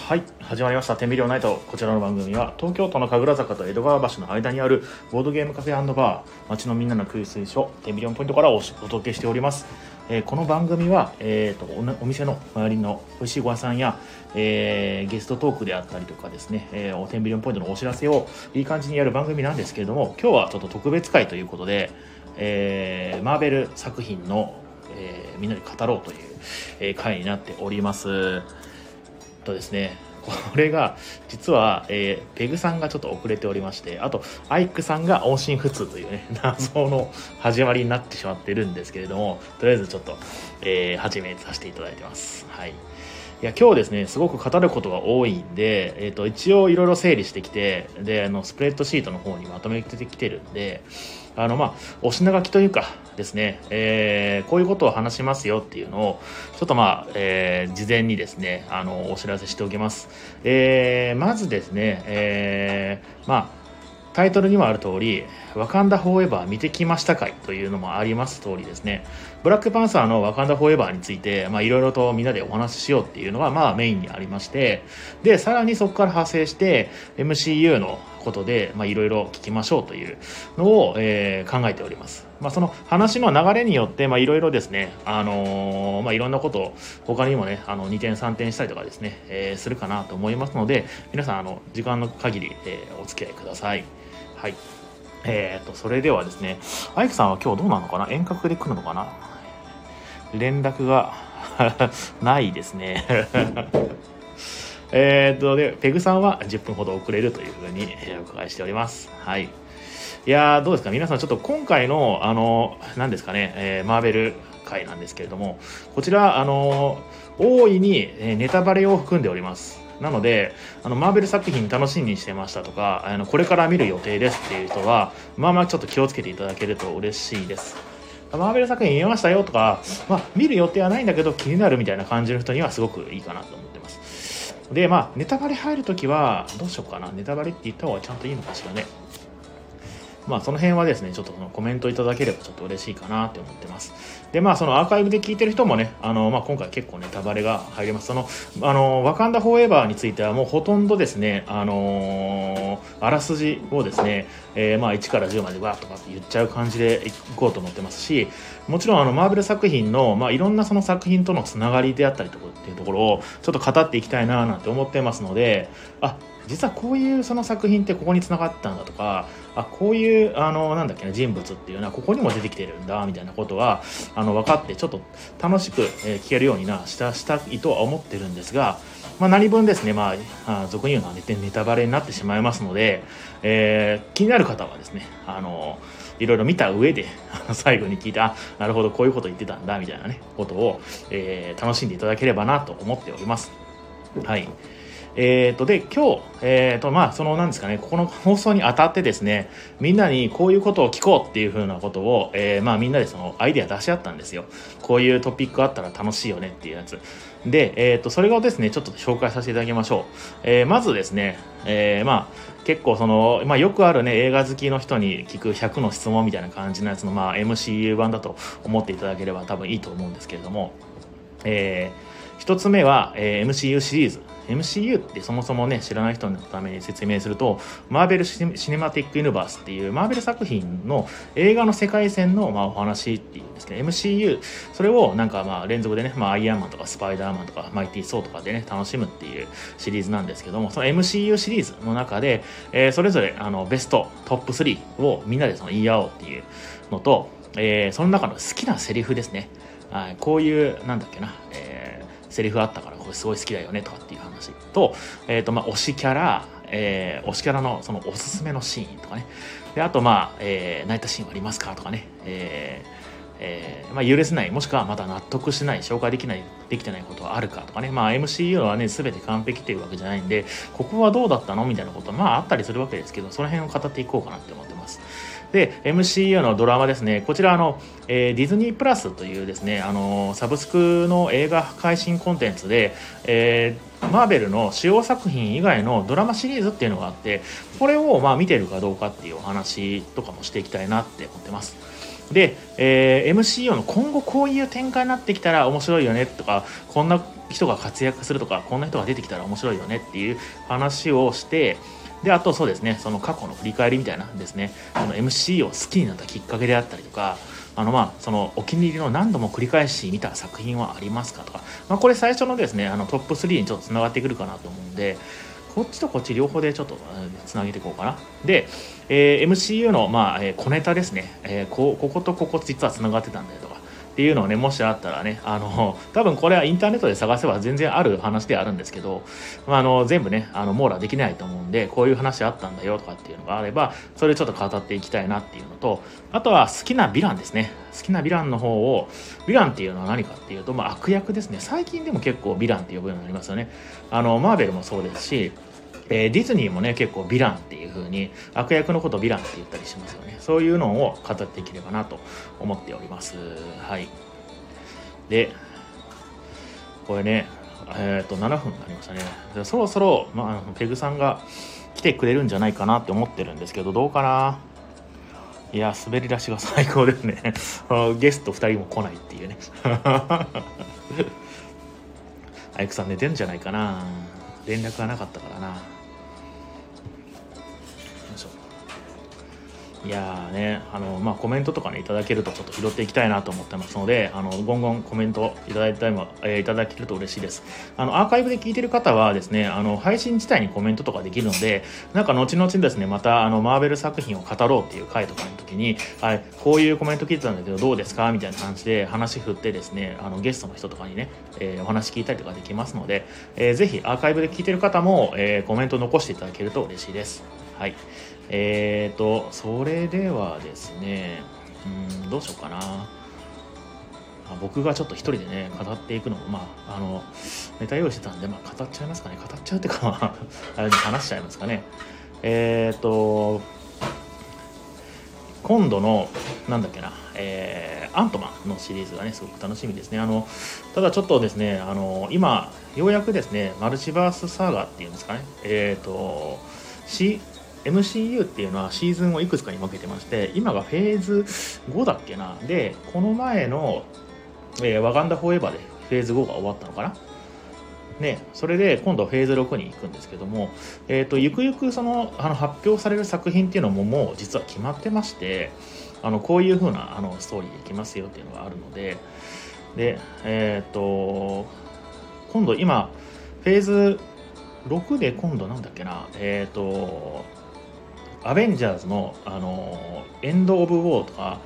はい、始まりましたテンビリオンナイト。こちらの番組は東京都の神楽坂と江戸川橋の間にあるボードゲームカフェ&バー、街のみんなの空推所テンビリオンポイントからお届けしております。この番組は、お店の周りの美味しいご屋さんや、ゲストトークであったりとかですね、テンビリオンポイントのお知らせをいい感じにやる番組なんですけれども、今日はちょっと特別会ということで、マーベル作品の、みんなで語ろうという、会になっております。とですね、これが実は、ペグさんがちょっと遅れておりまして、あとアイクさんが音信不通というね謎の始まりになってしまってるんですけれども、とりあえずちょっと、始めさせていただいてます。はい。いや今日ですね、すごく語ることが多いんで、一応いろいろ整理してきて、でスプレッドシートの方にまとめてきてるんで、お品書きというかですね、こういうことを話しますよっていうのをちょっと事前にですねお知らせしておきます。まずですね、タイトルにもある通り、ワカンダフォーエバー見てきましたかいというのもあります通りですね、ブラックパンサーのワカンダフォーエバーについていろいろとみんなでお話ししようっていうのがメインにありまして、でさらにそこから派生して MCU のことでいろいろ聞きましょうというのを、考えております。その話の流れによっていろいろですね、いろんなことを他にもね2点3点したりとかですね、するかなと思いますので、皆さん時間の限り、お付き合いください。はい。それではですね、アイクさんは今日どうなのかな、遠隔で来るのかな、連絡がないですねでペグさんは10分ほど遅れるというふうにお伺いしております。はい。いやー、どうですか皆さん、ちょっと今回の何ですかね、マーベル回なんですけれども、こちら大いにネタバレを含んでおります。なのでマーベル作品楽しみにしてましたとか、これから見る予定ですっていう人はちょっと気をつけていただけると嬉しいです。マーベル作品見ましたよとか、見る予定はないんだけど気になるみたいな感じの人にはすごくいいかなと思ってます。でネタバレ入るときはどうしようかな、ネタバレって言った方がちゃんといいのかしらね。その辺はですね、ちょっとコメントいただければちょっと嬉しいかなって思ってます。でそのアーカイブで聞いてる人もね、今回結構ネタバレが入ります。ワカンダフォーエバーについてはもうほとんどですね、あらすじをですね、1から10までわーとかって言っちゃう感じでいこうと思ってますし、もちろんマーベル作品の、いろんなその作品とのつながりであったりとかっていうところをちょっと語っていきたいななんて思ってますので、実はこういうその作品ってここに繋がったんだとか、こういう人物っていうのはここにも出てきてるんだみたいなことは分かって、ちょっと楽しく聞けるようにしたいとは思ってるんですが、何分ですね、俗に言うのはネタバレになってしまいますので、気になる方はですねいろいろ見た上で最後に聞いて、なるほどこういうこと言ってたんだみたいなねことを、楽しんでいただければなと思っております。はい。で今日、そのなんですかね、ここの放送にあたってですね、みんなにこういうことを聞こうっていう風なことを、みんなでそのアイデア出し合ったんですよ。こういうトピックあったら楽しいよねっていうやつで、それをですねちょっと紹介させていただきましょう。まずですね、結構よくあるね映画好きの人に聞く100の質問みたいな感じのやつのMCU 版だと思っていただければ多分いいと思うんですけれども、一つ目は、MCU シリーズ。MCU ってそもそもね知らない人のために説明すると、マーベルシネマティックユニバースっていうマーベル作品の映画の世界線のお話っていうんですけど、 MCU それを連続でね、アイアンマンとかスパイダーマンとかマイティー・ソーとかでね楽しむっていうシリーズなんですけども、その MCU シリーズの中で、それぞれベストトップ3をみんなで言い合おうっていうのと、その中の好きなセリフですね。こういうセリフあったからこれすごい好きだよねとかっていう話と、推しキャラ、推しキャラのそのおすすめのシーンとかね、であと泣いたシーンはありますかとかね、許せないもしくはまだ納得しない紹介できてないことはあるかとかね、MCU はね全て完璧っていうわけじゃないんで、ここはどうだったのみたいなことあったりするわけですけど、その辺を語っていこうかなって思ってます。で MCU のドラマですね、こちらディズニープラスというですねサブスクの映画配信コンテンツで、マーベルの主要作品以外のドラマシリーズっていうのがあって、これを見てるかどうかっていうお話とかもしていきたいなって思ってます。 で、MCU の今後こういう展開になってきたら面白いよねとか、こんな人が活躍するとか、こんな人が出てきたら面白いよねっていう話をして、であとそうですね、その過去の振り返りみたいなですね、その MCU を好きになったきっかけであったりとか、そのお気に入りの何度も繰り返し見た作品はありますかとか、これ最初のですねトップ3にちょっとつながってくるかなと思うんで、こっちとこっち両方でちょっとつなげていこうかな。で、MCU の、小ネタですね、こことここ実はつながってたんだよとかっていうのをね、もしあったらね、多分これはインターネットで探せば全然ある話ではあるんですけど、全部ね網羅できないと思うんで、こういう話あったんだよとかっていうのがあれば、それちょっと語っていきたいなっていうのと、あとは好きなヴィランですね。好きなヴィランの方を、ヴィランっていうのは何かっていうと、悪役ですね。最近でも結構ヴィランって呼ぶようになりますよね。マーベルもそうですし、ディズニーもね結構ヴィランっていう風に悪役のことをヴィランって言ったりしますよね。そういうのを語っていければなと思っております。はい。でこれね7分になりましたね。でそろそろ、ペグさんが来てくれるんじゃないかなって思ってるんですけど、どうかな。いや、滑り出しが最高ですね。ゲスト2人も来ないっていうね。アイクさん寝てんじゃないかな。連絡がなかったからな。いやーね、コメントとかねいただけるとちょっと拾っていきたいなと思ってますので、ゴンゴンコメントいただいたりも、いただけると嬉しいです。アーカイブで聞いてる方はですね、配信自体にコメントとかできるので、なんか後々ですね、またマーベル作品を語ろうっていう回とかの時に、こういうコメント聞いてたんだけどどうですかみたいな感じで話振ってですね、ゲストの人とかにね、お話聞いたりとかできますので、ぜひアーカイブで聞いてる方も、コメント残していただけると嬉しいです。はい。それではですね、どうしようかな。僕がちょっと一人でね、語っていくのも、ネタ用意してたんで、語っちゃいますかね。語っちゃうっていうか、話しちゃいますかね。今度の、アントマンのシリーズがね、すごく楽しみですね。ただちょっとですね、今、ようやくですね、マルチバースサーガっていうんですかね、MCU っていうのはシーズンをいくつかに分けてまして、今がフェーズ5だっけな。で、この前の、ワガンダフォーエバーでフェーズ5が終わったのかな。ね、それで今度フェーズ6に行くんですけども、ゆくゆくその発表される作品っていうのももう実は決まってまして、こういう風なストーリーでいきますよっていうのがあるので、で、今度今フェーズ6で今度なんだっけな、アベンジャーズの、エンド・オブ・ウォーとか、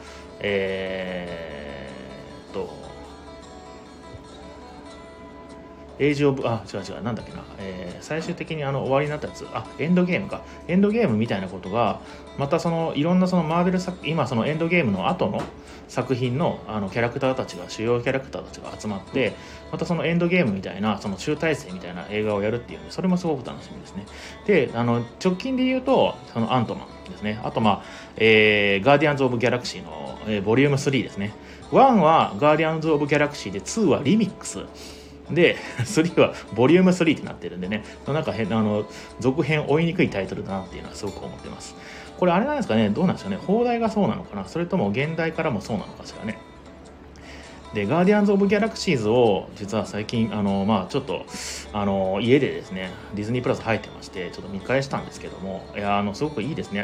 エイジ・オブ、違う、なんだっけな、最終的に終わりになったやつ、エンドゲームか。エンドゲームみたいなことが、またいろんなマーベル作、今エンドゲームの後の作品のキャラクターたちが、主要キャラクターたちが集まって、またエンドゲームみたいな、集大成みたいな映画をやるっていうんで、それもすごく楽しみですね。で、直近で言うと、アントマンですね。あと、ガーディアンズ・オブ・ギャラクシーの、ボリューム3ですね。1はガーディアンズ・オブ・ギャラクシーで、2はリミックス。で、3はボリューム3ってなってるんでね、続編追いにくいタイトルだなっていうのはすごく思ってます。これあれなんですかね、どうなんでしょうね。放題がそうなのかな、それとも現代からもそうなのかしらね。で、ガーディアンズ・オブ・ギャラクシーズを、実は最近、ちょっと、家でですね、ディズニープラス入ってまして、ちょっと見返したんですけども、いや、すごくいいですね。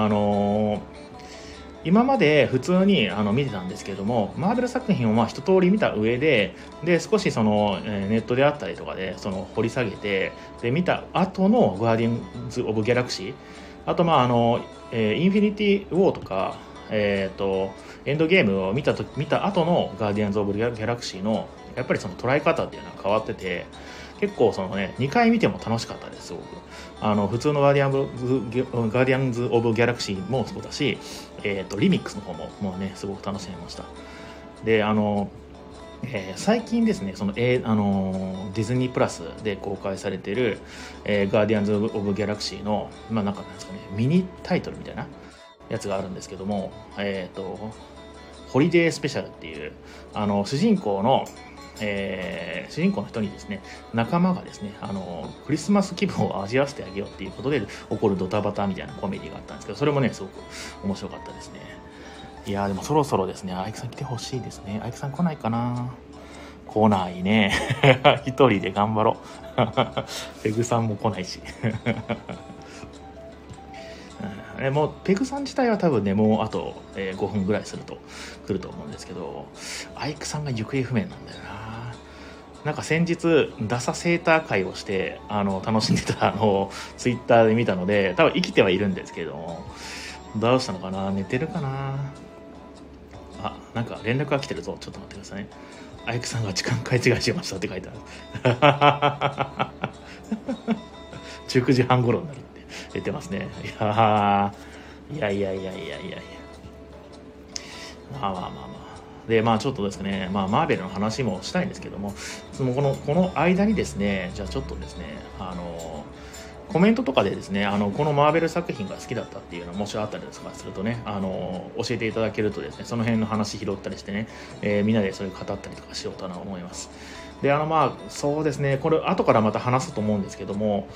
今まで普通に見てたんですけれども、マーベル作品を一通り見た上で、少しネットであったりとかで掘り下げて、で見た後のガーディアンズ・オブ・ギャラクシー、あとインフィニティ・ウォーとか、エンドゲームを見た後のガーディアンズ・オブ・ギャラクシーのやっぱり捉え方っていうのは変わってて、結構2回見ても楽しかったです。すごく普通のガーディアンズ・オブ・ギャラクシーもそうだし、リミックスの方もうねすごく楽しめました。で最近ですね、ディズニープラスで公開されている、ガーディアンズ・オブ・ギャラクシーのなんですかね、ミニタイトルみたいなやつがあるんですけども、ホリデースペシャルっていう主人公の人にですね、仲間がですね、クリスマス気分を味わわせてあげようっていうことで起こるドタバタみたいなコメディがあったんですけど、それもねすごく面白かったですね。 いやーでもそろそろですね、アイクさん来てほしいですね。アイクさん来ないかな。来ないね。一人で頑張ろう。ペグさんも来ないし。もうペグさん自体は多分ね、もうあと、5分ぐらいすると来ると思うんですけど、アイクさんが行方不明なんだよな。なんか先日ダサセーター会をして楽しんでたツイッターで見たので、多分生きてはいるんですけれども、どうしたのかな、寝てるかな。あ、なんか連絡が来てるぞ。ちょっと待ってくださいね。アイクさんが時間勘違いしましたって書いてある。19時半頃になるって言ってますね。いやいやいやいやいやいや。まあまあまあまあ。で、まあちょっとですね、まあマーベルの話もしたいんですけども、この間にですね、じゃあちょっとですね、コメントとかでですね、このマーベル作品が好きだったっていうのもしあったりとかするとね、教えていただけるとですね、その辺の話拾ったりしてね、みんなでそれ語ったりとかしようと思います。で、まあ、そうですね、これ後からまた話すと思うんですけども、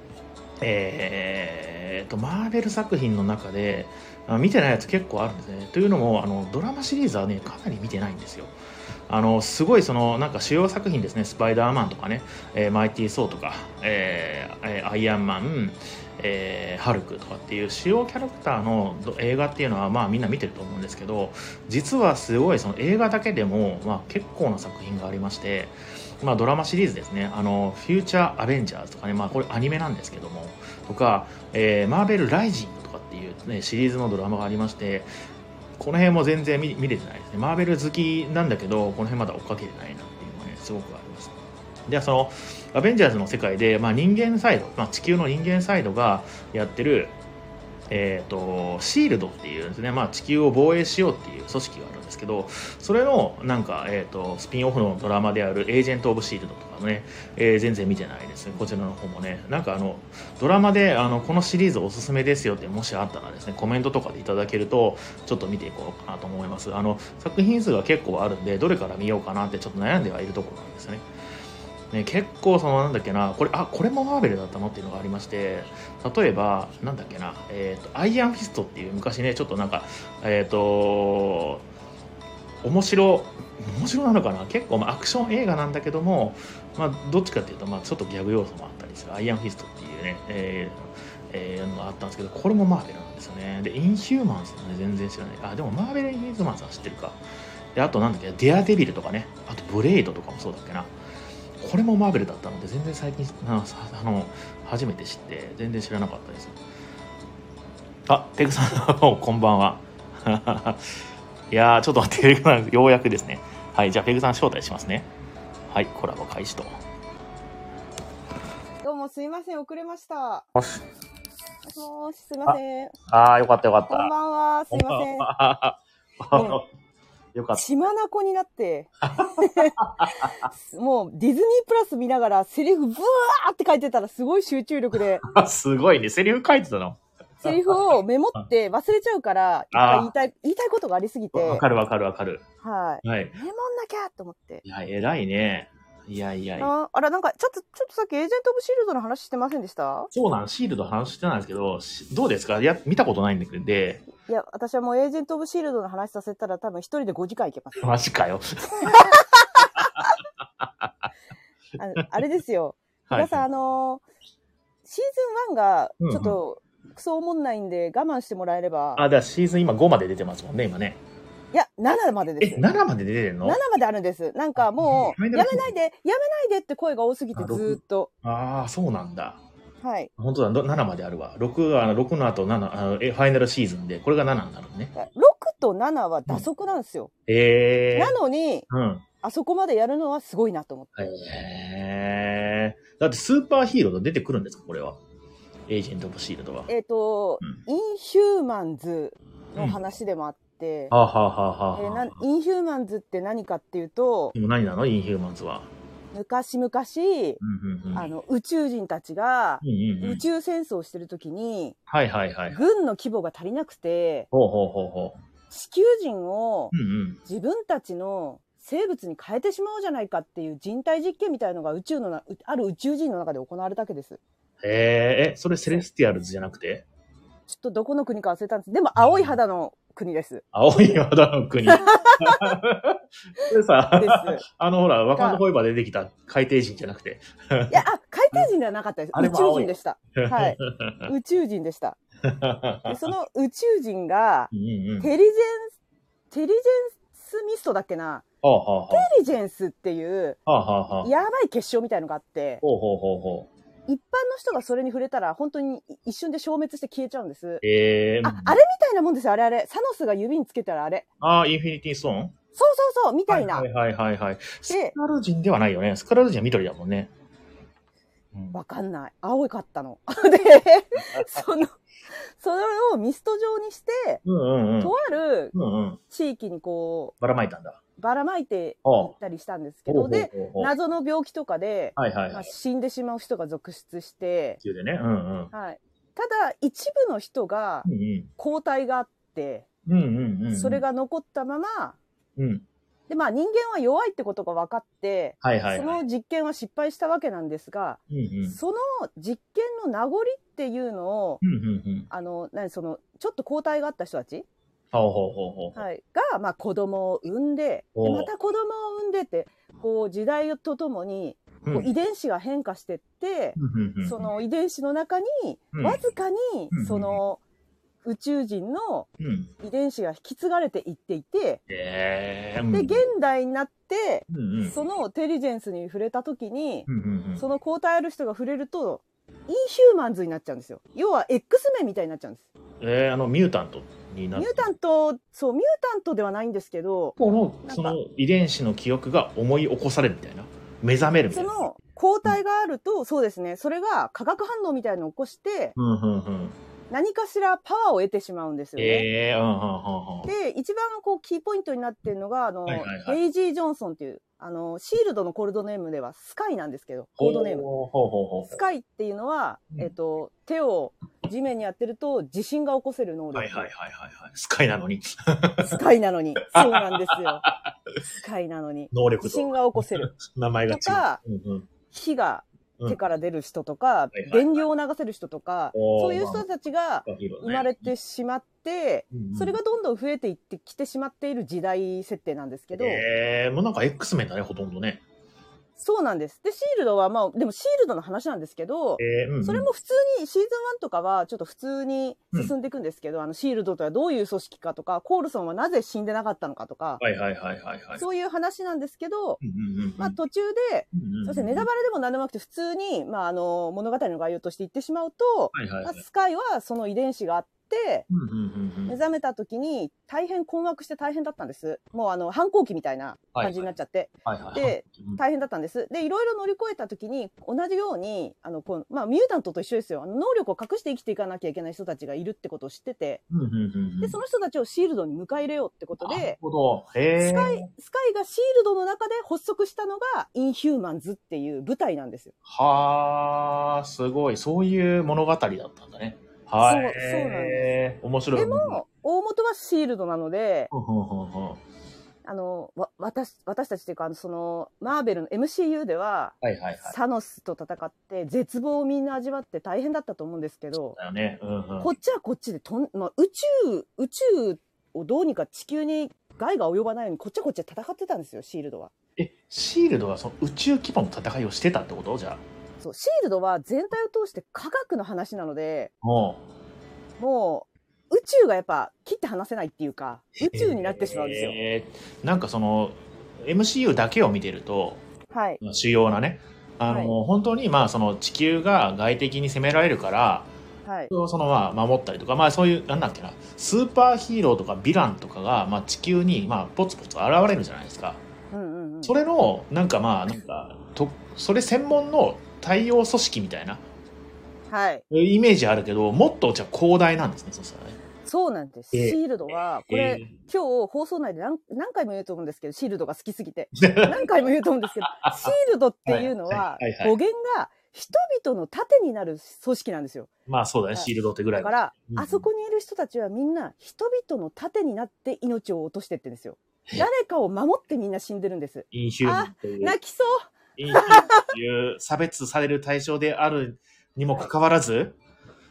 マーベル作品の中で、見てないやつ結構あるんですね。というのも、ドラマシリーズはね、かなり見てないんですよ。すごいなんか主要作品ですね、スパイダーマンとかね、マイティー・ソーとか、アイアンマン、ハルクとかっていう主要キャラクターの映画っていうのは、まあみんな見てると思うんですけど、実はすごいその映画だけでも、まあ結構な作品がありまして、まあドラマシリーズですね、フューチャーアベンジャーズとかね、まあこれアニメなんですけども、とか、マーベルライジングとかっていうね、シリーズのドラマがありまして、この辺も全然見れてないですね。マーベル好きなんだけど、この辺まだ追っかけてないなっていうのがね、すごくあります。では、アベンジャーズの世界で、まあ、人間サイド、まあ、地球の人間サイドがやってる、シールドっていうですね、まあ、地球を防衛しようっていう組織があるんですけど、それのなんか、スピンオフのドラマであるエージェント・オブ・シールドとかもね、全然見てないですね。こちらの方もね、なんかドラマでこのシリーズおすすめですよってもしあったらですね、コメントとかでいただけるとちょっと見ていこうかなと思います。作品数が結構あるんで、どれから見ようかなってちょっと悩んではいるところなんですね。ね、結構なんだっけな、これもマーベルだったのっていうのがありまして、例えば、なんだっけな、アイアンフィストっていう昔ね、ちょっとなんか、面白、面白なのかな、結構まあアクション映画なんだけども、まあどっちかっていうと、まあちょっとギャグ要素もあったりする、アイアンフィストっていうね、のがあったんですけど、これもマーベルなんですよね。で、インヒューマンスもね、全然知らない。あ、でもマーベルインヒューマンスは知ってるか。で、あとなんだっけ、デアデビルとかね、あとブレイドとかもそうだっけな。これもマーベルだったので、全然最近、初めて知って、全然知らなかったです。あ、ペグさん、こんばんは。いやー、ちょっと待って、ペグさん、ようやくですね。はい、じゃあ、ペグさん招待しますね。はい、コラボ開始と。 どうもすいません、遅れました。 もし。 もし、すいません。 よかったよかった。 こんばんは、すいません。ね、 よかった。 血眼になって、もうディズニープラス見ながらセリフブワーって書いてたらすごい集中力で。 すごいね、セリフ書いてたの。 セリフをメモって忘れちゃうから、いっぱい言いたいことがありすぎて。 わかるわかるわかる。 はい。 はい。 メモんなきゃと思って。 いや、偉いね。いやいやいや。 あら、なんか、ちょっとさっきエージェント・オブ・シールドの話してませんでした？ そうなん、シールド話してないんですけど、どうですか？見たことないんだけど、で。 いや、私はもうエージェント・オブ・シールドの話させたら多分一人で5時間いけます。 マジかよ。 あれですよ。皆さん、シーズン1がちょっとクソおもんないんで我慢してもらえれば。 だからシーズン今5まで出てますもんね、今ね。 いや、7までです。 7まで出てるの？ 7 まであるんです。なんかもう、やめないでって声が多すぎてずーっと。 そうなんだ。 はい。 本当だ、7まであるわ。6の後7、ファイナルシーズンで、これが7になるね。 6と7は打足なんですよ。なのに、あそこまでやるのはすごいなと思って。 だってスーパーヒーローが出てくるんですか、これは。エージェント・オブ・シールドは。 インヒューマンズの話でもあって、インヒューマンズって何かっていうと、 何なのインヒューマンズは。 昔々、宇宙人たちが宇宙戦争をしてるときに、軍の規模が足りなくて、地球人を自分たちの生物に変えてしまおうじゃないかっていう人体実験みたいなのがある宇宙人の中で行われたわけです。 それセレスティアルズじゃなくて？ ちょっとどこの国か忘れたんです。でも青い肌の国です。 青い肌の国。でさ、ほら、ワカンダフォーエバーで出てきた海底人じゃなくて。 いや、海底人ではなかったです。宇宙人でした。はい。宇宙人でした。でその宇宙人が、テリジェンスミストだっけな。テリジェンスっていう、やばい結晶みたいのがあって、一般の人がそれに触れたら本当に一瞬で消滅して消えちゃうんです。あれみたいなもんですよ、あれ。サノスが指につけたらあれ。 インフィニティストーン？ そう、みたいな。 スカル人ではないよね。スカル人は緑だもんね。 わかんない。青かったの。で、それをミスト状にして、とある地域にこう、 ばらまいたんだ。 ばらまいていったりしたんですけど、で、謎の病気とかで、死んでしまう人が続出して、はい。ただ、一部の人が抗体があって、それが残ったまま、で、まあ人間は弱いってことが分かって、その実験は失敗したわけなんですが、その実験の名残っていうのを、ちょっと抗体があった人たちが、まあ子供を産んで、また子供を産んでって、こう時代とともに、こう遺伝子が変化してって、その遺伝子の中に、わずかに、その、宇宙人の遺伝子が引き継がれていっていて、で、現代になって、そのテリジェンスに触れた時に、その抗体ある人が触れると、インヒューマンズになっちゃうんですよ。要は X メンみたいになっちゃうんです。 ミュータントになる。 ミュータントではないんですけど、 その遺伝子の記憶が思い起こされるみたいな。目覚めるみたいな。 その抗体があると、そうですね、それが化学反応みたいなのを起こして、何かしらパワーを得てしまうんですよね。で、一番こうキーポイントになっているのが、デイジー・ジョンソンっていう、シールドのコードネームではスカイなんですけど、コードネーム。スカイっていうのは、手を地面に当てると地震が起こせる能力。 スカイなのに。 スカイなのに。そうなんですよ。スカイなのに。 能力と。 地震が起こせる。 名前が違う。 とか、火が、手から出る人とか、電流を流せる人とか、そういう人たちが生まれてしまって、それがどんどん増えていってきてしまっている時代設定なんですけど。 もうなんか X メンだね、ほとんどね。 そうなんです。で、シールドはまあ、でもシールドの話なんですけど、それも普通にシーズン1とかはちょっと普通に進んでいくんですけど、シールドとはどういう組織かとか、コールソンはなぜ死んでなかったのかとか、そういう話なんですけど、まあ途中で、そしてネタバレでも何でもなくて普通に、まあ物語の概要として言ってしまうと、スカイはその遺伝子があって、目覚めた時に大変困惑して大変だったんです。もう反抗期みたいな感じになっちゃって。で、大変だったんです。で、いろいろ乗り越えた時に、同じように、まあ、ミュータントと一緒ですよ。能力を隠して生きていかなきゃいけない人たちがいるってことを知ってて、で、その人たちをシールドに迎え入れようってことで、スカイがシールドの中で発足したのが、インヒューマンズっていう舞台なんですよ。 はー、すごい。そういう物語だったんだね。はい。そうなんです。面白い。 でも、大元はシールドなので、私たちというか、マーベルの MCU では、サノスと戦って、絶望をみんな味わって大変だったと思うんですけど、こっちはこっちで宇宙をどうにか地球に害が及ばないように、こっちはこっちで戦ってたんですよ、シールドは。 シールドはその宇宙規模の戦いをしてたってこと？じゃあ。 そう、シールドは全体を通して科学の話なので、もう宇宙がやっぱ切って離せないっていうか、宇宙になってしまうんですよ。 なんかその MCU だけを見てると、主要なね、本当にまあその地球が外敵に攻められるから、そのまあ守ったりとか、まあそういうなんだっけな、スーパーヒーローとかヴィランとかがまあ地球にまあポツポツ現れるじゃないですか。それのなんかまあなんかそれ専門の対応組織みたいな、イメージあるけど、もっとじゃあ広大なんですね、そしたらね。 そうなんです。シールドは、これ、今日放送内で何回も言うと思うんですけど、シールドが好きすぎて。何回も言うと思うんですけど、シールドっていうのは、語源が人々の盾になる組織なんですよ。 まあそうだね、シールドってぐらい。 だから、あそこにいる人たちはみんな人々の盾になって命を落としてってんですよ。誰かを守ってみんな死んでるんです。泣きそう。 インヒューマンという差別される対象であるにもかかわらず、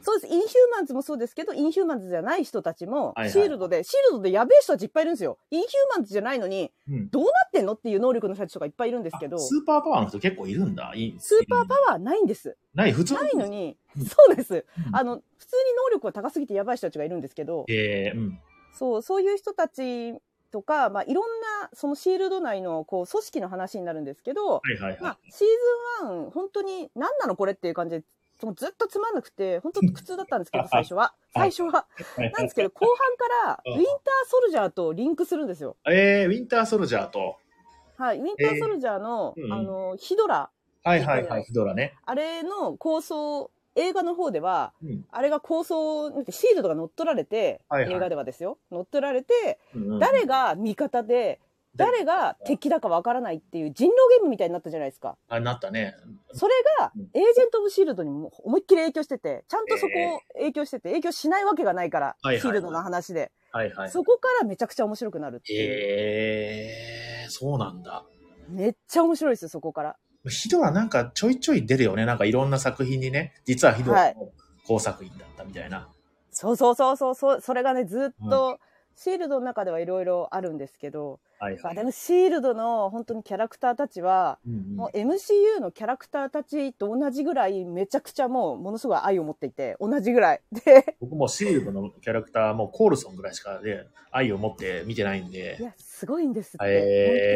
そうです。インヒューマンズもそうですけど、インヒューマンズじゃない人たちも、シールドでやべえ人たちいっぱいいるんですよ。インヒューマンズじゃないのに、どうなってんのっていう能力の人たちとかいっぱいいるんですけど。 スーパーパワーの人結構いるんだ。 スーパーパワーないんです。 普通ないのに、そうです。普通に能力が高すぎてやばい人たちがいるんですけど、そういう人たちとか、まあ、いろんな、そのシールド内の、こう、組織の話になるんですけど、まあ、シーズン1、本当に、何なのこれっていう感じで、ずっとつまんなくて、本当苦痛だったんですけど、最初は。なんですけど、後半から、ウィンターソルジャーとリンクするんですよ。 ウィンターソルジャーと。 はい、ウィンターソルジャーの、ヒドラ。 ヒドラね。 あれの構想、映画の方では、あれが構想、シールドが乗っ取られて、映画ではですよ。乗っ取られて、誰が味方で、誰が敵だかわからないっていう人狼ゲームみたいになったじゃないですか。 なったね。 それが、エージェント・オブ・シールドにも思いっきり影響してて、ちゃんとそこを影響してて、影響しないわけがないから、シールドの話で。そこからめちゃくちゃ面白くなるっていう。 そうなんだ。 めっちゃ面白いですよ、そこから。 ヒドラなんかちょいちょい出るよね。なんかいろんな作品にね、実はヒドラの工作品だったみたいな。 そう。それがね、ずっと、シールドの中ではいろいろあるんですけど、でもシールドの本当にキャラクターたちは、もう MCU のキャラクターたちと同じぐらいめちゃくちゃもうものすごい愛を持っていて、同じぐらい。で、 僕もシールドのキャラクターもコールソンぐらいしかで愛を持って見てないんで。 いや、すごいんですって。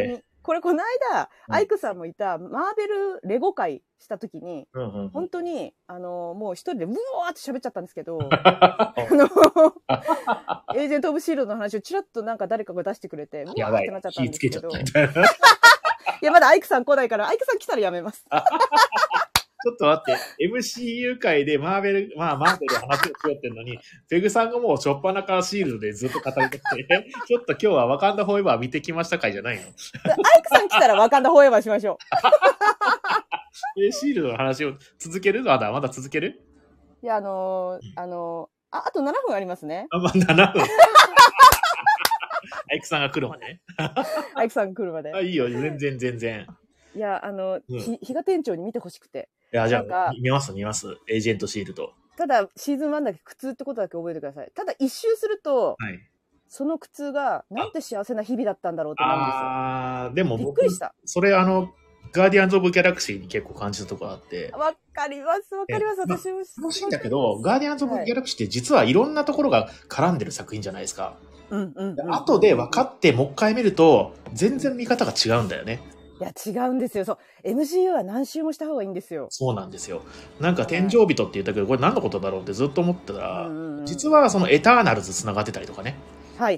本当に。この間、アイクさんもいたマーベルレゴ会した時に、本当に、もう一人でうわーって喋っちゃったんですけど、エージェント・オブ・シールドの話をちらっとなんか誰かが出してくれて、うわーってなっちゃったんですけど。いや、まだアイクさん来ないから、アイクさん来たらやめます。 ちょっと待って、MCU 界でマーベルの話をしようってんのに、ペグさんがもう初っ端からシールドでずっと語りてきて、ちょっと今日はワカンダフォーエバー見てきました回じゃないの？アイクさん来たらワカンダフォーエバーしましょう。シールドの話を続ける？まだ続ける？ いや、あと7分ありますね。 まあ、7分。アイクさんが来るまで。 アイクさんが来るまで。 いいよ、全然。 いや、比嘉店長に見てほしくて。 いや、じゃあ、見ます。エージェントシールド。 ただ、シーズン1だけ苦痛ってことだけ覚えてください。ただ、一周すると、その苦痛が、なんて幸せな日々だったんだろうってなるんですよ。でも、びっくりした。 それ、ガーディアンズ・オブ・ギャラクシーに結構感じたところあって。 わかります。私も。 楽しいんだけど、ガーディアンズ・オブ・ギャラクシーって実はいろんなところが絡んでる作品じゃないですか。後で分かってもう一回見ると、全然見方が違うんだよね。 いや、違うんですよ。そう。MCU は何周もした方がいいんですよ。 そうなんですよ。なんか天井人って言ったけど、これ何のことだろうってずっと思ってたら、実はそのエターナルズ繋がってたりとかね。 はい。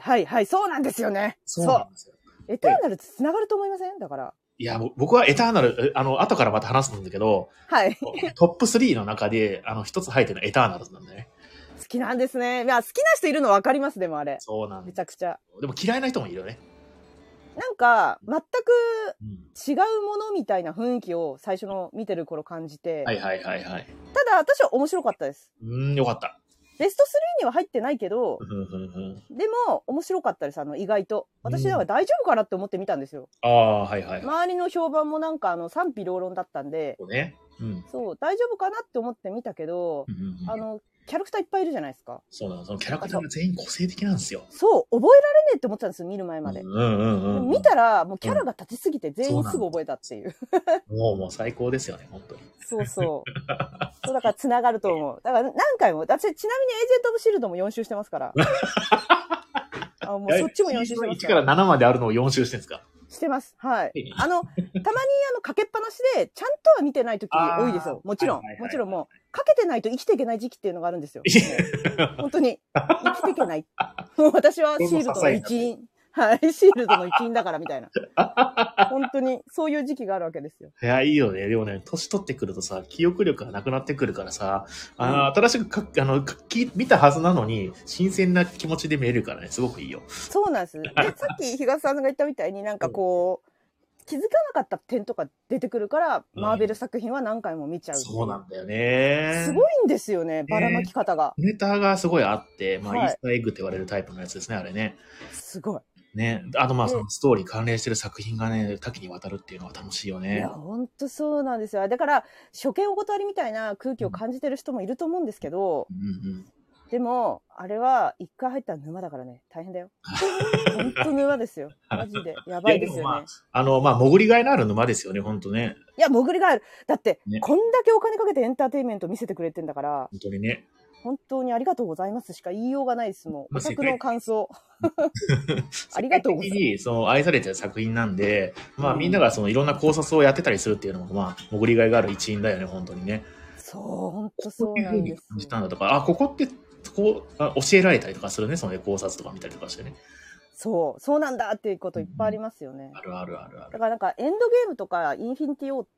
そうなんですよね。そうなんですよ。エターナルズ繋がると思いません？だから。 いや、僕はエターナル、後からまた話すんだけど、トップ3の中で、一つ入ってるのはエターナルズなんだよね。 好きなんですね。いや、好きな人いるの分かります、でもあれ。 そうなんめちゃくちゃ。 でも嫌いな人もいるよね。 なんか、全く違うものみたいな雰囲気を最初の見てる頃感じて。ただ、私は面白かったです。 よかった。 ベスト3には入ってないけど、でも、面白かったです、意外と。私は大丈夫かなって思って見たんですよ。周りの評判もなんか、賛否両論だったんで、そう、大丈夫かなって思って見たけど、キャラクターいっぱいいるじゃないですか。 そうなの。そのキャラクターが全員個性的なんですよ。 そう、覚えられねえって思ってたんですよ、見る前まで。見たら、もうキャラが立ちすぎて全員すぐ覚えたっていう。 もう最高ですよね、本当に。 そう。そう、だから繋がると思う。だから何回も、私、ちなみにエージェント・オブ・シールドも4周してますから。もうそっちも4周してます 1から7まであるのを4周してるんですか？ してます。はい。たまにかけっぱなしで、ちゃんとは見てない時多いですよ。もちろん。もちろんもう、かけてないと生きていけない時期っていうのがあるんですよ。本当に。生きていけない。もう私はシールドの一員。はい。シールドの一員だからみたいな。本当に、そういう時期があるわけですよ。 いや、いいよね。でもね、年取ってくるとさ、記憶力がなくなってくるからさ、新しく見たはずなのに、新鮮な気持ちで見れるからね、すごくいいよ。 そうなんです。で、さっき東さんが言ったみたいになんかこう、気づかなかった点とか出てくるから、マーベル作品は何回も見ちゃう。 そうなんだよね。 すごいんですよね、ばらまき方が。 ネタがすごいあって、イースターエッグって言われるタイプのやつですね、あれね。 すごい。 ね。あとそのストーリー関連してる作品がね、多岐にわたるっていうのは楽しいよね。 いや、ほんとそうなんですよ。だから、初見お断りみたいな空気を感じてる人もいると思うんですけど、でも、あれは一回入ったら沼だからね、大変だよ。ほんと沼ですよ。マジで。やばいですよね。 潜りがいのある沼ですよね、ほんとね。 いや、潜りがある。だって、こんだけお金かけてエンターテインメント見せてくれてんだから。 本当にね。 本当にありがとうございますしか言いようがないですもん。オタクの感想。ありがとうございます。 愛されてる作品なんで、みんながいろんな考察をやってたりするっていうのも、潜りがいがある一因だよね、本当にね。 そう、本当そうなんです。 感じたんだとか、ここって、教えられたりとかするね、その考察とか見たりとかしてね。 そうなんだっていうこといっぱいありますよね。 あるある。 だからエンドゲームとかインフィニティ・オーって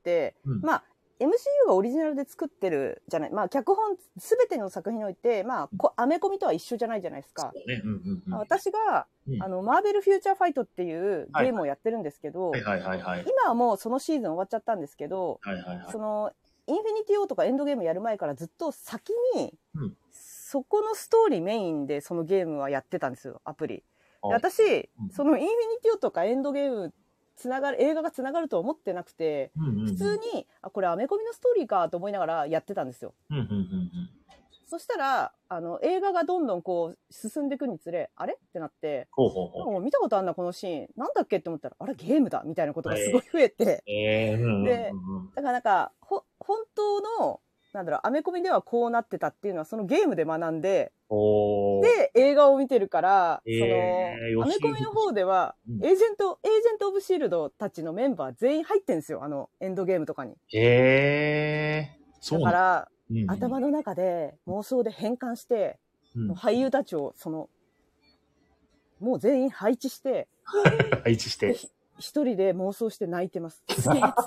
、MCU がオリジナルで作ってるじゃない。脚本すべての作品において、アメコミとは一緒じゃないじゃないですか。私が、マーベルフューチャーファイトっていうゲームをやってるんですけど、今はもうそのシーズン終わっちゃったんですけど、その、インフィニティ・オーとかエンドゲームやる前からずっと先に、そこのストーリーメインでそのゲームはやってたんですよ、アプリ。私、そのインフィニティ・オーとかエンドゲーム映画がつながると思ってなくて、普通にこれアメコミのストーリーかと思いながらやってたんですよ。そしたら映画がどんどんこう進んでいくにつれあれってなってもう見たことあんなこのシーンなんだっけって思ったらあれゲームだみたいなことがすごい増えて、でだからなんか本当のアメコミではこうなってたっていうのはそのゲームで学んで、で映画を見てるから、そのアメコミの方では、エージェントオブシールドたちのメンバー全員入ってんですよ、エンドゲームとかに。だから、頭の中で妄想で変換して、俳優たちをもう全員配置して一人で妄想して泣いてます。すげえっつって。すげえって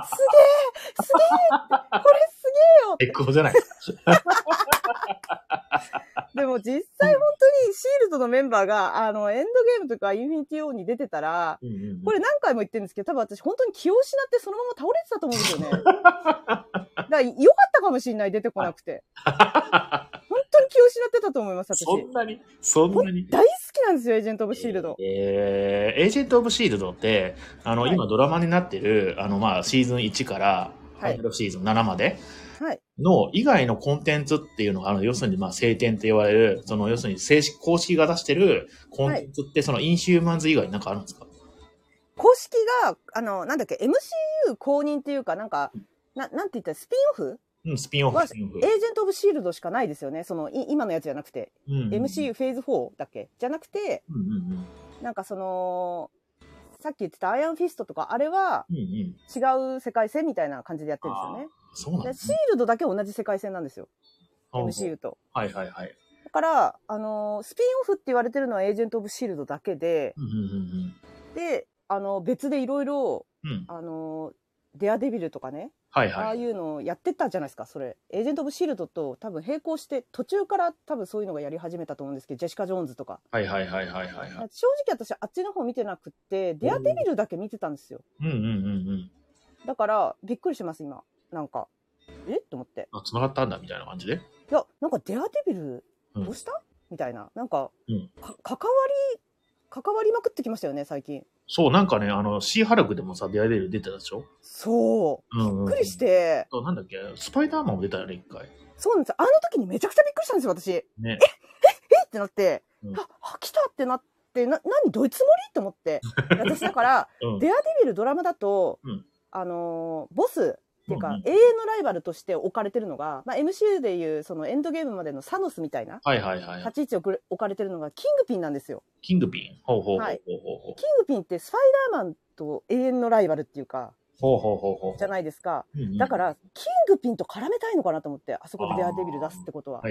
これすげえよ最高じゃないですか。 でも実際本当にシールドのメンバーが、エンドゲームとかインフィニティ・オーに出てたら、これ何回も言ってるんですけど、多分私本当に気を失ってそのまま倒れてたと思うんですよね。だから良かったかもしれない、出てこなくて。本当に気を失ってたと思います、私。 そんなに大好きなんですよ、エージェント・オブ・シールド。 エージェント・オブ・シールドって、今ドラマになってる、シーズン1から、シーズン7までの以外のコンテンツっていうのが、要するに、聖典って言われる、要するに公式が出してるコンテンツって、そのインヒューマンズ以外に何かあるんですか？ 公式が、MCU 公認っていうか、なんて言ったら、スピンオフスピンオフ。エージェント・オブ・シールドしかないですよね。今のやつじゃなくて。MCU フェーズ4だっけじゃなくて、さっき言ってたアイアンフィストとか、あれは違う世界線みたいな感じでやってるんですよね。 そうなんですね。シールドだけ同じ世界線なんですよ。MCU と。 だから、スピンオフって言われてるのはエージェント・オブ・シールドだけで、で、別でいろいろ、デアデビルとかね、ああいうのをやってたじゃないですか、それ。エージェント・オブ・シールドと多分並行して、途中から多分そういうのがやり始めたと思うんですけど、ジェシカ・ジョーンズとか。正直私、あっちの方見てなくって、デアデビルだけ見てたんですよ。だから、びっくりします、今。と思って。 繋がったんだ、みたいな感じで。 いや、デアデビル、どうした、みたいな。関わりまくってきましたよね、最近。 そう、シーハルクでもさ、デアデビル出てたでしょ？ そう。びっくりして。 なんだっけ、スパイダーマンも出たよね、一回。 そうなんですよ。あの時にめちゃくちゃびっくりしたんですよ、私。 ね。 ってなって、来たってなって、何どういうつもりって思って。私だから、デアデビルドラマだと、ボス、っていうか、永遠のライバルとして置かれてるのが、MCU でいう、そのエンドゲームまでのサノスみたいな、立ち位置置かれてるのが、キングピンなんですよ。 キングピン？キングピンってスパイダーマンと永遠のライバルっていうか、じゃないですか。だから、キングピンと絡めたいのかなと思って、あそこでデアデビル出すってことは。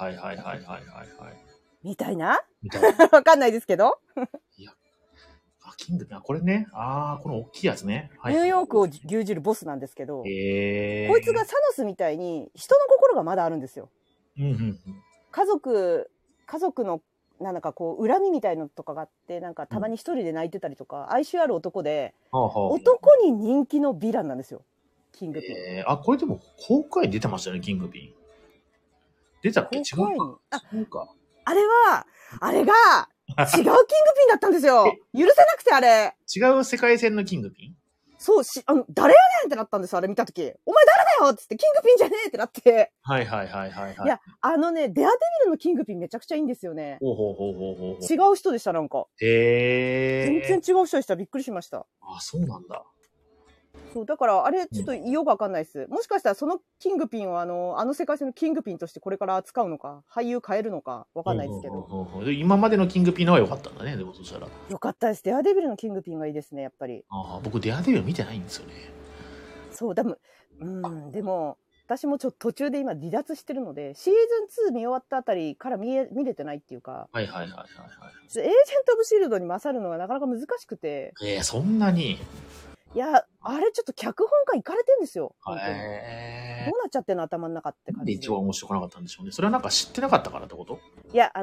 みたいなわかんないですけど。 キングピン、これね。この大きいやつね。 ニューヨークを牛耳るボスなんですけど、こいつがサノスみたいに人の心がまだあるんですよ。家族の恨みみたいのとかがあって、たまに一人で泣いてたりとか、哀愁ある男で、男に人気のヴィランなんですよ。キングピン。 これでも、ホークアイ出てましたよね、キングピン。出たっけ？違うか。 あれが、 違うキングピンだったんですよ。許せなくて、あれ。 違う世界線のキングピン？ そう、誰やねんってなったんですよ、あれ見たとき。お前誰だよっつって、キングピンじゃねえってなって。 はいはいはいはい、はい。 いや、デアデビルのキングピンめちゃくちゃいいんですよね。 ほうほうほうほうほう。 違う人でした、なんか。全然違う人でした。びっくりしました。 あ、そうなんだ。 そう、だから、あれ、ちょっとよくわかんないです。もしかしたら、そのキングピンをあの世界線のキングピンとしてこれから扱うのか、俳優変えるのか、わかんないですけど。 今までのキングピンのは良かったんだね、でもそしたら。 よかったです。デアデビルのキングピンがいいですね、やっぱり。 ああ、僕、デアデビル見てないんですよね。 そう、でも、私もちょっと途中で今離脱してるので、シーズン2見終わったあたりから見れてないっていうか。 はいはいはいはい、はい。 エージェント・オブ・シールドに勝るのがなかなか難しくて。 そんなに？ いや、あれちょっと脚本家行かれてんですよ。どうなっちゃってんの頭の中って感じで。 一番面白くなかったんでしょうね。それはなんか知ってなかったからってこと？ いや、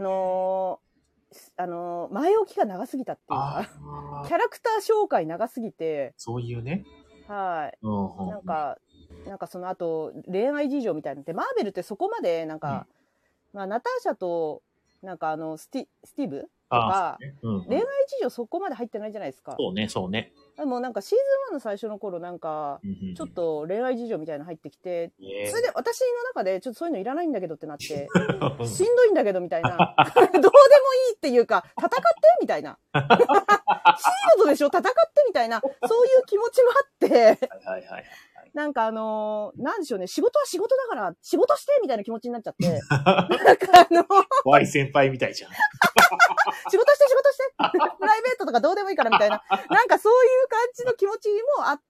前置きが長すぎたっていうか、キャラクター紹介長すぎて。 そういうね。 はい。なんかその後、恋愛事情みたいなのって、マーベルってそこまで、なんか、まあ、ナターシャと、なんかスティーブとか、恋愛事情そこまで入ってないじゃないですか。 そうね、そうね。 でもなんかシーズン1の最初の頃なんか、ちょっと恋愛事情みたいなの入ってきて、それで私の中でちょっとそういうのいらないんだけどってなって、しんどいんだけどみたいな、どうでもいいっていうか、戦ってみたいな。シールドでしょ戦ってみたいな、そういう気持ちもあって、なんかなんでしょうね、仕事は仕事だから、仕事してみたいな気持ちになっちゃって。なんか怖い先輩みたいじゃん。 仕事してプライベートとかどうでもいいからみたいな、なんかそういう感じの気持ちもあって、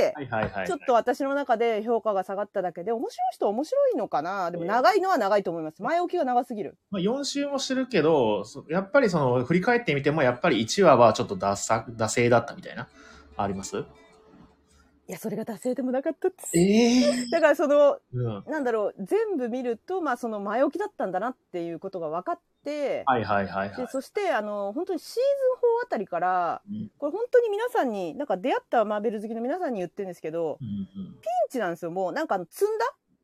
ちょっと私の中で評価が下がっただけで、面白い人は面白いのかな。でも長いのは長いと思います。前置きが長すぎる。 まあ4週もしてるけど、やっぱり振り返ってみても、やっぱり1話はちょっと惰性だったみたいな、あります？ いや、それが惰性でもなかったです。だからなんだろう、全部見ると、まあその前置きだったんだなっていうことが分かって、で、そして、本当にシーズン4あたりから、これ本当に皆さんに、なんか出会ったマーベル好きの皆さんに言ってるんですけど、ピンチなんですよ。もうなんか積ん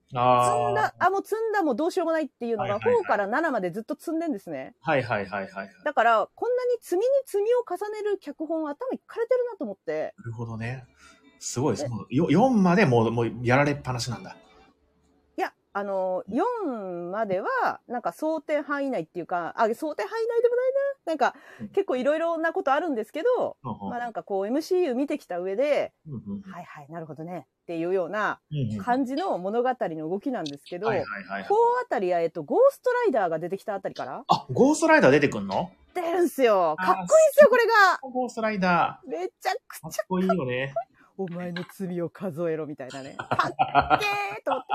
だもうどうしようもないっていうのが、4から7までずっと積んでんですね。だから、こんなに積みに積みを重ねる脚本頭いかれてるなと思って。 なるほどね。すごいです。4までもうやられっぱなしなんだ。 いや、4までは、なんか想定範囲内っていうか、想定範囲内でもないな。なんか、結構いろいろなことあるんですけど、まあなんかこう MCU 見てきた上で、はいはい、なるほどね、っていうような感じの物語の動きなんですけど、4あたりは、ゴーストライダーが出てきたあたりから。 あ、ゴーストライダー出てくんの？ 出るんすよ。かっこいいんすよ、これが。 ゴーストライダー。 めちゃくちゃかっこいいよね。 お前の罪を数えろみたいなね。かっけーと思って。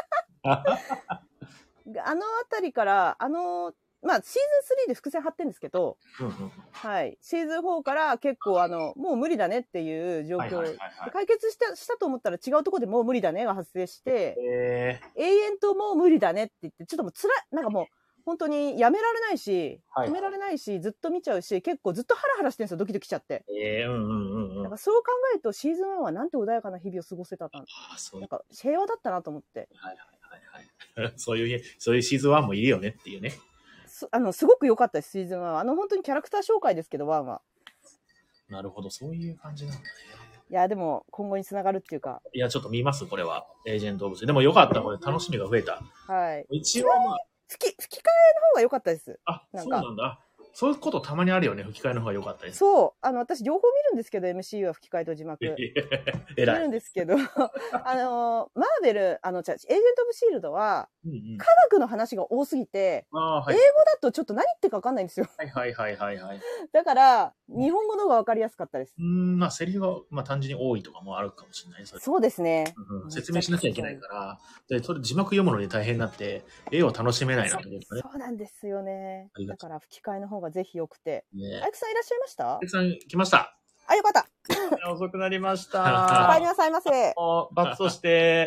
あのあたりから、まあ、シーズン3で伏線張ってるんですけど、はい。シーズン4から結構もう無理だねっていう状況。解決したと思ったら違うところでもう無理だねが発生して、永遠ともう無理だねって言って、ちょっともうなんかもう、本当にやめられないし、止められないし、ずっと見ちゃうし、結構ずっとハラハラしてるんですよ、ドキドキしちゃって。なんかそう考えるとシーズン1はなんて穏やかな日々を過ごせたなんか平和だったなと思って。 そういうシーズン1もいるよねっていうね。 すごく良かったです、シーズン1は。本当にキャラクター紹介ですけど、1は。 なるほど、そういう感じなんだね。 いや、でも、今後につながるっていうか。 いや、ちょっと見ます、これは。エージェント・オブ・シールド。でも良かった、これ、楽しみが増えた。 はい。 一応まあ。 吹き替えの方が良かったです。 そうなんだ。そういうことたまにあるよね。吹き替えの方が良かったです。 そう。私両方見るんですけど、MCU は吹き替えと字幕。見るんですけど、マーベル、エージェント・オブ・シールドは、科学の話が多すぎて、英語だとちょっと何言ってるか分かんないんですよ。だから、日本語の方が分かりやすかったです。 まあ、セリフが、まあ、単純に多いとかもあるかもしれない。 そうですね。 説明しなきゃいけないから、で、それ字幕読むのに大変になって、絵を楽しめないなと思ってね。 そうなんですよね。だから吹き替えの方がぜひ良くて。あゆきさんいらっしゃいました？ あゆきさん来ました。 あ、よかった。 遅くなりました。 お帰りなさいませ。 罰として、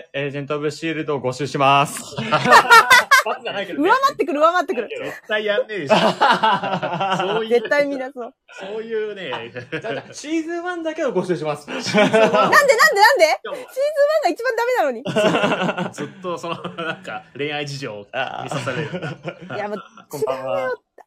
エージェント・オブ・シールドを募集します。 罰じゃないけどね。上回ってくる。 絶対やんねえでしょ。 絶対皆そう。 そういうね。 シーズン1だけを募集します。なんでシーズン1が一番ダメなのに。 ずっとなんか恋愛事情を見さされる。 いや、もう、違うよ。あれね。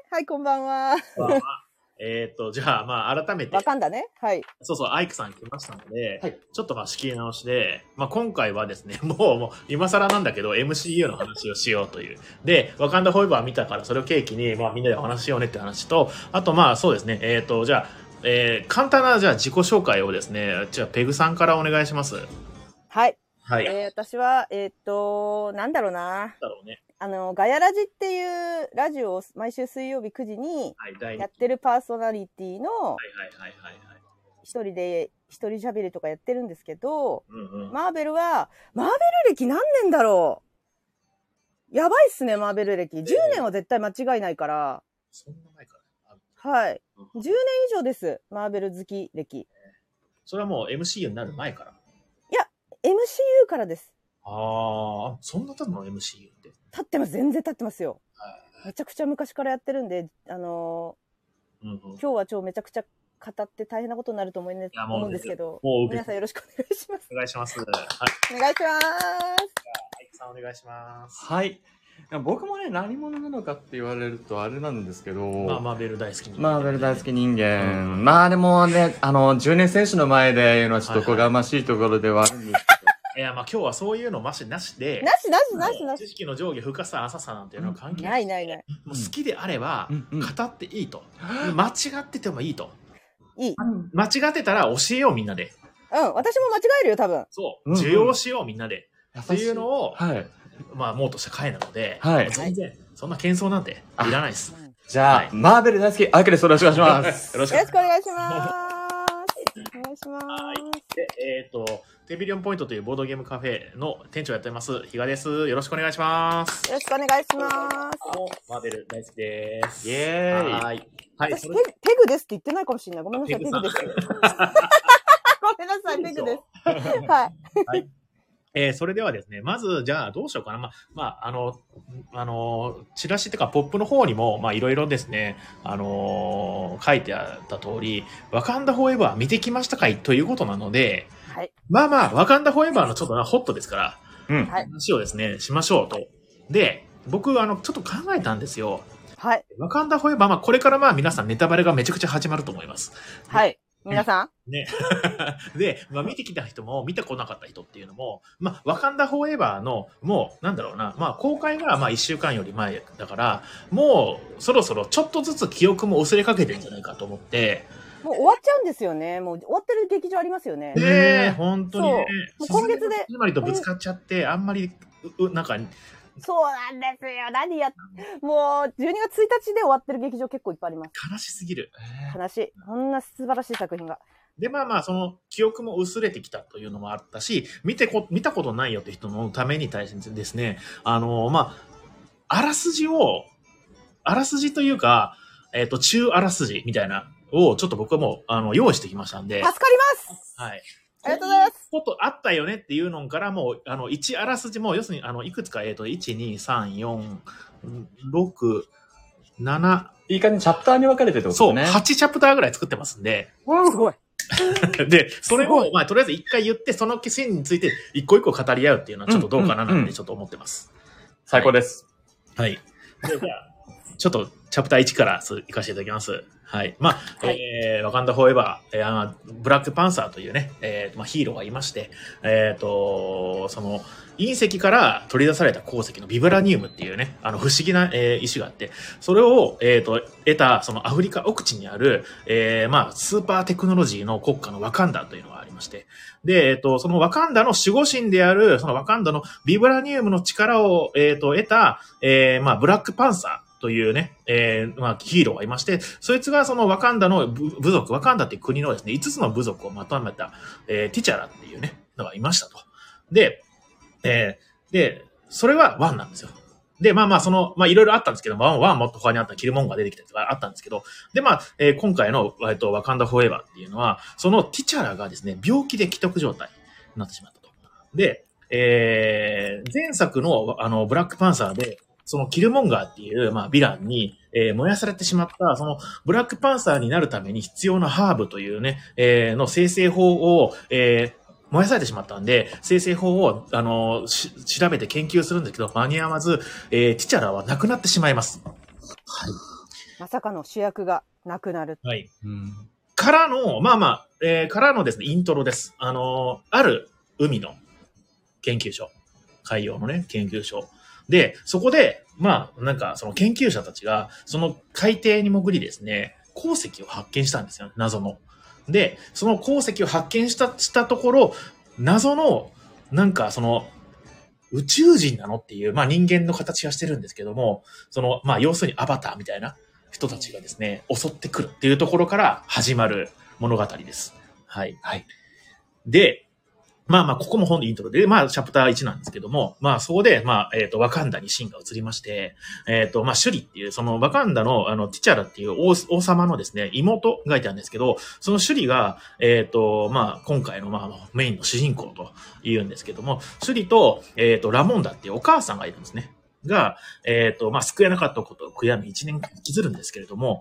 はい、こんばんは。 じゃあ、まあ、改めて。 わかんだね。はい。 そうそう、アイクさん来ましたので、はい、ちょっとまあ、仕切り直しで、まあ、今回はですね、もう、今更なんだけど、MCU の話をしようという。で、ワカンダフォーエバー見たから、それを契機に、まあ、みんなでお話しようねって話と、あと、まあ、そうですね、じゃあ、簡単な、じゃあ、自己紹介をですね、じゃあ、ペグさんからお願いします。 はい。 はい。 私は、なんだろうな。なんだろうね。ガヤラジっていうラジオを毎週水曜日9時にやってるパーソナリティの一人喋りとかやってるんですけど、マーベル歴何年だろう。やばいっすね、マーベル歴。10年は絶対間違いないから。 そんな前から。 はい。10年以上です、マーベル好き歴。 それはもう MCU になる前から？ いや、MCU からです。 ああ、そんな経つの MCU って。 経ってます。全然経ってますよ。めちゃくちゃ昔からやってるんで、今日はめちゃくちゃ語って大変なことになると思うんですけど、皆さんよろしくお願いします。 お願いします。はい。 お願いします。じゃあ、 アイクさんお願いします。 はい。僕もね、何者なのかって言われるとあれなんですけど、 まあ、マーベル大好き人間。 マーベル大好き人間。まあでもね、10年選手の前で言うのはちょっとおこがましいところではあるんですけど、 いや、まあ今日はそういうのなしで。 なし。 知識の上下、深さ、浅さなんていうのは関係ない。 もう好きであれば、語っていいと。間違っててもいいと。 いい。 間違ってたら教えよう、みんなで。 私も間違えるよ、多分。 そう。受容しよう、みんなで。っていうのを、まあ、もうとした回なので、全然、そんな謙遜なんていらないです。 じゃあ、マーベル大好き、アキです。よろしくお願いします。 よろしくお願いします。お願いします。 で、テビリオンポイントというボードゲームカフェの店長をやってます、比嘉です。よろしくお願いします。 よろしくお願いします。 マーベル大好きです。 イエーイ。 はい。私、ペグですって言ってないかもしれない。ごめんなさい、ペグです。ごめんなさい、ペグです。はい。 それではですね、まず、じゃあ、どうしようかな。チラシとかポップの方にも、まあ、いろいろですね、書いてあった通り、ワカンダフォーエバー見てきましたかいということなので、 はい。 まあまあ、ワカンダフォーエバーのちょっとホットですから、話をですね、しましょうと。で、僕、ちょっと考えたんですよ。 はい。 ワカンダフォーエバー、これから皆さんネタバレがめちゃくちゃ始まると思います。 はい。皆さんね。で、見てきた人も、見てこなかった人っていうのも、ワカンダフォーエバーの、もう、なんだろうな、公開が1週間より前だから、もう、そろそろちょっとずつ記憶も薄れかけてるんじゃないかと思って、 もう終わっちゃうんですよね。もう終わってる劇場ありますよね。 本当にね。 もう今月で。 つまりとぶつかっちゃって、あんまり、なんか、 そうなんですよ。もう、12月1日で終わってる劇場結構いっぱいあります。 悲しすぎる。 悲しい。こんな素晴らしい作品が。 で、その記憶も薄れてきたというのもあったし、見たことないよって人のために対してですね、あらすじというか、中あらすじみたいなをちょっと僕はもう、用意してきましたんで。 助かります。 はい。 ありがとうございます。 ことあったよねっていうのからもう、1あらすじも、要するに、いくつか、1、2、3、4、6、7、 いい感じにチャプターに分かれてるってことですね。 そう、8チャプターぐらい作ってますんで。 すごい。 で、それを、とりあえず一回言って、そのシーンについて一個一個語り合うっていうのはちょっとどうかななんてちょっと思ってます。 最高です。 はい。じゃあ、ちょっとチャプター1から行かせていただきます。はい。ワカンダフォーエバー、ブラックパンサーというね、ヒーローがいまして、その、隕石から取り出された鉱石のビブラニウムっていうね、不思議な、石があって、それを、得た、そのアフリカ奥地にある、スーパーテクノロジーの国家のワカンダというのがありまして、で、そのワカンダの守護神である、そのワカンダのビブラニウムの力を、得た、ブラックパンサー、というね、ヒーローがいまして、そいつがそのワカンダの部族、ワカンダっていう国のですね、5つの部族をまとめた、ティチャラっていうね、のがいましたと。で、それは1なんですよ。で、いろいろあったんですけど、1もっと他にあったキルモンガが出てきたりとかあったんですけど、で、今回の、ワカンダフォーエバーっていうのは、そのティチャラがですね、病気で危篤状態になってしまったと。で、前作の、ブラックパンサーで、そのキルモンガーっていう、ヴィランに、燃やされてしまった、そのブラックパンサーになるために必要なハーブというね、の生成法を、燃やされてしまったんで、生成法を、調べて研究するんですけど、間に合わず、ティチャラは亡くなってしまいます。はい。 まさかの主役がなくなる。 はい。からの、からのですね、イントロです。ある海の研究所。海洋のね、研究所。で、そこで、なんか、その研究者たちが、その海底に潜りですね、鉱石を発見したんですよ、謎の。で、その鉱石を発見したところ、謎の、なんか、その、宇宙人なのっていう、人間の形はしてるんですけども、その、要するにアバターみたいな人たちがですね、襲ってくるっていうところから始まる物語です。はい。はい。で、ここも本でイントロで、チャプター1なんですけども、そこで、ワカンダにシーンが移りまして、シュリっていう、そのワカンダの、ティチャラっていう王様のですね、妹がいたんですけど、そのシュリが、今回の、メインの主人公と言うんですけども、シュリと、ラモンダっていうお母さんがいるんですね。が、救えなかったことを悔やみ1年間引きずるんですけれども、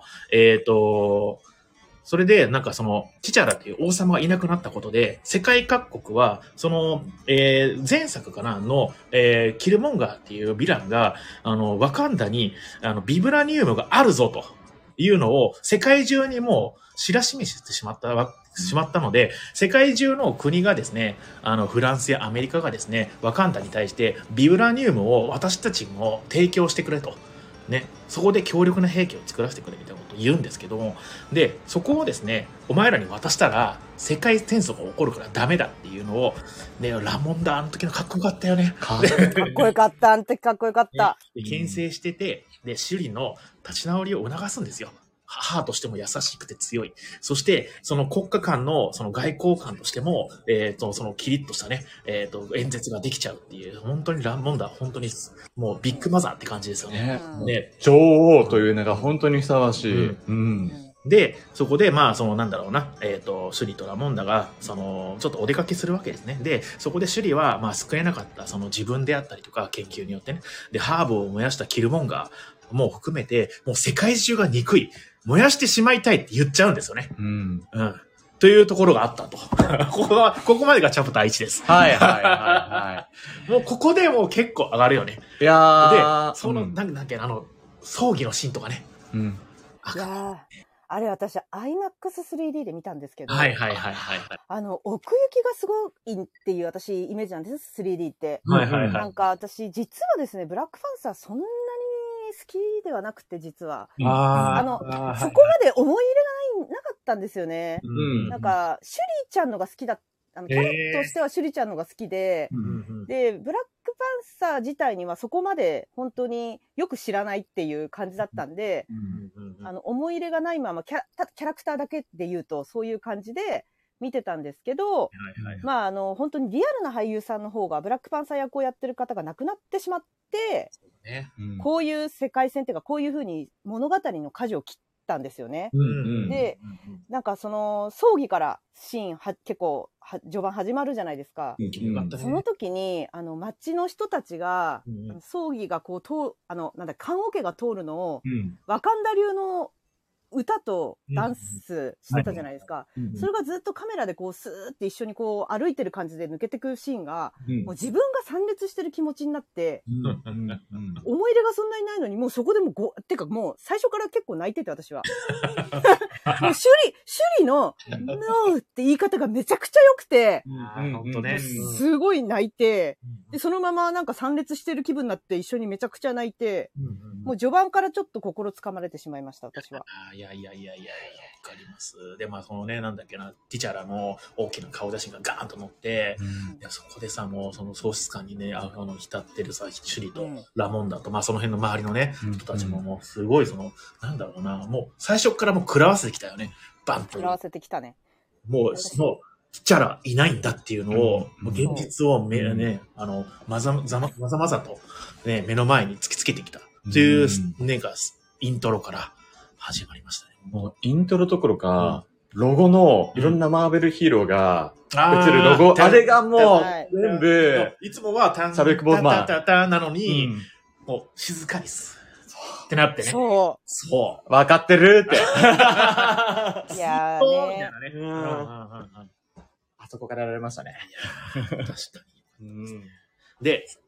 それで、なんかその、ティチャラっていう王様がいなくなったことで、世界各国は、その、前作かなの、キルモンガーっていうヴィランが、ワカンダに、ビブラニウムがあるぞというのを、世界中にもう知らしめしてしまったので、世界中の国がですね、フランスやアメリカがですね、ワカンダに対して、ビブラニウムを私たちにも提供してくれと。ね、そこで強力な兵器を作らせてくれみたいなことを言うんですけども、で、そこをですね、お前らに渡したら世界戦争が起こるからダメだっていうのを、ね、ラモンダあの時のかっこよかったよね。 かっこよかった。あの時かっこよかった。 ね、牽制してて、で、首里の立ち直りを促すんですよ。母としても優しくて強い。そして、その国家間の、その外交官としても、そのキリッとしたね、演説ができちゃうっていう、本当にラモンダ、本当に、もうビッグマザーって感じですよね。 ね、女王というのが本当にふさわしい。 で、そこで、その、なんだろうな、シュリとラモンダが、その、ちょっとお出かけするわけですね。で、そこでシュリは、救えなかった、その自分であったりとか、研究によってね。で、ハーブを燃やしたキルモンガーも含めて、もう世界中が憎い。燃やしてしまいたいって言っちゃうんですよね。というところがあったと。ここまでがチャプター1です。もうここでもう結構上がるよね。 いやー。 で、その、なんだっけ、葬儀のシーンとかね。 いやー。あれ私、IMAX3D で見たんですけど。 奥行きがすごいっていう私、イメージなんです、3D って。なんか私、実はですね、ブラックファンサーそんなに好きではなくて、実は。そこまで思い入れがなかったんですよね。なんか、シュリーちゃんのが好きだ、キャラとしてはシュリーちゃんのが好きで、で、ブラックパンサー自体にはそこまで本当によく知らないっていう感じだったんで、思い入れがないままキャラクターだけで言うとそういう感じで見てたんですけど、本当にリアルな俳優さんの方がブラックパンサー役をやってる方が亡くなってしまって、こういう世界線っていうかこういう風に物語の舵を切ったんですよね。で、なんかその葬儀からシーン結構序盤始まるじゃないですか。その時に町の人たちが、葬儀がこう棺桶が通るのを、ワカンダ流の歌とダンスしてたじゃないですか。それがずっとカメラでこうスーって一緒にこう歩いてる感じで抜けてくるシーンが、もう自分が参列してる気持ちになって、思い入れがそんなにないのに、もうそこでもてかもう最初から結構泣いてて私は。もうシュリのノーって言い方がめちゃくちゃ良くて、すごい泣いて、で、そのままなんか参列してる気分になって一緒にめちゃくちゃ泣いて、もう序盤からちょっと心つかまれてしまいました、私は。 いや、わかります。で、そのね、なんだっけな、ティチャラの大きな顔写真がガーンと載って、そこでさ、もうその喪失感にね、浸ってるさ、シュリとラモンダと、その辺の周りのね、人たちももうすごいなんだろうな、もう最初からもう食らわせてきたよね。バンと。 食らわせてきたね。 もう、ティチャラいないんだっていうのを、現実をまざまざと、ね、目の前に突きつけてきた。という、なんか、イントロから始まりましたね。 もう、イントロどころか、ロゴのいろんなマーベルヒーローが映るロゴ、あれがもう、全部、 いつもはチャベック・ボーズマン。 タなのに、もう、静かにす。ってなってね。 そう。 わかってるって。 いやーね。 あそこからやられましたね。 確かに。で、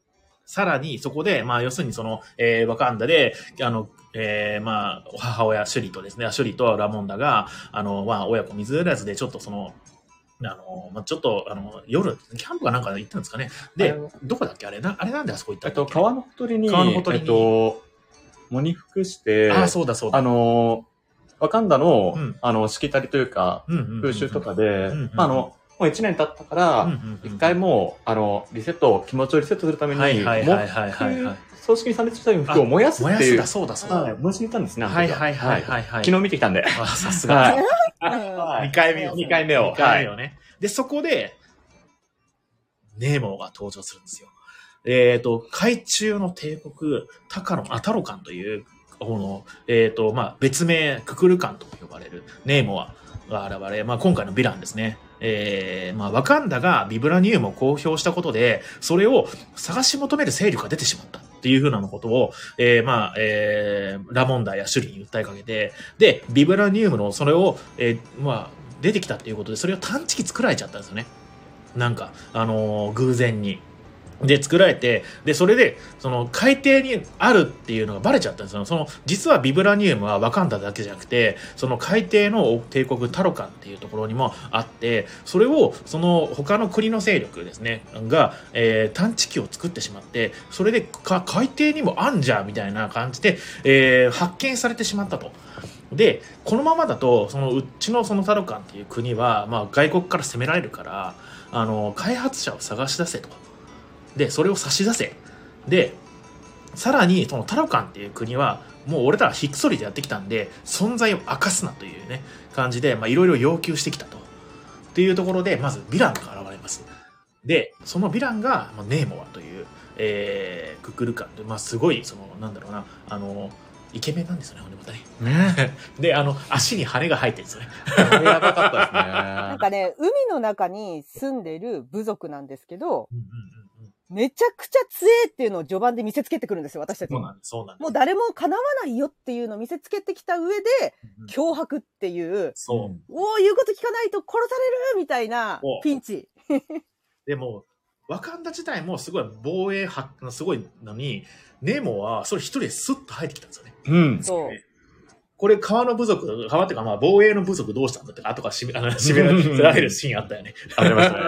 さらにそこで、まあ要するにその、ワカンダで、まあ、母親、シュリとですね、シュリとラモンダが、まあ、親子水入らずで、ちょっとその、まあ、ちょっと、夜、キャンプかなんか行ったんですかね。で、どこだっけあれなんであそこ行ったっけ川のほとりに、喪に服して、 そうだそうだ。 ワカンダの、しきたりというか、風習とかで、もう1年経ったから、一回もう、気持ちをリセットするために、葬式に参列した服を燃やすっていう。 燃やすだ、そうだ。 燃やしに行ったんですね。 はい。 昨日見てきたんで。 さすが。2回目を。ね。で、そこで、ネーモーが登場するんですよ。海中の帝国、タロカンという、まあ、別名、ククルカンと呼ばれるネーモアが現れ、まあ、今回のヴィランですね。まあ、ワカンダがビブラニウムを公表したことで、それを探し求める勢力が出てしまった。っていうふうなことを、まあ、ラモンダやシュリに訴えかけて、で、ビブラニウムのそれを、まあ、出てきたっていうことで、それを探知機作られちゃったんですよね。なんか、偶然に。で、作られて、で、それで、その、海底にあるっていうのがバレちゃったんですよ。実はビブラニウムはワカンダだけじゃなくて、その海底の帝国タロカンっていうところにもあって、それを、他の国の勢力ですね、が、探知機を作ってしまって、それで海底にもあんじゃんみたいな感じで、発見されてしまったと。で、このままだと、うちのタロカンっていう国は、まあ、外国から攻められるから、開発者を探し出せと。で、それを差し出せ。で、さらに、タロカンっていう国は、もう俺らはひっそりでやってきたんで、存在を明かすなというね、感じで、まあ、いろいろ要求してきたと。っていうところで、まず、ヴィランが現れます。で、そのヴィランが、まあ、ネーモアという、ククルカンで、まあ、すごい、なんだろうな、イケメンなんですよね、ほんでまたね。で、足に羽が生えてるんですよね。 やばかったですね。 なんかね、海の中に住んでる部族なんですけど、めちゃくちゃ強えっていうのを序盤で見せつけてくるんですよ、私たち。 そうなんです。 もう誰も叶わないよっていうのを見せつけてきた上で、脅迫っていう、言うこと聞かないと殺されるみたいなピンチ。 でも、ワカンダ自体もすごい防衛派、すごいのに、ネモはそれ一人でスッと入ってきたんですよね。 そう。 これ川っていうかまあ防衛の部族どうしたんだって後から締められるシーンあったよね。 ありましたね。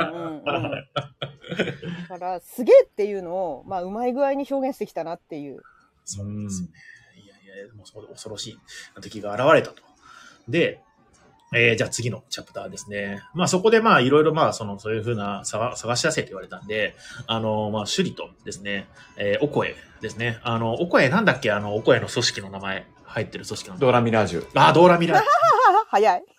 だから、すげえっていうのを、まあ、うまい具合に表現してきたなっていう。 そうですね。いや、もう恐ろしい敵が現れたと。で、じゃあ次のチャプターですね。まあそこでまあいろいろまあそういうふうな探し出せって言われたんで、まあシュリとですね、オコエですね。オコエなんだっけオコエの組織の名前入ってる組織の。 ドーラミラージュ。 ドーラミラージュ。 早い。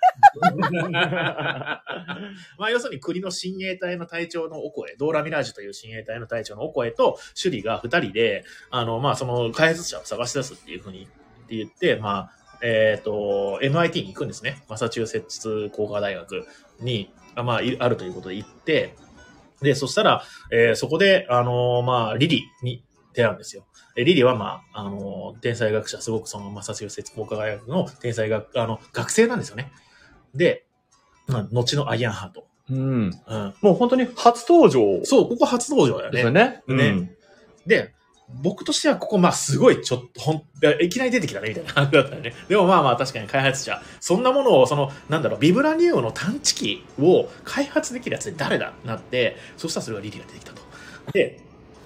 まあ要するに国の親衛隊の隊長のオコエ、ドーラミラージュという親衛隊の隊長のオコエとシュリが二人で、まあ開発者を探し出すっていうふうに言って、まあ、MIT に行くんですね。マサチューセッツ工科大学に、まあ、あるということで行って、で、そしたら、そこで、まあ、リリに出会うんですよ。リリは、まあ、天才学者、すごくマサチューセッツ工科大学の天才学生なんですよね。で、まあ、後のアイアンハート。 もう本当に初登場。 そう、ここ初登場だよね。 ですよね。 ね。で、僕としてはここ、まあすごいちょっといきなり出てきたね、みたいな感じだったよね。でもまあまあ確かに開発者、そんなものをなんだろう、ビブラニウムの探知機を開発できるやつで誰だなって、そしたらそれがリリが出てきたと。で、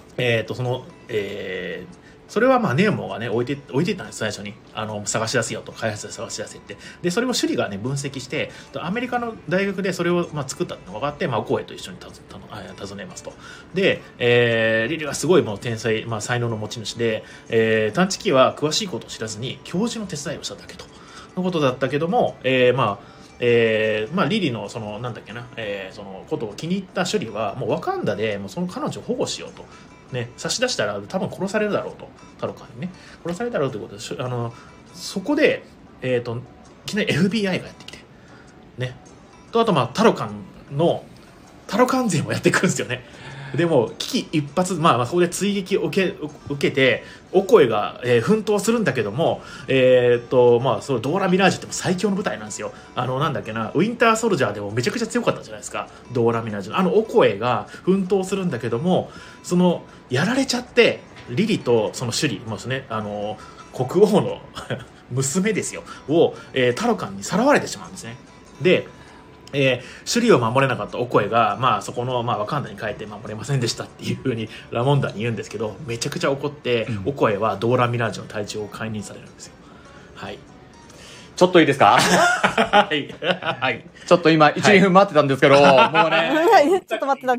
それはまあネーモがね、置いていったんです、最初に。探し出せよと、開発者探し出せって。で、それをシュリがね、分析して、アメリカの大学でそれをまあ作ったってのが分かって、まあ、オコエと一緒に訪ねますと。で、リリはすごいもう天才、まあ、才能の持ち主で、探知機は詳しいことを知らずに、教授の手伝いをしただけと。のことだったけども、まあ、リリの、なんだっけな、そのことを気に入ったシュリは、もうワカンダで、もうその彼女を保護しようと。ね、差し出したら多分殺されるだろうと。タロカンにね。殺されるだろうということで、そこで、いきなり FBI がやってきて。ね。と、あと、まあ、タロカン勢もやってくるんですよね。 でも危機一髪、まあここで追撃を受けてオコエが、奮闘するんだけども、まあそのドーラ・ミラージュって最強の部隊なんですよ。なんだっけな、ウィンターソルジャーでもめちゃくちゃ強かったじゃないですか、ドーラ・ミラージュのオコエが奮闘するんだけども、そのやられちゃってリリとそのシュリもですね、国王の娘ですよを、タロカンにさらわれてしまうんですね。でシュリを守れなかったオコエが、まあ、そこの、まあ、ワカンダに帰って守れませんでしたっていう風にラモンダに言うんですけど、めちゃくちゃ怒って、オコエはドーラ・ミラージュの隊長を解任されるんですよ。はい。 ちょっといいですか？ はい。はい。 ちょっと今、1、2分待ってたんですけど、もうね。 ちょっと待ってたんです。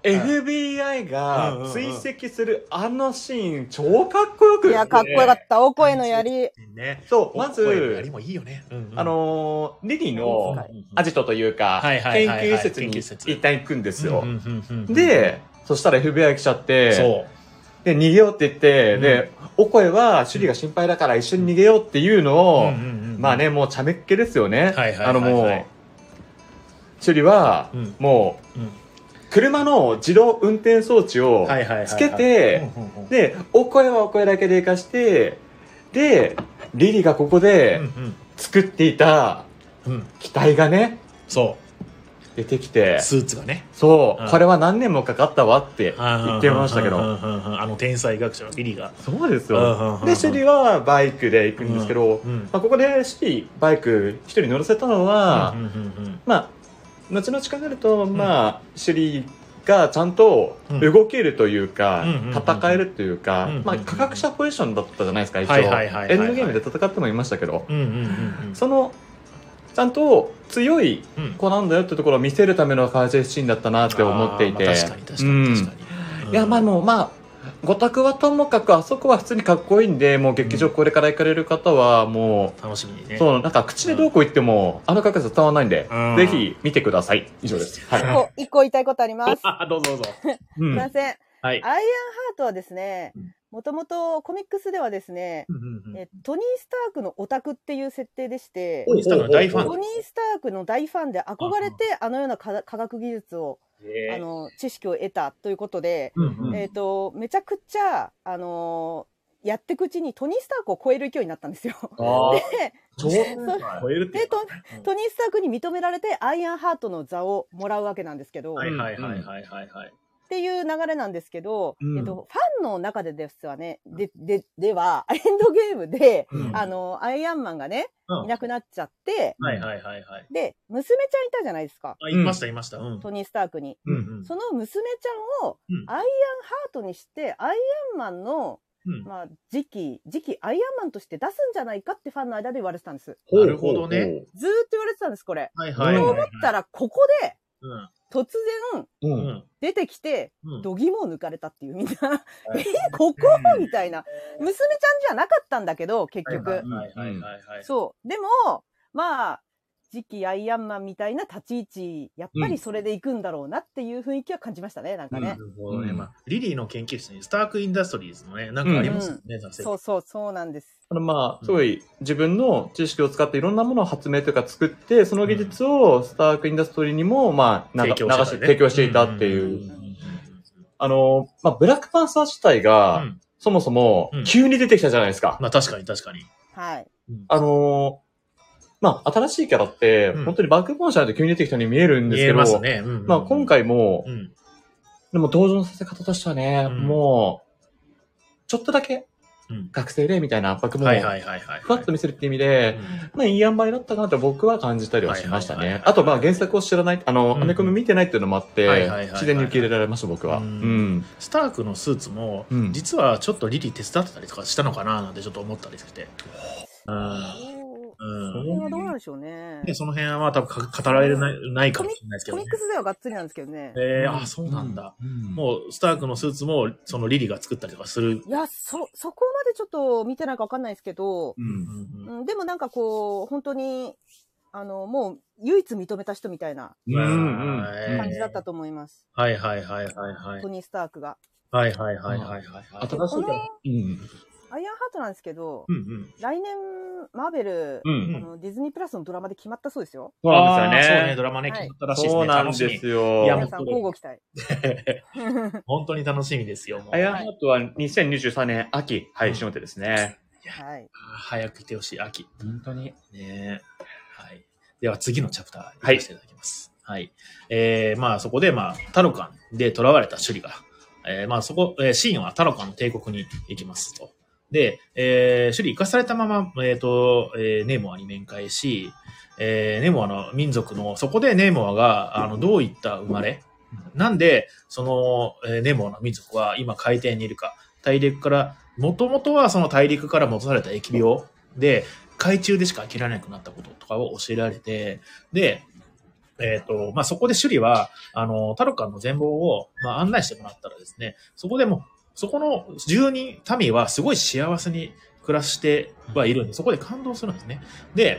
FBI が追跡するあのシーン、超かっこよくて。 いや、かっこよかった。お声のやり。 ね。そう、まず、 やりもいいよね。 リリのアジトというか、研究施設に一旦行くんですよ。で、そしたら FBI 来ちゃって、そう。で、逃げようって言って、で、お声は、シュリが心配だから一緒に逃げようっていうのを、まあね、もう茶目っ気ですよね。もう、シュリは、もう、車の自動運転装置をつけて、で、お声はお声だけで生かして、で、リリがここで作っていた機体がね、 そう。 出てきてスーツがね、 そう、これは何年もかかったわって言ってましたけど、 天才学者のリリがそうですよ。でシュリはバイクで行くんですけど、まあ、ここでシュリバイク一人乗らせたのは、まあ後々考えると、まあシュリがちゃんと動けるというか、戦えるというか、まあ科学者ポジションだったじゃないですか。一応エンドゲームで戦ってもいましたけど、そのちゃんと強い子なんだよってところを見せるための解説シーンだったなって思っていて、 確かに確かに確かに、 いやまあもうまあごたくはともかくあそこは普通にかっこいいんで、もう劇場これから行かれる方はもう楽しみにね、 そうなんか口でどうこう言ってもあの格好伝わらないんで、ぜひ見てください。以上です。 はい。一個言いたいことあります。 どうぞどうぞ。 すみません。 はい。 アイアンハートはですね、もともとコミックスではですね、トニー・スタークのオタクっていう設定でして、 トニー・スタークの大ファン。 トニー・スタークの大ファンで憧れて、あのような科学技術を、知識を得たということで、めちゃくちゃ、やっていくうちにトニー・スタークを超える勢いになったんですよ。で、トニー・スタークに認められてアイアンハートの座をもらうわけなんですけど、っていう流れなんですけど、ファンの中でですわね、では、エンドゲームで、アイアンマンがね、いなくなっちゃって、で、娘ちゃんいたじゃないですか。 いました、いました。 トニー・スタークに。その娘ちゃんを、アイアンハートにして、アイアンマンの、まあ、次期アイアンマンとして出すんじゃないかってファンの間で言われてたんです。 なるほどね。 ずーっと言われてたんです、これ。と思ったら、ここで、突然、出てきて、度肝を抜かれたっていう、みんな、ここみたいな。娘ちゃんじゃなかったんだけど、結局。そう。でも、まあ、次期アイアンマンみたいな立ち位置、やっぱりそれで行くんだろうなっていう雰囲気は感じましたね、なんかね。なるほどね。まあ、リリーの研究室にスタークインダストリーズのね、なんかありますよね、 そうなんです。 まあ、すごい自分の知識を使っていろんなものを発明というか作って、その技術をスタークインダストリーにも、まあ、提供していたっていう。まあ、ブラックパンサー自体が、そもそも、急に出てきたじゃないですか。 まあ、確かに確かに。 はい。 まあ、新しいキャラって、本当にバックボーンじゃないと急に出てきたように見えるんですけど、まあ、今回も、でも登場させ方としてはね、もう、ちょっとだけ、学生例みたいな圧迫も、ふわっと見せるって意味で、まあ、いい塩梅だったかなと僕は感じたりはしましたね。あと、まあ、原作を知らない、アメコミ見てないっていうのもあって、自然に受け入れられました、僕は。 スタークのスーツも、実はちょっとリリー手伝ってたりとかしたのかななんてちょっと思ったりして。 その辺はどうなんでしょうね。 その辺はまあ多分語られないかもしれないですけどね。コミックスではがっつりなんですけどね。 そうなんだ。もう、スタークのスーツも、そのリリが作ったりとかする。 いや、そこまでちょっと見てないかわかんないですけど、でもなんかこう、本当に、もう、唯一認めた人みたいな感じだったと思います。 はい。 トニー・スタークが。 はい。 新しいから。 アイアンハートなんですけど、来年、マーベル、ディズニープラスのドラマで決まったそうですよ。 そうなんですよね。 そうね、ドラマね、決まったらしいですね。 そうなんですよ。 皆さん、交互期待。 本当に楽しみですよ。 アイアンハートは2023年秋配信予定ですね。 はい。 早く来てほしい、秋。 本当に。 ね。はい。では次のチャプターに行かせていただきます。はい。そこで、タロカンで囚われたシュリが、シーンはタロカンの帝国に行きますと。で、シュリ生かされたまま、ネモアに面会し、ネモアの民族の、そこでネモアが、どういった生まれ、なんで、ネモアの民族は今海底にいるか、大陸から、もともとはその大陸から戻された疫病で、海中でしか生きられなくなったこととかを教えられて、で、そこでシュリは、タロカンの全貌を、案内してもらったらですね、そこでも、そこの住人、民はすごい幸せに暮らしてはいるんで、そこで感動するんですね。で、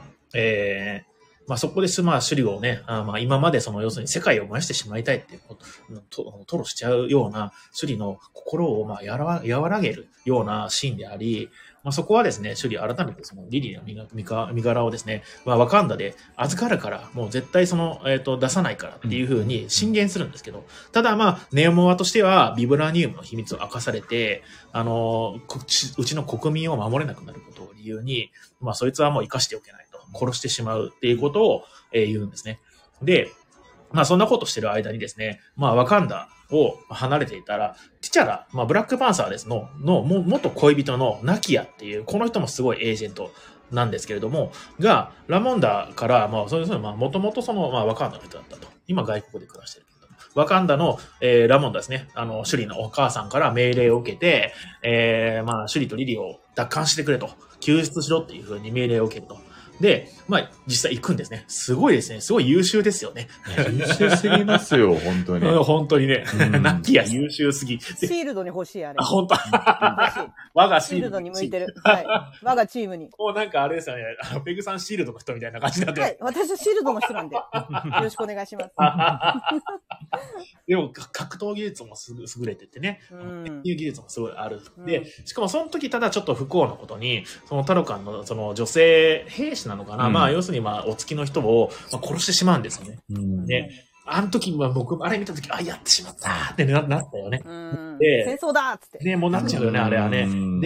そこでシュリをね、今まで要するに世界を燃やしてしまいたいっていうことを、吐露しちゃうような、シュリの心を和らげるようなシーンであり、そこはですね、シュリ改めてリリーの身柄をですね、ワカンダで預かるから、もう絶対出さないからっていう風に進言するんですけど、ただネモアとしてはビブラニウムの秘密を明かされて、うちの国民を守れなくなることを理由に、そいつはもう生かしておけないと、殺してしまうっていうことを言うんですね。で、そんなことしてる間にですね、ワカンダを離れていたら、ティチャラ、ブラックパンサーですの元恋人のナキアっていう、この人もすごいエージェントなんですけれども、が、ラモンダから、もともとワカンダの人だったと。今外国で暮らしてるけど。ワカンダの、ラモンダですね。シュリのお母さんから命令を受けて、シュリとリリを奪還してくれと。救出しろっていう風に命令を受けると。で、実際行くんですね。すごいですね。すごい優秀ですよね。 優秀すぎますよ、本当に。 本当にね。ナッキーは優秀すぎ。 シールドに欲しい、あれ。 本当我がシールドに向いてる。はい。我がチームに。 なんかあれですよね。ペグさんシールドの人みたいな感じになって。 はい。私はシールドの人なんで。よろしくお願いします。 でも、格闘技術も優れててね。技術もすごいある。で、しかもその時ただちょっと不幸なことに、タロカンの女性兵士なのかな、要するにお付きの人を殺してしまうんですよね。で、あの時僕、あれ見た時、やってしまったってなったよね。 で、戦争だっつって。 ね、もうなっちゃうよね、あれはね。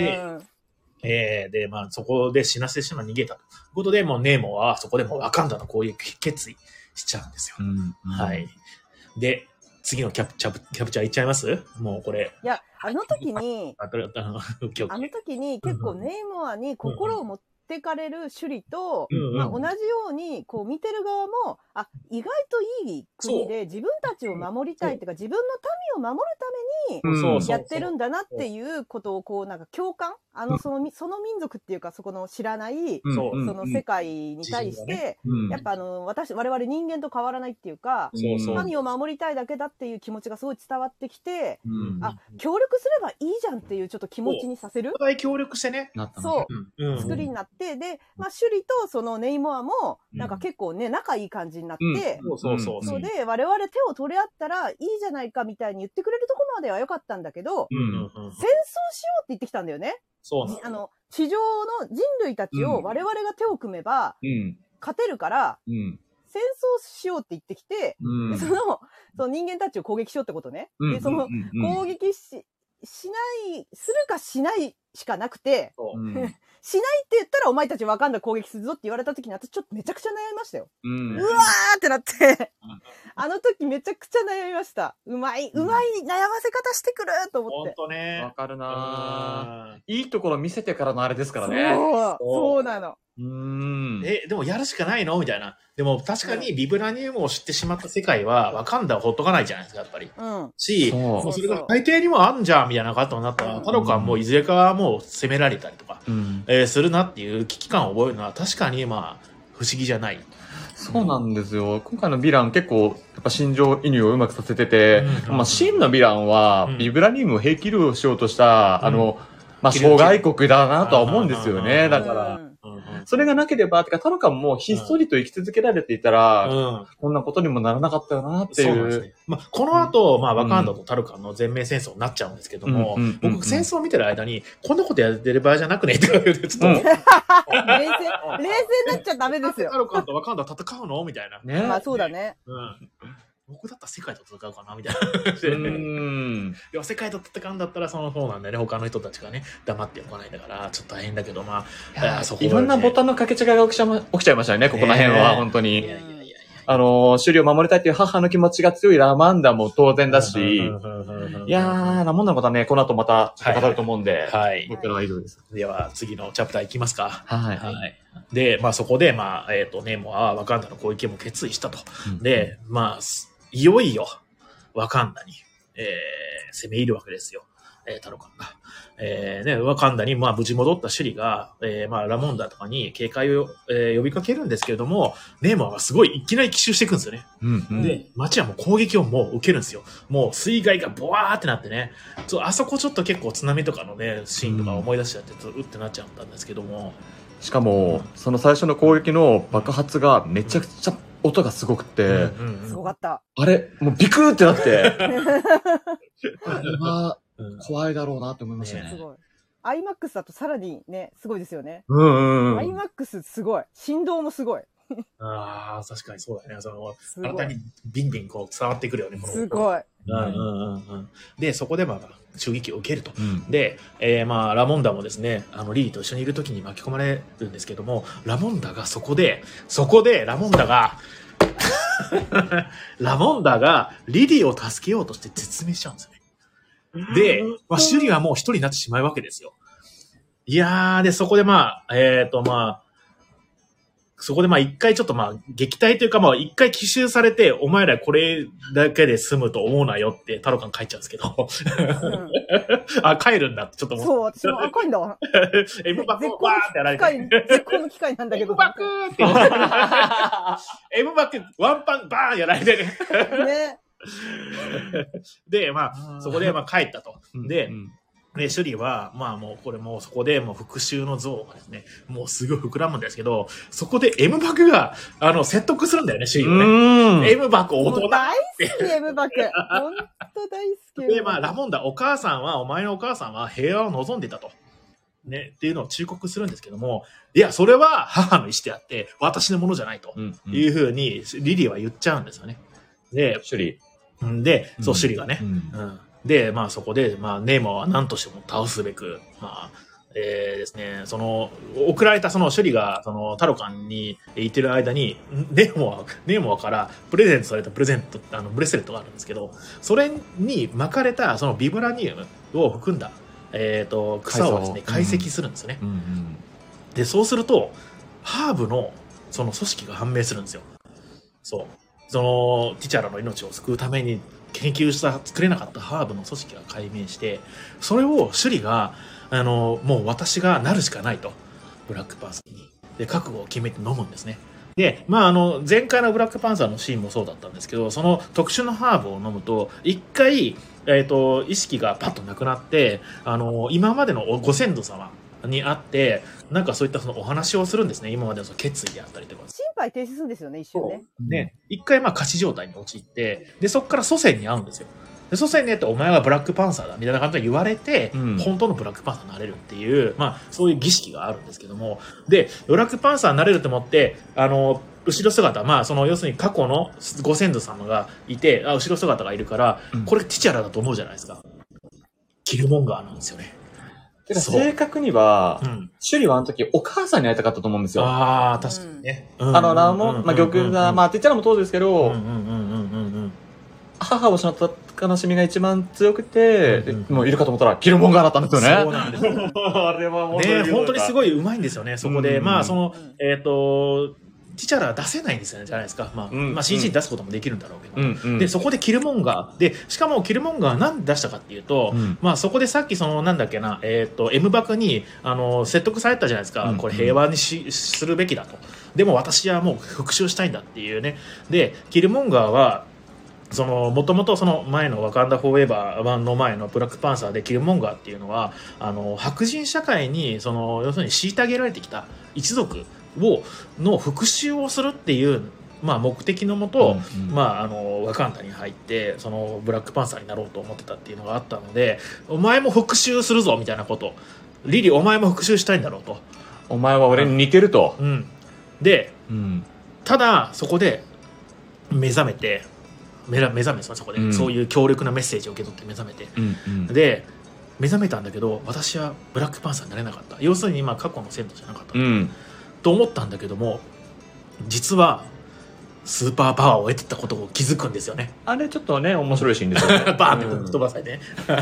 で、そこで死なせてしまう逃げたということで、もうネーモはそこでもうワカンダの攻撃決意しちゃうんですよ。はい。で、次のキャプチャーいっちゃいます？もうこれ。 いや、あの時に結構ネーモアに心を持ってかれるシュリと、同じように、見てる側も、意外といい国で自分たちを守りたいっていうか、自分の民を守るためにやってるんだなっていうことを、共感その民族っていうか、そこの知らない、その世界に対して、やっぱ我々人間と変わらないっていうか、民を守りたいだけだっていう気持ちがすごい伝わってきて、協力すればいいじゃんっていうちょっと気持ちにさせる。 お互い協力してね。 そう。作りになって、で、シュリとそのネイモアも、結構ね、仲いい感じになって、そうで、我々手を取り合ったらいいじゃないかみたいに言ってくれるとこまでは良かったんだけど、戦争しようって言ってきたんだよね。地上の人類たちを我々が手を組めば、勝てるから、戦争しようって言ってきて、その人間たちを攻撃しようってことね。で、攻撃するかしないしかなくて、しないって言ったらお前たちわかんない攻撃するぞって言われた時に私ちょっとめちゃくちゃ悩みましたよ。うわーってなって、あの時めちゃくちゃ悩みました。うまい悩ませ方してくると思って。 ほんとね。わかるなー。いいところ見せてからのあれですからね。 そうなの。 でもやるしかないのみたいな。でも確かにビブラニウムを知ってしまった世界はワカンダをほっとかないじゃないですか、やっぱり。もうそれが海底にもあんじゃんみたいなことになったら、タロカンもいずれかはもう攻められたりとか、するなっていう危機感を覚えるのは確かに不思議じゃない。 そうなんですよ。今回のヴィラン結構、やっぱ心情移入をうまくさせてて、真のヴィランは、ビブラニウムを兵器利用しようとした、諸外国だなとは思うんですよね。だから、そそれがなければ、てか、タロカンもひっそりと生き続けられていたら、こんなことにもならなかったよなっていう。そうなんですね。 まあ、この後、まあ、ワカンダとタルカンの全面戦争になっちゃうんですけども、僕、戦争を見てる間に、こんなことやってる場合じゃなくねって言われて、ちょっと。冷静になっちゃダメですよ。 タルカンとワカンダ戦うのみたいな。 ね。まあ、そうだね。 僕だったら世界と戦うかなみたいな。いや、世界と戦うんだったらそうなんだよね。他の人たちがね、黙っておかないんだから、ちょっと大変だけど、まあ、 いろんなボタンの掛け違いが起きちゃいましたよね、ここら辺は、本当に。首里を守りたいという母の気持ちが強いラマンダも当然だし、いやー、ラマンダのことはね、この後また語ると思うんで、僕らは以上です。 では、次のチャプターいきますか。 はい。 で、まあそこで、まあ、ネモはワカンダの攻撃も決意したと。で、まあ、いよいよ、ワカンダに、攻め入るわけですよ。タロカンが。ね、ワカンダに、まあ、無事戻ったシュリが、まあ、ラモンダとかに警戒を、呼びかけるんですけれども、ネーモアはすごいいきなり奇襲していくんですよね。で、街はもう攻撃をもう受けるんですよ。もう水害がボワーってなってね、あそこちょっと結構津波とかのね、シーンとか思い出しちゃって、うってなっちゃったんですけども。 しかも、その最初の攻撃の爆発がめちゃくちゃ音がすごくて、 すごかった。 あれ、もうビクーってなって、あれは怖いだろうなって思いましたね。すごい。 IMAX だとさらにね、すごいですよね。IMAX すごい。振動もすごい。 ああ、確かにそうだね。新たにビンビンこう伝わってくるよね、 すごい。 で、そこでまあ、襲撃を受けると。で、まあ、ラモンダもですね、リリーと一緒にいるときに巻き込まれるんですけども、ラモンダがそこでラモンダがリリーを助けようとして絶命しちゃうんですよね。で、まあ、シュリはもう一人になってしまうわけですよ。いやー、で、そこでまあ、そこでまあ一回ちょっとまあ撃退というかまあ一回奇襲されてお前らこれだけで済むと思うなよってタロカン帰っちゃうんですけど、あ、帰るんだってちょっと思って。そう、私も赤いんだわ。 M バックワーってやられて。 絶好の機会なんだけど。 M バックって。M バックワンパンバーンやられてね。ね。で、まあそこでまあ帰ったと。で、で、シュリは、まあもうこれもうそこでもう復讐の像がですね、もうすごい膨らむんですけど、そこで M バクが、説得するんだよね、シュリをね。M バク大人。 大好き、M バク。ほんと大好き。 で、まあラモンダ、お前のお母さんは平和を望んでいたと。ね、っていうのを忠告するんですけども、いや、それは母の意思であって、私のものじゃないというふうに、リリーは言っちゃうんですよね。で、 シュリ。 で、そう、シュリがね。で、まあそこで、まあネーモは何としても倒すべく、まあ、ですね、送られたそのシュリが、タロカンにいてる間に、ネーモアからプレゼントされたブレスレットがあるんですけど、それに巻かれたそのビブラニウムを含んだ、草をですね、解析するんですよね。で、そうすると、ハーブのその組織が判明するんですよ。そう。ティチャラの命を救うために、研究した作れなかったハーブの組織が解明して、それをシュリがもう私がなるしかないと、ブラックパンサーにで覚悟を決めて飲むんですね。で、まあ前回のブラックパンサーのシーンもそうだったんですけど、その特殊なハーブを飲むと一回意識がパッとなくなって、今までのご先祖様にあって、なんかそういったそのお話をするんですね。今までのその決意であったりとか。 心肺停止するんですよね、一瞬ね。 ね。一回まあ仮死状態に陥って、で、そこから祖先に会うんですよ。で、祖先に会ってお前はブラックパンサーだ、みたいな感じで言われて、本当のブラックパンサーになれるっていう、まあ、そういう儀式があるんですけども、で、ブラックパンサーになれると思って、後ろ姿、まあ、要するに過去のご先祖様がいて、後ろ姿がいるから、これティチャラだと思うじゃないですか。キルモンガーなんですよね。 正確には、シュリはあの時お母さんに会いたかったと思うんですよ。 ああ、確かにね。 ラモン、まあ、玉座、まあ、ティチャラもそうですけど、母を失った悲しみが一番強くて、もういるかと思ったら、キルモンガーだったんですよね。 そうなんですよ。あれは本当に。ね、本当にすごい上手いんですよね、そこで。まあ、ティチャラは出せないんですよね、じゃないですか。まあ、CG に出すこともできるんだろうけど。で、そこでキルモンガー。で、しかもキルモンガーは何で出したかっていうと、まあ、そこでさっきなんだっけな、M バクに、説得されたじゃないですか。これ平和にするべきだと。でも私はもう復讐したいんだっていうね。で、キルモンガーは、もともとその前のワカンダフォーエバー1の前のブラックパンサーでキルモンガーっていうのは、白人社会に、要するに虐げられてきた一族の復讐をするっていう、まあ、目的のもと、まあ、ワカンダに入ってそのブラックパンサーになろうと思ってたっていうのがあったので、お前も復讐するぞみたいなこと、リリーお前も復讐したいんだろうと、 お前は俺に似てると、 で、ただそこで目覚めそこで、そういう強力なメッセージを受け取って目覚めて、で目覚めたんだけど、私はブラックパンサーになれなかった、要するに今過去の先祖じゃなかった、と思ったんだけども、実はスーパーパワーを得てたことを気づくんですよね。 あれちょっとね面白いシーンですよね。 バーンって吹っ飛ばされて、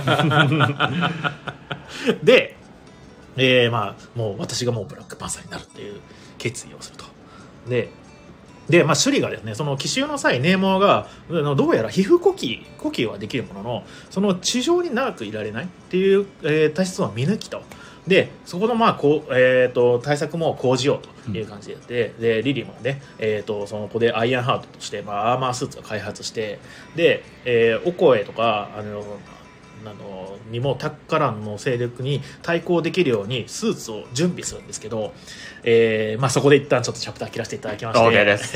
で、まあもう私がもうブラックパンサーになるっていう決意をすると。で、まあ、首里がですね、その奇襲の際、ネーモアがどうやら皮膚呼吸はできるものの、その地上に長くいられないっていう、体質を見抜きと。で、そこのまあ対策も講じようという感じでやって、でリリーもね、その子でアイアンハートとして、まあ、アーマースーツを開発して、で、オコエとかにもタッカランの勢力に対抗できるようにスーツを準備するんですけど、まあ、そこで一旦ちょっとチャプター切らせていただきまして、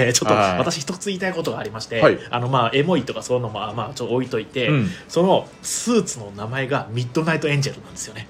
ちょっと私一つ言いたいことがありまして、まあ、エモいとかそういうのもまあちょっと置いといて、そのスーツの名前がミッドナイトエンジェルなんですよね。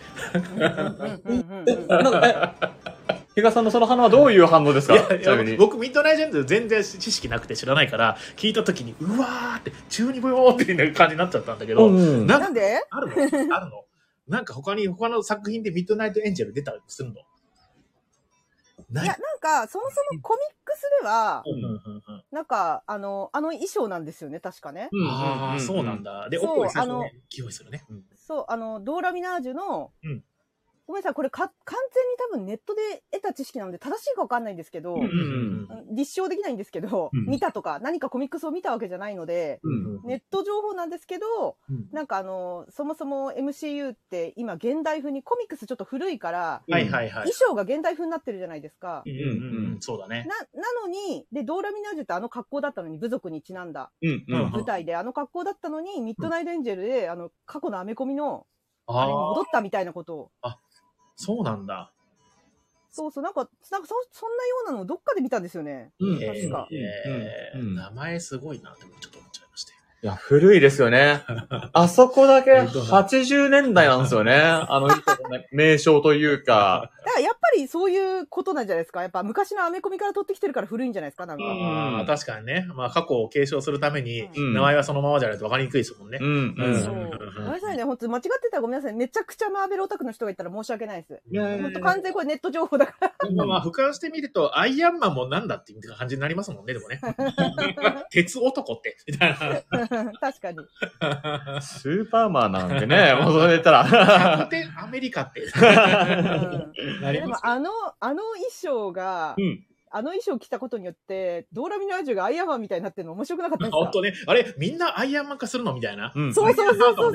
比嘉さんのその反応はどういう反応ですか？ 僕ミッドナイトエンジェル全然知識なくて知らないから、聞いた時にうわーって中二病っていう感じになっちゃったんだけど、 なんであるのなんか他の作品でミッドナイトエンジェル出たりするの？いや、なんかそもそもコミックスでは、なんか衣装なんですよね、確かね。 そうなんだ。で、オコエ最初ね、気負いするね。 そう、ドーラミナージュの、ごめんなさい、これ完全に多分ネットで得た知識なので正しいか分かんないんですけど、立証できないんですけど、見たとか何かコミックスを見たわけじゃないので、ネット情報なんですけど、なんかそもそも MCU って今現代風にコミックスちょっと古いから、衣装が現代風になってるじゃないですか。 そうだね。 なのに、で、ドーラミナージュって格好だったのに、部族にちなんだ舞台で格好だったのに、ミッドナイトエンジェルで過去のアメコミのあれに戻ったみたいなことを。 そうなんだ。 そうそう、なんかそんなようなのをどっかで見たんですよね。確か。 名前すごいなってちょっと思っちゃいました。 いや、古いですよね。あそこだけ80年代なんですよね。名称というか。 だからやっぱりそういうことなんじゃないですか。やっぱ昔のアメコミから取ってきてるから古いんじゃないですか、なんか。 確かにね。まあ過去を継承するために、名前はそのままじゃないと分かりにくいですもんね。ごめんなさいね、本当間違ってたらごめんなさい。めちゃくちゃマーベルオタクの人がいたら申し訳ないです。本当完全これネット情報だから。 まあ俯瞰してみると、アイアンマンもなんだっていう感じになりますもんね、でもね。鉄男って、みたいな。 確かに。 スーパーマンなんてね、もうそれ言ったら。 100点アメリカって。 でも衣装が、衣装着たことによって、ドーラミナージュがアイアンマンみたいになってるの面白くなかったですか？ 本当ね。あれ、みんなアイアンマン化するのみたいな。 そう。ね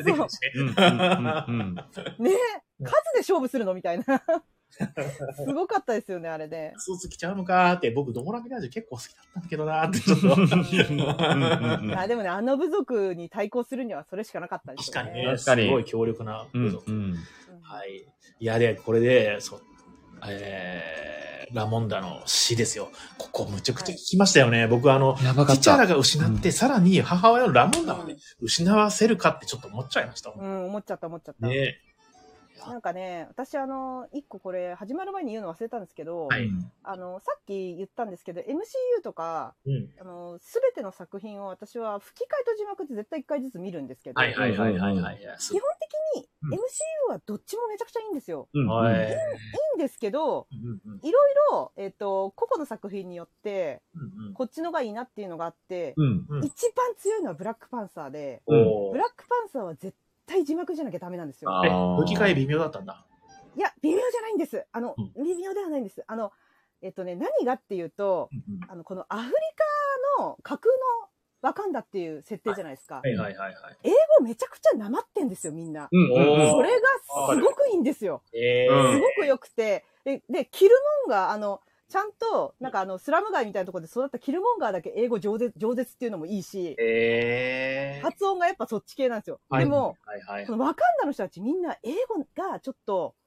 数で勝負するのみたいな。すごかったですよね、あれで。 スーツ着ちゃうのかーって、僕、ドーラミナージュ結構好きだったんだけどなーって、ちょっと。 でもね、部族に対抗するにはそれしかなかったですよね。 確かにね、すごい強力な部族。はい。いや、で、これで、ラモンダの死ですよ。ここむちゃくちゃ聞きましたよね。僕ティチャラが失って、さらに母親のラモンダをね、失わせるかってちょっと思っちゃいました。 思っちゃった。ね。なんかね、私一個これ始まる前に言うの忘れたんですけど、さっき言ったんですけど MCU とか、すべての作品を私は吹き替えと字幕で絶対1回ずつ見るんですけど、基本的に MCU はどっちもめちゃくちゃいいんですよ。いいんですけど、いろいろ個々の作品によってこっちのがいいなっていうのがあって、一番強いのはブラックパンサーで、ブラックパンサーは絶対字幕じゃなきゃダメなんですよ。 吹き替え微妙だったんだ。 いや、微妙じゃないんです。微妙ではないんです。何がっていうと、このアフリカの架空のワカンダっていう設定じゃないですか。英語めちゃくちゃなまってんですよ、みんな。それがすごくいいんですよ。すごく良くて。で、キルモンガー、ちゃんと、なんかスラム街みたいなところで育ったキルモンガーだけ英語饒舌っていうのもいいし、発音がやっぱそっち系なんですよ。でも、ワカンダの人たちみんな英語がちょっと、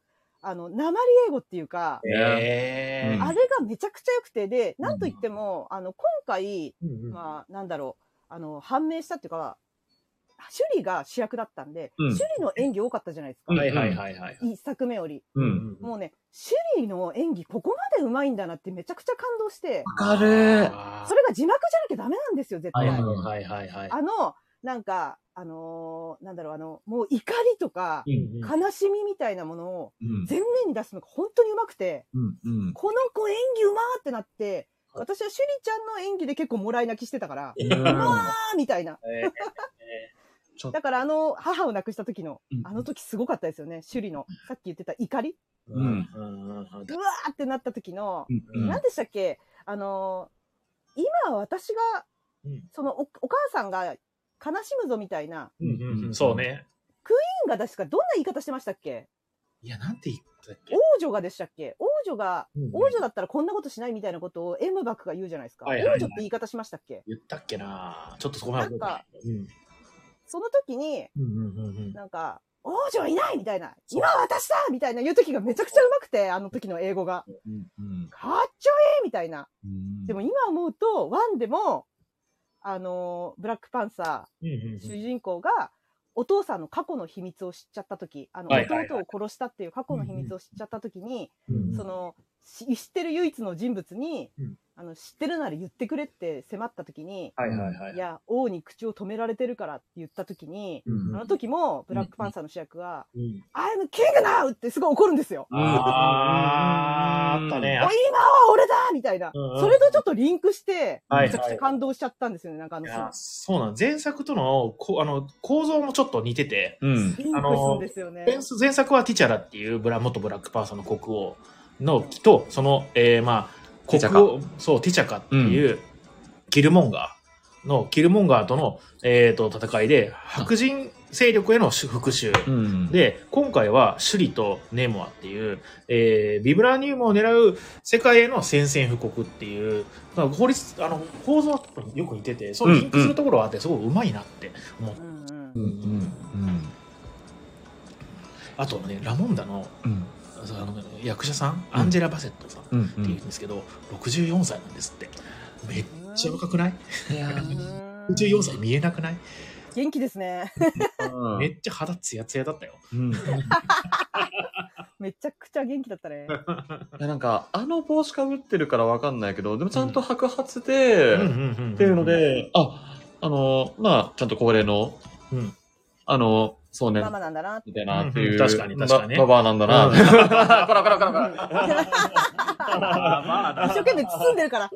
鉛英語っていうか、あれがめちゃくちゃ良くて、で、なんといっても、今回、まあ、なんだろう、判明したっていうか、趣里が主役だったんで、趣里の演技多かったじゃないですか。 はいはいはいはい。 一作目より。もうね、趣里の演技ここまで上手いんだなってめちゃくちゃ感動して。 わかる。 それが字幕じゃなきゃダメなんですよ、絶対。 はいはいはい。 なんか、なんだろう、もう怒りとか、悲しみみたいなものを前面に出すのが本当に上手くて、この子演技上手ってなって、私は趣里ちゃんの演技で結構もらい泣きしてたから、うわーみたいな。だから母を亡くした時の、時すごかったですよね、趣里の。さっき言ってた怒り。うわーってなった時の、何でしたっけ今私が、そのお母さんが悲しむぞみたいな。 そうね。 クイーンが確かどんな言い方してましたっけ？ いや、なんて言ったっけ？ 王女がでしたっけ？王女だったらこんなことしないみたいなことをエムバクが言うじゃないですか。王女って言い方しましたっけ？ 言ったっけな？ちょっとそこまで。なんか、 その時に、なんか、王女いないみたいな、今私だみたいな言う時がめちゃくちゃ上手くて、あの時の英語が。かっちょいいみたいな。でも今思うと、ワンでも、ブラックパンサー、主人公が、お父さんの過去の秘密を知っちゃった時、弟を殺したっていう過去の秘密を知っちゃった時に、知ってる唯一の人物に、知ってるなら言ってくれって迫った時に、いや、王に口を止められてるからって言った時に、あの時もブラックパンサーの主役は、I'm king now! ってすごい怒るんですよ。 あったね。 今は俺だみたいな。それとちょっとリンクして、めちゃくちゃ感動しちゃったんですよね、なんかそうなん前作との構造もちょっと似てて、 リンクするんですよね。 前作はティチャラっていう元ブラックパンサーの国王のと、その、国王、そう、ティチャカっていう、キルモンガーとの、戦いで、白人勢力への復讐。で、今回は、シュリとネモアっていう、ビブラニウムを狙う世界への宣戦布告っていう、構造はよく似てて、そうリンクするところがあって、すごい上手いなって思って。あとね、ラモンダの、役者さん、アンジェラ・バセットさんっていうんですけど、64歳なんですって。めっちゃ若くない？いや64歳見えなくない？ 元気ですね。 めっちゃ肌ツヤツヤだったよ。 めちゃくちゃ元気だったね。 なんか帽子かぶってるからわかんないけど、でもちゃんと白髪でっていうので、まあちゃんと高齢のそうね。 ママなんだな。 みたいなっていう。 確かに。 ババアなんだな。こら。 一生懸命包んでるから。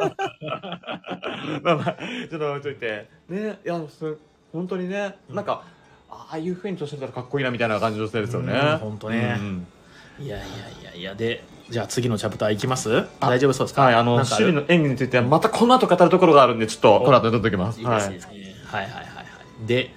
まあまあ、ちょっと置いといて。ね、いや、本当にね、なんか、ああいう風に年取ったらかっこいいなみたいな感じの人ですよね。 本当ね。いや、で、じゃあ次のチャプターいきます？大丈夫そうですか？ はい、守備の演技についてはまたこの後語るところがあるんで、ちょっとこの後取っておきます。 いいですね。はい。で、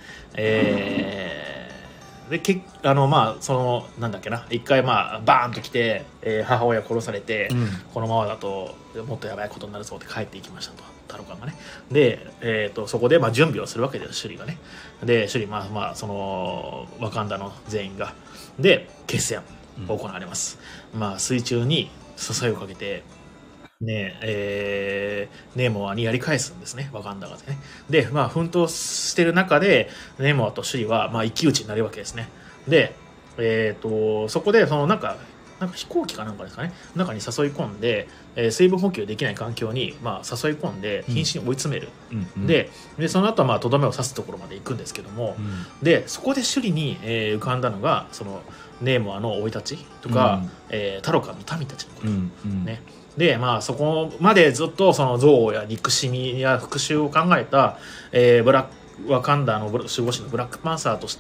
なんだっけな、一回バーンと来て、母親殺されて、このままだともっとやばいことになるぞって帰っていきましたと、タロカンがね。で、そこで準備をするわけです、シュリがね。で、シュリ、その、ワカンダの全員が。で、決戦行われます。水中に支えをかけて、ネモアにやり返すんですね、ワカンダがね。で、奮闘してる中で、ネモアとシュリは、一騎打ちになるわけですね。で、そこで、なんか飛行機かなんかですかね、中に誘い込んで、水分補給できない環境に、誘い込んで、瀕死に追い詰める。で、その後は、とどめを刺すところまで行くんですけども、で、そこでシュリに、浮かんだのが、その、ネモアの生い立ちとか、タロカンの民たちのこと。ね。で、そこまでずっとその憎悪や憎しみや復讐を考えた、ワカンダの守護神のブラックパンサーとして、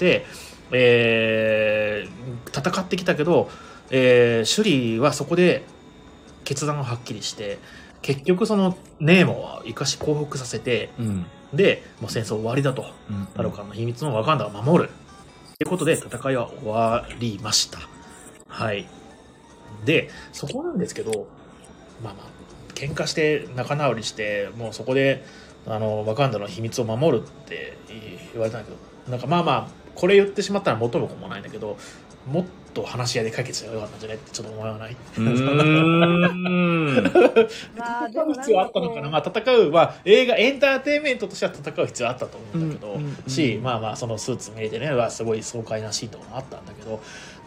戦ってきたけど、シュリはそこで決断をはっきりして、結局そのネーモは生かし降伏させて、で、もう戦争終わりだと。タロカンの秘密のワカンダを守る。ということで戦いは終わりました。はい。で、そこなんですけど、喧嘩して仲直りして、もうそこで、ワカンダの秘密を守るって言われたんだけど、これ言ってしまったら元も子もないんだけど、もっと話し合いで解決したらよかったんじゃないってちょっと思わない？まあ、でも必要あったのかな。まあ、戦う、まあ、映画、エンターテインメントとしては戦う必要あったと思うんだけど、まあまあ、そのスーツ見れてね、すごい爽快なシーンとかもあったんだけど、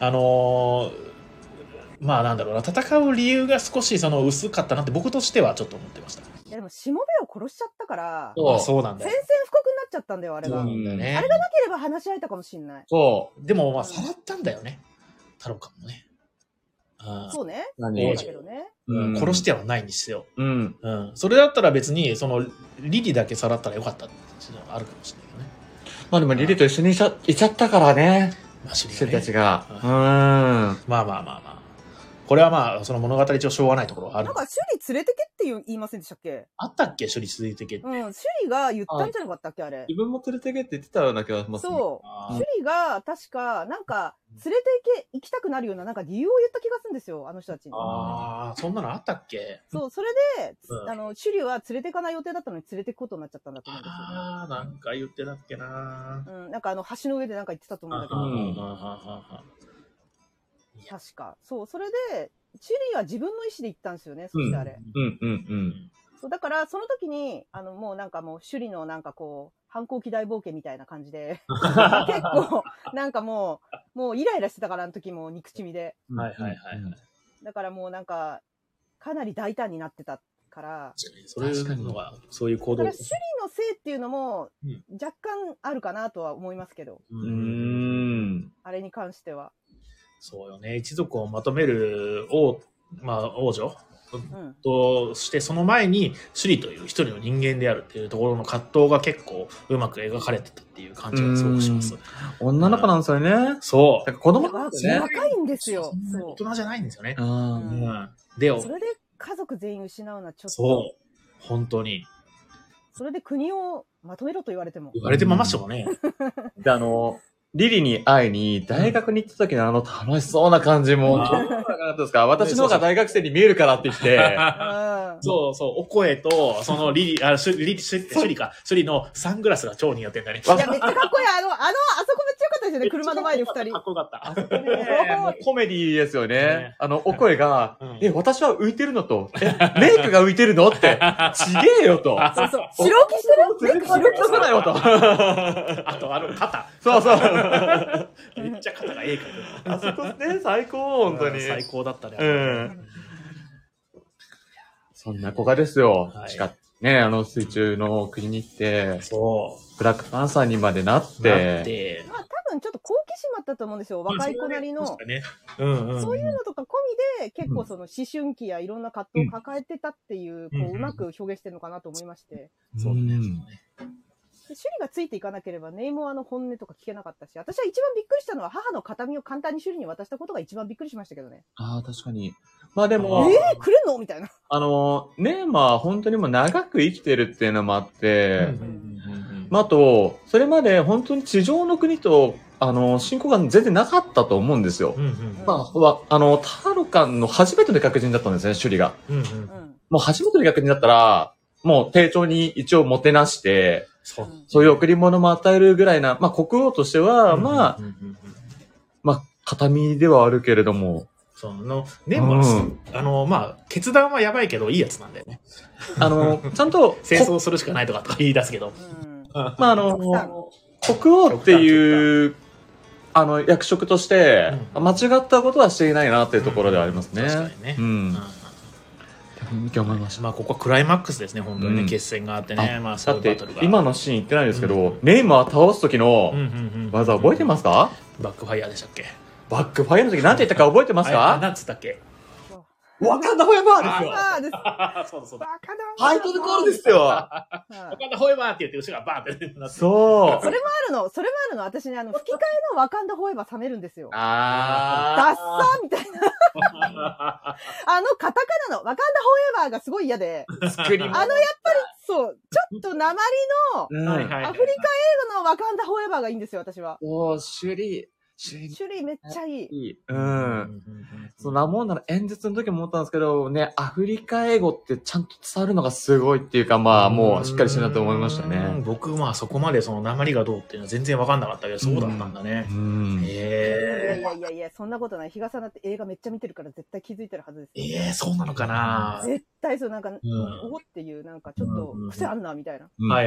まあなんだろうな、戦う理由が少し薄かったなって僕としてはちょっと思ってました。 いやでも、しもべを殺しちゃったから、 そうなんだよ。 宣戦布告になっちゃったんだよ、あれが。あれがなければ話し合えたかもしんない。 そう。でも、まあ、さらったんだよね。太郎かもね。 そうね。 そうだけどね。殺してはないんですよ。それだったら別に、リリだけさらったらよかったっていうのがあるかもしれないけどね。 まあでもリリと一緒にいちゃったからね。 まあ、シュリたちが。 まあまあまあまあ。これはまあ、その物語上しょうがないところはある。 なんか、シュリ連れてけって言いませんでしたっけ？ あったっけ？シュリ連れてけって。 シュリが言ったんじゃなかったっけあれ。 自分も連れてけって言ってたような気がしますね。 そう。シュリが、確か、なんか、連れて行きたくなるような、なんか理由を言った気がするんですよ、あの人たちに。 ああ、そんなのあったっけ？ そう、それで、シュリは連れて行かない予定だったのに連れて行くことになっちゃったんだと思うんですよね。 ああ、なんか言ってたっけな。 なんか橋の上でなんか言ってたと思うんだけど。確か。そう、それで、シュリは自分の意思で行ったんですよね、そしてあれ。そう、だから、その時に、もうなんかもう、シュリのなんかこう、反抗期大冒険みたいな感じで、結構、なんかもうイライラしてたから、あの時も憎しみで。 はいはいはい。 だからもうなんか、かなり大胆になってたから、 そういうのが、そういう行動。 だから、シュリのせいっていうのも、若干あるかなとは思いますけど。あれに関しては。 そうよね。一族をまとめる王女として、その前に、シュリという一人の人間であるっていうところの葛藤が結構うまく描かれてたっていう感じがすごくします。 女の子なんですよね。 そう。 子供なんですね。若いんですよ。 大人じゃないんですよね。 それで家族全員失うのはちょっと。 そう。本当に。 それで国をまとめろと言われても。 言われてまましたもんね。 で、リリに会いに大学に行った時の楽しそうな感じも、どうなかったですか？私の方が大学生に見えるからって言って。 そうそう、お声と、シュリのサングラスが超似合ってんだね。 いや、めっちゃかっこいい。あそこめっちゃ良かったですよね、車の前で二人。 かっこよかった。 コメディですよね。お声が、私は浮いてるのと、メイクが浮いてるのって、ちげえよと。 そうそう。白着してる？ 白着すなよと。 あと、肩。 そうそう。 めっちゃ肩がええから。あそこね、最高、本当に。 最高だったね。 そんな子がですよ。ね、水中の国に行って、ブラックパンサーにまでなって。 まあ多分ちょっと好奇心もあったと思うんですよ。若い子なりの。そういうのとか込みで、結構思春期やいろんな葛藤を抱えてたっていう、うまく表現してるのかなと思いまして。 そうね。 シュリがついていかなければ、ネイモ本音とか聞けなかったし、私は一番びっくりしたのは母の形見を簡単にシュリに渡したことが一番びっくりしましたけどね。 ああ、確かに。まあでも。 くれんのみたいな。 ネイマは本当にもう長く生きてるっていうのもあって、まああと、それまで本当に地上の国と、親交が全然なかったと思うんですよ。まあ、タロカンの初めての客人だったんですね、シュリが。もう初めての客人だったら、もう丁重に一応もてなして、そういう贈り物も与えるぐらいな、まあ国王としては、まあ、形見ではあるけれども。 ネンは、まあ、決断はやばいけど、いいやつなんだよね。 ちゃんと、 戦争するしかないとか言い出すけど。 まあ、国王っていう、役職として、間違ったことはしていないなっていうところではありますね。 確かにね。 思いました。 まあ、ここはクライマックスですね、本当にね、決戦があってね。まあ、 だって、今のシーン言ってないですけど、ネイマー倒す時の技覚えてますか？ バックファイヤーでしたっけ？ バックファイヤーの時なんて言ったか覚えてますか？ なんつったっけ？ ワカンダフォーエバーですよ。そうだ。 タイトルコールですよ。 ワカンダフォーエバーって言って、後ろがバーンってなって。 そう。それもあるの。私ね、吹き替えのワカンダフォーエバー冷めるんですよ。ダッサーみたいな。カタカナのワカンダフォーエバーがすごい嫌で。やっぱり、そう、ちょっと鉛の、アフリカ英語のワカンダフォーエバーがいいんですよ、私は。 シュリ。 シュリーめっちゃいい。 そんなもんなら演説の時も思ったんですけど、ね、アフリカ英語ってちゃんと伝わるのがすごいっていうか、まあ、もうしっかりしてるなと思いましたね。 僕、まあそこまでその訛りがどうっていうのは全然わかんなかったけど、そうだったんだね。 いや、そんなことない。日傘なって映画めっちゃ見てるから絶対気づいてるはずです。 そうなのかな。 絶対そう、なんか、おっていう、なんかちょっと癖あんな、みたいな。 はい。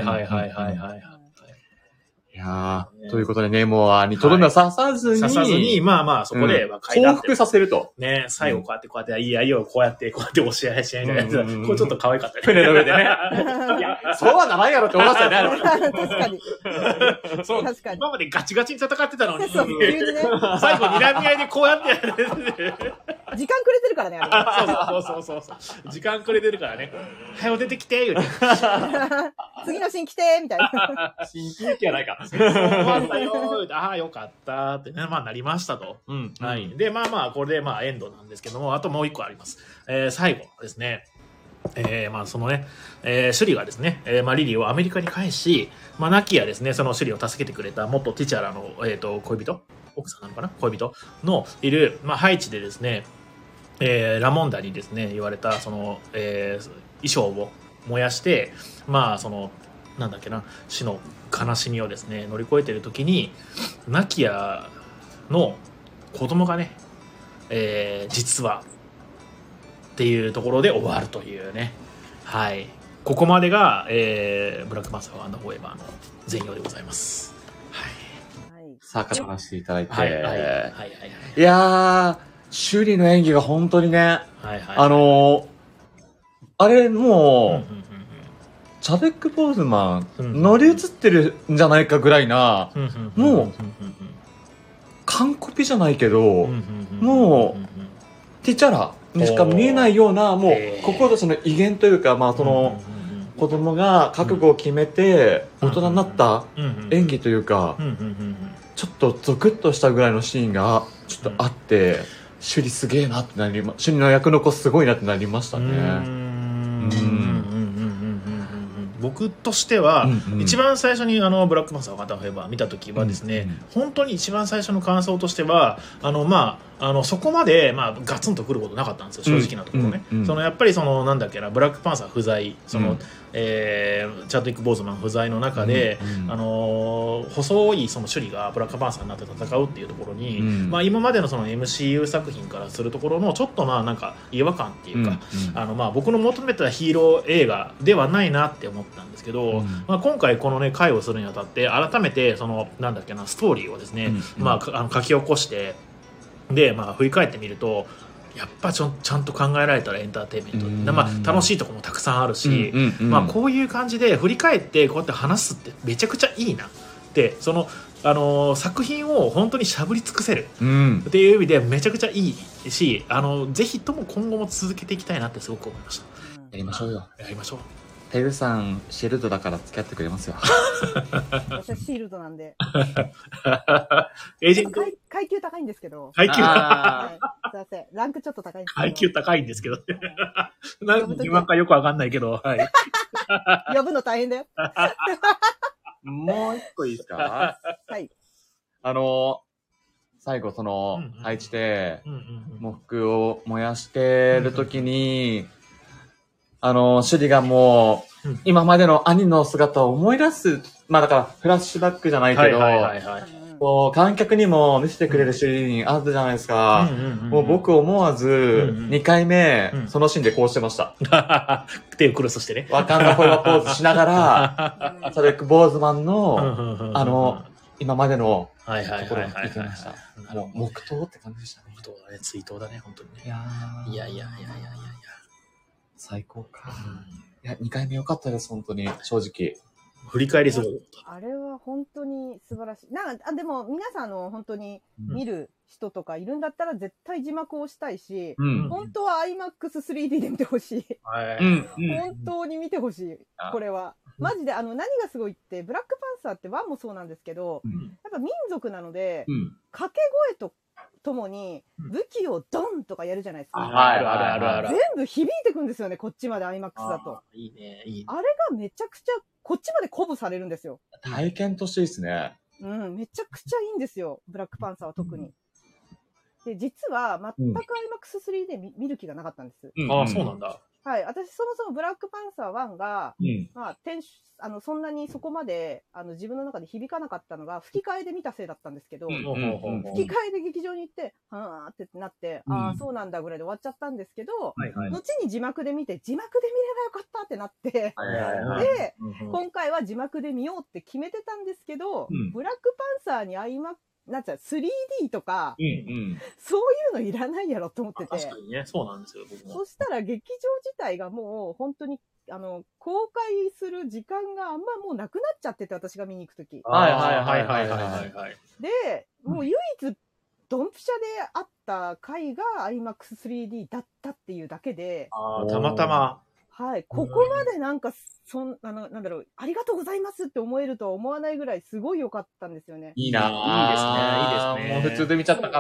いやー、ということでね、もう、にとどめを刺さずに、 まあまあ、そこで、 降伏させると。 ね、最後こうやって、いいやいいよ、こうやって押し合いし合いみたいなやつ。これちょっと可愛かったね。 船の上でね。いや、そうはならんやろって思いましたよね、 確かに。 そう、確かに。今までガチガチに戦ってたのに、 そう、急にね。 最後、睨み合いでこうやってやる。 時間くれてるからね、あれ。そう。時間くれてるからね。早う出てきて、言うて。 次のシーン来て、みたいな。 新喜劇やないか。 終わったよ、ああ、よかったってね、まあなりましたと。はい。で、まあ、これでまあエンドなんですけども、あともう一個あります。最後ですね。まあそのね、シュリがですね、まあリリーをアメリカに返し、まあナキやですね、そのシュリを助けてくれた元ティチャラの、恋人奥さんなのかな恋人のいる、まあハイチでですね、ラモンダにですね、言われた、その、衣装を燃やして、まあその、なんだっけな、死の悲しみをですね、乗り越えてる時に、ナキヤの子供がね、実は、っていうところで終わるというね。はい。ここまでが、ブラックパンサー&フォーエバーの全容でございます。 はい。さあ、語らせていただいて。いやー、シュリの演技が本当にね、あれもう、チャベック・ボーズマン、乗り移ってるんじゃないかぐらいな、もう、完コピじゃないけど、もう、ティチャラにしか見えないような、もう、心とその威厳というか、まあその、子供が覚悟を決めて、大人になった演技というか、ちょっとゾクッとしたぐらいのシーンが、ちょっとあって、シュリすげえなってなりま、シュリの役の子すごいなってなりましたね。 僕としては、一番最初にブラックパンサー&フォーエバー見た時はですね、本当に一番最初の感想としてはまあそこまで、まあ、ガツンとくることなかったんですよ、正直なところね。そのやっぱりそのなんだっけな、ブラックパンサー不在、その、チャッドウィック・ボーズマン不在の中で、細いそのシュリがブラックパンサーになって戦うっていうところに、まあ、今までのその MCU 作品からするところのちょっとまあなんか違和感っていうか、まあ僕の求めたヒーロー映画ではないなって思ったんですけど、まあ、今回このね回をするにあたって改めてそのなんだっけなストーリーをですね、まあ書き起こしてで、まあ、振り返ってみるとやっぱちゃんと考えられたらエンターテインメント、まあ、楽しいところもたくさんあるし、まあ、こういう感じで振り返ってこうやって話すってめちゃくちゃいいなってその作品を本当にしゃぶり尽くせるっていう意味でめちゃくちゃいいしぜひとも今後も続けていきたいなってすごく思いました。 やりましょうよ。 やりましょう。 テルさんシールドだから付き合ってくれますよ。 私はシールドなんで。 エージェント階級高いんですけど。 階級すいません。ランクちょっと高いんですけど。 階級高いんですけど。なんか今かよくわかんないけど。はい。 呼ぶの大変だよ。 もう一個いいですか？ はい。 最後その、配置で、喪服を燃やしてるときに、シュリがもう、今までの兄の姿を思い出す、まあだからフラッシュバックじゃないけど、こう観客にも見せてくれるシーンあったじゃないですか。もう僕思わず、2回目、そのシーンでこうしてました。 手をクロスしてね。 ワカンダフォーエバーポーズしながら、チャベック・ボーズマンの、今までのところに行きました。黙祷って感じでしたね。 黙祷だね、追悼だね、本当にね。 いや。最高か。いや、2回目良かったです、本当に、正直。 振り返りする。 あれは本当に素晴らしい。でも皆さん本当に見る人とかいるんだったら絶対字幕をしたいし、本当は IMAX3D で見てほしい。本当に見てほしい。これは。マジで何がすごいって、ブラックパンサーって1もそうなんですけど、やっぱ民族なので、掛け声とともに武器をドンとかやるじゃないですか。 ある。 全部響いてくんですよね、こっちまで IMAX だと。 いいね。 あれがめちゃくちゃこっちまで鼓舞されるんですよ。 体験としていいですね。 うん、めちゃくちゃいいんですよ。ブラックパンサーは特に。で、実は全く IMAX3 で見る気がなかったんです。 ああ、そうなんだ。 はい。私、そもそもブラックパンサー1が、まあ、そんなにそこまで、自分の中で響かなかったのが、吹き替えで見たせいだったんですけど、吹き替えで劇場に行って、はーってなって、ああ、そうなんだぐらいで終わっちゃったんですけど、後に字幕で見て、字幕で見ればよかったってなって、で、今回は字幕で見ようって決めてたんですけど、ブラックパンサーにIMAX、なんつうの 3D とか、そういうのいらないやろと思ってて。 確かにね、そうなんですよ、僕も。 そしたら劇場自体がもう本当に、公開する時間があんまもうなくなっちゃってて、私が見に行くとき。で、もう唯一、ドンピシャであった回が IMAX3D だったっていうだけで。 たまたま。 はい。ここまでなんか、なんだろう、ありがとうございますって思えるとは思わないぐらいすごい良かったんですよね。 いいなぁ。いいですね。 もう普通で見ちゃったから。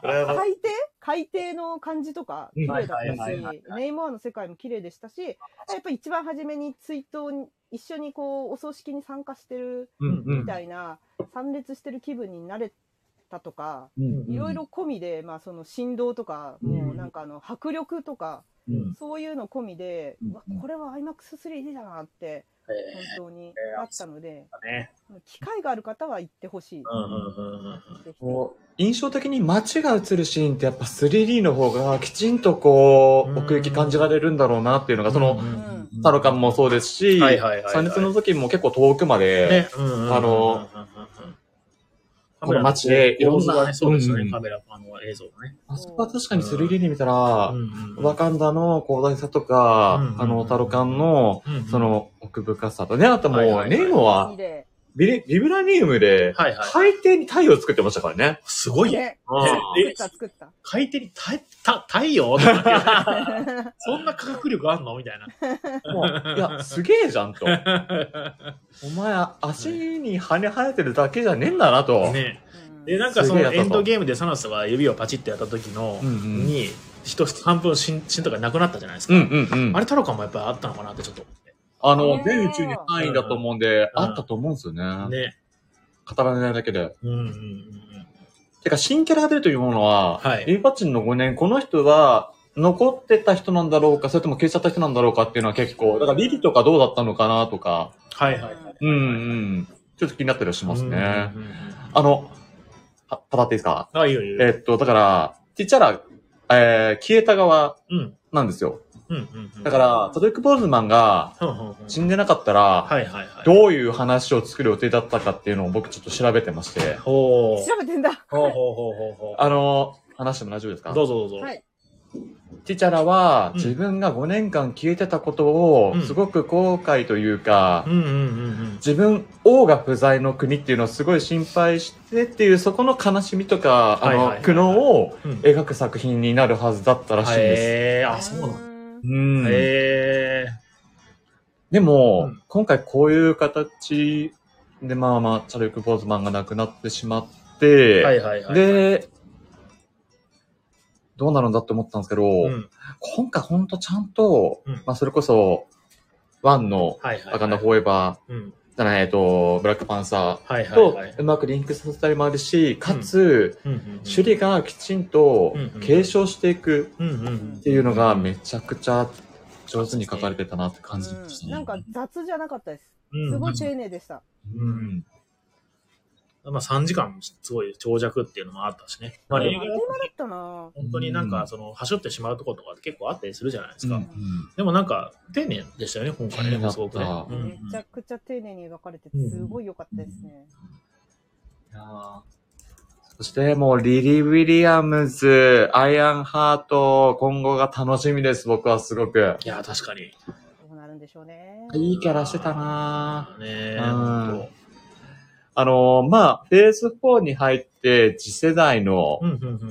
海底の感じとか綺麗だったし、ネイマーの世界も綺麗でしたし、やっぱり一番初めに追悼に、一緒にこう、お葬式に参加してるみたいな、参列してる気分になれたとか、いろいろ込みで、まあその振動とか、もうなんか迫力とか、そういうの込みで、これは IMAX3D だなって、本当になったので、機会がある方は行ってほしい。 印象的に街が映るシーンってやっぱ 3D の方がきちんとこう、奥行き感じられるんだろうなっていうのが、その、タロカンもそうですし、参列の時も結構遠くまで、この街でいろんな、 そうですね、カメラ、映像がね。 あそこは確かに 3D で見たら、ワカンダの広大さとか、タロカンの、その奥深さとね、あともう、ネイモは、ビブラニウムで、海底に太陽作ってましたからね。 すごいね。 作った。 海底に太陽そんな科学力あんのみたいな。いや、すげえじゃんと。お前、足に羽生えてるだけじゃねえんだなと。ね。 で、なんかそのエンドゲームでサノスが指をパチッとやった時の、に、半分死んとかなくなったじゃないですか。あれタロカンもやっぱりあったのかなってちょっと。 全宇宙に範囲だと思うんで、あったと思うんですよね。ね。語られないだけで。てか、新キャラが出るというものは、リーパッチンの5年、この人は、残ってた人なんだろうか、それとも消えちゃった人なんだろうかっていうのは結構、だからリリとかどうだったのかなとか。ちょっと気になったりはしますね。語っていいですか？ いいよいいよ。 だから、ちっちゃら、消えた側なんですよ。だから、トドリック・ボーズマンが死んでなかったら、どういう話を作る予定だったかっていうのを僕ちょっと調べてまして。 調べてんだ。 話しても大丈夫ですか？ どうぞどうぞ。 ティチャラは自分が5年間消えてたことをすごく後悔というか、自分、王が不在の国っていうのをすごい心配してっていう、そこの悲しみとか、苦悩を描く作品になるはずだったらしいんです。 そうなんだ。 でも、今回こういう形で、チャルク・ボーズマンが亡くなってしまって、で、どうなるんだって思ったんですけど、今回ほんとちゃんと、それこそ、ワンのワカンダ・フォーエバー、じゃない、ブラックパンサーとうまくリンクさせたりもあるし、かつ、シュリがきちんと継承していくっていうのがめちゃくちゃ上手に書かれてたなって感じでしたね。 なんか雑じゃなかったです。すごい丁寧でした。 3時間すごい長尺っていうのもあったしね。 映画だったな。 本当になんかはしょってしまうところとか結構あったりするじゃないですか。でもなんか丁寧でしたよね、今回ね。すごくね。 めちゃくちゃ丁寧に描かれててすごい良かったですね。 そしてもうリリー・ウィリアムズ、アイアンハート、今後が楽しみです、僕はすごく。 いや、確かに。 どうなるんでしょうね。 いいキャラしてたなぁ。フェーズ4に入って次世代の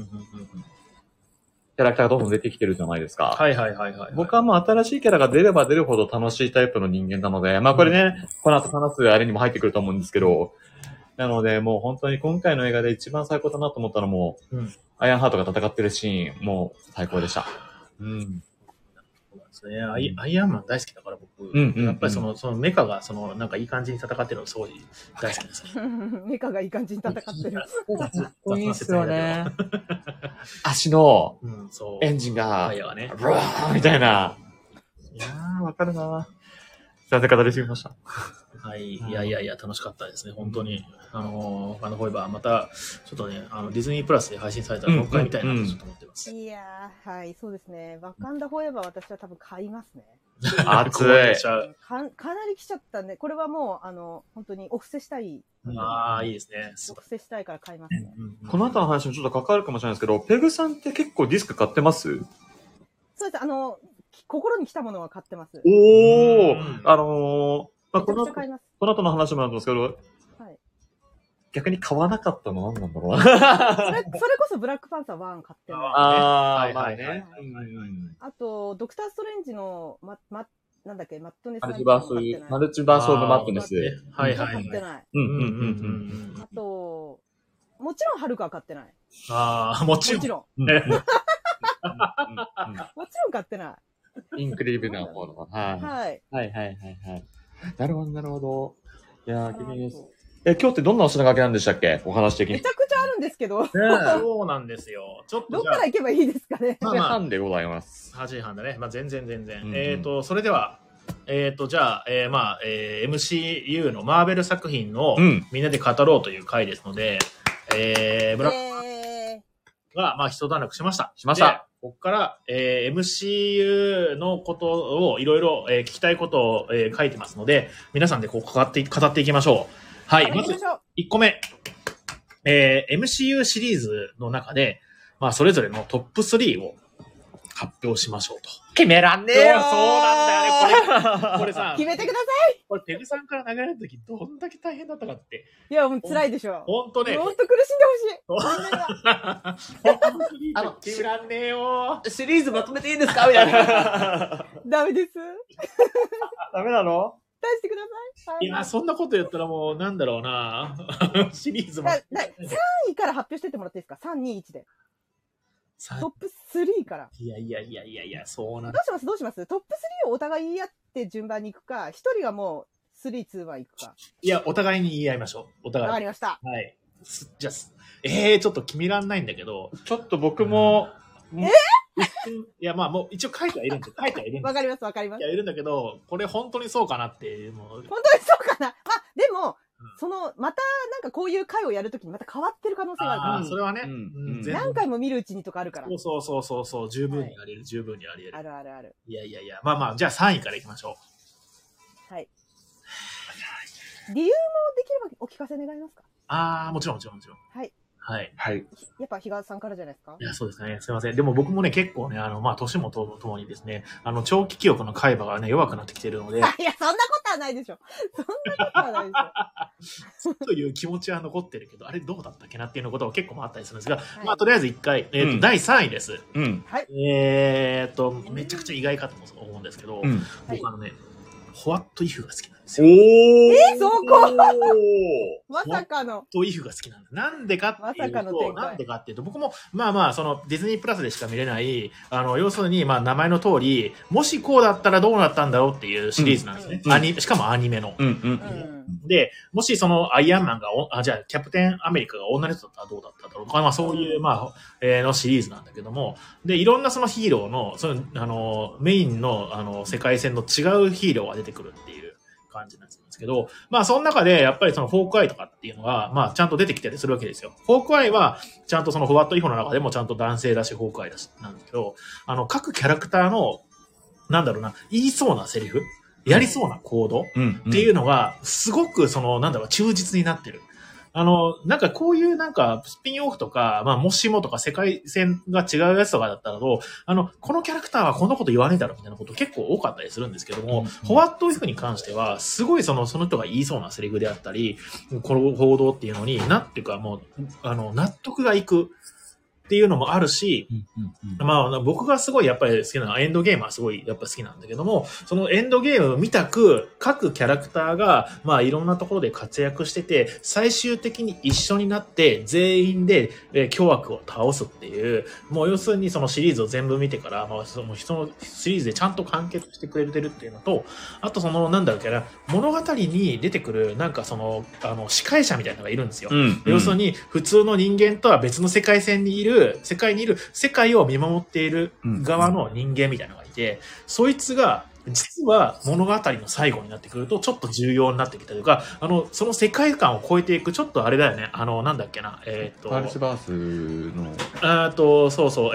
キャラクターがどんどん出てきてるじゃないですか。僕はもう新しいキャラが出れば出るほど楽しいタイプの人間なので、これね、この後話すあれにも入ってくると思うんですけど、なのでもう本当に今回の映画で一番最高だなと思ったのも、アイアンハートが戦ってるシーン、もう最高でした。 ですね。アイアンマン大好きだから僕、やっぱりそのメカがなんかいい感じに戦ってるのすごい大好きですね。 メカがいい感じに戦ってる。 いいっすよね。足のエンジンが、ブワーみたいな。いやー、わかるな。すいません、語りすぎました。 はい。いや、楽しかったですね。本当に。ワカンダフォーエバー、また、ちょっとね、ディズニープラスで配信されたらもう一回見たいなとちょっと思ってます。 いやー、はい、そうですね。ワカンダフォーエバー私は多分買いますね。 熱い。 かなり来ちゃったんで、これはもう、本当にお布施したい。 ああ、いいですね。 お布施したいから買いますね。 この後の話もちょっと関わるかもしれないですけど、ペグさんって結構ディスク買ってます？ そうです。心に来たものは買ってます。 おー。 この後の話もなんですけど、 はい、 逆に買わなかったのは何なんだろうな。 それこそブラックパンサー1買ってない。 はいね。 あと、ドクターストレンジの、なんだっけ、マットネス。 マルチバースオブマットネス。 はい。買ってない。あと、もちろんハルクは買ってない。 もちろん。 もちろん買ってない。 インクレディブルな方の。はい。なるほど。いやー、君です。今日ってどんなお品書きなんでしたっけ？お話的に。 めちゃくちゃあるんですけど。 そうなんですよ。ちょっとどっから行けばいいですかね。 8時半でございます。 8時半だね。まあ、全然。それでは、じゃあ、MCU のマーベル作品をみんなで語ろうという回ですので、ブラックが、まあ、一段落しました。ここから、MCU のことをいろいろ聞きたいことを、書いてますので、皆さんでこう語っていきましょう。はい。まず、1個目。MCU シリーズの中で、まあ、それぞれのトップ3を発表しましょうと。 決めらんねえよ。 そうなんだよね、これさ。 決めてください。 これ、ペグさんから流れるとき、どんだけ大変だったかって。 いや、もう辛いでしょ。 ほんとね。 ほんと苦しんでほしい。 決めらんねえよ。 シリーズまとめていいですかみたいな。 ダメです。 ダメなの？ 出してください。いや、そんなこと言ったらもう、なんだろうな。シリーズも。 3位から発表してってもらっていいですか？ 3、2、1で。トップ3から。 いや、そうなんどうしますトップ3をお互い言い合って順番に行くか、一人がもう3、2、1行くか。 いや、お互いに言い合いましょう。お互い。 わかりました。 はい。じゃあ、ちょっと決めらんないんだけど。 ちょっと僕も、 いや、まあ、もう一応書いてはいるんです。 わかります。 いや、いるんだけど、これ本当にそうかなって、 もう。本当にそうかな。まあ、でも、またなんかこういう回をやるときにまた変わってる可能性があるから。 それはね。 何回も見るうちにとかあるから。 そう。十分にあり得る。 ある。 いや。まあ、じゃあ3位からいきましょう。はい。理由もできればお聞かせ願いますか？ もちろん。 はい。やっぱ比嘉さんからじゃないですか？ いや、そうですね。すいません。でも僕もね、結構ね、まあ、年もともにですね、長期記憶の海馬がね、弱くなってきてるので。 いや、そんなことはないでしょ。 という気持ちは残ってるけど、あれどうだったっけなっていうのことは結構もあったりするんですが、まあ、とりあえず1回、第3位です。 はい。 めちゃくちゃ意外かと思うんですけど、僕ホワットイフが好きなんですよ。 そこまさかの。 ホワットイフが好きなんです。なんでかっていうと、僕も、まあ、ディズニープラスでしか見れない、要するに、まあ、名前の通り、もしこうだったらどうなったんだろうっていうシリーズなんですね。しかもアニメの。で、もしアイアンマンが、じゃあ、キャプテンアメリカが女の人だったらどうだっただろうとか、まあ、そういう、まあ、のシリーズなんだけども、で、いろんなそのヒーローの、メインの、世界線の違うヒーローが出てくるっていう感じなんですけど、まあ、その中で、やっぱりフォークアイとかっていうのが、まあ、ちゃんと出てきたりするわけですよ。フォークアイは、ちゃんとホワットイフの中でもちゃんと男性だし、フォークアイだし、なんですけど、各キャラクターの、なんだろうな、言いそうなセリフやりそうな行動っていうのが、すごく忠実になってる。なんかこういうなんかスピンオフとか、まあもしもとか世界線が違うやつとかだったらと、このキャラクターはこんなこと言わねえだろみたいなこと結構多かったりするんですけども、ホワットイフに関しては、すごいその人が言いそうなセリフであったり、この報道っていうのに、なんていうかもう、納得がいくっていうのもあるし、まあ僕がすごいやっぱり好きなのはエンドゲームはすごいやっぱ好きなんだけども、そのエンドゲームを見たく、各キャラクターがまあいろんなところで活躍してて、最終的に一緒になって全員で巨悪を倒すっていう、もう要するにそのシリーズを全部見てから、まあそのシリーズでちゃんと完結してくれてるっていうのと、あとそのなんだろうな、物語に出てくるなんかその司会者みたいなのがいるんですよ。要するに普通の人間とは別の世界線にいる、世界を見守っている側の人間みたいなのがいて、そいつが実は物語の最後になってくるとちょっと重要になってきたというか、その世界観を超えていく、ちょっとあれだよね、なんだっけな、 パルチバースのそうそう、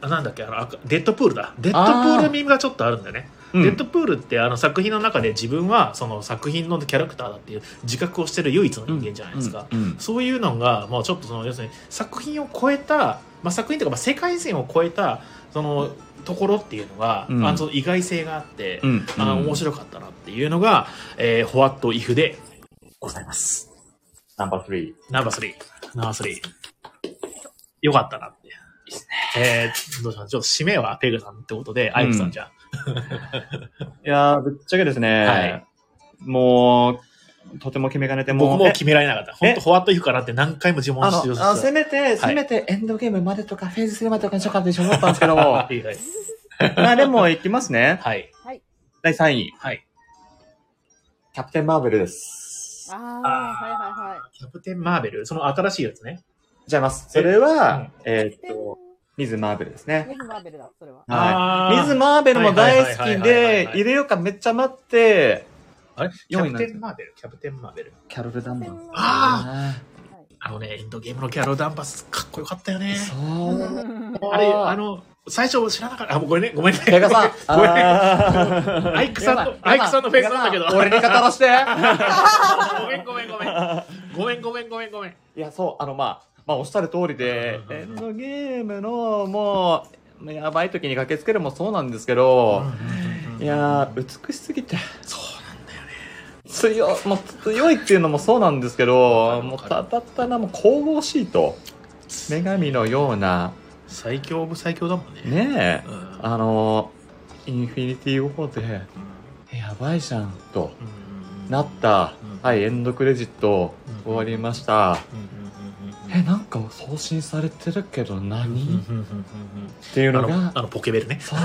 なんだっけ、デッドプールだ。デッドプールミームがちょっとあるんだよね。デッドプールって作品の中で自分はその作品のキャラクターだっていう自覚をしてる唯一の人間じゃないですか。そういうのがもうちょっと要するに作品を超えた、まあ、作品というかまあ世界線を超えたそのところっていうのが、その意外性があって、面白かったなっていうのが、What If でございます。 ナンバー 3。よかったなって。いいですね。どうします？ちょっと締めはペグさんってことで、アイクさんじゃん。 いやー、ぶっちゃけですね、はい、もう、とても決めかねて僕も決められなかった。本当フォワットいくかなって何回も自問してる。 せめてエンドゲームまでとか、フェーズ3までとかにしようかって思ったんですけど、はい、まあでも、いきますね。 はい。 第3位。 はい。 キャプテンマーベルです。 キャプテンマーベル、その新しいやつね。 じゃいます。それは、ミズ・マーベルですね。 ミズ・マーベルだ、それは。 はい。ミズ・マーベルも大好きで、入れようかめっちゃ待って、 あれキャプテンマーベルキャロル・ダンバス。 エンドゲームのキャロル・ダンバス、かっこよかったよね。 そう。 あれ、最初知らなかった。ごめんね。 ペガさん。 ごめんね。アイクさんのフェイスなんだけど。 俺に語らして。 ごめん。 いや、そう、まあ、おっしゃる通りで、エンドゲームの、もう、やばい時に駆けつけるもそうなんですけど、いやー、美しすぎて。 そうなんだよね。 強いっていうのもそうなんですけど、もうただもう神々しいと。女神のような。 最強オブ最強だもんね。 ねえ。インフィニティウォーで、やばいじゃん、と、なった。はい、エンドクレジット、終わりました。なんか送信されてるけど何っていうのがポケベルね。 そう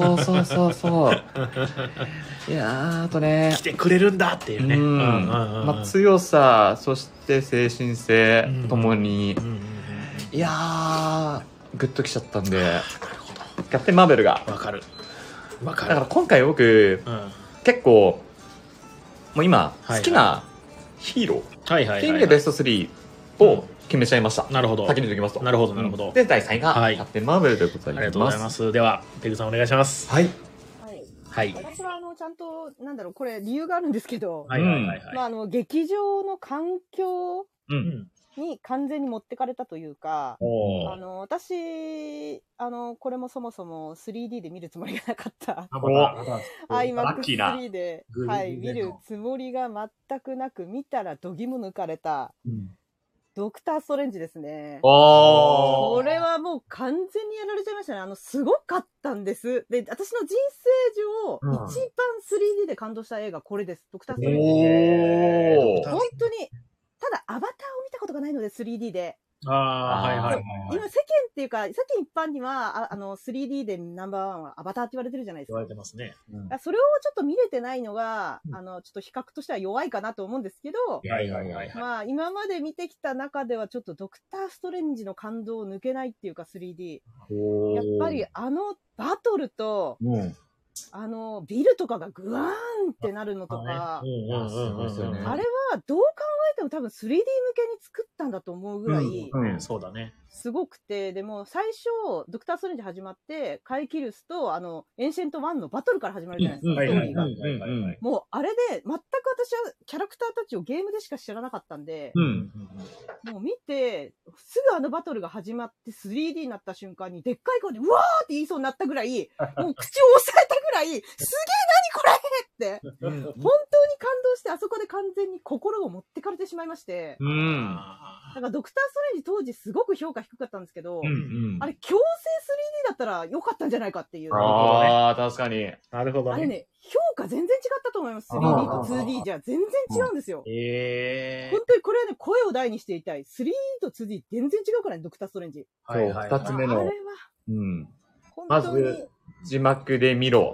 いやあとね来てくれるんだっていうね、 まあ、強さそして精神性ともにいやーグッときちゃったんで、なるほど、キャプテンマーベルがわかるだから今回僕、結構もう今好きなヒーローっていう意味でベスト3を決めちゃいました。 なるほど。 先に言っておきますと。 なるほど。 で、第3位が、キャプテンマーベルでございます。 ありがとうございます。では、ペグさんお願いします。 はい。 私は、ちゃんと、これ理由があるんですけど、 まあ、劇場の環境に完全に持ってかれたというか、私、これもそもそも 3D で見るつもりがなかった。IMAX3 で、見るつもりが全くなく、見たら度肝抜かれた。ドクター・ストレンジですね。これはもう完全にやられちゃいましたね。すごかったんです。で、私の人生上、一番 3D で感動した映画、これです。ドクター・ストレンジ。本当に、ただアバターを見たことがないので、3D で。今、世間っていうか、世間一般には、3D でナンバーワンはアバターって言われてるじゃないですか。 言われてますね。 それをちょっと見れてないのが、ちょっと比較としては弱いかなと思うんですけど、まあ、今まで見てきた中では、ちょっとドクターストレンジの感動を抜けないっていうか、3D。やっぱり、バトルと、ビルとかがグワーンってなるのとか、あれはどう考えても多分 3D 向けに作ったんだと思うぐらい、 そうだね。 すごくて、でも最初、ドクターストレンジ始まって、カイキルスとエンシェント1のバトルから始まるじゃないですか、ストーリーが。もうあれで、全く私はキャラクターたちをゲームでしか知らなかったんで、もう見て、すぐバトルが始まって 3D になった瞬間に、でっかい声で、うわーって言いそうになったぐらい、もう口を押さえたぐらい、すげえ何これって、本当に感動して、あそこで完全に心を持ってかれてしまいまして、 だからドクターストレンジ当時すごく評価低かったんですけど、あれ強制 3D だったら良かったんじゃないかっていう。 ああ、確かに。 なるほどね。 あれね、評価全然違ったと思います。3D と 2D じゃ全然違うんですよ。本当にこれはね、声を大にしていたい。3D と 2D 全然違うからね、ドクターストレンジ。 そう、二つ目の。 あれは。 まず、字幕で見ろ。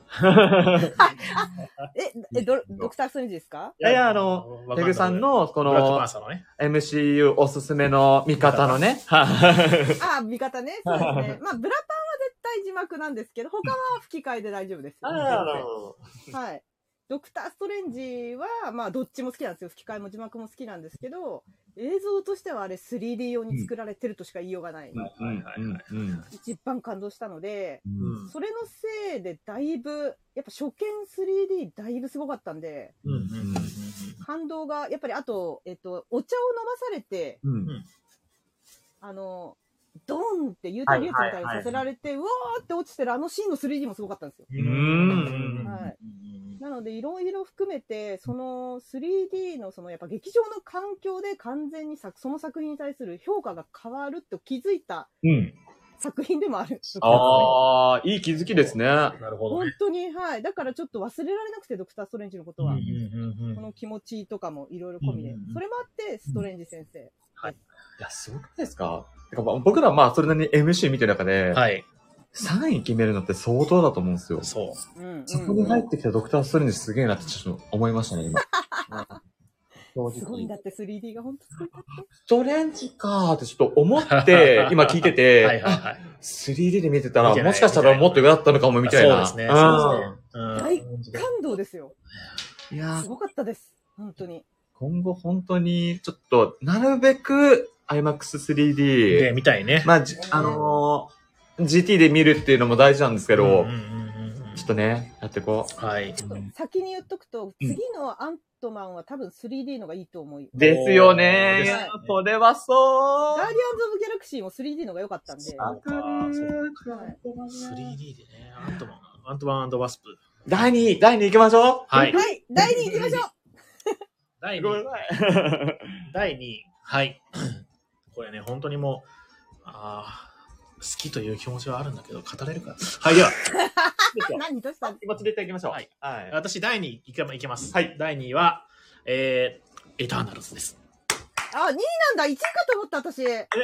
ドクターストレンジですか？ いや、ペグさんの、この、MCU おすすめの見方のね。 見方ね。そうですね。まあ、ブラパンは絶対字幕なんですけど、他は吹き替えで大丈夫です。はい。ドクターストレンジは、まあ、どっちも好きなんですよ。吹き替えも字幕も好きなんですけど、映像としてはあれ 3D 用に作られてるとしか言いようがない。一番感動したので、それのせいでだいぶ、やっぱ初見 3D だいぶすごかったんで、感動が、やっぱりあと、お茶を飲まされて、ドンって言うてるやつみたいにさせられて、うわーって落ちてるあのシーンの 3D もすごかったんですよ。はい。なので、いろいろ含めて、その 3D のそのやっぱ劇場の環境で完全にその作品に対する評価が変わると気づいた作品でもある。 ああ、いい気づきですね。 なるほど、 本当に、はい。だからちょっと忘れられなくて、ドクターストレンジのことは。この気持ちとかもいろいろ込みで。それもあって、ストレンジ先生。 はい。いや、すごくないですか？僕らはまあ、それなりに MC 見てる中で、はい。3位決めるのって相当だと思うんですよ。そう。そこに入ってきたドクターストレンジすげえなってちょっと思いましたね、今。 すごいんだって 3D が本当すごいんだって。 ストレンジかーってちょっと思って、今聞いてて、3D で見てたら、もしかしたらもっと上だったのかもみたいな。 そうですね。大感動ですよ。いやすごかったです。本当に。 今後本当に、ちょっと、なるべく IMAX3D。 で、見たいね。 まあ、GT で見るっていうのも大事なんですけど、ちょっとね、やってこう。 はい。先に言っとくと、次のアントマンは多分 3D のがいいと思う。 ですよね。それはそう。 ガーディアンズ・オブ・ギャラクシーも 3D のが良かったんで。3D でね、アントマン&ワスプ。 第2行きましょう。 はい。第2行きましょう。 第2位。はい。これね、本当にもう、好きという気持ちはあるんだけど、語れるか。はい、では。 何どうした今連れて行きましょう。 はい。私、第2位いけます。はい。第2位は、エターナルズです。 2位なんだ。1位かと思った、私。 分かった、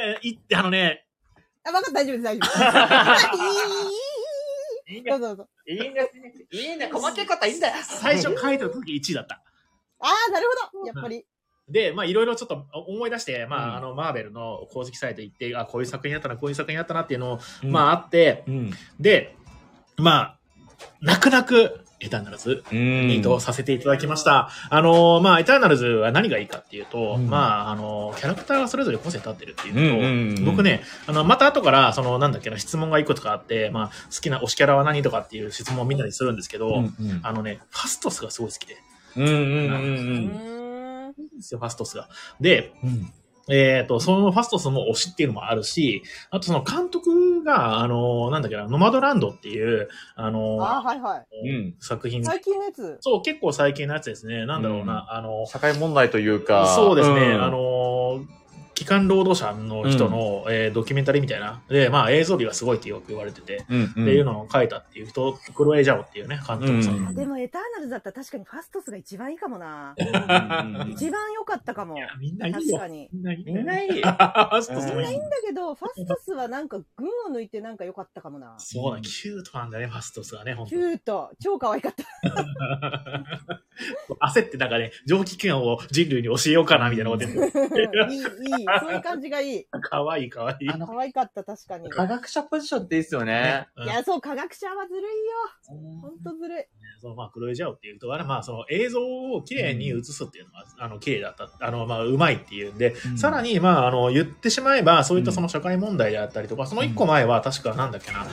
大丈夫です、大丈夫。いいどうぞどうぞ。 いいね、細けいこといいんだよ。 最初書いた時1位だった。 なるほど。やっぱり。 で、まあいろいろちょっと思い出して、まあマーベルの公式サイト行って、こういう作品やったな、こういう作品やったなっていうのを、まああって、で、まあ、泣く泣くエターナルズに移動させていただきました。まあエターナルズは何がいいかっていうと、まあキャラクターがそれぞれ個性立ってるっていうのと、僕ね、また後から、なんだっけな、質問がいくつかあって、まあ好きな推しキャラは何とかっていう質問をみんなにするんですけど、ファストスがすごい好きで。ですよ、ファストスが。で、そのファストスも推しっていうのもあるし、あとその監督が、なんだっけな、ノマドランドっていう、 はいはい。 作品。 最近のやつ？ そう、結構最近のやつですね。なんだろうな、 社会問題というか。 そうですね、基幹労働者の人の、ドキュメンタリーみたいな。で、まあ映像美がすごいってよく言われてて、っていうのを書いたっていう人、クロエ・ジャオっていうね、監督さん。 でもエターナルズだったら確かにファストスが一番いいかもな。一番良かったかも。 みんないいよ。 確かに。 みんないい。 みんないいんだけど、ファストスはなんか群を抜いてなんか良かったかもな。 そうだ、キュートなんだね、ファストスはね、 キュート。超可愛かった。 焦ってなんかね、蒸気機関を人類に教えようかな、みたいなこと言ってる。いい。そういう感じがいい。 かわいい。可愛かった、確かに。 科学者ポジションっていいっすよね。 いや、そう、科学者はずるいよ。ほんとずるい。 まあ、クロエ・ジャオっていう人はね、まあ、その映像を綺麗に映すっていうのは、綺麗だった。まあ、うまいっていうんで、さらに、まあ、言ってしまえば、そういったその社会問題であったりとか、その一個前は、確かなんだっけな、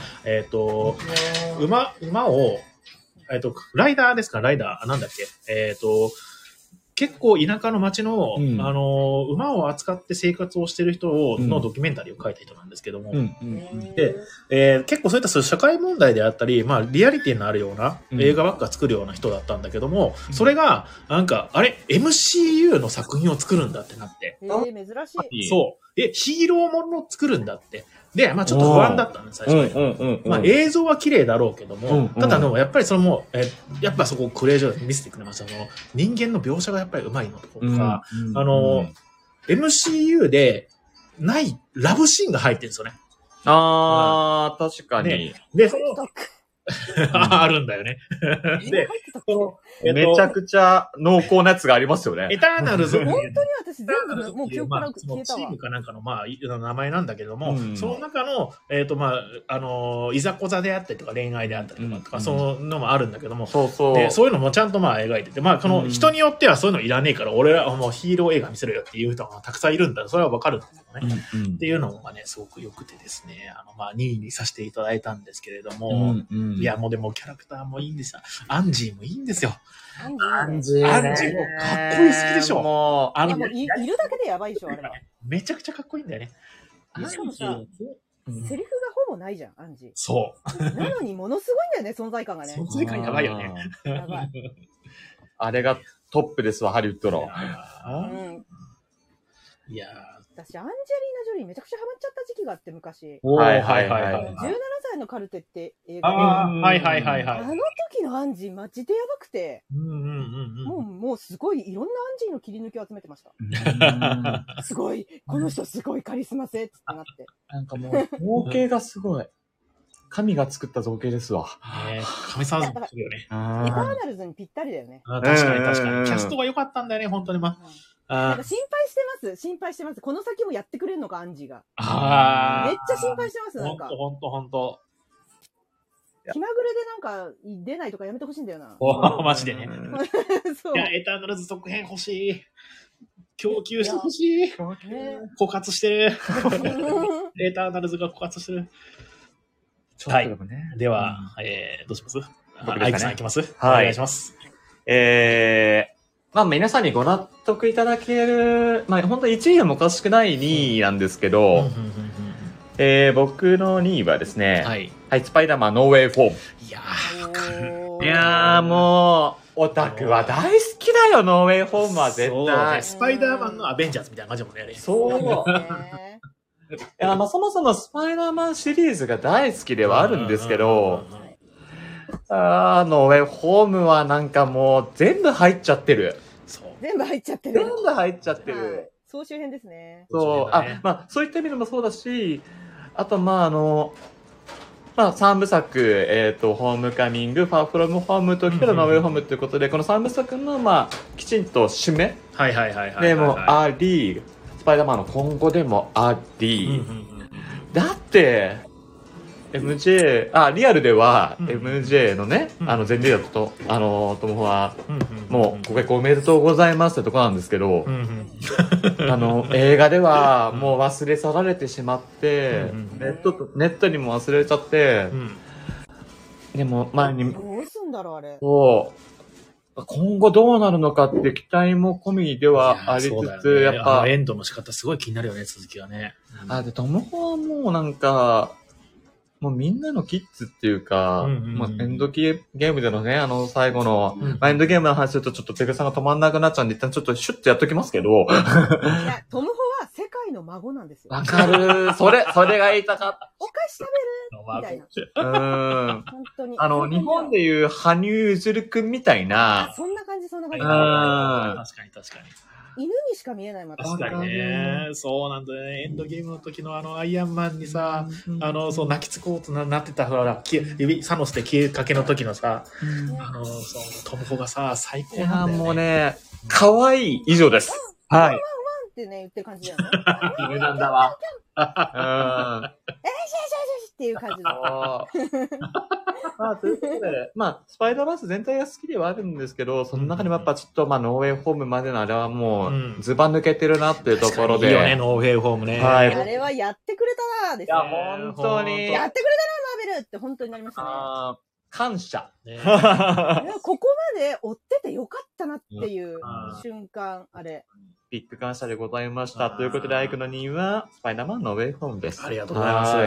馬を、ライダーですか、ライダー、なんだっけ、 結構田舎の町の、馬を扱って生活をしてる人のドキュメンタリーを書いた人なんですけども、で、結構そういった社会問題であったり、まあ、リアリティのあるような映画ばっか作るような人だったんだけども、それが、なんか、あれ、MCU の作品を作るんだってなって。 珍しい。 そう。ヒーローものを作るんだって。で、まあちょっと不安だったんです、最初は。まあ映像は綺麗だろうけども、ただやっぱりそのもう、やっぱそこクレージョーで見せてくれました。人間の描写がやっぱり上手いのとか、MCU でないラブシーンが入ってるんですよね。 確かに。 で、あるんだよね。で、 めちゃくちゃ濃厚なやつがありますよね。 エターナルズ。 本当に私全部もう記憶から消えたわ。 チームかなんかの名前なんだけども、その中のいざこざであったりとか恋愛であったりとか、そういうのもあるんだけども、そういうのもちゃんと描いてて、この人によってはそういうのいらねえから、俺らはもうヒーロー映画見せろよっていう人がたくさんいるんだ。それはわかるんですけどね。っていうのがね、すごく良くてですね、2位にさせていただいたんですけれども、いや、もうでもキャラクターもいいんですよ。アンジーもいいんですよ。 アンジーもかっこいい好きでしょ。 もういるだけでやばいでしょ、あれは。 めちゃくちゃかっこいいんだよね。 しかもさ、セリフがほぼないじゃん、アンジー。 そう。 なのにものすごいんだよね、存在感がね。 存在感やばいよね。 やばい。 あれがトップですわ、ハリウッドの。 いや私、アンジェリーナ・ジョリーめちゃくちゃハマっちゃった時期があって、昔。 はい。 17歳のカルテって映画で。あの時のアンジーマジでやばくて。もうすごいいろんなアンジーの切り抜きを集めてました。すごい、この人すごいカリスマ性ってなって。 なんかもう、造形がすごい。神が作った造形ですわ。 神様作るよね。 エターナルズにぴったりだよね。 確かに。キャストが良かったんだよね、本当に。 なんか心配してます。この先もやってくれるのか、アンジーが。めっちゃ心配してます、なんか。 ほんと。 気まぐれでなんか出ないとかやめてほしいんだよな。 マジでね。 そう。 いや、エターナルズ続編欲しい。供給してほしい。枯渇してる。エターナルズが枯渇してる。はい。では、どうします？アイクさんいきます？お願いします。 皆さんにご納得いただける、本当に1位でもおかしくない2位なんですけど、僕の2位はですね、スパイダーマンノーウェイフォーム。 いやー、わかる。 いやー、もう、オタクは大好きだよ、ノーウェイフォームは絶対。 スパイダーマンのアベンジャーズみたいな感じもね。 そう。そもそもスパイダーマンシリーズが大好きではあるんですけど、ノーウェイフォームはなんかもう全部入っちゃってる。 全部入っちゃってる。 全部入っちゃってる。 総集編ですね。 そう。そういった意味でもそうだし、あと3部作、ホームカミング、ファーフロムホームと来たらノーウェイホームということで、この3部作のきちんと締めでもあり、スパイダーマンの今後でもあり、だって、リアルでは MJ のね、前例だと、トムホは、もうご結婚おめでとうございますってとこなんですけど、映画ではもう忘れ去られてしまって、ネットにも忘れちゃって、でも前に、 どうすんだろうあれ。 そう。今後どうなるのかって期待も込みではありつつ、やっぱ。 エンドの仕方すごい気になるよね、続きはね。 で、トムホはもうなんか、もうみんなのキッズっていうか、エンドゲームでのね、最後の、エンドゲームの話するとちょっとペグさんが止まんなくなっちゃうんで、一旦ちょっとシュッとやっときますけど。いや、 トムホは世界の孫なんですよ。 わかる。それが言いたかった。 お菓子食べるみたいな。本当に。 日本でいう羽生結弦くんみたいな。 そんな感じ。 確かに。 犬にしか見えない、また。 確かにね。そうなんだよね。エンドゲームの時のアイアンマンにさ、そう泣きつこうとなってた、ほら、サノスで消えかけの時のさ、トムホがさ、最高なんだよね。 もうね、可愛い以上です。はい。 ワンワンってね、言ってる感じだよね。 犬なんだわ。 っていう感じだ。 ということで、スパイダーバース全体が好きではあるんですけど、その中でもやっぱちょっと、ノーウェイホームまでのあれはもう、ずば抜けてるなっていうところで。 いいよね、ノーウェイホームね。 あれはやってくれたなーですね。 いや、本当に。 やってくれたな、マーベルって本当になりましたね。 感謝。 ね、ここまで追っててよかったなっていう瞬間、あれ。 ビッグ感謝でございました。ということで、アイクの2位は、スパイダーマンノーウェイホームです。 ありがとうございます。はい、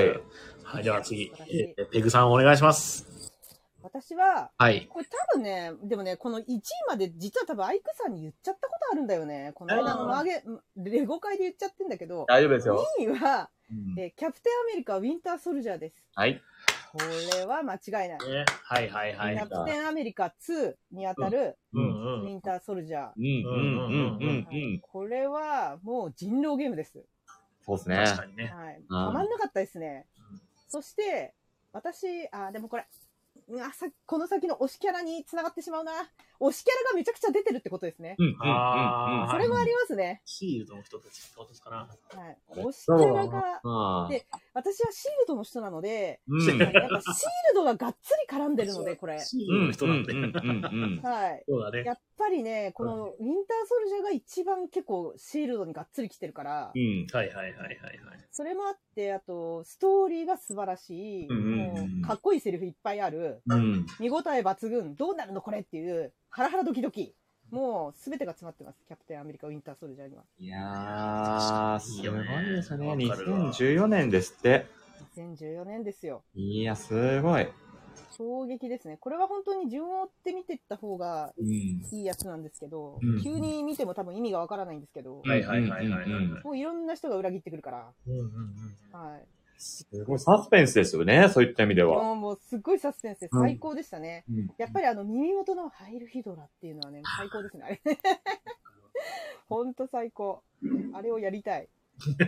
では次、ペグさんお願いします。 私は、 はい。 これ多分ね、でもね、この1位まで実は多分アイクさんに言っちゃったことあるんだよね。この間のレゴ会で言っちゃってんだけど。 大丈夫ですよ。 2位は、キャプテンアメリカウィンターソルジャーです。 はい。 これは間違いない。 はいはいはい。 キャプテンアメリカ2にあたる、ウィンターソルジャー。これはもう人狼ゲームです。 そうですね。 確かにね。 はい。たまんなかったですね。そして、私、でもこれ、この先の推しキャラに繋がってしまうな。推しキャラがめちゃくちゃ出てるってことですね。それもありますね。 シールドの人たちってことですかな。 はい。推しキャラが、で、私はシールドの人なので、やっぱシールドががっつり絡んでるので、これ。 シールドの人なんで。 はい。そうだね。やっぱりね、このウィンターソルジャーが一番結構シールドにがっつり来てるから。 はいはいはいはい。 それもあって、あと、ストーリーが素晴らしい。もう、かっこいいセリフいっぱいある。見応え抜群。どうなるのこれっていう、ハラハラドキドキ。もう、すべてが詰まってます。キャプテンアメリカウィンターソルジャーには。 いやー、すごいですね。2014年ですって。 2014年ですよ。 いや、すごい。 衝撃ですね。これは本当に順を追って見ていった方がいいやつなんですけど、急に見ても多分意味がわからないんですけど、もういろんな人が裏切ってくるから。はい。 すごいサスペンスですよね、そういった意味では。 もうすっごいサスペンスで最高でしたね。やっぱり耳元のハイルヒドラっていうのはね、最高ですね、あれ。ほんと最高。あれをやりたい。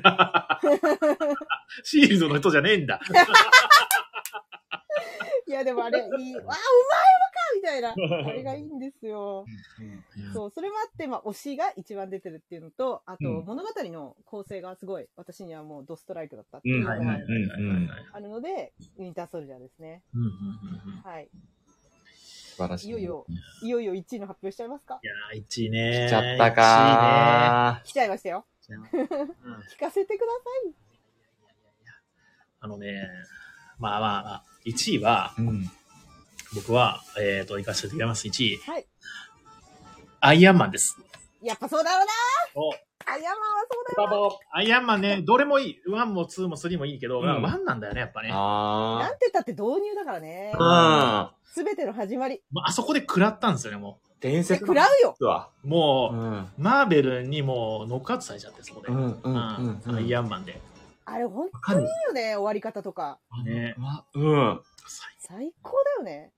シールドの人じゃねえんだ。 いや、でもあれ、いい。わあ、うまいのかみたいな。あれがいいんですよ。そう、それもあって、推しが一番出てるっていうのと、あと、物語の構成がすごい、私にはもうドストライクだったっていうのがあるので、ウィンターソルジャーですね。はい。 素晴らしい。 いよいよ1位の発表しちゃいますか？ いやー、1位ね。 来ちゃったかー。来ちゃいましたよ。聞かせてください。 1位は、僕は、行かせていただきます。1位。 はい。 アイアンマンです。 やっぱそうだろうなー。アイアンマンはそうだよな。 アイアンマンね、どれもいい。1も2も3もいいけど、1なんだよね、やっぱね。 なんて言ったって導入だからね。すべての始まり。 あそこで食らったんですよね、もう。 伝説。 食らうよ。 もう、マーベルにもノックアウトされちゃって、そこで。アイアンマンで。 あれ、本当にいいよね、終わり方とか。 ね。 最高だよね。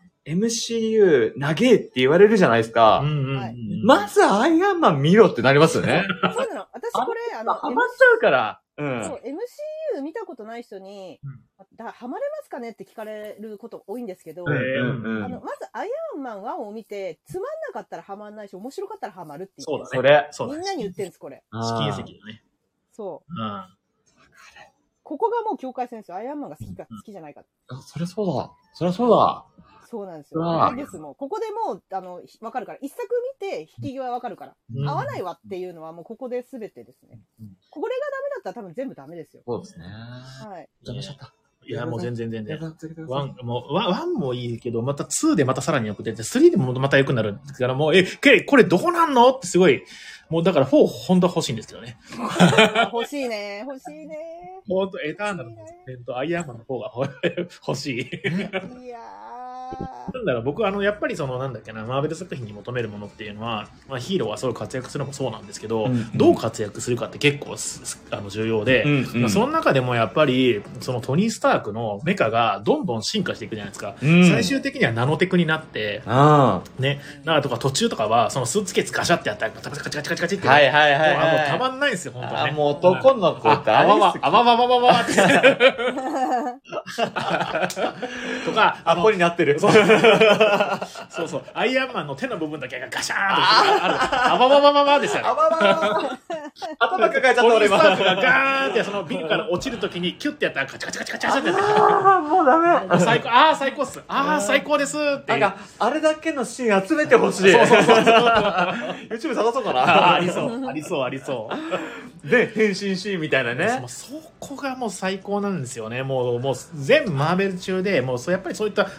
MCU 長えって言われるじゃないですか。まずアイアンマン見ろってなりますよね。 そうなの。私これ、 ハマっちゃうから。 そう、MCU 見たことない人に、ハマれますかねって聞かれること多いんですけど、まずアイアンマン1を見て、つまんなかったらハマんないし、面白かったらハマるって言ってる。 そうだね。 みんなに言ってるんです、これ。 試金石だね。 そう。ここがもう境界線ですよ。アイアンマンが好きか好きじゃないか。 そりゃそうだ。そりゃそうだ。 そうなんですよ。ですもうここでもうわかるから、一作見て引き際わかるから、合わないわっていうのはもうここで全てですね。これがダメだったら多分全部ダメですよ。 そうですね。 はい。 ダメしちゃった。 いや、もう全然。1もいいけど、また2でまたさらに良くて、3でもまた良くなるから、もう、これどこなんのってすごい、もうだから4本当は欲しいんですけどね。 欲しいね。 本当エターナルとアイアンマンの方が欲しい。 いやなんだろう、僕やっぱりなんだっけな、マーベル作品に求めるものっていうのは、ヒーローはすごい活躍するのもそうなんですけど、どう活躍するかって結構重要で、その中でもやっぱり、トニー・スタークのメカがどんどん進化していくじゃないですか。最終的にはナノテクになって、ね、だからとか途中とかは、スーツケースガシャってやったら、カチカチって。もうたまんないんですよ、本当ね。 もう男の子大好き。 あわって。とか、 アホになってる。 そう。アイアンマンの手の部分だけがガシャーンとあわですよね。 頭抱えちゃった俺今。 トニー・スタークがガーンってビルから落ちるときにキュッてやったらカチカチってやって。 もうダメ。 最高っす。最高ですって。 なんか、あれだけのシーン集めてほしい。 そう。 YouTube 探そうかな。 ありそう。 で、変身シーンみたいなね。 そこがもう最高なんですよね。もう全マーベル中で、もうやっぱりそういったメカ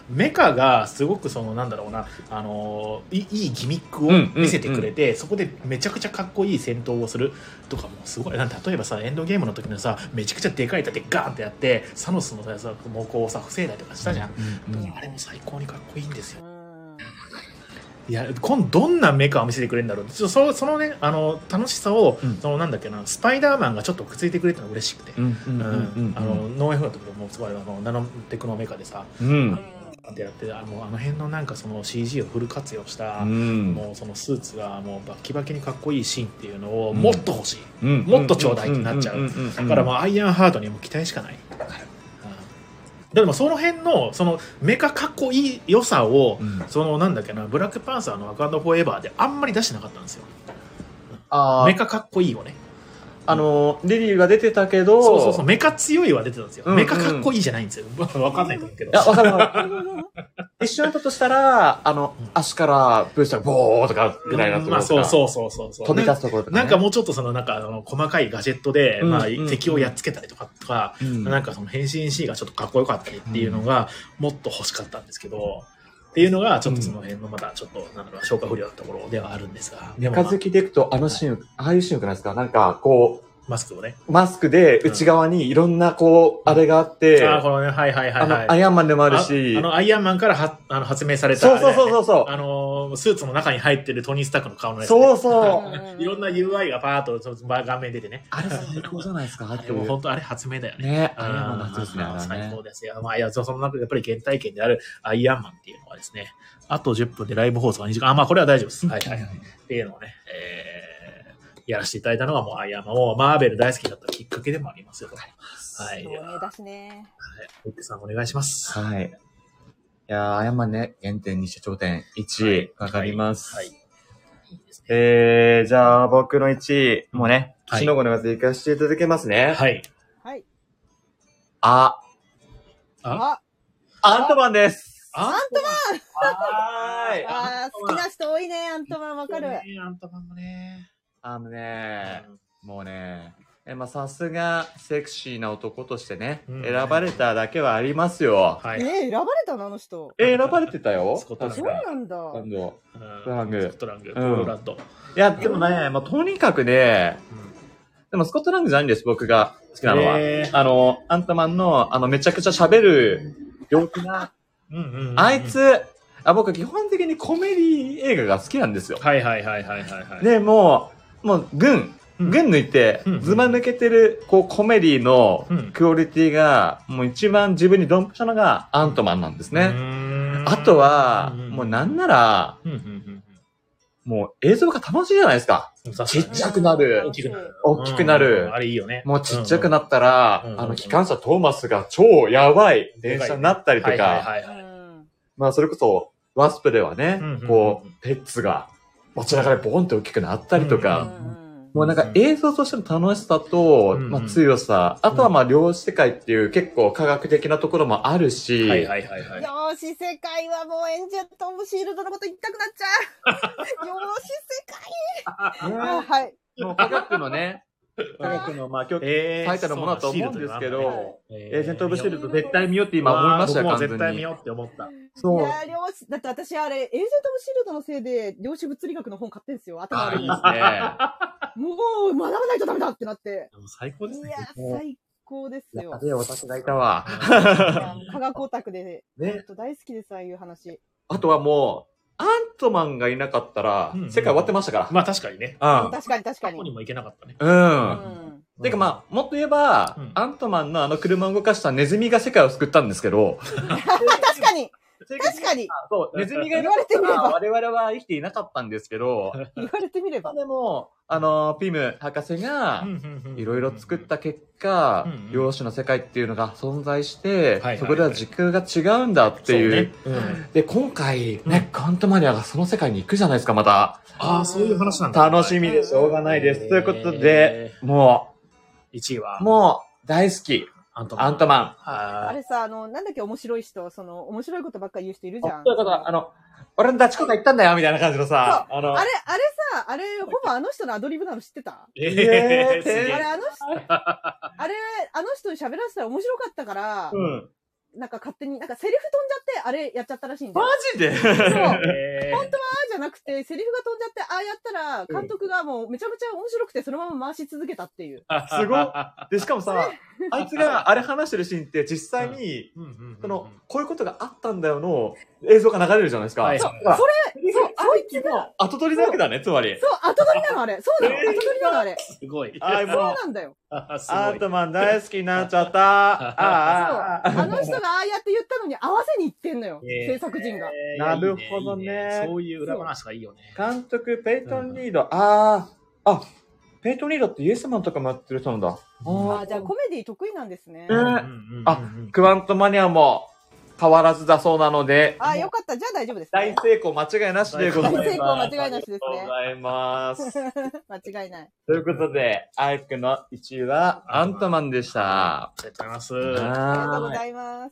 カがすごくなんだろうな、いいギミックを見せてくれて、そこでめちゃくちゃかっこいい戦闘をするとかもすごい。例えばさ、エンドゲームの時のさ、めちゃくちゃでかい盾ガーンってやって、サノスのさ、もうこうさ、防いだりとかしたじゃん。あれも最高にかっこいいんですよ。いや、今度どんなメカを見せてくれるんだろう。そのね、楽しさを、なんだっけな、スパイダーマンがちょっとくっついてくれたの嬉しくて。ノーエフの時もすごい、ナノテクノメカでさ、ってやって、あの辺のなんかその CG をフル活用した、もうそのスーツがもうバキバキにかっこいいシーンっていうのをもっと欲しい。もっとちょうだいってなっちゃう。だからもうアイアンハートにも期待しかない。でもその辺のそのメカかっこいい良さを、なんだっけな、ブラックパンサーのワカンダフォーエバーであんまり出してなかったんですよ。メカかっこいいよね。 リリーが出てたけど、 そう、メカ強いは出てたんですよ。メカかっこいいじゃないんですよ。わかんないと思うけど。 いや、わかる。一緒だったとしたら、足からブースターボーとかぐらいなところとか。 そう。 飛び出すところとか、 なんかもうちょっと細かいガジェットで、敵をやっつけたりとか、なんかその変身シーンがちょっとかっこよかったりっていうのが、もっと欲しかったんですけど、っていうのが、ちょっとその辺のまだちょっと、なんだろう、消化不良なところではあるんですが。 メカ好きでいくと、シーン、ああいうシーンよくないですか？なんか、こう、 マスクをね。 マスクで内側にいろんなこう、あれがあって。 このね、はい。 アイアンマンでもあるし。 アイアンマンから発明された。 そう。 スーツの中に入ってるトニー・スタックの顔のやつ。 そう。 いろんな UI がパーッと画面出てね。 あれ最高じゃないですか。 でも本当あれ発明だよね。 ね。アイアンマンの初ですね。 最高ですよ。その中でやっぱり原体験であるアイアンマンっていうのはですね、あと10分でライブ放送が2時間。これは大丈夫です。はい。っていうのをね、やらせていただいたのがもうアイアンマンをマーベル大好きだったきっかけでもありますよと。はい。 そうね、だしね。 はい。奥さんお願いします。 はい。いやー、アイアンマンね、原点2社頂点1位、わかります。はい。いいですね。じゃあ僕の1位、もうね、しのごのやつ行かせていただけますね。 はい。 アントマンです。 アントマンはーい。好きな人多いね、アントマンわかる。 アントマンもね。 もうね、さすがセクシーな男としてね、選ばれただけはありますよ。 選ばれたのあの人。 選ばれてたよ。 そうなんだ。 スコットランド、コロラド。 いや、でもね、とにかくね、でもスコットランドじゃないんです、僕が好きなのは。アントマンの、めちゃくちゃ喋る、陽気な、あいつ、僕基本的にコメディ映画が好きなんですよ。 はい。 で、もう、軍抜いて、ずば抜けてる、こう、コメディのクオリティが、もう一番自分にドンピシャのがアントマンなんですね。あとは、もうなんなら、もう映像が楽しいじゃないですか。ちっちゃくなる。大きくなる。 あれいいよね。 もうちっちゃくなったら、機関車トーマスが超やばい電車になったりとか、それこそ、ワスプではね、こう、ペッツが街中でボンって大きくなったりとか、もうなんか映像としての楽しさと、強さ、あとは量子世界っていう結構科学的なところもあるし、 量子世界はもうエンジェット・オブ・シールドのこと言いたくなっちゃう。量子世界はい。 もう科学のね、科学の今日書いたものだと思うんですけど、エージェント・オブ・シールド絶対見ようって今思いましたよ、 僕も絶対見ようって思った。 そう。いや、量子、だって私あれ、エージェント・オブ・シールドのせいで、量子物理学の本買ってんですよ。頭悪いですね。もう、学ばないとダメだってなって。 最高ですね。 いや、最高ですよ。 やべえ、オタクがいたわ。 科学オタクで、ね、大好きです、ああいう話。 あとはもう、アントマンがいなかったら、世界終わってましたから。 確かにね。 確かに。 ここにも行けなかったね。 てかもっと言えば、アントマンの車を動かしたネズミが世界を救ったんですけど。 確かに。 そう、ネズミがいなかったら我々は生きていなかったんですけど。 言われてみれば。 でも、ピム博士が、いろいろ作った結果、量子の世界っていうのが存在して、そこでは時空が違うんだっていう。で、今回、ね、アントマニアがその世界に行くじゃないですか、また。 そういう話なんだ。 楽しみでしょうがないです。ということで、もう、1位はもう、大好き。アントマン。 あれさ、なんだっけ面白い人、面白いことばっかり言う人いるじゃん。 そういうこと、俺のダチコが言ったんだよ、みたいな感じのさ。 あれほぼあの人のアドリブなの知ってた？あの人に喋らせたら面白かったから、 なんか勝手に、なんかセリフ飛んじゃって、あれやっちゃったらしいんで。 マジでそう。本当はああじゃなくて、セリフが飛んじゃって、ああやったら、監督がもうめちゃめちゃ面白くて、そのまま回し続けたっていう。 すごい。で、しかもさ、あいつがあれ話してるシーンって実際に、こういうことがあったんだよの映像が流れるじゃないですか。 そう、そいつが。 後取りなわけだね、つまり。 そう、後取りなのあれ。そうなの、後取りなのあれ。 すごい。 そうなんだよ。 アートマン大好きになっちゃった。 あの人がああやって言ったのに合わせに行ってんのよ。制作陣が。 なるほどね。 そういう裏話がいいよね。 監督、ペイトン・リード。ペイトン・リードってイエスマンとかもやってる人なんだ。 じゃあコメディ得意なんですね。 クワントマニアも変わらずだそうなので。 よかった。じゃあ大丈夫です。 大成功間違いなしでございます。 大成功間違いなしですね。 ありがとうございます。 間違いない。 ということで、アイクの1位はアントマンでした。 ありがとうございます。 ありがとうございます。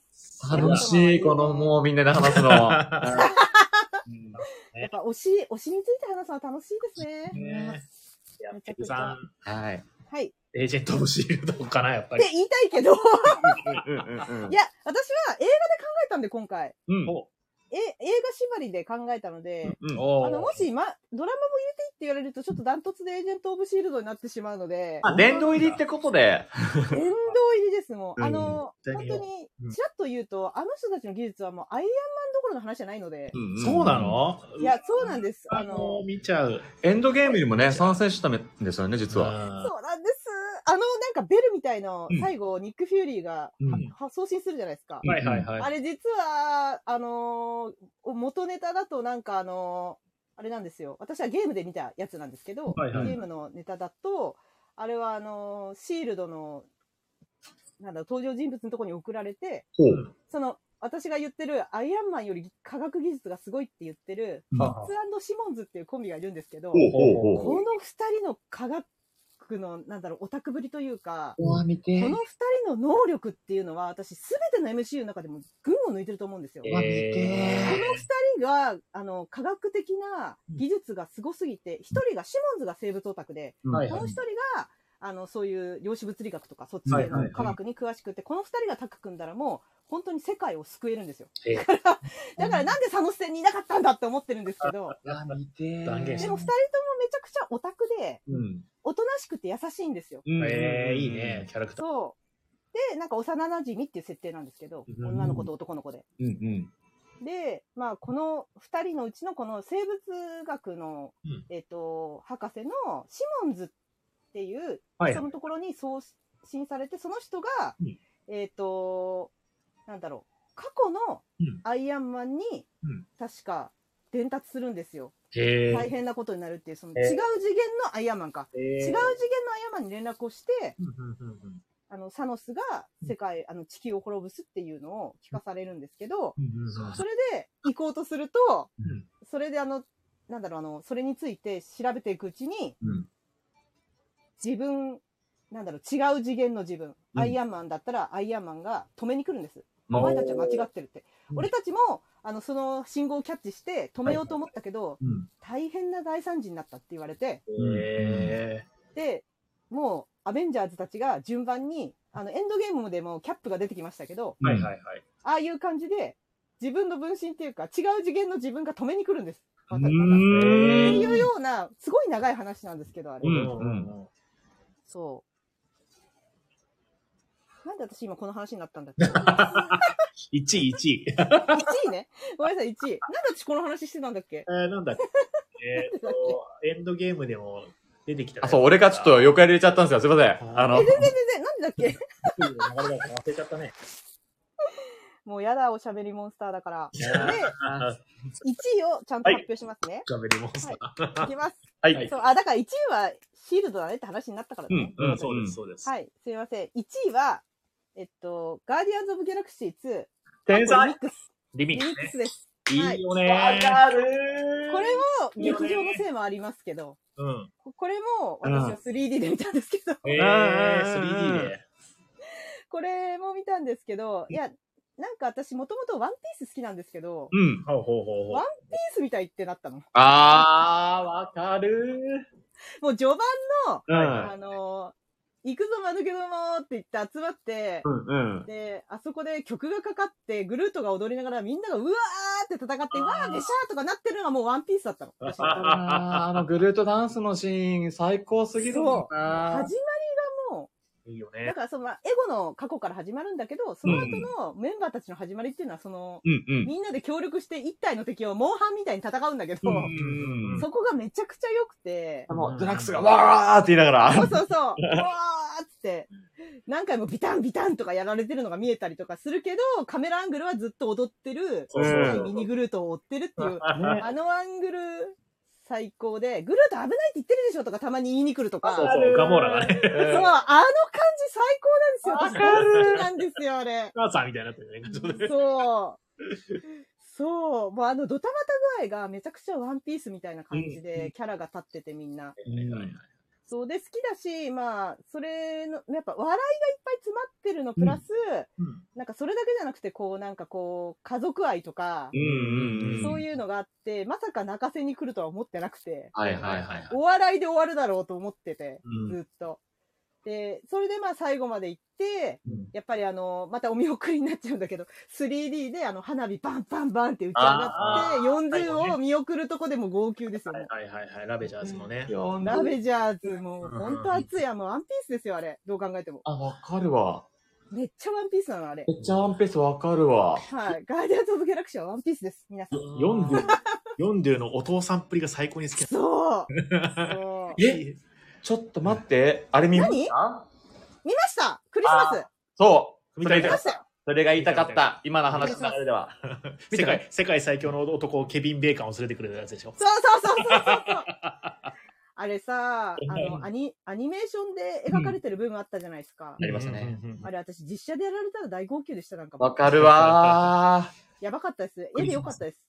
楽しい、このもうみんなで話すの。やっぱ推しについて話すのは楽しいですね。 めちゃくちゃ。 はい。 はい。 エージェント・オブ・シールドかな、やっぱり。 って言いたいけど。いや、私は映画で考えたんで、今回。映画縛りで考えたので、もし、ドラマも入れていいって言われると、ちょっとダントツでエージェント・オブ・シールドになってしまうので。 殿堂入りってことで。 殿堂入りですもん。本当に、ちらっと言うと、あの人たちの技術はもうアイアンマンどころの話じゃないので。 そうなの？ いや、そうなんです。 見ちゃう。 エンドゲームにもね、参戦したんですよね、実は。 そうなんです。なんかベルみたいの、最後、ニック・フューリーが、送信するじゃないですか。 はいはいはい。 あれ実は、元ネタだとなんかあれなんですよ。私はゲームで見たやつなんですけど、ゲームのネタだと、あれはシールドの、登場人物のところに送られて、私が言ってるアイアンマンより科学技術がすごいって言ってる、フィッツ&シモンズっていうコンビがいるんですけど、この二人の科学の、オタクぶりというか、この二人の能力っていうのは、私すべての MCU の中でも群を抜いてると思うんですよ。この二人が、科学的な技術がすごすぎて、一人がシモンズが生物オタクで、もう一人が、そういう量子物理学とかそっちでの科学に詳しくて、この二人がタッグ組んだらもう、本当に世界を救えるんですよ。だからなんでサノス戦にいなかったんだって思ってるんですけど。でも二人ともめちゃくちゃオタクで、おとなしくて優しいんですよ。 いいね、キャラクター。 そう。で、なんか幼馴染っていう設定なんですけど、女の子と男の子で。で、この二人のうちのこの生物学の、博士のシモンズっていう、そのところに送信されて、その人が、過去のアイアンマンに、確か伝達するんですよ。大変なことになるっていう、その違う次元のアイアンマンか。違う次元のアイアンマンに連絡をして、サノスが世界、地球を滅ぼすっていうのを聞かされるんですけど、それで行こうとすると、それでそれについて調べていくうちに、自分、違う次元の自分、アイアンマンだったらアイアンマンが止めに来るんです。お前たちは間違ってるって。俺たちも、その信号をキャッチして止めようと思ったけど、大変な大惨事になったって言われて、で、もう、アベンジャーズたちが順番に、エンドゲームでもキャップが出てきましたけど、ああいう感じで、自分の分身っていうか、違う次元の自分が止めに来るんです。っていうような、すごい長い話なんですけど、あれ。そう。なんで私今この話になったんだっけ1 位。 1位ね。ごめんなさい、1位。なんで私この話してたんだっけなんだっけエンドゲームでも出てきた。 そう、俺がちょっと横やれちゃったんですよ。すいません。 全然、なんでだっけ忘れちゃったね。 もうやだ、おしゃべりモンスターだから。で、1位をちゃんと発表しますね。 おしゃべりモンスター。 いきます。 はい。 そう、だから1位はシールドだねって話になったからね。 そうです、そうです。 はい、すいません。1位は、ガーディアンズ・オブ・ギャラクシー2。 天才リミックスです。 いいよねわかるこれも、劇場のせいもありますけど。これも、私は 3D で見たんですけど。 3D で。 これも見たんですけど、いや、なんか私もともとワンピース好きなんですけど、ワンピースみたいってなったの。 わかるもう序盤の、 行くぞ、間抜けどもって言って集まって、で、あそこで曲がかかって、グルートが踊りながらみんながうわーって戦って、うわーでしゃーとかなってるのがもうワンピースだったの。 グルートダンスのシーン、最高すぎるもんな。 始まりがもう、いいよね。だからその、エゴの過去から始まるんだけど、その後のメンバーたちの始まりっていうのは、その、みんなで協力して一体の敵をモンハンみたいに戦うんだけど、そこがめちゃくちゃ良くて、 ドラックスがわーって言いながら。 そうそうそう、わーって、何回もビタンビタンとかやられてるのが見えたりとかするけど、カメラアングルはずっと踊ってる、ミニグルートを追ってるっていう、あのアングル、最高で、グルート危ないって言ってるでしょとかたまに言いに来るとか。 そうそう、ガモーラがね。 そう、あの感じ最高なんですよ。私好きなんですよ、あれ。 母さんみたいになってるね。 そう。そう。もうドタバタ具合がめちゃくちゃワンピースみたいな感じで、キャラが立っててみんな。そうで好きだし、まあ、それの、やっぱ笑いがいっぱい詰まってるのプラス、なんかそれだけじゃなくて、こう、なんかこう、家族愛とか、そういうのがあって、まさか泣かせに来るとは思ってなくて、お笑いで終わるだろうと思ってて、ずっと。で、それでまあ最後まで行って、やっぱりまたお見送りになっちゃうんだけど、3D で花火バンバンバンって打ち上がって、40を見送るとこでも号泣ですよね。 ラベジャーズのね。 ラベジャーズもうほんと熱い。ワンピースですよ、あれ。どう考えても。 わかるわ。 めっちゃワンピースなの、あれ。 めっちゃワンピースわかるわ。 はい。ガーディアンズ・オブ・ギャラクシーはワンピースです、皆さん。 40のお父さんっぷりが最高に好き。 そう。 ちょっと待って、あれ見ました見ましたクリスマスそう。 見ましたよ。 それが言いたかった。今の話の流れでは。 世界最強の男、ケビン・ベーカンを連れてくれるやつでしょ。 そうあれさ、アニメーションで描かれてる部分あったじゃないですか。 ありましたね。 あれ私実写でやられたら大号泣でした、なんか。 わかるわー。やばかったです。絵でよかったです。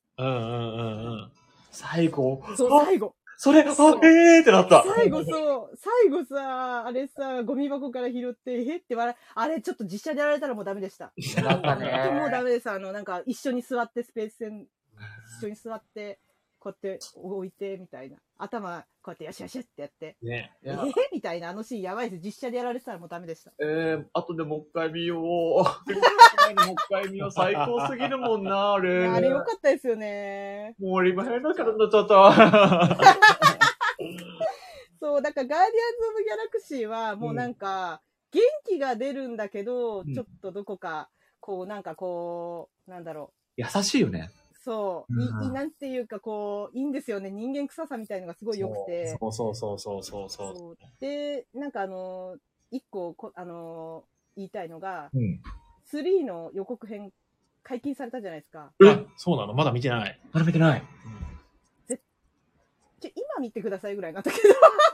最後。 そう、最後。 それ、ってなった。 最後さ、あれさ、ゴミ箱から拾って、って笑あれちょっと実写でやられたらもうダメでした。 なんかね。 もうダメです。なんか一緒に座ってスペース船、一緒に座って、こうやって置いて、みたいな。頭、こうやってよしよしってやって。 ね。 みたいな、シーンやばいです。実写でやられてたらもうダメでした。 後でもう一回見よう。もう一回見よう。最高すぎるもんな、あれ。 あれよかったですよね。 もう今変なキャラになっちゃった。 そう、だからガーディアンズ・オブ・ギャラクシーは、もうなんか、元気が出るんだけど、ちょっとどこか、こう、なんかこう、なんだろう。優しいよね。 そう。なんていうか、こう、いいんですよね。人間臭さみたいのがすごい良くて。 そう。 で、なんか一個言いたいのが、3の予告編解禁されたじゃないですか。 そうなのまだ見てない。 まだ見てない。 今見てくださいぐらいなんだけど。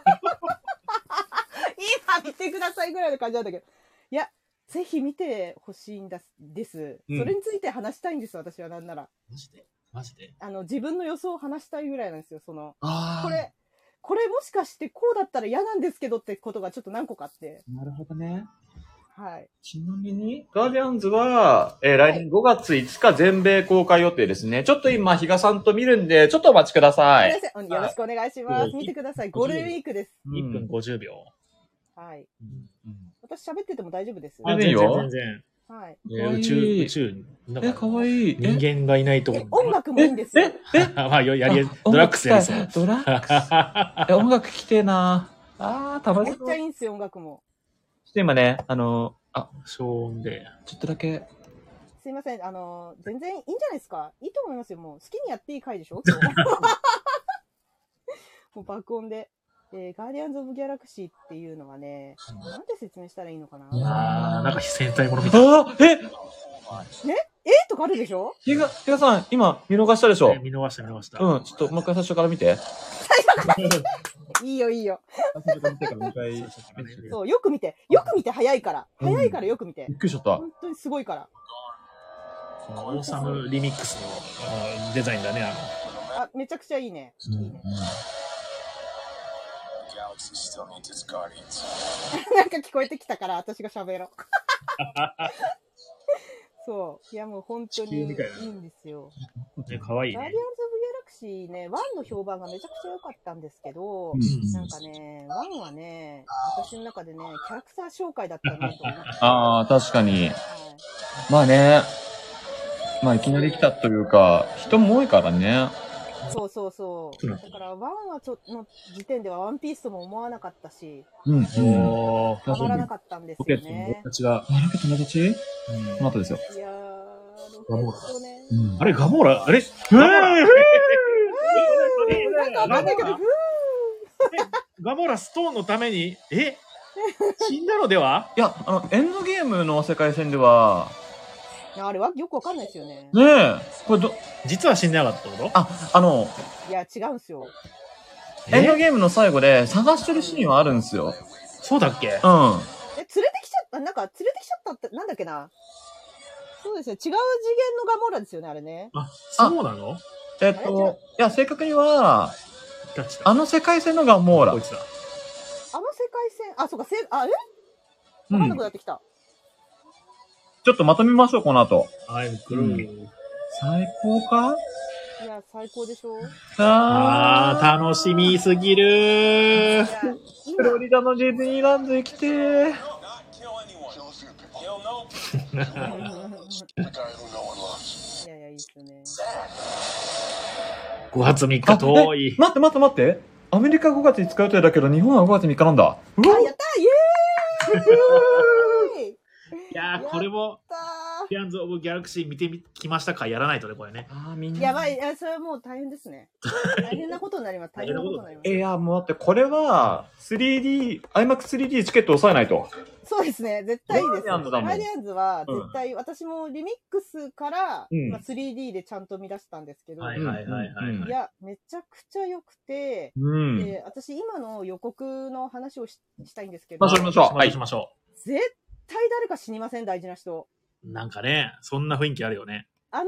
今見てくださいぐらいの感じなんだけど。いや、ぜひ見てほしいんです。それについて話したいんです、私はなんなら。 マジで自分の予想を話したいぐらいなんですよ、これもしかしてこうだったら嫌なんですけどってことがちょっと何個かあって。 なるほどね。 はい。 ちなみに、ガーディアンズは、来年5月5日全米公開予定ですね。ちょっと今、比嘉さんと見るんで、ちょっとお待ちください。 よろしくお願いします。見てください。ゴールデンウィークです。 1分50秒。 はい。私喋ってても大丈夫です。 全然。 はい。 宇宙。 かわいい。 人間がいないとこ。 音楽もいいんですよ。 まあ、ドラッグスやりそう。 ドラッグス。音楽聴きてえな。楽しそう。 めっちゃいいんですよ、音楽も。 ちょっと今ね、 消音で。 ちょっとだけ。 すいません、全然いいんじゃないですか。いいと思いますよ、もう。好きにやっていい回でしょもう爆音で。ガーディアンズ・オブ・ギャラクシーっていうのはね、なんで説明したらいいのかな。 なんか戦隊ものみたい。 とかあるでしょ。 比嘉さん、今、見逃したでしょ。 見逃した。 ちょっともう一回最初から見て。 いいよ。そう、よく見て、早いから。よく見て。 びっくりしちゃった。 本当にすごいから。 オーサムリミックスのデザインだね、 めちゃくちゃいいね。なんか聞こえてきたから私が喋ろう。そう。いやもう本当にいいんですよ。 かわいいね。 ガーディアンズ・オブ・ギャラクシシーね、1の評判がめちゃくちゃ良かったんですけど、なんかね、1はね、私の中でね、キャラクター紹介だったなと思って。 ああ、確かに。はい、まあね、まあいきなり来たというか、人も多いからね。 そうそうそう。だから、1はの時点ではワンピースとも思わなかったし、たまらなかったんですよね。 ロケットの友達が、ロケットの友達この後ですよ。 いやー、ロケットね。 あれ、ガモーラあれなんかわかんないけど、 ガモーラストーンのために、死んだのでは？ いや、エンドゲームの世界線では、 あれはよくわかんないですよね。 ねえ。これ実は死んでなかったってこと？ いや、違うんすよ。 エンドゲームの最後で探してるシーンはあるんですよ。 そうだっけ？ 連れてきちゃったって、なんだっけな。そうですよ。違う次元のガモーラですよね、あれね。 あ、そうなの？ いや、正確には、世界線のガモーラ。 世界線、そうか、わかんなくなってきた。 ちょっとまとめましょう、この後。 I'm cool。 最高か？ いや、最高でしょ？ 楽しみすぎる。 フロリダのディズニーランド行きてー。 いや、いいっすね。 5月3日遠い。 待って。アメリカ5月5日予定だけど、日本は5月3日なんだ。 やったー、イエーイいやー、これも、ガーディアンズ・オブ・ギャラクシー見てきましたか？やらないとね、これね。 やばい、それはもう大変ですね。大変なことになります。 いや、もうだってこれは、IMAX3D チケット押さえないと。 そうですね、絶対いいです。ガーディアンズは絶対、私もリミックスから、3D でちゃんと見出したんですけど、いや、めちゃくちゃ良くて、で、私今の予告の話をしたいんですけど、 しましょう。 絶対誰か死にません、大事な人。 なんかね、そんな雰囲気あるよね。 なん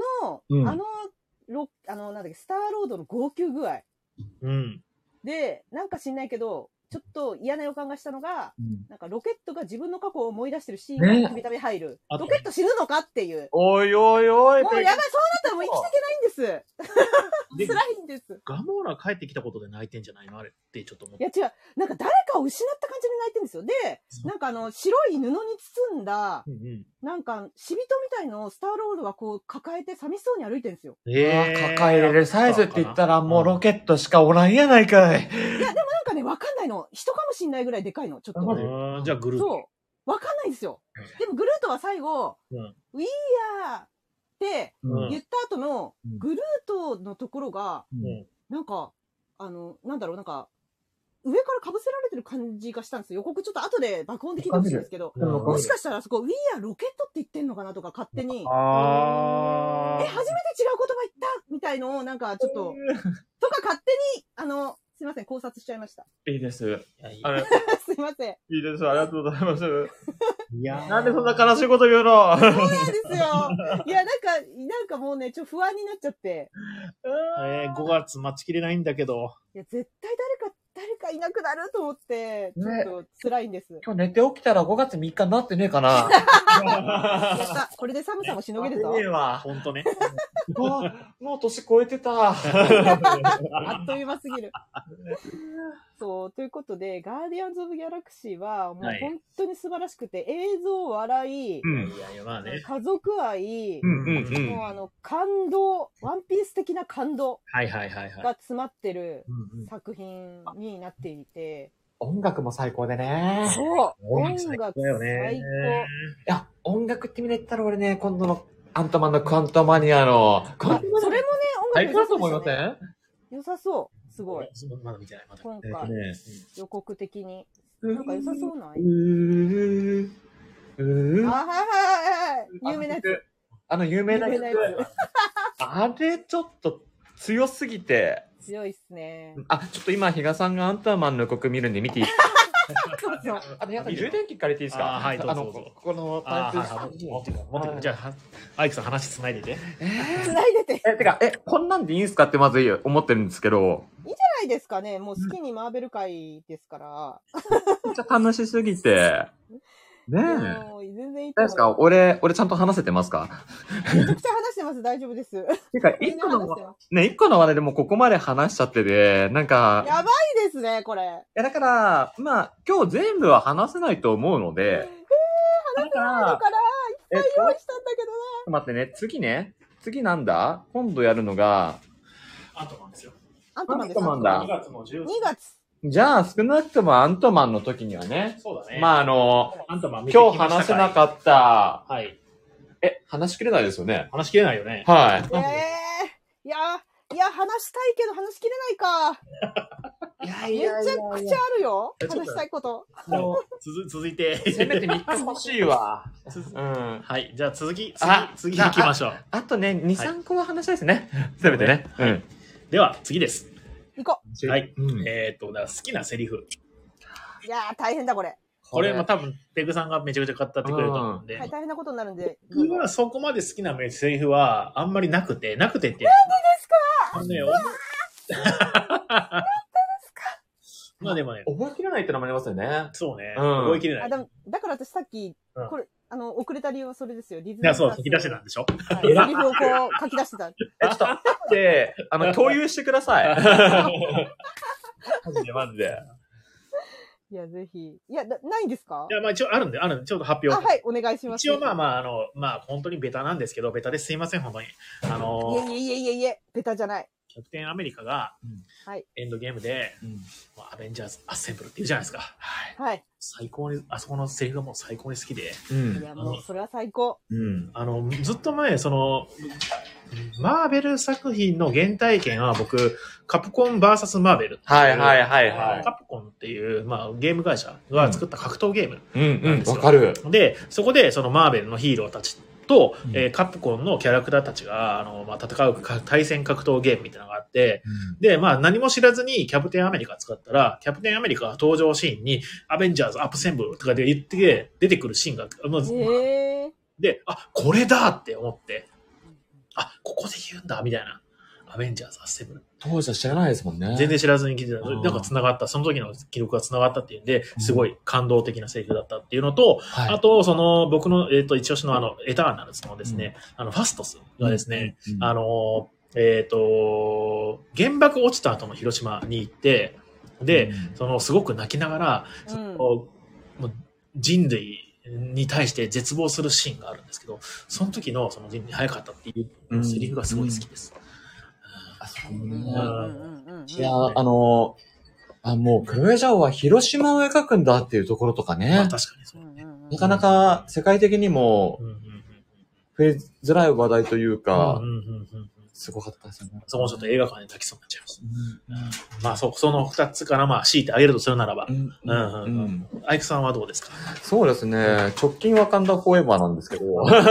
だっけ、スターロードの号泣具合。で、なんか知んないけど、ちょっと嫌な予感がしたのが、なんかロケットが自分の過去を思い出してるシーンがたびたび入る。ロケット死ぬのかっていう。 おい。 もうやばい、そうなったらもう生きていけないんです。辛いんです。 ガモーラ帰ってきたことで泣いてんじゃないのあれってちょっと思って。 いや違う。なんか誰かを失った感じで泣いてるんですよ。で、なんか白い布に包んだ、なんか死人みたいのをスターロードがこう抱えて寂しそうに歩いてるんですよ。 抱えれるサイズって言ったらもうロケットしかおらんやないかい。 いや、でもなんかね、わかんないの。人かもしんないぐらいでかいの。ちょっと。 じゃあグルート。 そう。わかんないんですよ。でもグルートは最後、We are って言った後のグルートのところが、なんか、なんだろう、なんか、上から被せられてる感じがしたんですよ。予告ちょっと後で爆音で聞いてほしいんですけど、もしかしたらそこ、We are ロケットって言ってんのかなとか勝手に、初めて違う言葉言ったみたいのをなんかちょっと、とか勝手に、すいません、考察しちゃいました。 いいです。すいません。 いいです。ありがとうございます。いやなんでそんな悲しいこと言うの？ そうなんですよ。いや、なんかもうね、不安になっちゃって。 5月待ちきれないんだけど。 いや、絶対誰かいなくなると思って、ちょっと辛いんです。 今日寝て起きたら5月3日になってねえかな。やった。これで寒さもしのげるぞ。 ほんとね。 もう年越えてた。 あっという間すぎる。そう、ということで、ガーディアンズ・オブ・ギャラクシーは、もう本当に素晴らしくて、映像、笑い、家族愛、もう感動、ワンピース的な感動が詰まってる作品になっていて、 音楽も最高でね。 そう、音楽最高。いや、音楽って意味で言ったら俺ね、今度のアントマンのクアントマニアの、 それもね、音楽最高だと思いません？ 良さそう。すごい。 まだ見てない。 今回、予告的に。なんか良さそうない？有名なやつ。 有名なやつ。あれちょっと強すぎて。 強いっすね。 ちょっと今、比嘉さんがアントマンの予告見るんで見ていい？皆さん充電器借りていいですか？ はい、どうぞ。 このタイプ持ってく。じゃあ、アイクさん話つないでて。 つないでて。 てか、こんなんでいいんすかってまず思ってるんですけど。 いいじゃないですかね。もう好きにマーベル界ですから。 めっちゃ楽しすぎて。ねえ。 全然いい。 大丈夫ですか？俺ちゃんと話せてますか？ めちゃくちゃ話してます。大丈夫です。 てか、一個の話題でもここまで話しちゃってて、なんか。 やばいですね、これ。いや、だから、まあ、今日全部は話せないと思うので。 話せないのかな？いっぱい用意したんだけどな。待ってね、次なんだ？今度やるのが。 アントマンですよ。 アントマンです。 アントマンだ。 2月の13日。 2月。 じゃあ、少なくともアントマンの時にはね。 そうだね。 まあ、 アントマン今日話せなかった。 はい。 話しきれないですよね。 話しきれないよね。 はい。 いや、話したいけど話しきれないか。めちゃくちゃあるよ。話したいこと。 続いて。 せめて3日欲しいわ。 はい。じゃあ次行きましょう。 あとね、2、3個は話したいですね。せめてね。 では、次です。 行こう。はい。好きなセリフ。 いやー、大変だ、これ。 これも多分、ペグさんがめちゃくちゃ語ってくれると思うんで。 はい、大変なことになるんで。 僕はそこまで好きなセリフはあんまりなくてって。なんでですか？なんでですか？まあでもね。 覚えきれないってのもありますよね。 そうね。覚えきれない。 だから私さっき、これ、遅れた理由はそれですよ。 いや、そう、書き出してたんでしょ？ セリフをこう書き出してた。 ちょっと、後で、共有してください。マジで。 いや、ぜひ。いや、ないんですか？ いや、まあ一応あるんで、ちょっと発表。 はい、お願いします。 一応まあ、本当にベタなんですけど、ベタですいません、本当に。 いえ、ベタじゃない。 キャプテンアメリカが、エンドゲームで、アベンジャーズアッセンブルって言うじゃないですか。 はい。 最高に、あそこのセリフがもう最高に好きで。 いや、もう、それは最高。 ずっと前、マーベル作品の原体験は僕、カプコン VS マーベル。 はい。 カプコンっていう、まあ、ゲーム会社が作った格闘ゲームなんですよ。 わかる。 で、そこで、マーベルのヒーローたちと、カプコンのキャラクターたちが、戦う対戦格闘ゲームみたいなのがあって、で、まあ、何も知らずにキャプテンアメリカ使ったら、キャプテンアメリカが登場シーンに、アベンジャーズアップセンブルとかで言って、出てくるシーンが、で、これだって思って、ここで言うんだ、みたいな。アベンジャーズアッセンブル。 当時は知らないですもんね。 全然知らずに聞いてた。なんか繋がった。その時の記録が繋がったっていうんで、すごい感動的なセリフだったっていうのと、あと、僕の、一押しのエターナルズのですね、ファストスがですね、原爆落ちた後の広島に行って、で、すごく泣きながら、人類に対して絶望するシーンがあるんですけど、その時の人類に早かったっていうセリフがすごい好きです。 いや、もう、クロエジャオは広島を描くんだっていうところとかね。 確かにそう。 なかなか世界的にも、増えづらい話題というか、すごかったですよね。 そこもちょっと映画館で泣きそうになっちゃいます。まあ、その二つからまあ、強いてあげるとするならば。アイクさんはどうですか？ そうですね。直近ワカンダフォーエバーなんですけど。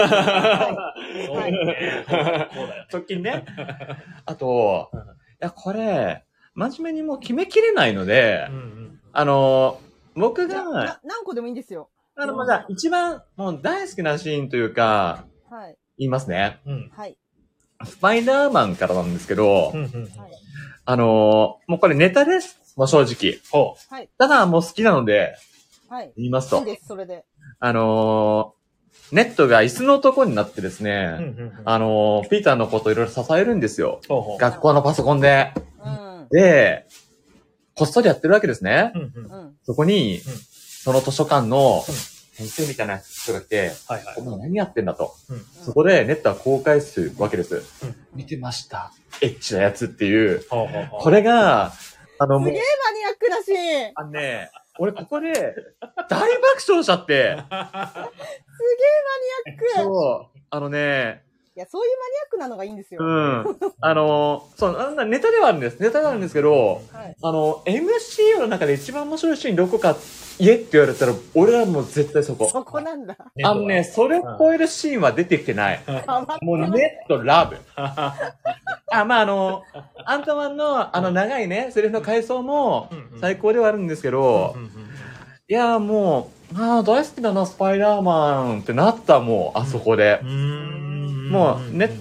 直近ね。あと、いや、これ、真面目にもう決めきれないので、僕が、 何個でもいいんですよ。 じゃあ、一番、もう大好きなシーンというか、言いますね。 はい。 スパイダーマンからなんですけど、もうこれネタです。もう正直。ただもう好きなので、言いますと。 いいです、それで。 ネットが椅子の男になってですね、ピーターのことをいろいろ支えるんですよ。学校のパソコンで。で、こっそりやってるわけですね。そこに、その図書館の先生みたいな人が来て、お前何やってんだと。そこでネットは公開するわけです。見てました。エッチなやつっていう。これが、 すげえマニアックだし。 俺ここで大爆笑しちゃって。 すげえマニアック。 そう。 いや、そういうマニアックなのがいいんですよ。 そう、ネタではあるんです。ネタではあるんですけど、MCU の中で一番面白いシーンどこか言えって言われたら、俺はもう絶対そこ。 そこなんだ。 それを超えるシーンは出てきてない。もうネットラブ。アントマンの長いね、セリフの回想も最高ではあるんですけど、いや、もう、大好きだな、スパイダーマンってなった、もう、あそこで。もう、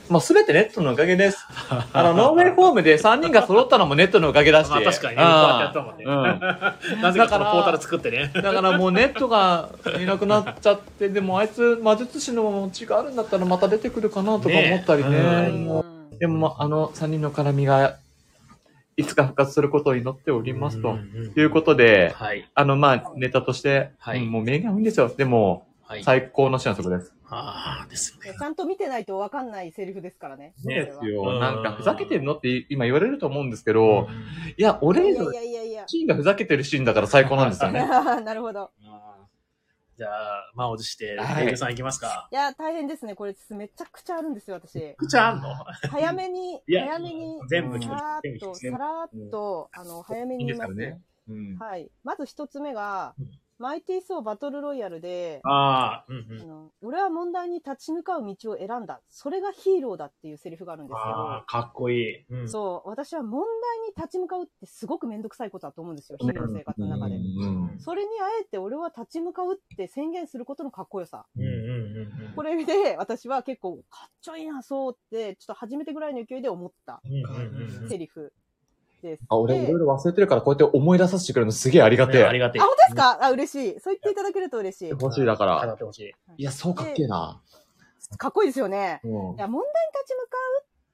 まあ、すべてネットのおかげです。ノーウェイホームで3人が揃ったのもネットのおかげだし。 まあ確かにね、こうやってやったもんね。なぜかこのポータル作ってね。 だからもうネットがいなくなっちゃって、でもあいつ魔術師の持ちがあるんだったらまた出てくるかなとか思ったりね。でも3人の絡みが、いつか復活することを祈っておりますと。いうことで、 はい、 まあ、ネタとして、はい、もう名言多いんですよ。でも、はい、最高のシーンはそこです。 ああ、ですね。 ちゃんと見てないと分かんないセリフですからね。 そうですよ。なんか、ふざけてんのって今言われると思うんですけど、いや、俺のシーンがふざけてるシーンだから最高なんですよね。 なるほど。 じゃあ、満を持して、デイブさん行きますか。 いや、大変ですね。これ、めちゃくちゃあるんですよ、私。 めちゃくちゃあんの早めに、 全部さらっと、早めに言いますね。はい。まず一つ目が、マイティー・ソーバトルロイヤルで、俺は問題に立ち向かう道を選んだ。それがヒーローだっていうセリフがあるんですけど。 かっこいい。 そう。私は問題に立ち向かうってすごくめんどくさいことだと思うんですよ。日々の生活の中で。それにあえて俺は立ち向かうって宣言することのかっこよさ。これで私は結構かっちょいいな、そうって、ちょっと初めてぐらいの勢いで思ったセリフ。 俺いろいろ忘れてるからこうやって思い出させてくれるのすげえありがてえ。 ありがてえ。 本当ですか？嬉しい。そう言っていただけると嬉しい。 欲しいだから。 いや、そうかっけえな。 かっこいいですよね。いや、問題に立ち向かうって、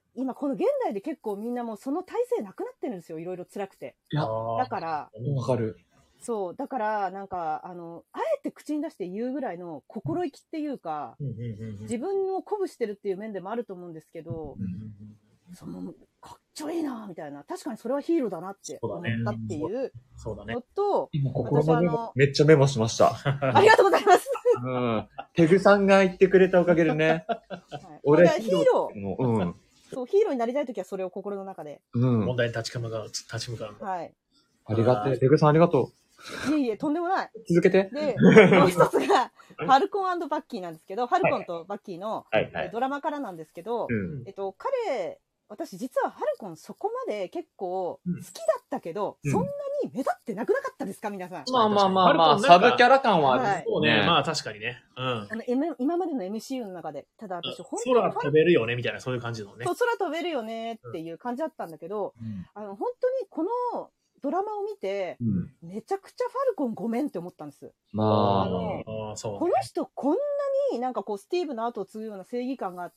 今この現代で結構みんなもうその体制なくなってるんですよ。いろいろ辛くて。だから。 わかる。 そう。だから、なんか、あえて口に出して言うぐらいの心意気っていうか、自分を鼓舞してるっていう面でもあると思うんですけど、かっちょいいなみたいな。確かにそれはヒーローだなって思ったっていうのと、 今心めっちゃメモしました。 ありがとうございます。 ペグさんが言ってくれたおかげでね。 俺はヒーロー。そう、ヒーローになりたいときはそれを心の中で。 問題に立ち向かう。 はい。 ありがてえ。ペグさんありがとう。いえ、とんでもない。 続けて。 で、もう一つが、ファルコン&バッキーなんですけど、ファルコンとバッキーのドラマからなんですけど、私実はファルコンそこまで結構好きだったけど、そんなに目立ってなくなかったですか皆さん。 まあ、サブキャラ感はある。 そうね。まあ確かにね。 今までの MCU の中で。ただ私本当に。空飛べるよねみたいなそういう感じのね。 そう、空飛べるよねっていう感じだったんだけど、本当にこのドラマを見て、めちゃくちゃファルコンごめんって思ったんです。この人こんなになんかこうスティーブの後を継ぐような正義感があって、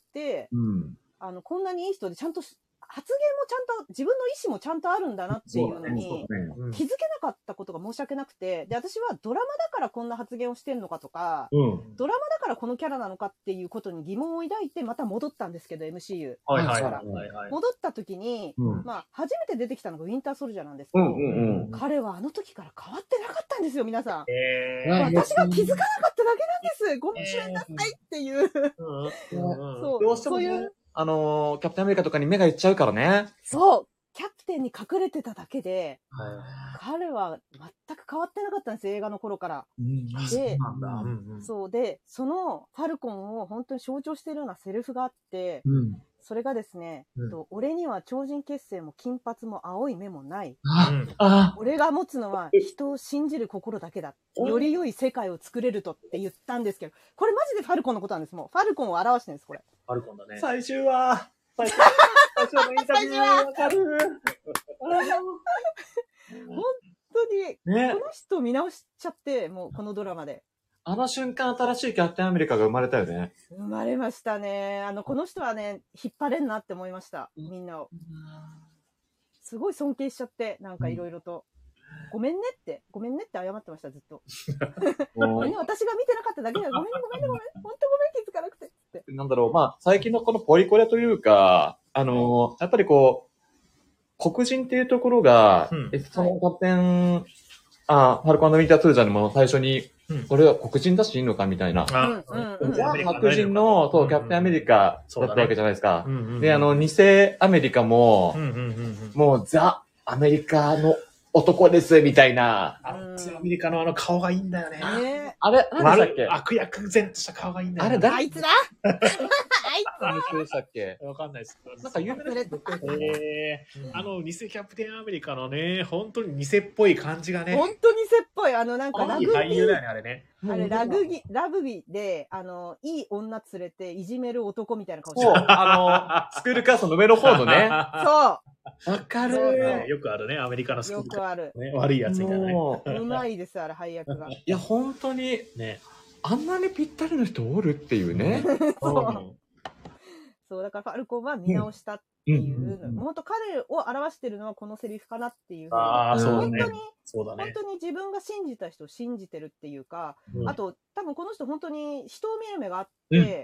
こんなにいい人でちゃんと発言もちゃんと自分の意思もちゃんとあるんだなっていうのに気づけなかったことが申し訳なくて、で私はドラマだからこんな発言をしてんのかとか、ドラマだからこのキャラなのかっていうことに疑問を抱いてまた戻ったんですけど MCU から戻った時に、まあ初めて出てきたのがウィンターソルジャーなんですけど、彼はあの時から変わってなかったんですよ皆さん。私が気づかなかっただけなんです。ごめんなさいっていうそういうキャプテンアメリカとかに目がいっちゃうからね。 そう。キャプテンに隠れてただけで、彼は全く変わってなかったんです、映画の頃から。で、そうで、そのファルコンを本当に象徴しているようなセリフがあって、それがですね、俺には超人結成も金髪も青い目もない。俺が持つのは人を信じる心だけだ。より良い世界を作れるとって言ったんですけど、これマジでファルコンのことなんです。もうファルコンを表してるんです、これ。 ファルコンだね。 最終は最初のインタビューわかる。 本当に、この人見直しちゃって、もうこのドラマで。 あの瞬間新しいキャプテンアメリカが生まれたよね。 生まれましたね。この人はね、引っ張れんなって思いました。みんなを。すごい尊敬しちゃって、なんかいろいろと。ごめんねって謝ってました、ずっと。私が見てなかっただけだよ。ごめん。本当ごめん、気づかなくて。 なんだろう、まあ、最近のこのポリコレというか、やっぱりこう、黒人っていうところが、そのキャプテン、ファルコン&ウィンターソルジャーにも最初に、俺は黒人だしいいのかみたいな。じゃあ白人の、キャプテンアメリカだったわけじゃないですか。で、偽アメリカも、もうザ・アメリカの男です、みたいな。 アメリカの顔がいいんだよね。 あれ、何でしたっけ？ 悪役然とした顔がいいんだよね。 あいつだあいつ何でしたっけ？ わかんないです。 なんか有名な人偽キャプテンアメリカのね、本当に偽っぽい感じがね。 本当に偽っぽい。なんかラグビー。俳優だよね、あれね。 ラグビーで、いい女連れていじめる男みたいな顔してる。 スクールカーストの上の方のね。 そう。 わかる。 よくあるね、アメリカのスクール。 よくある。 悪いやつみたいなね。 うまいです、あれ、配役が。 いや、本当に、ね、あんなにぴったりの人おるっていうね。 そう、だからファルコンは見直したっていう、本当彼を表してるのはこのセリフかなっていう。 そうね。 本当に自分が信じた人を信じてるっていうか、あと多分この人本当に人を見る目があって、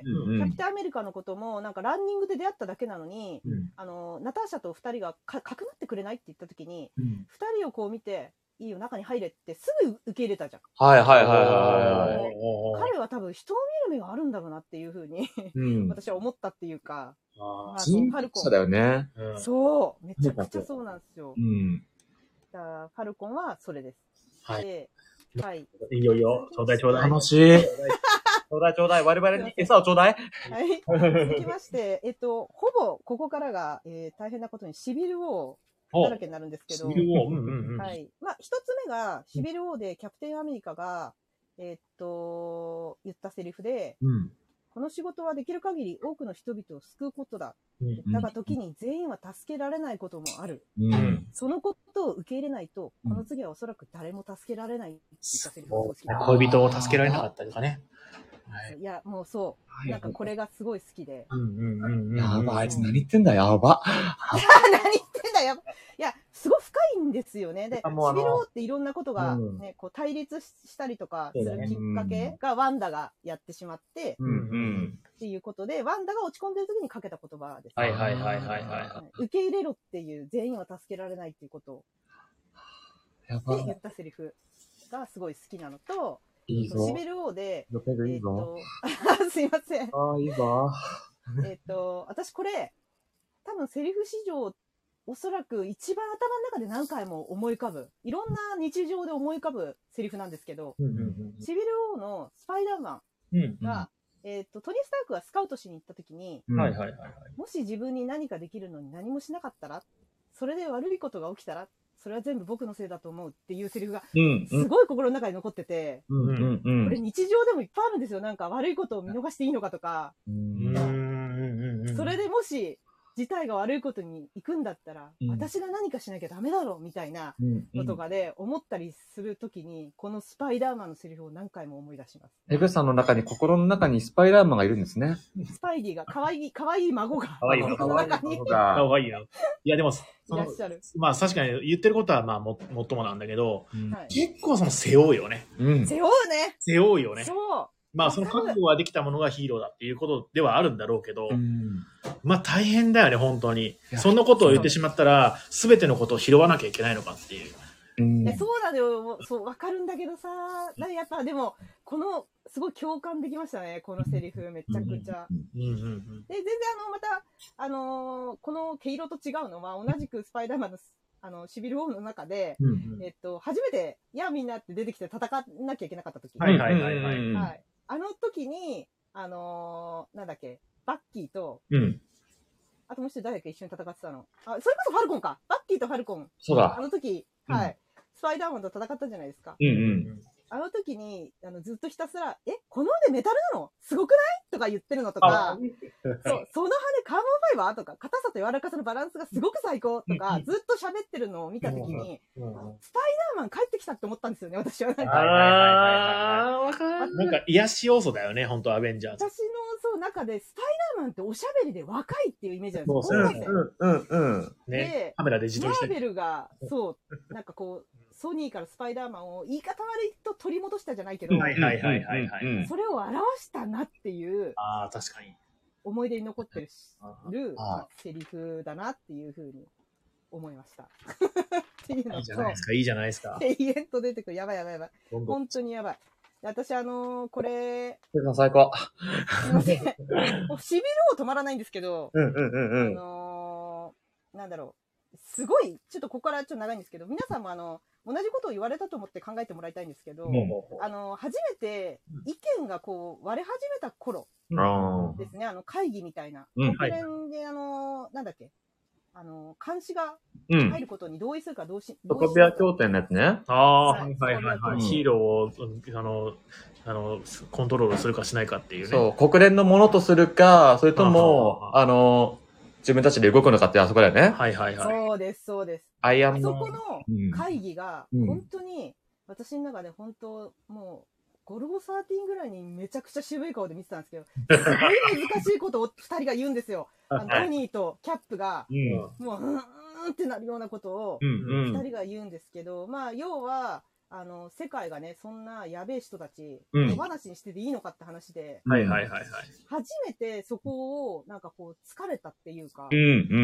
キャプテンアメリカのこともなんかランニングで出会っただけなのに、ナターシャと2人がかくなってくれないって言った時に、2人をこう見て、いいよ、中に入れってすぐ受け入れたじゃん。 彼は多分人を見る目があるんだろうなっていうふうに私は思ったっていうか。 ファルコンだよね。 そう。めちゃくちゃそうなんですよ。だからファルコンはそれです。 はい。 はい。 いいよいいよ。ちょうだいちょうだい。 楽しい。ちょうだいちょうだい。我々に餌をちょうだい。 はい。続きまして、ほぼここからが、大変なことにシビル王だらけになるんですけど。 シビル王。 はい。まあ、一つ目が、シビル王でキャプテンアメリカが、言ったセリフで、この仕事はできる限り多くの人々を救うことだ。だが時に全員は助けられないこともある。そのことを受け入れないと、この次はおそらく誰も助けられないって言ったセリフが好きだ。 恋人を助けられなかったとかね。 いや、もうそう。なんかこれがすごい好きで。 やば、あいつ何言ってんだ、やば。 何言ってんだよ。いや、すごい深いんですよね。で、シビル王っていろんなことがね、こう対立したりとかするきっかけがワンダがやってしまって、っていうことで、ワンダが落ち込んでる時にかけた言葉です。受け入れろっていう、全員は助けられないっていうことを。で、言ったセリフがすごい好きなのと、 いいぞ。 シビル王で、 いいぞ。 すいません。 いいぞ。 私これ、多分セリフ史上、おそらく一番頭の中で何回も思い浮かぶ、いろんな日常で思い浮かぶセリフなんですけど、シビル王のスパイダーマンが、トニー・スタークがスカウトしに行った時に、もし自分に何かできるのに何もしなかったら、それで悪いことが起きたら、それは全部僕のせいだと思うっていうセリフが、すごい心の中に残ってて、これ日常でもいっぱいあるんですよ。なんか悪いことを見逃していいのかとか、それでもし、事態が悪いことに行くんだったら、私が何かしなきゃダメだろうみたいなのとかで思ったりするときに、このスパイダーマンのセリフを何回も思い出します。 ペグさんの中に、心の中にスパイダーマンがいるんですね。 スパイディが、かわいい孫が。 かわいい孫が。 かわいいな。いやでも、 いらっしゃる。 まあ確かに言ってることはまあもっともなんだけど、結構背負うよね。 背負うね。 背負うよね。 そう。 まあその覚悟ができたものがヒーローだっていうことではあるんだろうけど、まあ大変だよね、本当に。そんなことを言ってしまったら、すべてのことを拾わなきゃいけないのかっていう。 そうだよ、そう、わかるんだけどさ、やっぱでも、すごい共感できましたね、このセリフ、めちゃくちゃ。で、全然また、この毛色と違うのは、同じくスパイダーマンの、シビルウォーの中で、初めて、みんなって出てきて戦わなきゃいけなかった時。あの時に、なんだっけ、バッキーと、あともう一人誰だっけ一緒に戦ってたの。それこそファルコンか。バッキーとファルコン。 そうだ。 あの時、スパイダーマンと戦ったじゃないですか。あの時に、ずっとひたすら、この腕メタルなのすごくないとか言ってるのとか、その羽カーボンファイバーとか、硬さと柔らかさのバランスがすごく最高とか、ずっと喋ってるのを見た時に、スパイダーマン帰ってきたって思ったんですよね、私は。わかる。なんか癒し要素だよね、本当アベンジャーズ。 私の中で、スパイダーマンっておしゃべりで若いっていうイメージなんですよ。 ね、カメラで自撮りして。 マーベルが、そう、なんかこう、ソニーからスパイダーマンを言い方悪いと取り戻したじゃないけど、それを表したなっていう、 確かに。 思い出に残ってるセリフだなっていうふうに思いました。っていうのと、 いいじゃないですか、いいじゃないですか。 永遠と出てくる。やばい。本当にやばい。私これ、 最高。 すいません。シビルを止まらないんですけど、なんだろう。 すごい、ちょっとここからちょっと長いんですけど、皆さんも同じことを言われたと思って考えてもらいたいんですけど、初めて意見がこう割れ始めた頃ですね、会議みたいな。国連でなんだっけ、監視が入ることに同意するか同意しソコビア協定のやつね。 ヒーローを、コントロールするかしないかっていうね。 そう、国連のものとするか、それとも、自分たちで動くのかってあそこだよね。 そうです、そうです。あそこの会議が、本当に、私の中で本当、もう、ゴルゴ13ぐらいにめちゃくちゃ渋い顔で見てたんですけど、すごい難しいことを2人が言うんですよ。トニーとキャップが、もう、ってなるようなことを、2人が言うんですけど、まあ、要は、世界がね、そんなやべえ人たち、野放しにしてていいのかって話で、初めてそこを、なんかこう、疲れたっていうか、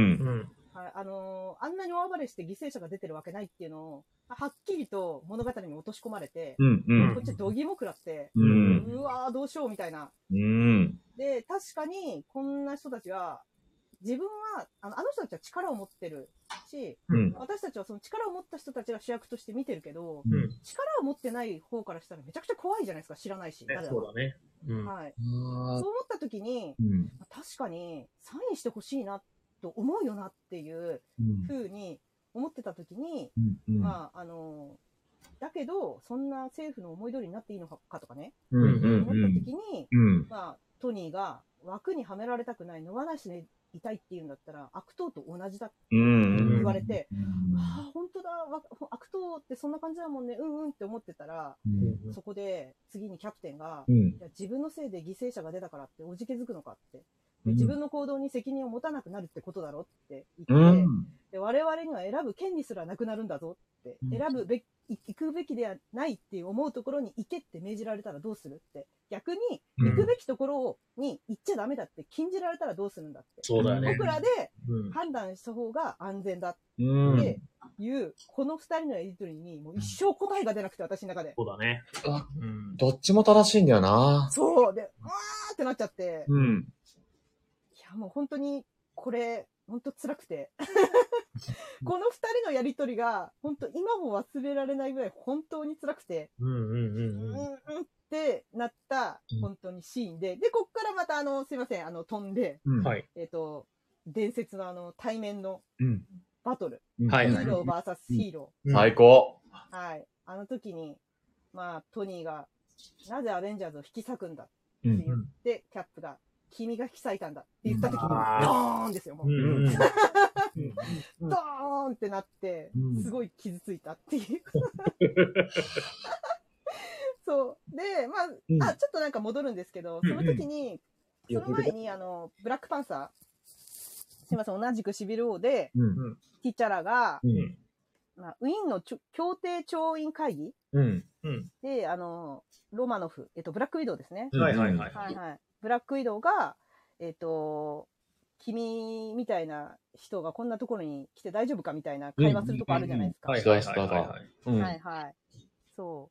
あんなに大暴れして犠牲者が出てるわけないっていうのを、はっきりと物語に落とし込まれて、こっち度肝食らって、うわーどうしようみたいな。で、確かに、こんな人たちは、自分は、あの人たちは力を持ってるし、私たちはその力を持った人たちが主役として見てるけど、力を持ってない方からしたらめちゃくちゃ怖いじゃないですか、知らないし。 そうだね。 はい。そう思った時に、確かにサインしてほしいなと思うよなっていうふうに思ってた時に、まあ、だけど、そんな政府の思い通りになっていいのかとかね、思った時に、まあ、トニーが枠にはめられたくない野放しでいたいっていうんだったら悪党と同じだって言われて、ああ、本当だ、悪党ってそんな感じだもんね、って思ってたら、そこで次にキャプテンが、いや自分のせいで犠牲者が出たからっておじけづくのかって。自分の行動に責任を持たなくなるってことだろって言って、で我々には選ぶ権利すらなくなるんだぞって、行くべきではないって思うところに行けって命じられたらどうするって、逆に行くべきところに行っちゃダメだって禁じられたらどうするんだって、 そうだよね、 僕らで判断した方が安全だっていう、この二人のやりとりにもう一生答えが出なくて、私の中で。 そうだね。 どっちも正しいんだよな。 そうで、ーってなっちゃって。いや、もう本当に、これ、本当辛くて。この二人のやりとりが、本当今も忘れられないぐらい本当に辛くて。ってなった、本当にシーンで。で、こっからまたすいません、飛んで、伝説の対面のバトル。ヒーロー VS ヒーロー。 最高。 はい。あの時に、まあ、トニーが、なぜアベンジャーズを引き裂くんだって言って、キャップが、君が引き裂いたんだって言った時に、ドーンですよ、もう。ドーンってなって、すごい傷ついたっていう。そう。で、まあ、ちょっとなんか戻るんですけど、その時に、その前に、ブラックパンサー、すいません、同じくシビル王で、ティチャラが、まあ、ウィーンの協定調印会議で、ロマノフ、ブラックウィドウですね。ブラックウィドウが、君みたいな人がこんなところに来て大丈夫かみたいな会話するとこあるじゃないですか。はいはい。そう。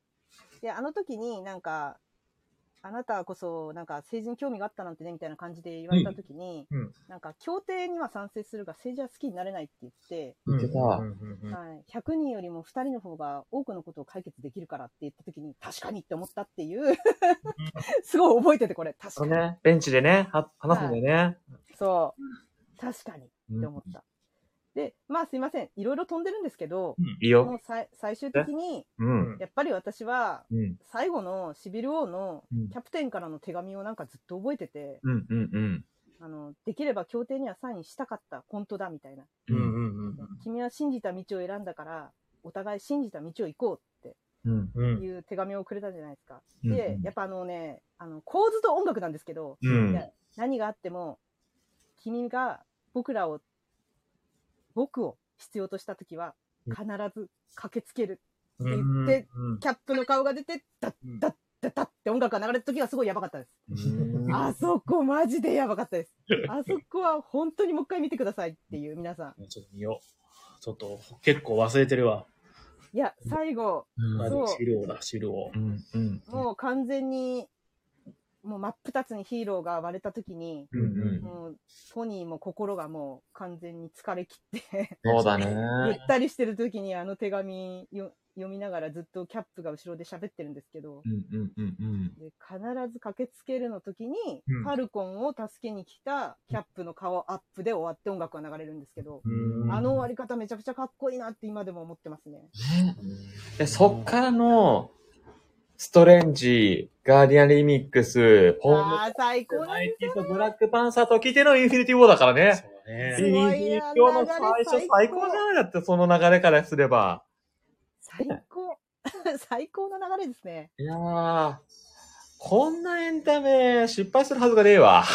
で、あの時になんか、あなたこそなんか政治に興味があったなんてねみたいな感じで言われた時に、なんか協定には賛成するが政治は好きになれないって言って、100人よりも2人の方が多くのことを解決できるからって言った時に確かにって思ったっていうすごい覚えてて、これ確かに、 ね、ベンチでね話すんだよね、 そう確かにって思った。で、まあすいません。いろいろ飛んでるんですけど、 いいよ。 もう最終的に、やっぱり私は、最後のシビル王のキャプテンからの手紙をなんかずっと覚えてて、できれば協定にはサインしたかった、本当だ、みたいな。君は信じた道を選んだから、お互い信じた道を行こうっていう手紙をくれたじゃないですか。で、やっぱ構図と音楽なんですけど、何があっても、君が僕を必要としたときは必ず駆けつけるって言って、キャップの顔が出て、ダッダッダッダッって音楽が流れたときはすごいやばかったです。あそこマジでやばかったです。あそこは本当にもう一回見てくださいっていう、皆さん。 ちょっと見よう。ちょっと結構忘れてるわ。 いや、最後、 そう。シルオだ、シルオ。 もう完全に、 もう真っ二つにヒーローが割れた時に、もうトニーも心がもう完全に疲れ切ってそうだね。 ぐったりしてる時に手紙読みながらずっとキャップが後ろで喋ってるんですけど、で必ず駆けつけるの時に、ファルコンを助けに来たキャップの顔アップで終わって音楽が流れるんですけど、終わり方めちゃくちゃかっこいいなって今でも思ってますね。 でそっからのストレンジ、ガーディアンリミックス、 最高なんですよ、 ブラックパンサーと来てのインフィニティウォーだからね。 そうね。 今日の最初最高じゃないだって、その流れからすれば。 最高。最高の流れですね。 いやー、こんなエンタメ失敗するはずがねえわ。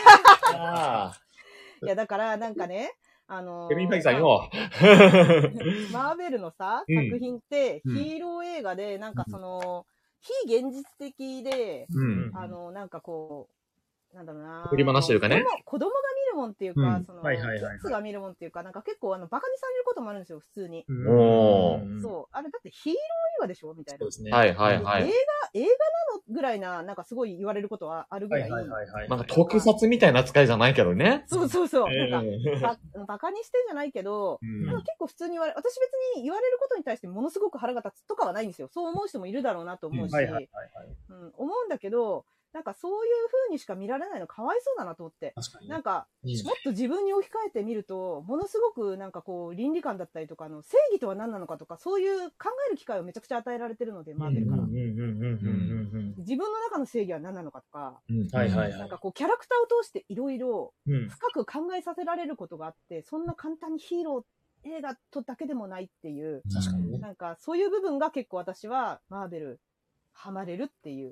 いや、だからなんかね、 ケビン・ファイさんよ。 マーベルのさ、作品って、ヒーロー映画で、なんか非現実的で、なんかこう、なんだろうな。 振り回してるかね。 子供が見るもんっていうか、キッズが見るもんっていうか、なんか結構バカにされることもあるんですよ、普通に。そう。あれだってヒーロー映画でしょみたいな。そうですね。映画なのぐらいな、なんかすごい言われることはあるぐらい。 なんか特撮みたいな扱いじゃないけどね。 そう。なんか、バカにしてじゃないけど、結構普通に私別に言われることに対してものすごく腹が立つとかはないんですよ。そう思う人もいるだろうなと思うし、思うんだけど、なんかそういう風にしか見られないのかわいそうだなと思って。なんか、もっと自分に置き換えてみると、ものすごくなんかこう、倫理観だったりとか正義とは何なのかとか、そういう考える機会をめちゃくちゃ与えられてるので、マーベルから。自分の中の正義は何なのかとか、なんかこう、キャラクターを通していろいろ深く考えさせられることがあって、そんな簡単にヒーロー映画とだけでもないっていう、なんかそういう部分が結構私はマーベル、ハマれるっていう。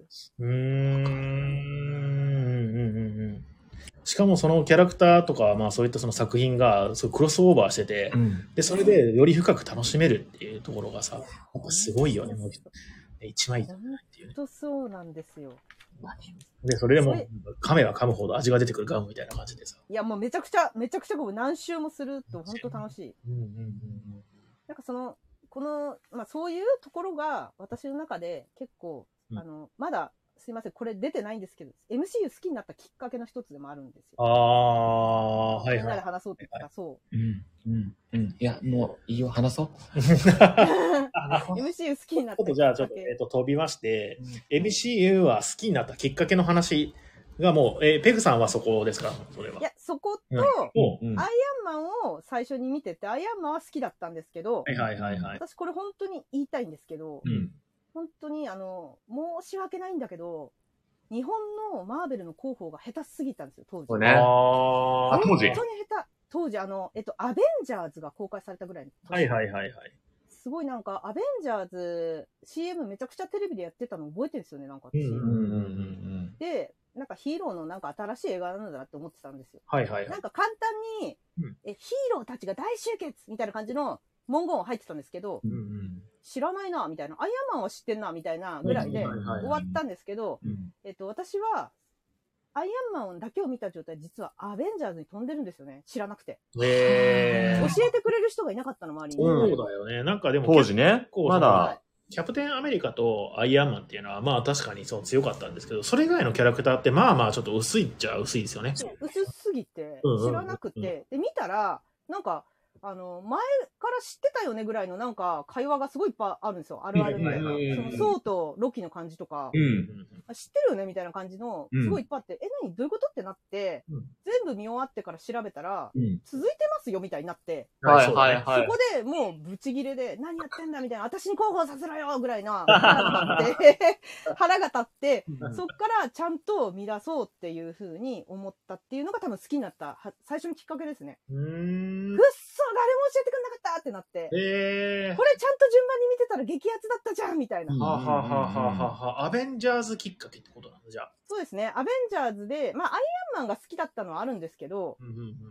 しかもそのキャラクターとか、まあそういったその作品がそうクロスオーバーしてて、で、それでより深く楽しめるっていうところがさ、なんかすごいよね、もう一枚っていうね。 本当そうなんですよ。 で、それでも噛めば噛むほど味が出てくるガムみたいな感じでさ。 いや、もうめちゃくちゃこう何周もすると本当楽しい。なんかまあそういうところが私の中で結構、まだ、すいません、これ出てないんですけど、MCU 好きになったきっかけの一つでもあるんですよ。みんなで話そうって言ったら、そう。 いや、もういいよ、話そう。 MCU 好きになった。 じゃあちょっと、飛びまして、MCU は好きになったきっかけの話がもう、ペグさんはそこですか、それは。 いや、そこと、アイアンマンを最初に見てて、アイアンマンは好きだったんですけど、私これ本当に言いたいんですけど、本当に申し訳ないんだけど、日本のマーベルの広報が下手すぎたんですよ、当時。 当時本当に下手。当時、アベンジャーズが公開されたぐらいの。すごいなんか、アベンジャーズ CM めちゃくちゃテレビでやってたの覚えてるんですよね、なんか私。で、なんかヒーローのなんか新しい映画なんだなって思ってたんですよ。なんか簡単に、ヒーローたちが大集結みたいな感じの文言は入ってたんですけど、知らないな、みたいな。アイアンマンは知ってんな、みたいなぐらいで終わったんですけど、私は、アイアンマンだけを見た状態、実はアベンジャーズに飛んでるんですよね。知らなくて。教えてくれる人がいなかったの、周りに。 そうだよね。なんかでも、 当時ね、まだ、 キャプテンアメリカとアイアンマンっていうのは、まあ確かにそう強かったんですけど、それ以外のキャラクターって、まあまあちょっと薄いっちゃ薄いですよね。 薄すぎて、知らなくて。で、見たら、なんか、前から知ってたよねぐらいのなんか会話がすごいいっぱいあるんですよ。あるあるみたいな。そのソウとロキの感じとか、知ってるよねみたいな感じの、すごいいっぱいあって、何どういうことってなって、全部見終わってから調べたら、続いてますよみたいになって、そこでもうブチギレで、何やってんだみたいな、私に広報させろよぐらいな腹が立って、そっからちゃんと見出そうっていう風に思ったっていうのが多分好きになった最初のきっかけですね。くっそ誰も教えてくれなかったってなって、これちゃんと順番に見てたら激アツだったじゃんみたいな。 アベンジャーズきっかけってことなのじゃあ。 そうですね。アベンジャーズで、まあアイアンマンが好きだったのはあるんですけど、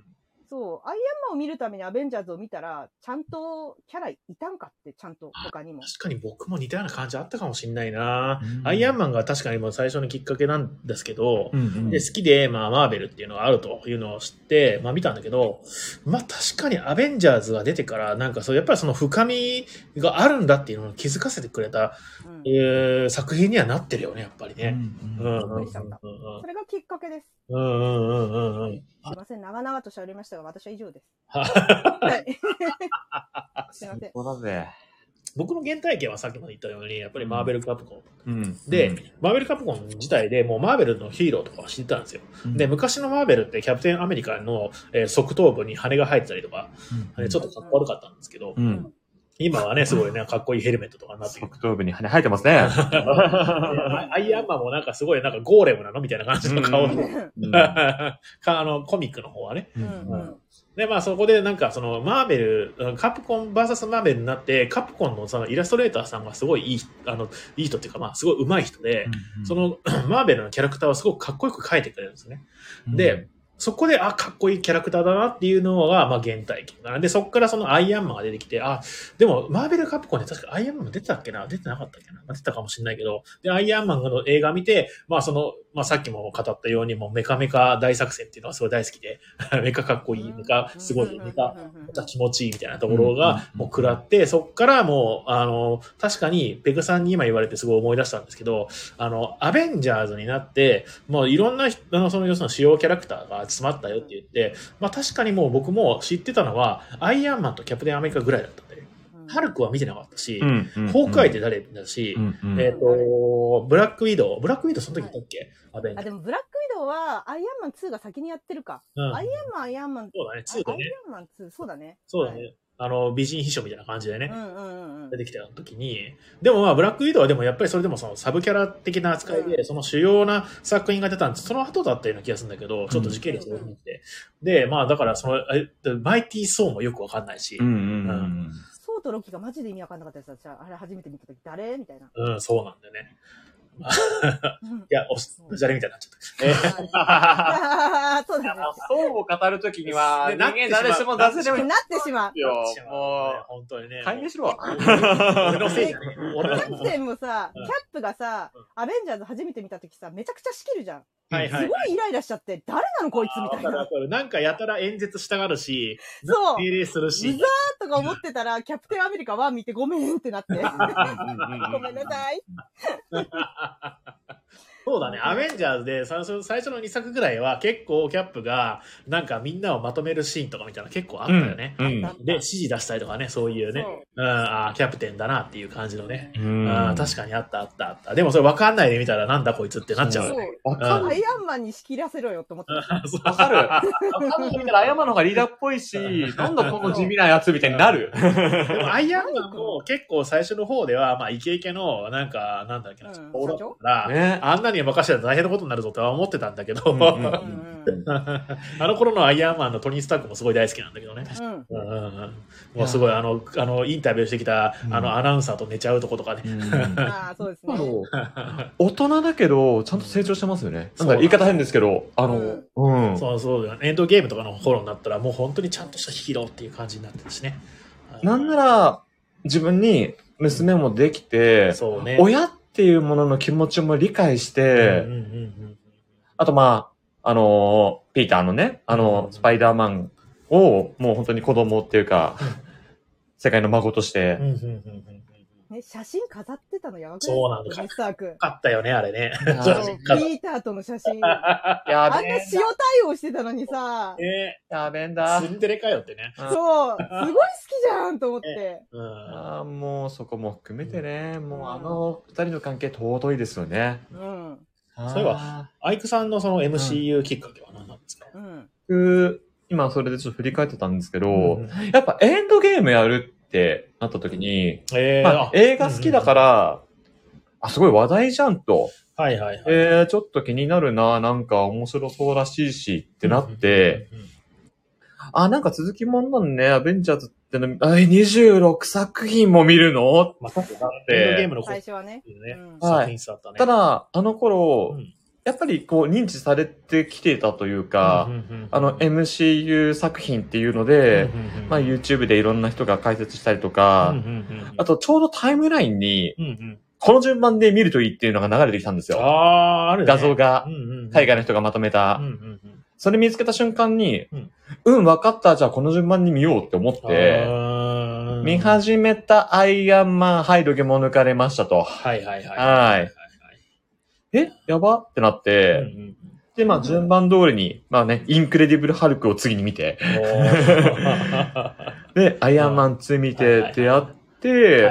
そう、アイアンマンを見るためにアベンジャーズを見たら、ちゃんとキャラいたんかって、ちゃんと他にも。 確かに僕も似たような感じあったかもしれないな、アイアンマンが確かにもう最初のきっかけなんですけど、で好きで、まあ、マーベルっていうのがあるというのを知って、まあ見たんだけど、まあ確かにアベンジャーズが出てから、なんかそう、やっぱりその深みがあるんだっていうのを気づかせてくれた、作品にはなってるよね、やっぱりね。 それがきっかけです。すいません、長々と喋りましたが、私は以上です。はい。すいません。 そうだぜ。 僕の原体験はさっきも言ったように、やっぱりマーベルカプコン。で、マーベルカプコン自体でもうマーベルのヒーローとかは知ってたんですよ。で、昔のマーベルってキャプテンアメリカの、側頭部に羽が生えてたりとか、ちょっとかっこ悪かったんですけど、今はね、すごいね、かっこいいヘルメットとかになって側頭部に羽生えてますね。 アイアンマンもなんかすごいなんかゴーレムなのみたいな感じの顔で、コミックの方はね。で、まあそこでなんかそのマーベル、カプコン VS マーベルになって、カプコンのそのイラストレーターさんがすごいいい人っていうかまあすごい上手い人で、そのマーベルのキャラクターをすごくかっこよく描いてくれるんですね。で、そこで、かっこいいキャラクターだなっていうのが、まあ原体験かな。で、そこからそのアイアンマンが出てきて、でも、マーベルカプコンで確かアイアンマン出てたっけな出てなかったっけな出てたかもしれないけど、で、アイアンマンの映画見て、まあさっきも語ったように、もうメカメカ大作戦っていうのはすごい大好きで、メカかっこいい、メカすごい、メカまた気持ちいいみたいなところが、もう食らって、そこからもう、確かに、ペグさんに今言われてすごい思い出したんですけど、アベンジャーズになって、もういろんな、その要するに主要キャラクターが集まったよって言って、まあ確かにもう僕も知ってたのは、アイアンマンとキャプテンアメリカぐらいだったんで、ハルクは見てなかったし、ホークアイって誰だし、ブラックウィドウその時いたっけ、 でもブラックウィドウはアイアンマン2が先にやってるか。アイアンマン。 そうだね、2でね。 アイアンマン2、そうだね。 そうだね。美人秘書みたいな感じでね、出てきた時に、でもまあ、ブラックウィドウはでもやっぱりそれでもそのサブキャラ的な扱いで、その主要な作品が出たんです。その後だったような気がするんだけど、ちょっと時系列が多くて。で、まあだからマイティー・ソーもよくわかんないし。ソーとロキがマジで意味わかんなかったやつだ。じゃあ、あれ初めて見た時誰みたいな。 そうなんだよね。いや、ダジャレみたいになっちゃった。 そうだね。 そうを語るときには、人間誰しも出せでもなってしまう。 もう、 本当にね。 解明しろ。 俺のせいじゃねキャプテンもさ、キャップがさ、アベンジャーズ初めて見たときさ、めちゃくちゃ仕切るじゃん。すごいイライラしちゃって、誰なのこいつみたいな。 なんかやたら演説したがるし、 そう。 命令するし。 うざーとか思ってたら、キャプテンアメリカは見てごめんってなって。ごめんなさい。 そうだね。アベンジャーズで最初の2作ぐらいは結構キャップがなんかみんなをまとめるシーンとかみたいな結構あったよね。で、指示出したりとかね、そういうね。キャプテンだなっていう感じのね。確かにあった。でもそれ分かんないで見たらなんだこいつってなっちゃうよね。 アイアンマンに仕切らせろよって思ってた。わかる。分かんないで見たらアイアンマンの方がリーダーっぽいし、なんだこの地味なやつみたいになる。 でもアイアンマンも結構最初の方では、まあイケイケのなんだっけな、オーラだから、あんなに任せたら大変なことになるぞとは思ってたんだけど、あの頃のアイアンマンのトニー・スタークもすごい大好きなんだけどね。もうすごいインタビューしてきたアナウンサーと寝ちゃうとことかね。 そうですね。 大人だけど、ちゃんと成長してますよね。なんだ言い方変ですけど、 そうだよね。エンドゲームとかの頃になったら、もう本当にちゃんとしたヒーローっていう感じになってるしね。 なんなら、自分に娘もできて、親っていうものの気持ちも理解して、あとまあ、ピーターのね、スパイダーマンをもう本当に子供っていうか、世界の孫として、 ね、写真飾ってたのやばくない？ そうなんだ。よかったよね、あれね。 ピーターとの写真。あんな塩対応してたのにさ。 やべんだ。 ツンデレかよってね。 そう。すごい好きじゃんと思って。 もうそこも含めてね、もう二人の関係尊いですよね。 そういえば、アイクさんのその MCU きっかけは何なんですか？ 今それでちょっと振り返ってたんですけど、やっぱエンドゲームやるってなった時に、映画好きだから、すごい話題じゃんと。ちょっと気になるな、なんか面白そうらしいしってなって、なんか続きもんなんね、アベンジャーズっての、26作品も見るのまたって。エンドゲームの最初はね。 作品数あったね。 ただ、あの頃、 やっぱりこう認知されてきてたというか、MCU 作品っていうので、まあ YouTube でいろんな人が解説したりとか、あとちょうどタイムラインに、この順番で見るといいっていうのが流れてきたんですよ。 あるね。 画像が、海外の人がまとめた。それ見つけた瞬間に、わかった、じゃあこの順番に見ようって思って、見始めたアイアンマン、はい、ロケも抜かれましたと。はい。やばってなって、で、まあ順番通りに、まあね、インクレディブルハルクを次に見て、で、アイアンマン2見てってやって、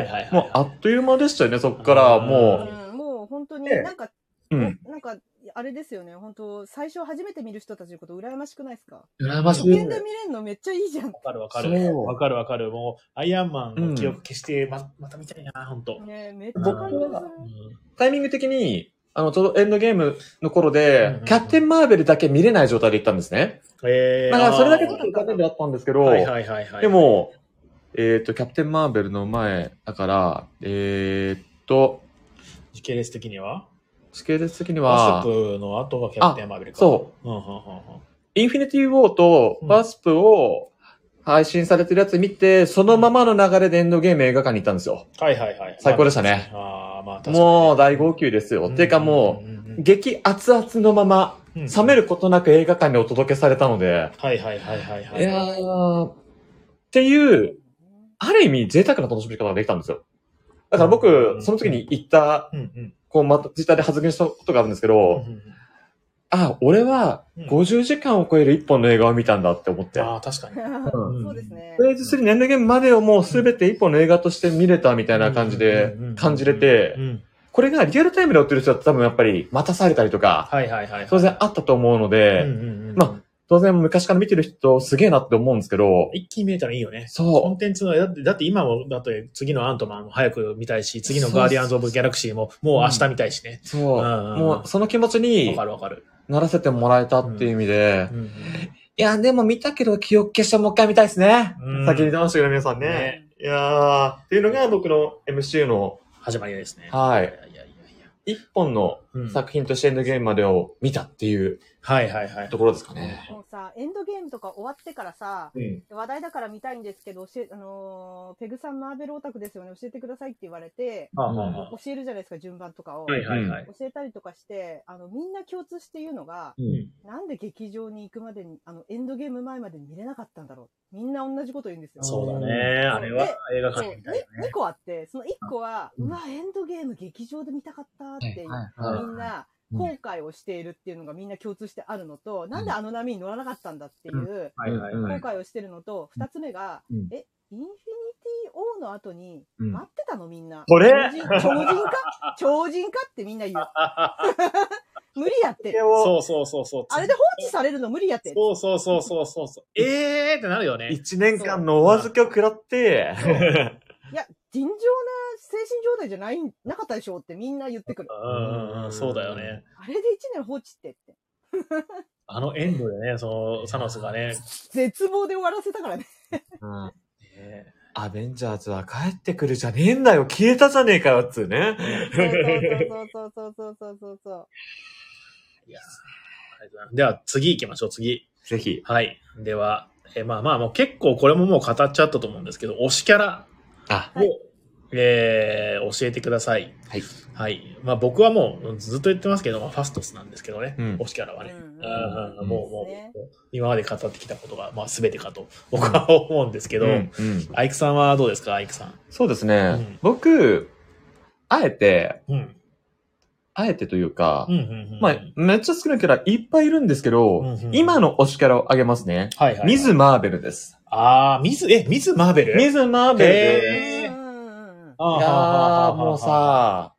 もうあっという間でしたよね、そっからもう。もう本当になんか、なんか、あれですよね、本当最初初めて見る人たちのこと羨ましくないですか？ 羨ましい。 初見で見れるのめっちゃいいじゃん。 わかる。もう、アイアンマンの記憶消して、また見たいな、本当ね、めっちゃ感動する。 タイミング的に、ちょうどエンドゲームの頃で、キャプテンマーベルだけ見れない状態で行ったんですね。だからそれだけちょっと残念であったんですけど、でも、キャプテンマーベルの前、だから、 時系列的にはワスプの後がキャプテンマーベルか。 そう。インフィニティウォーとワスプを配信されてるやつ見て、そのままの流れでエンドゲーム映画館に行ったんですよ。最高でしたね。もう大号泣ですよ。ていうかもう、激熱々のまま、冷めることなく映画館にお届けされたので。いやー、っていう、ある意味贅沢な楽しみ方ができたんですよ。だから僕、その時に言った、こう、また、ツイッターで発言したことがあるんですけど、俺は50時間を超える一本の映画を見たんだって思って。 確かに。 そうですね。 フェーズ3、エンドゲームまでをもうすべて一本の映画として見れたみたいな感じで感じれて、これがリアルタイムで追ってる人は多分やっぱり待たされたりとか、当然あったと思うので、まあ、当然昔から見てる人すげえなって思うんですけど。 一気に見えたらいいよね。 そう。 コンテンツの、だって今も、だって次のアントマンも早く見たいし、次のガーディアンズ・オブ・ギャラクシーももう明日見たいしね。 そう。もうその気持ちに、ならせてもらえたっていう意味で、いや、でも見たけど記憶消してもう一回見たいですね。先に言ってましたけど皆さんね。いやー、っていうのが僕の MCU の始まりですね。 はい。一本の作品としてエンドゲームまでを見たっていうところですかね。 もうさ、エンドゲームとか終わってからさ、話題だから見たいんですけど、ペグさんマーベルオタクですよね、教えてくださいって言われて、教えるじゃないですか、順番とかを。教えたりとかして、みんな共通して言うのが、なんで劇場に行くまでに、エンドゲーム前までに見れなかったんだろう。みんな同じこと言うんですよ。 そうだね。あれは映画館みたいな、 2個あって、その1個は、エンドゲーム劇場で見たかったって、みんな、後悔をしているっていうのがみんな共通してあるのと、なんであの波に乗らなかったんだっていう後悔をしてるのと、2つ目が、インフィニティ王の後に待ってたのみんな。 これ超人かってみんな言う。無理やって。 そう。 あれで放置されるの無理やって。 そう。ってなるよね。 1年間のお預けを食らって。 いや、尋常な精神状態じゃなかったでしょってみんな言ってくる。 そうだよね。 あれで1年放置って。 あのエンドでね、サノスがね。 絶望で終わらせたからね。 アベンジャーズは帰ってくるじゃねえんだよ。消えたじゃねえかよ、つうね。 そう。 いやでは次行きましょう、次。 ぜひ。 はい。では、もう結構これももう語っちゃったと思うんですけど、推しキャラを、教えてください。はい。僕はもうずっと言ってますけど、ファストスなんですけどね、推しキャラはね。もう、今まで語ってきたことが、全てかと僕は思うんですけど、アイクさんはどうですか、アイクさん。 そうですね。僕、あえてというか、めっちゃ好きなキャラいっぱいいるんですけど、今の推しキャラをあげますね。ミズ・マーベルです。 ミズ・マーベル？ ミズ・マーベルです。いやー、もうさ、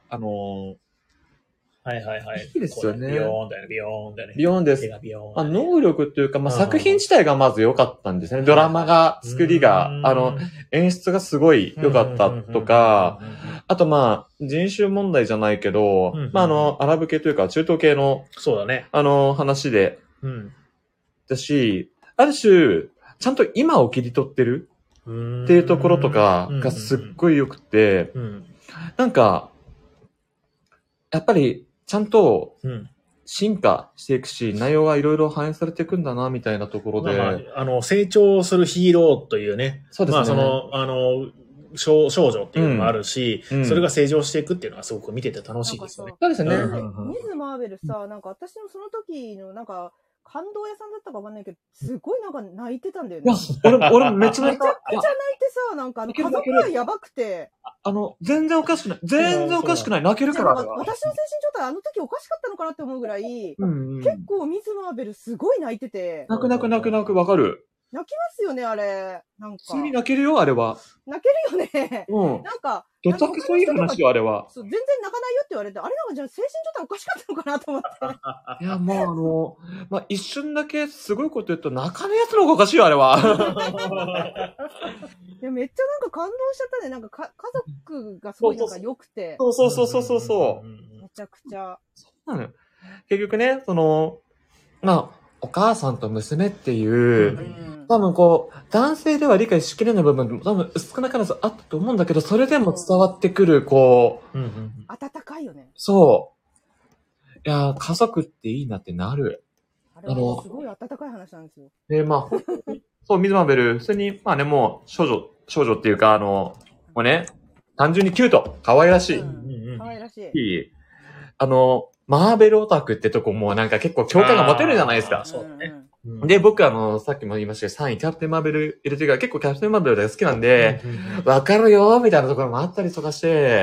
いいですよね。 ビヨーンだよね、ビヨーンだよね。 ビヨーンです。能力っていうか、作品自体がまず良かったんですね。ドラマが、作りが、演出がすごい良かったとか、あと人種問題じゃないけど、アラブ系というか中東系の、 そうだね。 話で、だし、ある種、ちゃんと今を切り取ってるっていうところとかがすっごい良くて、なんか、やっぱり、ちゃんと、 進化していくし、内容はいろいろ反映されていくんだな、みたいなところで。 成長するヒーローというね。 そうですね。 少女っていうのもあるし、それが成長していくっていうのはすごく見てて楽しいですよね。 そうですね。 ミズ・マーベルさ、なんか私のその時のなんか、感動屋さんだったかわかんないけど、すごいなんか泣いてたんだよね。 俺めちゃくちゃ泣いてさ、なんか家族がやばくて。 全然おかしくない。全然おかしくない。泣けるから。 私の精神状態あの時おかしかったのかなって思うぐらい、結構ミズ・マーベルすごい泣いてて。 泣くわかる。 泣きますよね、あれ。なんか。 普通に泣けるよ、あれは。 泣けるよね。なんか。 どちゃくそいい話よ、あれは。 そう、全然泣かないよって言われて、あれなんかじゃあ精神状態おかしかったのかなと思って。 いや、もう一瞬だけすごいこと言うと、泣かねえやつの方がおかしいよ、あれは。 いや、めっちゃなんか感動しちゃったね。なんか家族がすごいなんか良くて。 そう。 めちゃくちゃ。 そうなのよ。結局ね、お母さんと娘っていう、多分男性では理解しきれない部分も多分少なからずあったと思うんだけど、それでも伝わってくる、温かいよね。 そう。いや、家族っていいなってなる。 あれはすごい温かい話なんですよ。 で、そう、ミズ・マーベル、普通に、もう、少女っていうか、もうね、単純にキュート、可愛らしい。 可愛らしい。 マーベルオタクってとこもなんか結構共感が持てるじゃないですか。 そうね。 で、僕さっきも言いましたけど、3位キャプテンマーベル入れてるから結構キャプテンマーベルが好きなんで、わかるよみたいなところもあったりとかして、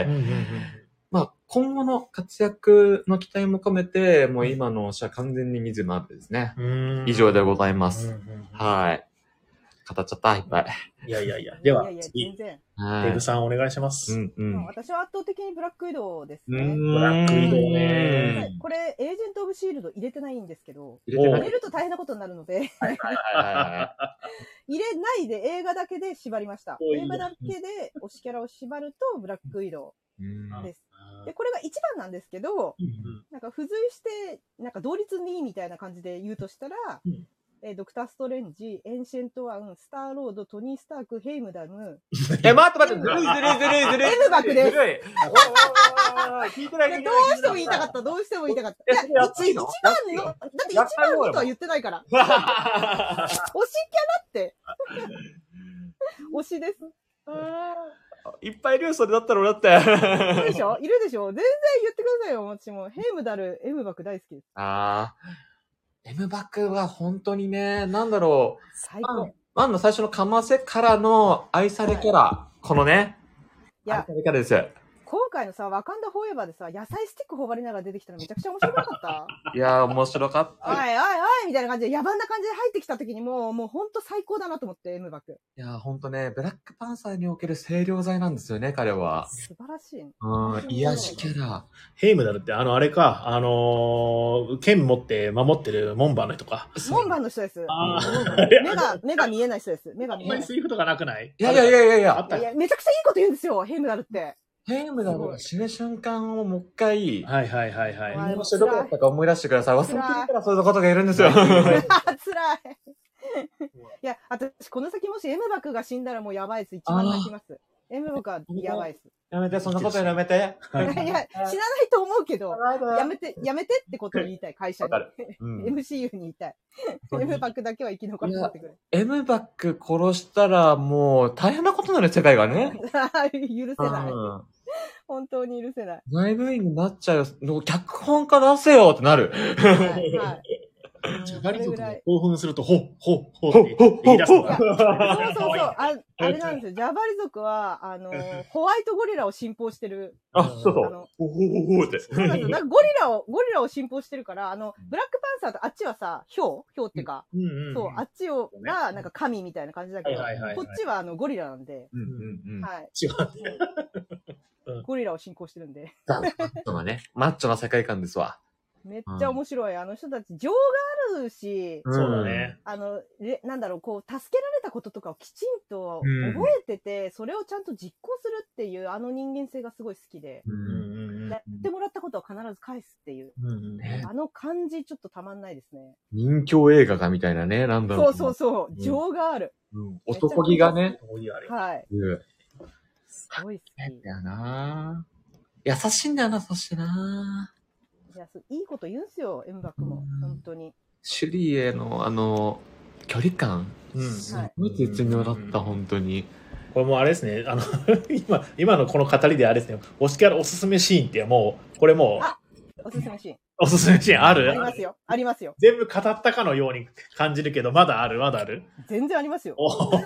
今後の活躍の期待も込めて、もう今の推しは完全にミズ・マーベルですね。以上でございます。はい。語っちゃった、いっぱい。 いや。では、次。デグさんお願いします。 私は圧倒的にブラックウィドウですね。 ブラックウィドウね。 これ、エージェント・オブ・シールド入れてないんですけど、入れると大変なことになるので、入れないで映画だけで縛りました。映画だけで推しキャラを縛るとブラックウィドウです。で、これが一番なんですけど、なんか付随して、なんか同率2位みたいな感じで言うとしたら、ドクター・ストレンジ、エンシェント・ワン、スター・ロード、トニー・スターク、ヘイムダム。 待って、ずるい。エムバクです。 聞いてない。 どうしても言いたかった。いや、一番の、だって一番のとは言ってないから。推しキャラって。推しです。 いっぱいいるよ、それだったら俺だって。 いるでしょ全然言ってくださいよ、私も。ヘイムダル、エムバク大好きです。 エムバクは本当にね、なんだろう。 最高。 ワンの最初のかませからの愛されキャラ。このね。愛されキャラです。 今回のさ、ワカンダフォーエバーでさ、野菜スティック頬張りながら出てきたのめちゃくちゃ面白かった。 いやー、面白かった。 おいみたいな感じで、野蛮な感じで入ってきた時にもうほんと最高だなと思って、エムバク。 いやー、ほんとね、ブラックパンサーにおける清涼剤なんですよね、彼は。 素晴らしい。 癒しキャラ。 ヘイムダルって、あれか、剣持って守ってる門番の人か。 門番の人です。目が見えない人です。目が見えない。 あんまりセリフとかなくない？ いや。 めちゃくちゃいいこと言うんですよ、ヘイムダルって。 ヘイムダルが死ぬ瞬間をもう一回、 はい。 もしどこだったか思い出してください。忘れてるからそういうことがいるんですよ。 辛い。いや、私、この先もしエムバクが死んだらもうやばいです。一番泣きます。エムバクはやばいです。 やめて、そんなことやめて。いや、 死なないと思うけど、やめてってことを言いたい、会社に。MCU に言いたい。エムバクだけは生き残らせてくれ。 エムバク殺したらもう大変なことになる世界がね。 許せない。本当に許せない。 ナイブウィングになっちゃうよ。脚本家出せよってなる。 はい。 ジャバリ族が興奮すると、ほって言い出すのが。 そう。あれなんですよ。ジャバリ族は、ホワイトゴリラを信奉してる。 そう。ほって。 そうなんですよ。なんかゴリラを信奉してるから、ブラックパンサーとあっちはさ、ヒョウっていうか、そう、あっちが、なんか神みたいな感じだけど、こっちはゴリラなんで、 はい。違う。ゴリラを信仰してるんで。 マッチョな世界観ですわ。 めっちゃ面白い。あの人たち、情があるし、 そうだね。 なんだろう、こう、助けられたこととかをきちんと覚えてて、それをちゃんと実行するっていう、あの人間性がすごい好きで、やってもらったことは必ず返すっていう、あの感じちょっとたまんないですね。 人気映画がみたいなね、なんだろう。 そう、情がある。 男気がね。 はい。すごい好き。 だよな。優しいんだよな、そしてな。 いや、いいこと言うんすよ、エムバックも。本当に。 シュリーへの、距離感。すごい絶妙だった、本当に。 これもうあれですね、今のこの語りであれですね、推しキャラおすすめシーンってもう、これもう、おすすめシーン。 おすすめシーンある？ ありますよ。ありますよ。 全部語ったかのように感じるけど、まだある？ 全然ありますよ。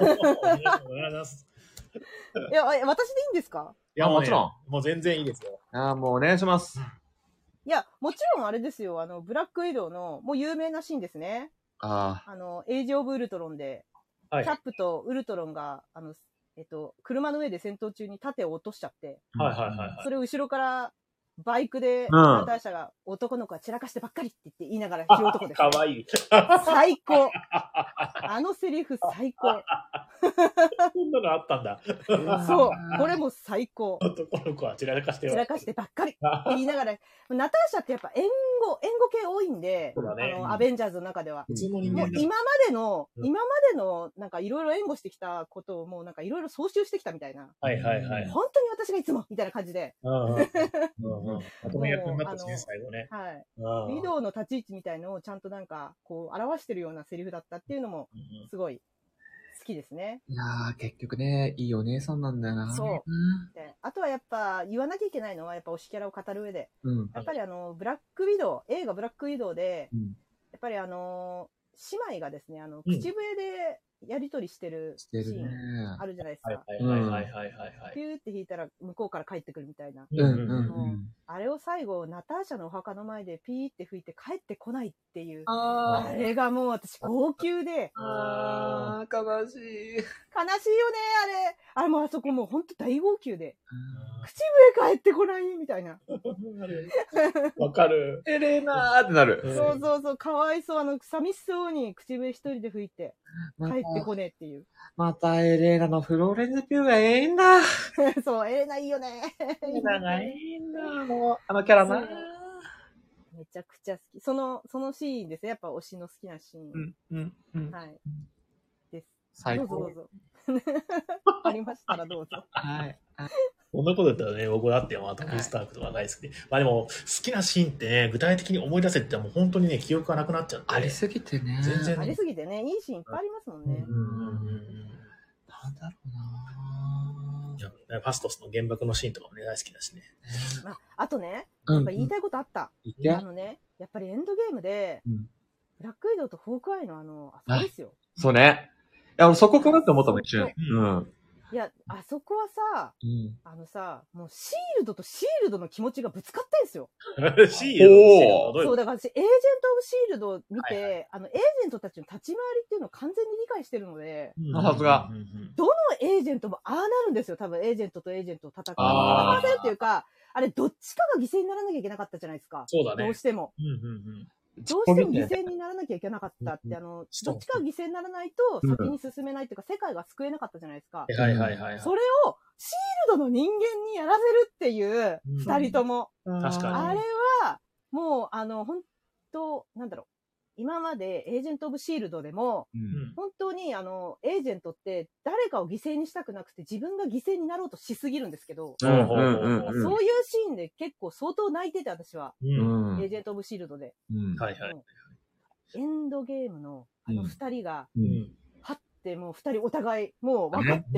いや、私でいいんですか？ いや、もちろん。もう全然いいですよ。 もうお願いします。 いや、もちろんあれですよ。ブラックウィドウの、もう有名なシーンですね。エイジオブウルトロンで、キャップとウルトロンが、車の上で戦闘中に盾を落としちゃって、それを後ろからバイクで、ナターシャが男の子は散らかしてばっかりって言いながら拾うとこです。 かわいい。 最高。あのセリフ最高。 そんなのあったんだ。 そう。これも最高。 男の子は散らかしてばっかりって言いながら、ナターシャってやっぱ援護系多いんで、アベンジャーズの中では。もう今までの、なんかいろいろ援護してきたことをもうなんかいろいろ総集してきたみたいな。本当に私がいつもみたいな感じで。 まとめ役になったしね、最後ね。 はい。ウィドウの立ち位置みたいのをちゃんとなんか、こう、表してるようなセリフだったっていうのも、すごい好きですね。 いやー、結局ね、いいお姉さんなんだよな。 そう。で、あとはやっぱ、言わなきゃいけないのは、やっぱ推しキャラを語る上で。やっぱりブラックウィドウ、映画ブラックウィドウで、やっぱり姉妹がですね、口笛で、やりとりしてるシーンあるじゃないですか。ピューって弾いたら向こうから帰ってくるみたいな。あれを最後、ナターシャのお墓の前でピーって吹いて帰ってこないっていう。あれがもう私号泣で。 悲しい。 悲しいよね、あれ。あれもあそこもうほんと大号泣で。口笛帰ってこないみたいな。 わかる。 エレーナーってなる。 そう、かわいそう。寂しそうに口笛一人で吹いて。帰ってこねえっていう。 またエレーナのフローレンズピューがええんだ。 そう、エレナいいよね。 エレナがええんだ。あのキャラな。 めちゃくちゃ好き。そのシーンですね。やっぱ推しの好きなシーン。はい。です。 最高。 どうぞ。ありましたらどうぞ。 はい。 こんなこと言ったらね、僕だってトニー・スタークとか大好きで。まあでも、好きなシーンってね、具体的に思い出せってもう本当にね、記憶がなくなっちゃって。 ありすぎてね。 全然。 ありすぎてね、いいシーンいっぱいありますもんね。 なんだろうな。いや、ファストスの原爆のシーンとかもね、大好きだしね。 あとね、やっぱ言いたいことあった。やっぱりエンドゲームで、ブラックウィドウとホークアイのあそこですよ。 そうね。いや、俺そこかなって思ったもん、一瞬。 いや、あそこはさ、もうシールドとシールドの気持ちがぶつかったんですよ。 シールド？ そう、だから私、エージェント・オブ・シールドを見て、エージェントたちの立ち回りっていうのを完全に理解してるので、 さすが。 どのエージェントもああなるんですよ、多分エージェントとエージェントを戦わせるっていうか、あれ、どっちかが犠牲にならなきゃいけなかったじゃないですか。 そうだね。 どうしても。どうしても犠牲にならなきゃいけなかったって、どっちかが犠牲にならないと先に進めないっていうか、世界が救えなかったじゃないですか。それをシールドの人間にやらせるっていう、二人とも。 確かに。 あれは、もう、本当なんだろう。今までエージェント・オブ・シールドでも、本当にエージェントって誰かを犠牲にしたくなくて自分が犠牲になろうとしすぎるんですけど、そういうシーンで結構相当泣いてて私は、エージェント・オブ・シールドで。エンドゲームの二人が、はってもう二人お互いもう分かって、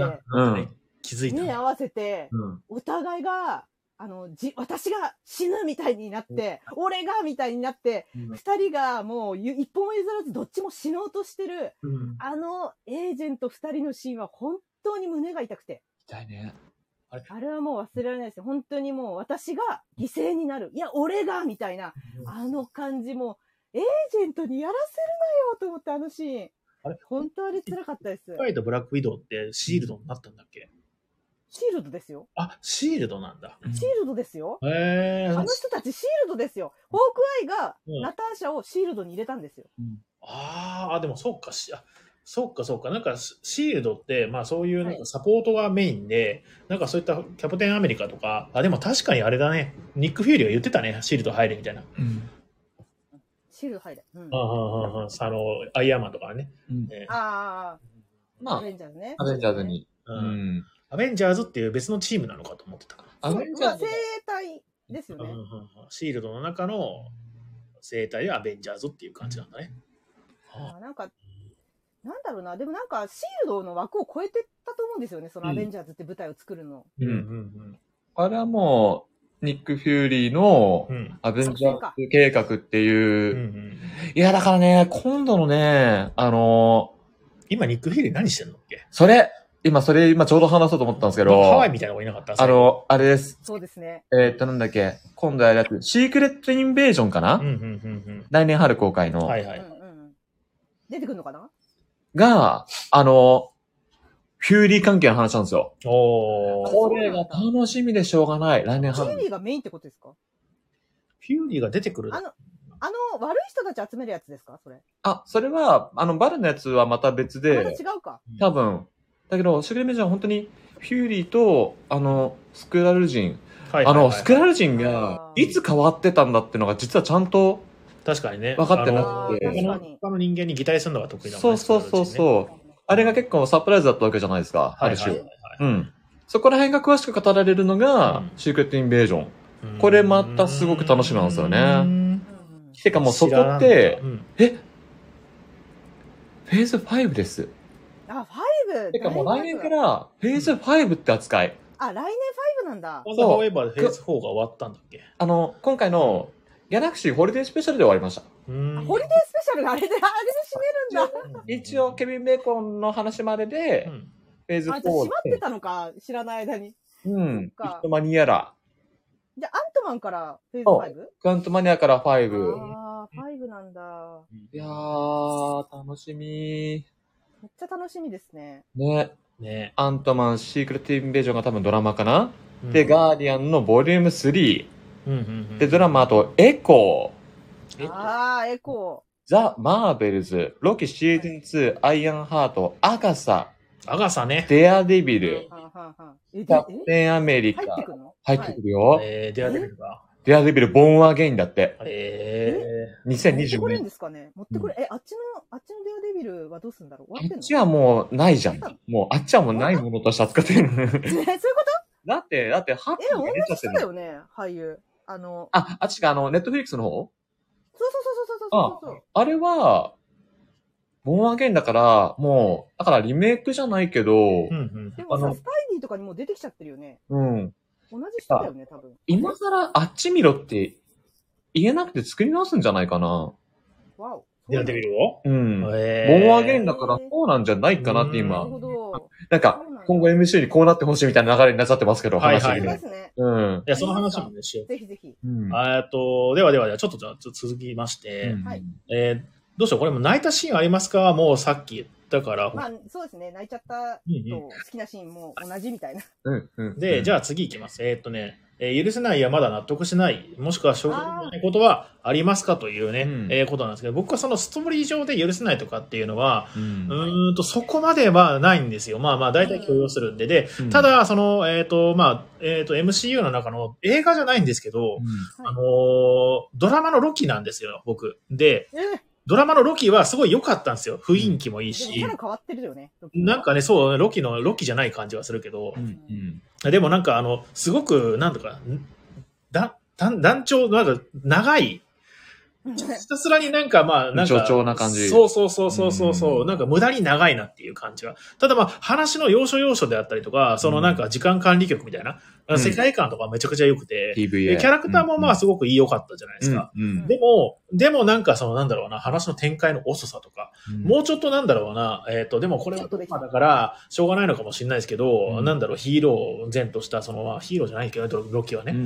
気づいた。 目合わせて、お互いが、私が死ぬみたいになって、俺がみたいになって、二人がもう一歩も譲らずどっちも死のうとしてる、エージェント二人のシーンは本当に胸が痛くて。 痛いね。 あれはもう忘れられないですよ。本当にもう私が犠牲になる。いや、俺がみたいな、感じも、エージェントにやらせるなよと思ってあのシーン。本当に辛かったです。 ホワイトブラックウィドウってシールドになったんだっけ？ シールドですよ。 あ、シールドなんだ。 シールドですよ。あの人たちシールドですよ。ホークアイがナターシャをシールドに入れたんですよ。 でもそうか。そうか。なんかシールドって、まあそういうなんかサポートがメインで、なんかそういったキャプテンアメリカとか、でも確かにあれだね。ニック・フューリーが言ってたね。シールド入れみたいな。 シールド入れ。 アイアンマンとかね。 アベンジャーズね。 アベンジャーズに。 アベンジャーズっていう別のチームなのかと思ってた。 精鋭隊ですよね。 シールドの中の生態でアベンジャーズっていう感じなんだね。 なんか、なんだろうな、でもなんか、シールドの枠を超えてたと思うんですよね、そのアベンジャーズって舞台を作るの。 あれはもう、ニック・フューリーのアベンジャーズ計画っていう。いや、だからね、今度のね、 今、ニック・フューリー何してんのっけ？ 今ちょうど話そうと思ったんですけど。 ハワイみたいな子いなかった？ あれです。 そうですね。 なんだっけ、今度やるやつ、シークレット・インベージョンかな？来年春公開の。 はいはい。 出てくるのかな？ が、フューリー関係の話なんですよ。これが楽しみでしょうがない。来年春。 フューリーがメインってことですか？ フューリーが出てくる？ 悪い人たち集めるやつですかそれ？ それは、バルのやつはまた別で。 また違うか。 多分。だけど、シークレット・インベージョンは本当に、フューリーと、スクラル人。スクラル人が、いつ変わってたんだっていうのが、実はちゃんと、 確かにね。 分かってなくて。 他の人間に擬態するのが得意なもんね。 そう。あれが結構サプライズだったわけじゃないですか。ある種。そこら辺が詳しく語られるのが、シークレット・インベージョン。これまたすごく楽しみなんですよね。てかもうそこって、フェーズ5です。 5？ てかもう来年からフェーズ5って扱い。 来年5なんだ。 そう。フォーズ4が終わったんだっけ？ 今回のギャラクシーホリデースペシャルで終わりました。 ホリデースペシャルがあれで締めるんだ。 一応ケビン・ベーコンの話までで、フェーズ4。 閉まってたのか、知らない間に。 ヒットマニアラ。 じゃあ、アントマンからフェーズ 5？ アントマニアから5。 5なんだ。 いやー、楽しみ。 めっちゃ楽しみですね。 ね。アントマン、シークレット・インベージョンが多分ドラマかな？で、ガーディアンのボリューム3。で、ドラマあと、エコー。エコー。ザ・マーベルズ、ロキシーズン2、アイアンハート、アガサね。デアデビル。キャプテンアメリカ。入ってくるよ。 デアデビルか。 デアデビル、ボーンアゲインだって。2020 年。持ってこれるんですかね？持ってこれ、あっちのデアデビルはどうするんだろう？終わってんの？ あっちはもうないじゃん。もう、あっちはもうないものとして扱ってる。 そういうこと？ だって、ハッピーが出ちゃってる。 同じ人だよね、俳優。 あっちがネットフリックスの方？ そう。 あれは、ボーンアゲインだから、もう、だからリメイクじゃないけど、 でもさ、スパイディとかにも出てきちゃってるよね。同じ人だよね、多分。 今更あっち見ろって言えなくて作り直すんじゃないかな。 わお。 デアデビルを？ ボーンアゲインだからそうなんじゃないかなって今。なんか、今後 MC にこうなってほしいみたいな流れになっちゃってますけど、話が。 いや、その話もね、しよう。 ぜひぜひ。 では、ちょっと続きまして、どうしよう、これも泣いたシーンありますか？もうさっき言ったから。 そうですね、泣いちゃったと好きなシーンも同じみたいな。 で、じゃあ次いきます。許せないやまだ納得しない、もしくは証拠のないことはありますかというね、ことなんですけど、僕はそのストーリー上で許せないとかっていうのは、そこまではないんですよ。大体許容するんで。で、ただ、MCU の中の映画じゃないんですけど、ドラマのロキなんですよ、僕。で、ドラマのロキはすごい良かったんですよ。雰囲気もいいし。 キャラ変わってるよね。 なんかね、そう、ロキじゃない感じはするけど、でもなんかすごく、なんとか、団長、なんか長い、ひたすらになんか冗長な感じ。 そう。なんか無駄に長いなっていう感じは。ただ話の要所要所であったりとか、そのなんか時間管理局みたいな、世界観とかめちゃくちゃ良くて、キャラクターもすごく良かったじゃないですか。でもなんかなんだろうな、話の展開の遅さとか、もうちょっとなんだろうな、でもこれはだからしょうがないのかもしれないですけど、なんだろう、ヒーローを前とした、ヒーローじゃないけど、ロキはね、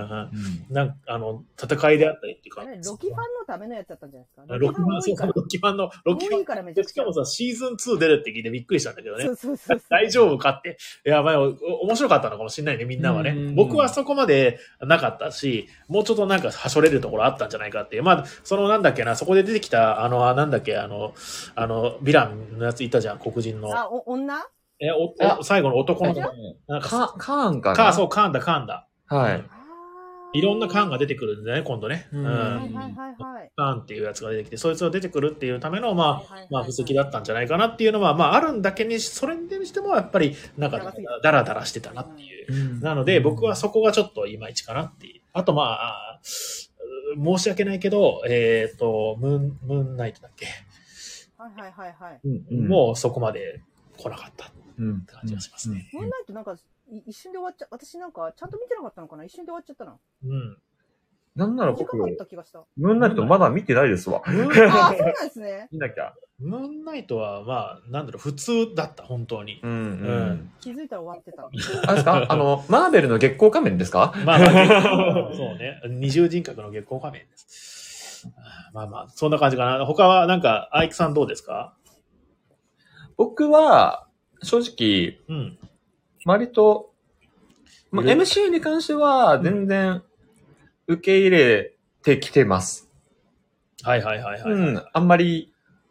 戦いであったりっていうか。 ロキファンのためのやつだったんじゃないですか？ ロキファンの、しかもさ、シーズン2出るって聞いてびっくりしたんだけどね。大丈夫かって。いや、面白かったのかもしれないね、みんなはね。僕はそこまでなかったし、もうちょっとなんかはしょれるところあったんじゃないかっていう。なんだっけな、そこで出てきた、なんだっけ、ヴィランのやついたじゃん、黒人の。 女？ 最後の男の子。 カーンかな？ そう、カーンだ。 はい。 いろんなカーンが出てくるんでね、今度ね。カーンっていうやつが出てきて、そいつが出てくるっていうための、まあ、布石だったんじゃないかなっていうのは、まあ、あるんだけに、それにしても、やっぱり、なんか、ダラダラしてたなっていう。なので、僕はそこがちょっといまいちかなっていう。あと、まあ、申し訳ないけど、ムーンナイトだっけ。もうそこまで来なかったって感じがしますね。 ムーンナイトなんか、一瞬で終わっちゃ、私なんか、ちゃんと見てなかったのかな、一瞬で終わっちゃったな。 なんなら僕、ムーンナイトまだ見てないですわ。 あ、そうなんですね。 見なきゃ。 ムーンナイトは、まあ、なんだろう、普通だった、本当に。 気づいたら終わってた。 あれですかマーベルの月光仮面ですか？ まあ、そうね。二重人格の月光仮面です。まあまあ、そんな感じかな。他は、なんか、アイクさんどうですか？ 僕は、正直、割と、まあ、MCU に関しては、全然、受け入れてきてます。 はい。 あんまり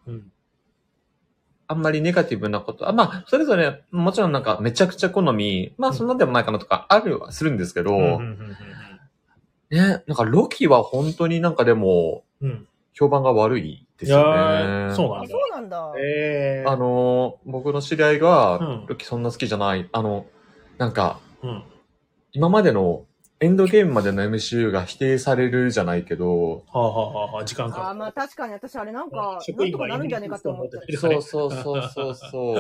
ネガティブなこと。まあ、それぞれ、もちろんなんかめちゃくちゃ好み、まあそんなんでもないかなとかあるはするんですけど、ね、なんかロキは本当になんかでも、評判が悪いですよね。 そうなんだ。 そうなんだ。 僕の知り合いが、ロキそんな好きじゃない。なんか、今までのエンドゲームまでの MCU が否定されるじゃないけど。 時間か。 まあ確かに私あれなんか、なんとかなるんじゃねえかと思ってる。 そう。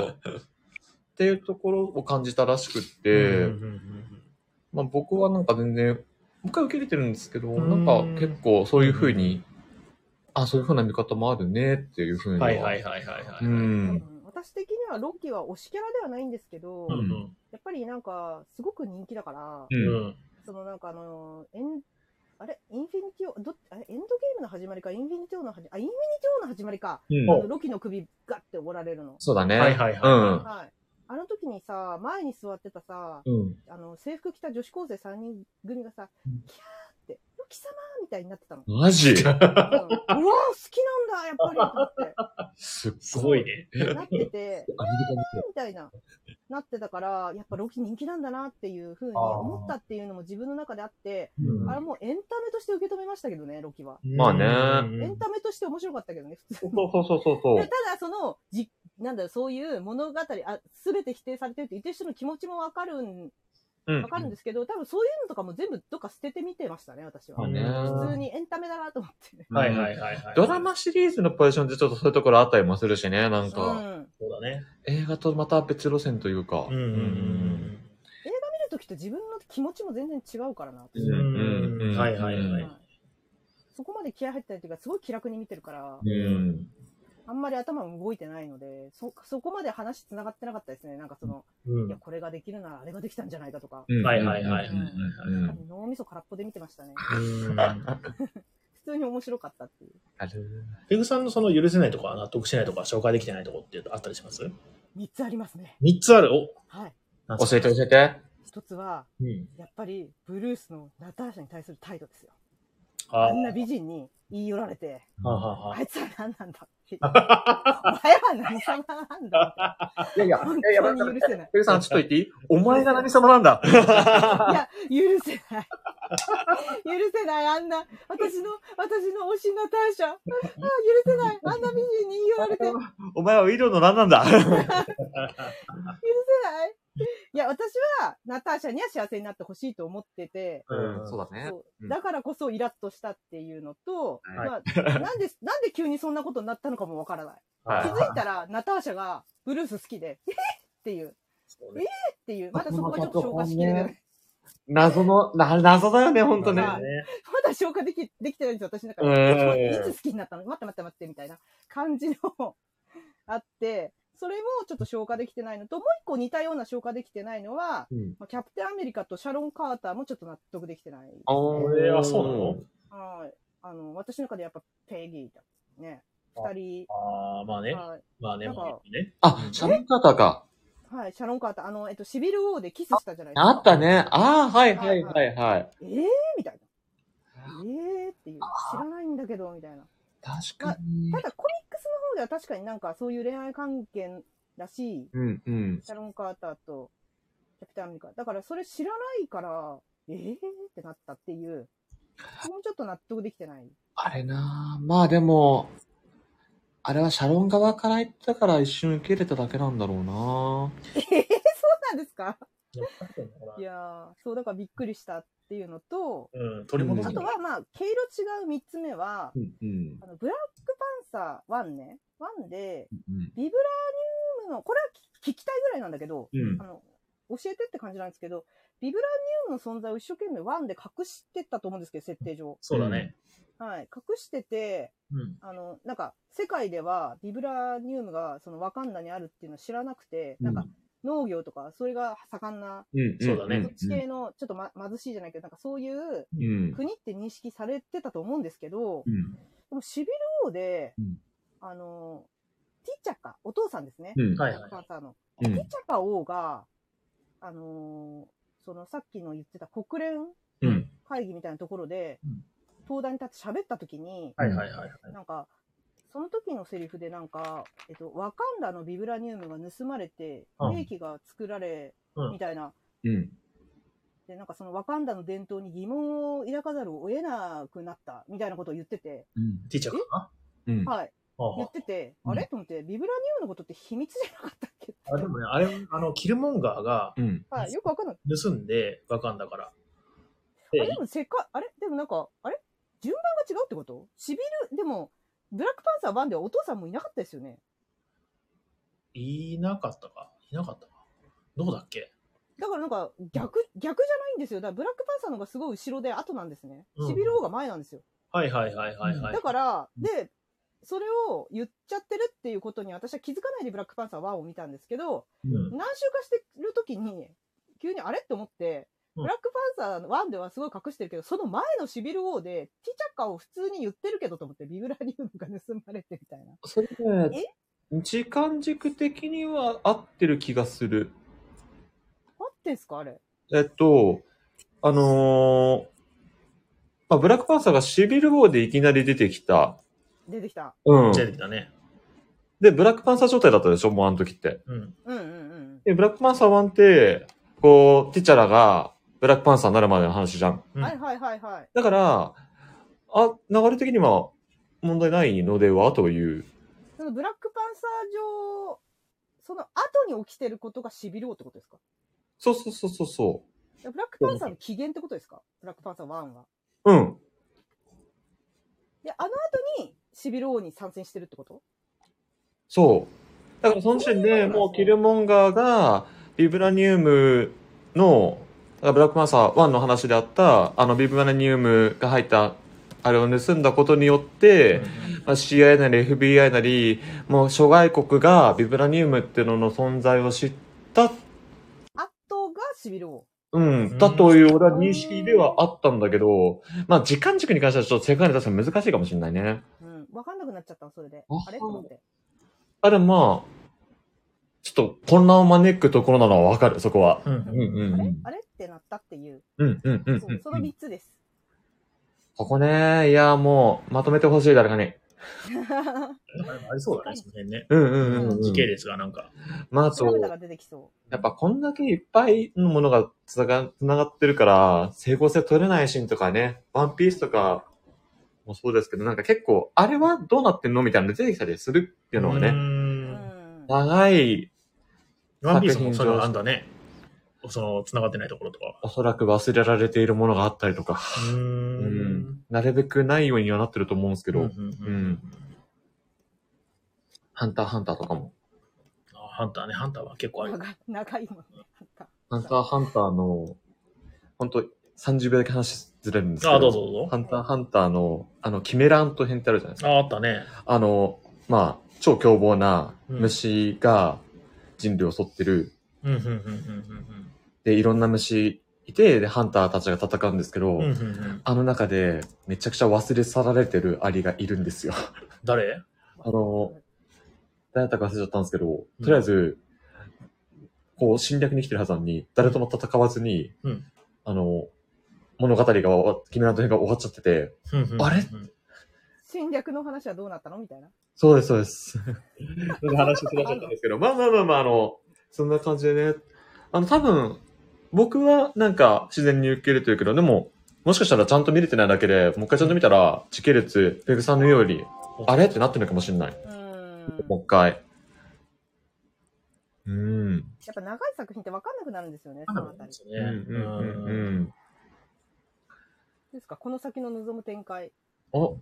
っていうところを感じたらしくって、まあ僕はなんか全然、僕は受け入れてるんですけど、なんか結構そういうふうに、そういうふうな見方もあるねっていうふうに。 はい。 私的にはロッキーは推しキャラではないんですけど、やっぱりなんかすごく人気だから、そのなんかインフィニティオ、エンドゲームの始まりか、インフィニティオの始まりか、ロキの首ガッて折られるの。 そうだね。 はい。あの時にさ、前に座ってたさ、制服着た女子高生3人組がさ、キャーって、ロキ様みたいになってたの。 マジうわ好きなんだ、やっぱりと思って。 すごいね。 なってて、みたいな。なってたから、やっぱロキ人気なんだなっていうふうに思ったっていうのも自分の中であって、あれもうエンタメとして受け止めましたけどね、ロキは。 まあね。 エンタメとして面白かったけどね、普通に。 そう。 ただなんだろう、そういう物語、すべて否定されてるって言ってる人の気持ちもわかるんですけど、多分そういうのとかも全部どっか捨ててみてましたね、私は。普通にエンタメだなと思って。 はい。 ドラマシリーズのポジションでちょっとそういうところあったりもするしね、なんか。 そうだね。 映画とまた別路線というか。 映画見るときと自分の気持ちも全然違うからな。 はい。 そこまで気合入ったりというか、すごい気楽に見てるから。あんまり頭も動いてないので、そこまで話繋がってなかったですね。なんかいや、これができるならあれができたんじゃないかとか。 はい。 脳みそ空っぽで見てましたね。普通に面白かったっていう。 ペグさんのその許せないとか納得しないとか紹介できてないとこってあったりします？ 3 つありますね。 3つある？ はい。 教えて。 1つは、やっぱりブルースのナターシャに対する態度ですよ。あんな美人に言い寄られて、あいつは何なんだって。お前は何様なんだって。いや、本当に許せない。 ペグさんちょっと言っていい？お前が何様なんだ。 いや、許せない。許せない、あんな、私の推しナターシャ。許せない。あんな美人に言い寄られて。 お前はウィローの何なんだ。許せない。 いや、私は、ナターシャには幸せになってほしいと思ってて、 そうだね。 だからこそイラッとしたっていうのと、まあ、なんで急にそんなことになったのかもわからない。気づいたら、ナターシャがブルース好きで、っていう。っていう。まだそこがちょっと消化しきれない。 謎だよね、ほんとね。 まだ消化できてないんですよ、私の中で。いつ好きになったの？待って、みたいな感じのあって、それもちょっと消化できてないのと、もう一個似たような消化できてないのは、キャプテンアメリカとシャロン・カーターもちょっと納得できてない、ね。 そうなの？ はい。私の中でやっぱペギーだ。ね。二人。 まあね。 シャロン・カーターか。 はい、シャロン・カーター。シビル・ウォーでキスしたじゃないですか。 あったね。はい。みたいな。 っていう。知らないんだけど、みたいな。 確かに。 ただコミックスの方では確かになんかそういう恋愛関係らしい。シャロン・カーターとキャプテンアメリカ。だからそれ知らないから、 ってなったっていう、もうちょっと納得できてない。 あれなぁ。まあでも、あれはシャロン側から言ったから一瞬受け入れただけなんだろうなそうなんですか？いやー、そうだからびっくりしたっていうのと、 取り戻す。 あとはまあ、毛色違う3つ目は、ブラックパンサー1ね。1で、ビブラニウムの、これは聞きたいぐらいなんだけど、教えてって感じなんですけど、ビブラニウムの存在を一生懸命1で隠してたと思うんですけど、設定上。 そうだね。 はい。隠してて、なんか、世界ではビブラニウムがそのワカンダにあるっていうのを知らなくて、なんか、農業とか、それが盛んな、 そうだね。 そっち系の、ちょっと、貧しいじゃないけど、なんかそういう国って認識されてたと思うんですけど、でもシビル王で、ティチャカ、お父さんですね。はいはい。ティチャカ王が、そのさっきの言ってた国連会議みたいなところで、登壇に立って喋った時に、なんか、その時のセリフでなんか、ワカンダのビブラニウムが盗まれて、兵器が作られ、みたいな。で、なんかそのワカンダの伝統に疑問を抱かざるを得なくなった、みたいなことを言ってて。 ティーチャーかな？ はい。言ってて、あれと思って、ビブラニウムのことって秘密じゃなかったっけ？ でもね、あれ、キルモンガーが、 はい、よくわかんない。 盗んで、ワカンダから。 でもでもなんか、順番が違うってこと？シビル、でも、ブラックパンサー1ではお父さんもいなかったですよね。 いなかったかどうだっけ？ だからなんか逆じゃないんですよ。だからブラックパンサーの方がすごい後ろで後なんですね。シビル王が前なんですよ。 はい。 だから、で、それを言っちゃってるっていうことに私は気づかないでブラックパンサー1を見たんですけど、何週かしてる時に、急にあれって思って、ブラックパンサー1ではすごい隠してるけど、その前のシビル王で、ティチャカを普通に言ってるけどと思って、ビブラニウムが盗まれてみたいな。 それね、時間軸的には合ってる気がする。 合ってんすかあれ。 ブラックパンサーがシビルウォーでいきなり出てきた。 出てきた。 出てきたね。 で、ブラックパンサー状態だったでしょもうあの時って。で、ブラックパンサー1って、こう、ティチャラが、ブラックパンサーになるまでの話じゃん。 はい。 だから、流れ的には問題ないのではという。 そのブラックパンサー上、その後に起きてることがシビル王ってことですか？ そう。 ブラックパンサーの起源ってことですか？ブラックパンサー1は。で、あの後にシビル王に参戦してるってこと？ そう。だからその時点でもうキルモンガーが、ビブラニウムの、ブラックパンサー1の話であった、ビブラニウムが入った、あれを盗んだことによって、CIA なり FBI なり、もう諸外国がビブラニウムっていうのの存在を知った。 あとがシビル王。 だという俺は認識ではあったんだけど、時間軸に関してはちょっと正解に出すの難しいかもしれないね。 わかんなくなっちゃったそれで。あれと思って。 でもちょっと混乱を招くところなのはわかる、そこは。 あれってなったっていう。その3つです。 ここね、いや、もう、まとめてほしい、誰かに。 ありそうだね、その辺ね。時系列がなんか。 あと、 やっぱこんだけいっぱいのものがつながってるから、整合性取れないシーンとかね、ワンピースとかもそうですけど、なんか結構、あれはどうなってんのみたいなの出てきたりするっていうのはね、長いワンピースもそういうのあんだね。繋がってないところとか。 おそらく忘れられているものがあったりとか。なるべくないようにはなってると思うんですけど。ハンターハンターとかも。 ハンターね、ハンターは結構ある。 長いもんね、 ハンターハンターの、ほんと30秒だけ話ずれるんですけど。 どうぞ。 ハンターハンターの、キメラント編ってあるじゃないですか。 あったね。 超凶暴な虫が人類を襲ってる。で、いろんな虫いて、で、ハンターたちが戦うんですけど、あの中でめちゃくちゃ忘れ去られてるアリがいるんですよ。 誰？ 誰だったか忘れちゃったんですけど、とりあえず、こう侵略に来てるはずなのに、誰とも戦わずに、物語が、キメラント編が終わっちゃってて、あれ侵略の話はどうなったのみたいな。 そうです。話しすぎちゃったんですけど、そんな感じでね、多分、 僕はなんか自然に受け入れてるけど、でも、もしかしたらちゃんと見れてないだけで、もう一回ちゃんと見たら、時系列、ペグさんのように、あれってなってるのかもしれない。もう一回。 やっぱ長い作品って分かんなくなるんですよね、そのあたり。ですか、この先の望む展開。 望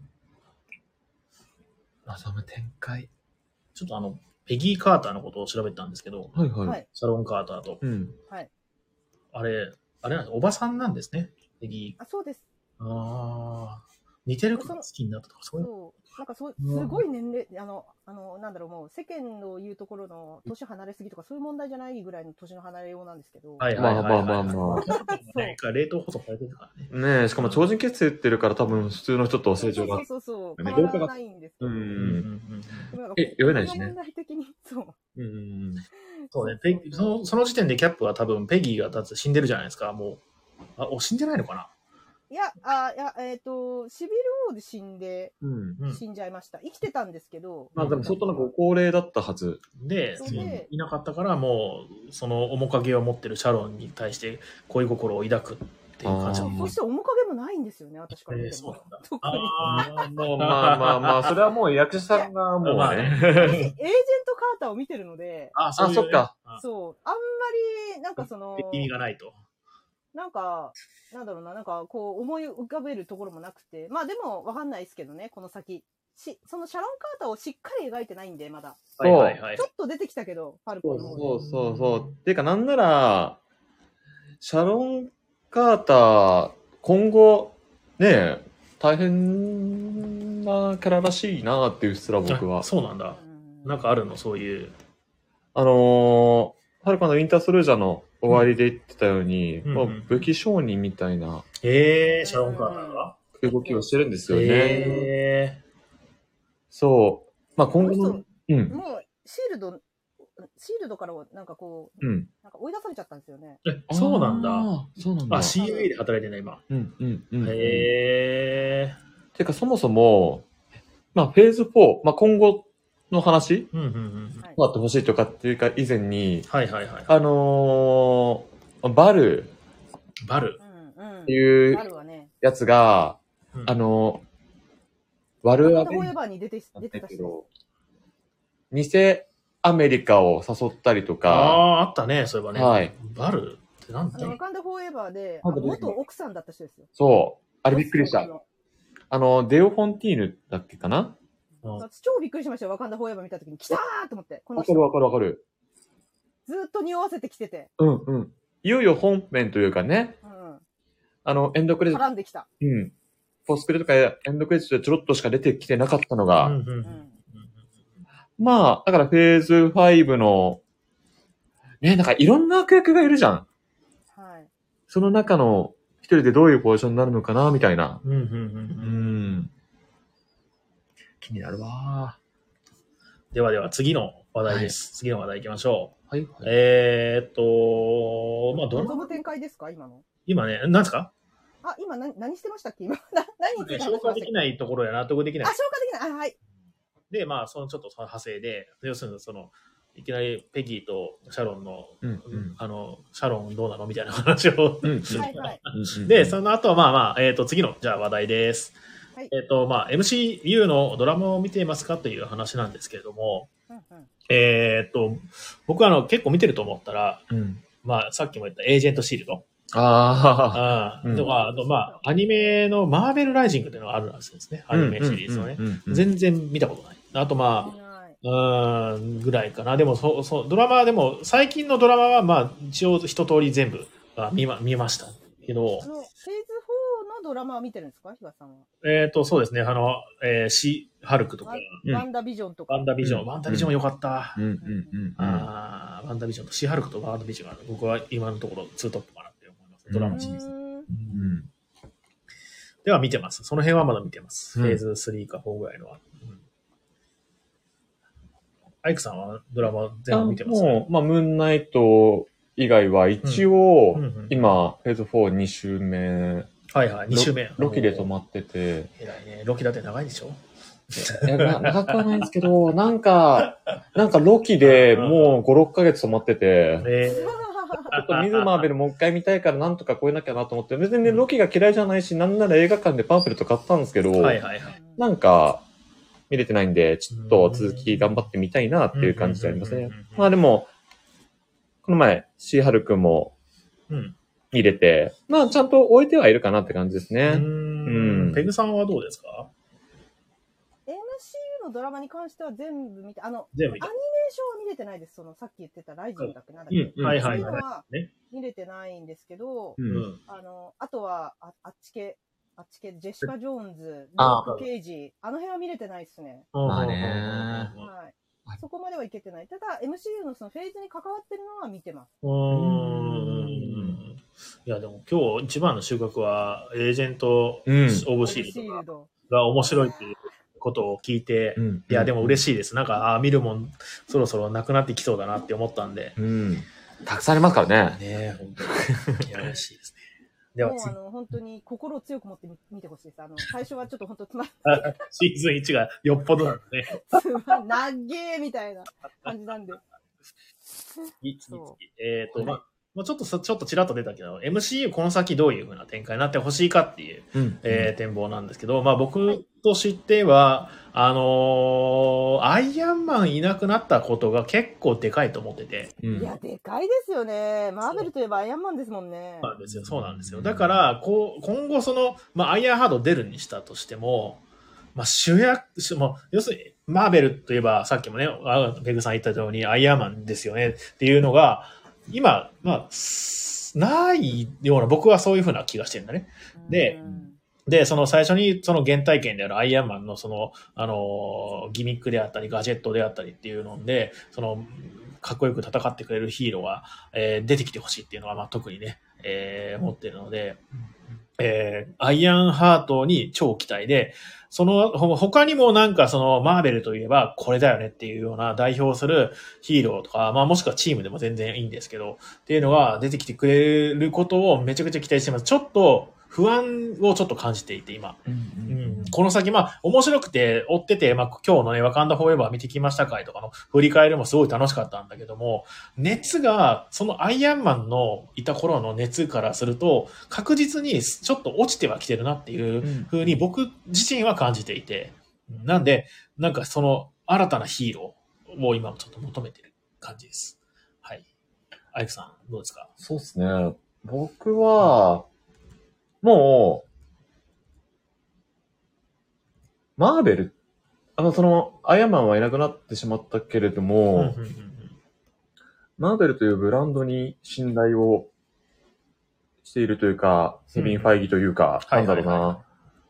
む展開。 ちょっとペギー・カーターのことを調べたんですけど、 はいはい。 シャロン・カーターと。 はい。 あれなんです、おばさんなんですね、ペギー。 あ、そうです。 似てるから好きになったとか、そういう。 なんかすごい年齢、なんだろう、もう世間の言うところの年離れすぎとかそういう問題じゃないぐらいの年の離れようなんですけど。 まあ。 冷凍保存されてるからね。ねえ、しかも超人血清ってるから多分普通の人と成長が。 そう。変わらないんですけど。 読めないしね。 問題的に、そう。 そうね、その時点でキャップは多分ペギーが死んでるじゃないですか、もう。死んでないのかな。 シビル王で死んじゃいました。生きてたんですけど。 まあでも相当なご高齢だったはず。 で、いなかったからもう、その面影を持ってるシャロンに対して恋心を抱くっていう感じ。 そして面影もないんですよね、私から見ても。 まあ、それはもう役者さんがもうね。 エージェントカーターを見てるので。 そっか。 そう。あんまり、なんか意味がないと。 なんだろうな、なんかこう思い浮かべるところもなくて、まあでもわかんないですけどね、この先。そのシャロン・カーターをしっかり描いてないんで、まだ。ちょっと出てきたけど、ファルコンの方で。 そう。っていうかなんなら、シャロン・カーター、今後、ね、大変なキャラらしいなっていうすら僕は。 そうなんだ。なんかあるの、そういう。 ファルコンのウィンターソルジャーの終わりで言ってたように、もう武器商人みたいな。 シャロン・カーターが動きをしてるんですよね。そう。まあ今後の、 もうシールドからなんかこう、なんか追い出されちゃったんですよね。 そうなんだ。 そうなんだ。 CUA で働いてんだ、今。 てかそもそも、まあフェーズ4、まあ今後の話どうなってほしいとかっていうか以前に、バルっていうやつが、ワルアベンけど、偽アメリカを誘ったりとか。 あったね、そういえばね。 はい。 バルってなんだワカンダフォーエバーで、元奥さんだった人ですよ。 そう。あれびっくりした。デオ・フォンティーヌだっけかな？ 私超びっくりしましたよ。ワカンダフォーエバー見たときに、来たーと思って。 わかる。 ずっと匂わせてきてて。 いよいよ本編というかね。エンドクレジット。 絡んできた。 ポスクレとかエンドクレジットでちょろっとしか出てきてなかったのが。まあ、だからフェーズ5の、ね、なんかいろんな悪役がいるじゃん。その中の一人でどういうポジションになるのかな、みたいな。気になるわ。 では次の話題です。次の話題行きましょう。まあ望む展開ですか、今の。 今ね、何ですか？ 今何してましたっけ？今何消化できないところや納得できない。 消化できない。はい。 で、まあ、ちょっとその派生で、要するにいきなりペギーとシャロンの、シャロンどうなのみたいな話を。で、その後はまあ、次の、じゃあ話題です。まあ、MCU のドラマを見ていますかという話なんですけれども、僕は結構見てると思ったら、まあ、さっきも言ったエージェントシールド。とか、まあ、アニメのマーベルライジングっていうのがあるらしいですね。アニメシリーズをね。全然見たことない。あとまあ、ぐらいかな。でも、ドラマでも、最近のドラマはまあ、一応一通り全部見ましたけど。 フェーズ4のドラマは見てるんですか、東さんは。 そうですね。ハルクとか。 ワンダビジョンとか。 ワンダビジョンよかった。ワンダビジョンとシーハルクとワンダビジョンが僕は今のところ2トップかなって思います。ドラマシリーズ。では見てます。その辺はまだ見てます。フェーズ3か4ぐらいのは。アイクさんはドラマ全部見てますか？ まあ、ムーンナイト以外は一応、今、フェーズ4、2週目。 2週目。 ロキで止まってて。 偉いね。ロキだって長いでしょ？ 長くはないんですけど、なんかロキでもう5、6ヶ月止まってて。 っとミズ・マーベルもう一回見たいからなんとか超えなきゃなと思って、別にね、ロキが嫌いじゃないし、なんなら映画館でパンフレット買ったんですけど、なんか、見れてないんで、ちょっと続き頑張ってみたいなっていう感じでありますね。まあでも、この前、シーハルくんも、見れて、まあちゃんと終えてはいるかなって感じですね。 ペグさんはどうですか？ MCU のドラマに関しては全部見て、アニメーションは見れてないです。さっき言ってたライジンだっけなんだっけ。そういうのは見れてないんですけど、あとは、あっち系、ジェシカ・ジョーンズ、ルーク・ケイジ、あの辺は見れてないですね。 まあね。 はい。そこまではいけてない。ただ、MCU のそのフェーズに関わってるのは見てます。 いや、でも今日一番の収穫は、エージェント・オブ・シールドが面白いっていうことを聞いて、いや、でも嬉しいです。なんか、見るもん、そろそろなくなってきそうだなって思ったんで。 たくさんありますからね。 ね、本当に。いや、嬉しいですね。 ではもう本当に心を強く持って見てほしいです。最初はちょっと本当つまんシーズン1がよっぽどなんでね。 なっげーみたいな感じなんで。 ちょっとちらっと出たけど、MCU この先どういう風な展開になってほしいかっていう、展望なんですけど、まあ僕としては、アイアンマンいなくなったことが結構でかいと思ってて。 いや、でかいですよね。マーベルといえばアイアンマンですもんね。 そうなんですよ。だから、今後アイアンハード出るにしたとしても、主役、要するに、マーベルといえば、さっきもね、ペグさん言ったように、アイアンマンですよねっていうのが、今、ないような、僕はそういうふうな気がしてるんだね。で、その最初にその原体験であるアイアンマンのギミックであったり、ガジェットであったりっていうので、かっこよく戦ってくれるヒーローが、出てきてほしいっていうのは、特にね、思ってるので、アイアンハートに超期待で、他にもマーベルといえばこれだよねっていうような代表するヒーローとか、もしくはチームでも全然いいんですけど、っていうのが出てきてくれることをめちゃくちゃ期待してます。ちょっと不安をちょっと感じていて、今。この先、面白くて追ってて、今日のね、ワカンダフォーエバー見てきました回とかの振り返りもすごい楽しかったんだけども、熱が、そのアイアンマンのいた頃の熱からすると、確実にちょっと落ちてはきてるなっていう風に僕自身は感じていて、なんで、新たなヒーローを今ちょっと求めてる感じです。はい。アイクさん、どうですか？ そうですね。僕は、もう、マーベル、アイアンマンはいなくなってしまったけれども、マーベルというブランドに信頼をしているというか、ケビン・ファイギというか、なんだろうな。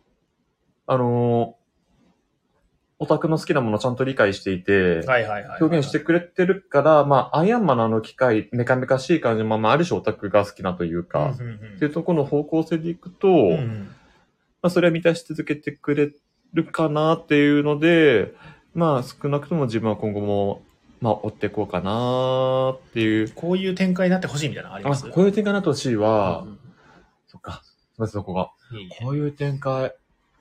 オタクの好きなものをちゃんと理解していて、表現してくれてるから、アイアンマンの機械、メカメカしい感じも、ある種オタクが好きなというか、っていうところの方向性でいくと、それは満たし続けてくれるかなっていうので、少なくとも自分は今後も、追っていこうかなっていう。 こういう展開になってほしいみたいなのあります？ こういう展開になってほしいは、そっか、まずそこが。こういう展開。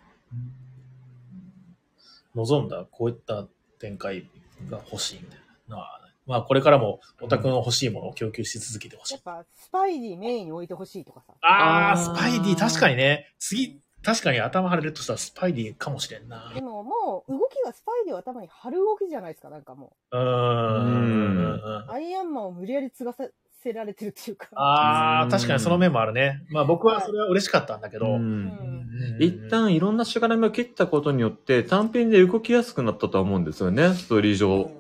望んだ、こういった展開が欲しいみたいな。これからもオタクの欲しいものを供給し続けてほしい。 やっぱ、スパイディメインに置いてほしいとかさ。 スパイディ確かにね。確かに頭張れるとしたらスパイディかもしれんな。 でももう動きがスパイディを頭に張る動きじゃないですか、なんかもう。アイアンマンを無理やり継がせられてるっていうか。 確かにその面もあるね。僕はそれは嬉しかったんだけど。 一旦いろんなしがらみを切ったことによって単品で動きやすくなったとは思うんですよね、ストーリー上。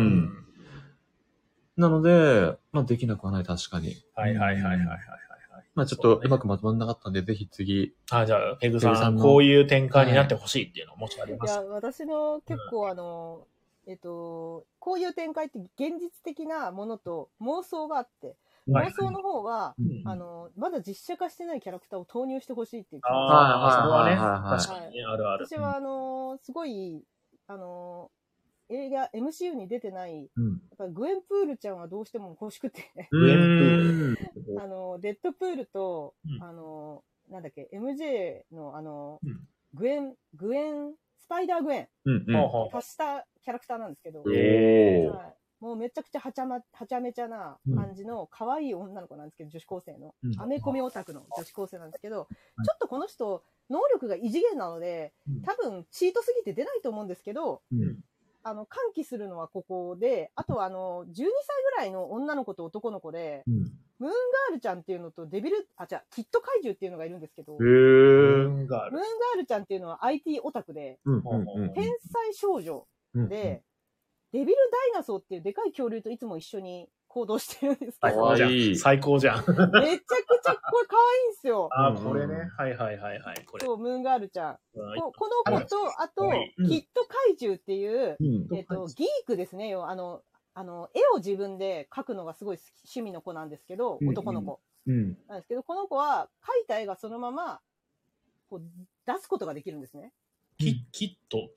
なので、できなくはない、確かに。ちょっとうまくまとまんなかったんで、ぜひ次。 じゃあ、ペグさん、こういう展開になってほしいっていうのもしありますか？ いや、私の結構こういう展開って現実的なものと妄想があって、妄想の方は、まだ実写化してないキャラクターを投入してほしいっていう気持ち。 それはね、確かにあるある。 私はすごい、映画、MCU に出てない、やっぱりグエンプールちゃんはどうしても欲しくて、デッドプールと、なんだっけ、MJ のグエン、スパイダーグエン、足したキャラクターなんですけど、 もうめちゃくちゃはちゃめちゃな感じの可愛い女の子なんですけど、女子高生の。アメコミオタクの女子高生なんですけど、ちょっとこの人、能力が異次元なので、多分チートすぎて出ないと思うんですけど、歓喜するのはここで、あとは12歳ぐらいの女の子と男の子で、ムーンガールちゃんっていうのとキット怪獣っていうのがいるんですけど、ムーンガールちゃんっていうのは IT オタクで、天才少女で、デビルダイナソーっていうでかい恐竜といつも一緒に行動してるんですけど。 最高じゃん。 めちゃくちゃこれ可愛いんですよ。 これね。はいはいはいはい。 そう、ムーンガールちゃん。この子と、あと、キット怪獣っていう、ギークですね。絵を自分で描くのがすごい趣味の子なんですけど、男の子。なんですけど、この子は描いた絵がそのまま、こう、出すことができるんですね。 キッ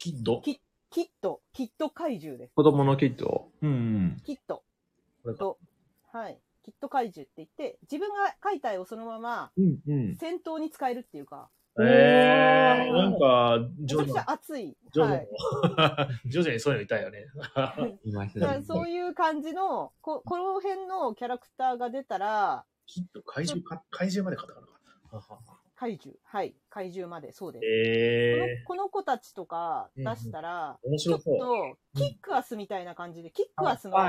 ト怪獣です。 子供のキット。 キット。はい。キット怪獣って言って、自分が描いた絵をそのまま、戦闘に使えるっていうか。 なんか、 めちゃくちゃ熱い。 徐々にそういうのいたよね。 そういう感じの、この辺のキャラクターが出たら、 キット怪獣まで買ったかな。 怪獣まで、そうです。この子たちとか出したら、ちょっと、キックアスみたいな感じで、キックアスの、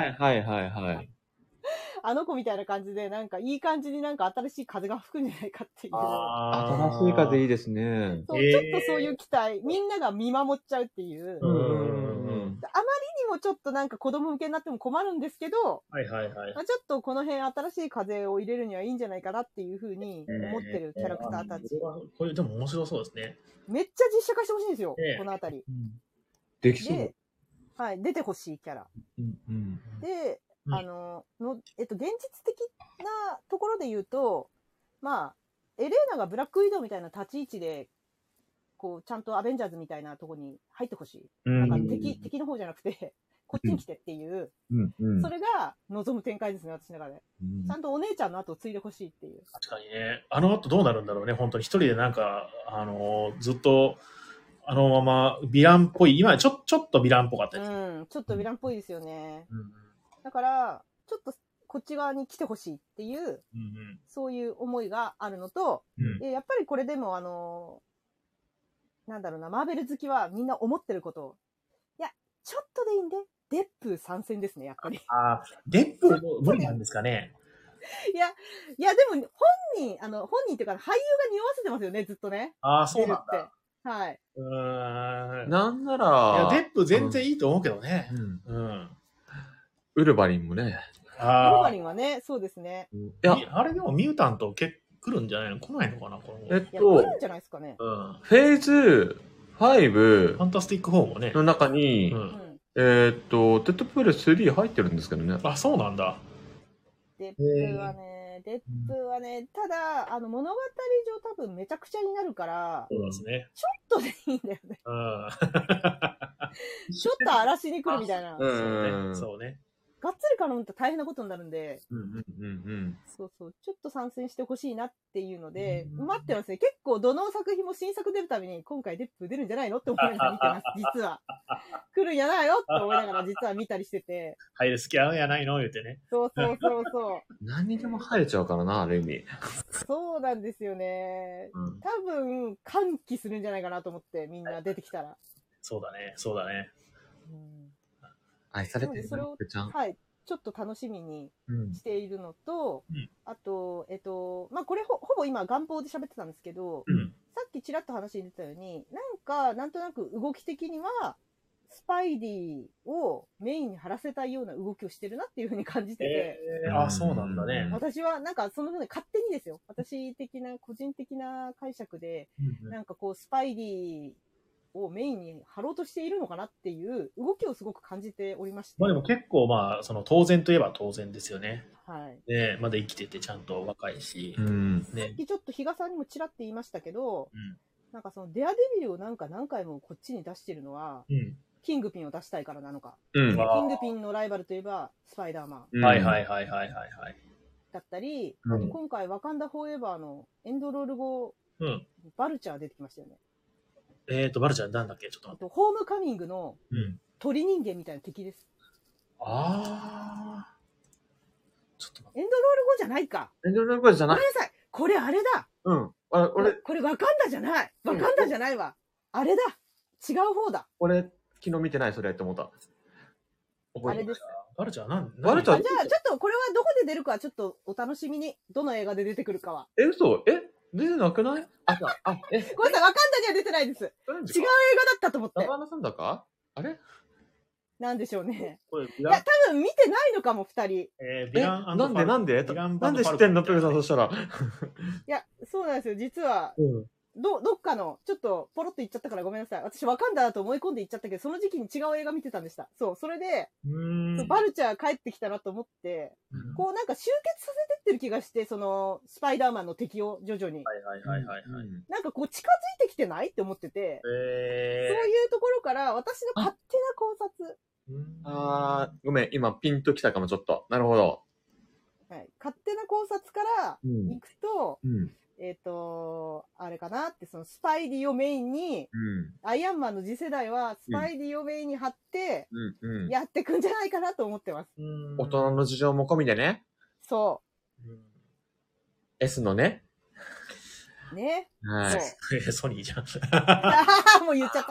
あの子みたいな感じで、なんかいい感じになんか新しい風が吹くんじゃないかっていう。 新しい風いいですね。 そう、ちょっとそういう期待、みんなが見守っちゃうっていう。あまりにもちょっとなんか子供向けになっても困るんですけど、ちょっとこの辺新しい風を入れるにはいいんじゃないかなっていうふうに思ってるキャラクターたち。 これでも面白そうですね。 めっちゃ実写化してほしいんですよ、このあたり。 できそう。 はい、出てほしいキャラ。で、現実的なところで言うと、まあ、エレーナがブラックウィドウみたいな立ち位置で、こう、ちゃんとアベンジャーズみたいなところに入ってほしい。なんか敵の方じゃなくて、こっちに来てっていう、それが望む展開ですね、私の中で。ちゃんとお姉ちゃんの後を継いでほしいっていう。 確かにね。あの後どうなるんだろうね、本当に一人でなんか、ずっと、あのままヴィランっぽい、今ちょっとヴィランっぽかったですね。 ちょっとヴィランっぽいですよね。だから、ちょっとこっち側に来てほしいっていう、そういう思いがあるのと、やっぱりこれでもなんだろうな、マーベル好きはみんな思ってること。いや、ちょっとでいいんで、デップ参戦ですね、やっぱり。 デップ無理なんですかね。 いや、でも、本人っていうか、俳優が匂わせてますよね、ずっとね。 そうなんだ。 はい。 なんなら、 デップ全然いいと思うけどね。 ウルヴァリンもね。 ウルヴァリンはね、そうですね。 あれでもミュータント来るんじゃないの？来ないのかな？ 来るんじゃないですかね。 フェーズ5、 ファンタスティック4もね。 の中に、デッドプール3入ってるんですけどね。 そうなんだ。 デップはね、ただ、物語上多分めちゃくちゃになるから、 そうですね。 ちょっとでいいんだよね。ちょっと荒らしに来るみたいな。 そうね。 がっつり絡むと大変なことになるんで、そうそう、ちょっと参戦してほしいなっていうので、待ってますね。結構どの作品も新作出るたびに、今回デップ出るんじゃないのって思いながら見てます、実は。来るんじゃないのって思いながら実は見たりしてて。 入る好きあるんやないの言うてね。 そう。 何にでも入れちゃうからな、ある意味。 そうなんですよね。多分、歓喜するんじゃないかなと思って、みんな出てきたら。 そうだね。 愛されてるそれを、はい、ちょっと楽しみにしているのと、あと、これほぼ今、元宝で喋ってたんですけど、さっきちらっと話に出たように、なんとなく動き的には、スパイディをメインに張らせたいような動きをしてるなっていうふうに感じてて。 そうなんだね。 私はなんかそのふうに勝手にですよ。私的な、個人的な解釈で、なんかこう、スパイディをメインに張ろうとしているのかなっていう動きをすごく感じておりまして。 でも結構その当然といえば当然ですよね。 はい。 ね、まだ生きててちゃんと若いし。 さっきちょっと比嘉さんにもちらって言いましたけど、なんかそのデアデビルを何回もこっちに出してるのは、キングピンを出したいからなのか。キングピンのライバルといえばスパイダーマン。 はい。 だったり、あと今回ワカンダフォーエバーのエンドロール後、バルチャー出てきましたよね。 バルチャーなんだっけちょっと。 ホームカミングの鳥人間みたいな敵です。 ちょっと待って。エンドロール後じゃないか。 エンドロール後じゃない。 ごめんなさい。これあれだ。 うん。 これワカンダじゃない。ワカンダじゃないわ。あれだ。違う方だ。 俺、昨日見てない、それって思った。 あれです。 バルチャーじゃあちょっとこれはどこで出るかちょっとお楽しみに。どの映画で出てくるかは。 嘘出てなくない？ ごめんなさい、ワカンダには出てないです。違う映画だったと思って。 長野さんだか？あれ？ なんでしょうね。いや、多分見てないのかも、二人。 なんで知ってんの？ペグさん、そしたら。 いや、そうなんですよ。実は、どっかの、ちょっとポロッと言っちゃったからごめんなさい。私ワカンダだと思い込んで言っちゃったけど、その時期に違う映画見てたんでした。そう、それで、バルチャー帰ってきたなと思って、こうなんか集結させてってる気がして、その、スパイダーマンの敵を徐々に。なんかこう近づいてきてないって思ってて、そういうところから私の勝手な考察。 ごめん、今ピンときたかも、ちょっと。なるほど。 はい。勝手な考察から行くと、あれかなって、そのスパイディをメインに、アイアンマンの次世代はスパイディをメインに貼って、やってくんじゃないかなと思ってます。 大人の事情も込みでね。 そう。 S のね。 ね。 はい。 ソニーじゃん。 もう言っちゃった。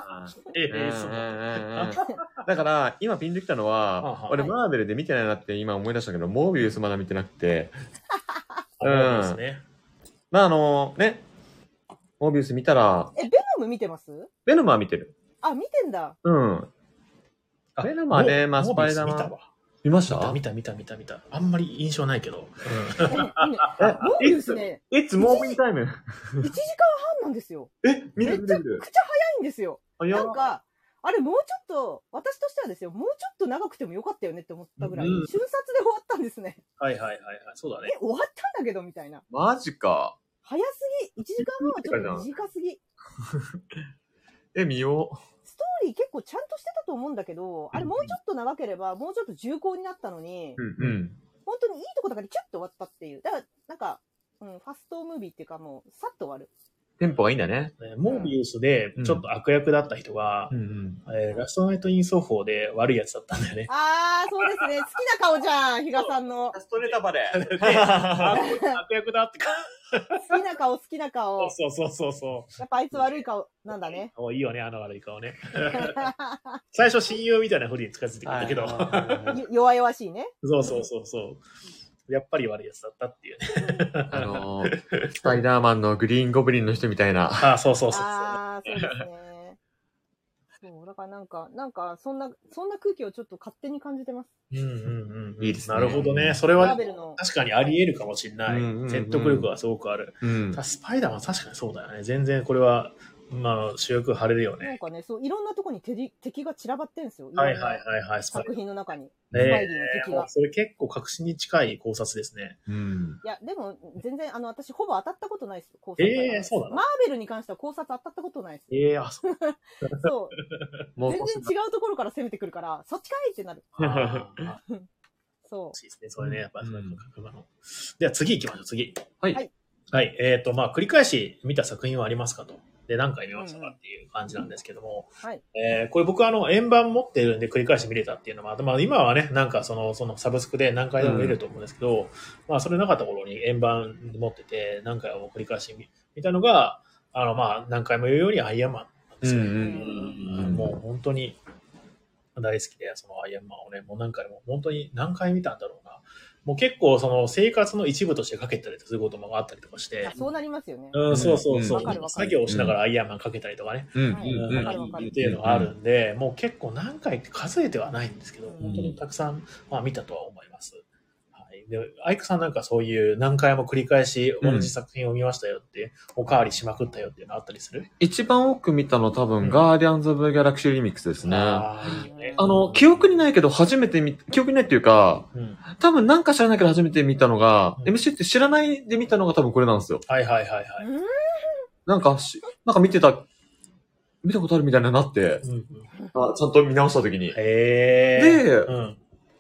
だから、今ピンときたのは、俺マーベルで見てないなって今思い出したけど、モービウスまだ見てなくて。 モービウスね。 まあモービウス見たら。 ベノム見てます？ ベノムは見てる。 あ、見てんだ。 ベノムはね、まあスパイダーマン。見ました？ 見た。あんまり印象ないけど。 モービウスね。 It's moving time。1 時間半なんですよ。 見る。 めちゃくちゃ早いんですよ。なんか、あれもうちょっと、私としてはですよ、もうちょっと長くてもよかったよねって思ったぐらい、瞬殺で終わったんですね。 はい。そうだね。 終わったんだけど、みたいな。 マジか。 早すぎ。1時間半はちょっと短すぎ。 見よう。 ストーリー結構ちゃんとしてたと思うんだけど、あれもうちょっと長ければ、もうちょっと重厚になったのに、本当にいいとこだからキュッと終わったっていう。だから、なんか、ファストムービーっていうかもう、さっと終わる。 テンポがいいんだね。 モービウスでちょっと悪役だった人が、ラストナイトインソフォーで悪いやつだったんだよね。 そうですね。好きな顔じゃん、比嘉さんの。 ラストネタバレ。 悪役だってか。 好きな顔。 そう。 やっぱあいつ悪い顔なんだね。 いいよね、あの悪い顔ね。最初親友みたいな風に近づいてくるんだけど。 弱々しいね。 そう。やっぱり悪いやつだったっていうね。スパイダーマンのグリーンゴブリンの人みたいな。 そうですね。そう、だからなんか、そんな空気をちょっと勝手に感じてます。 いいですね。なるほどね。それは確かにあり得るかもしれない。説得力がすごくある。スパイダーマン確かにそうだよね。全然これは、まあ、主役張れるよね。 なんかね、そう、いろんなとこに敵が散らばってんすよ。 はい。 作品の中に。 スパイディの敵が。それ結構確信に近い考察ですね。 いや、でも、全然、私、ほぼ当たったことないです。考察。 そうだな。 マーベルに関しては考察当たったことないです。そう。全然違うところから攻めてくるから、そっちかいってなる。そう。 そうですね。それね、やっぱ、では次行きましょう、次。 はい。 まあ、繰り返し見た作品はありますかと。で、何回見ましたかっていう感じなんですけども。これ僕は円盤持ってるんで繰り返し見れたっていうのも、まあ今はね、なんかそのサブスクで何回でも見れると思うんですけど、まあそれなかった頃に円盤持ってて、何回も繰り返し見たのが、まあ何回も言うようにアイアンマンなんですよ。もう本当に大好きで、そのアイアンマンをね、もう何回も、本当に何回見たんだろうな。もう結構その生活の一部としてかけたりすることもあったりとかして。 そうなりますよね。 そう。作業をしながらアイアンマンかけたりとかね。っていうのがあるんで、もう結構何回って数えてはないんですけど、本当にたくさん、まあ、見たとは思います。で、アイクさんなんかそういう何回も繰り返し同じ作品を見ましたよって、おかわりしまくったよっていうのあったりする？ 一番多く見たの多分、ガーディアンズ・オブ・ギャラクシー・リミックスですね。記憶にないけど初めて記憶にないっていうか、多分なんか知らないけど初めて見たのが、MC って知らないで見たのが多分これなんですよ。なんか見たことあるみたいななって、ちゃんと見直した時に。で、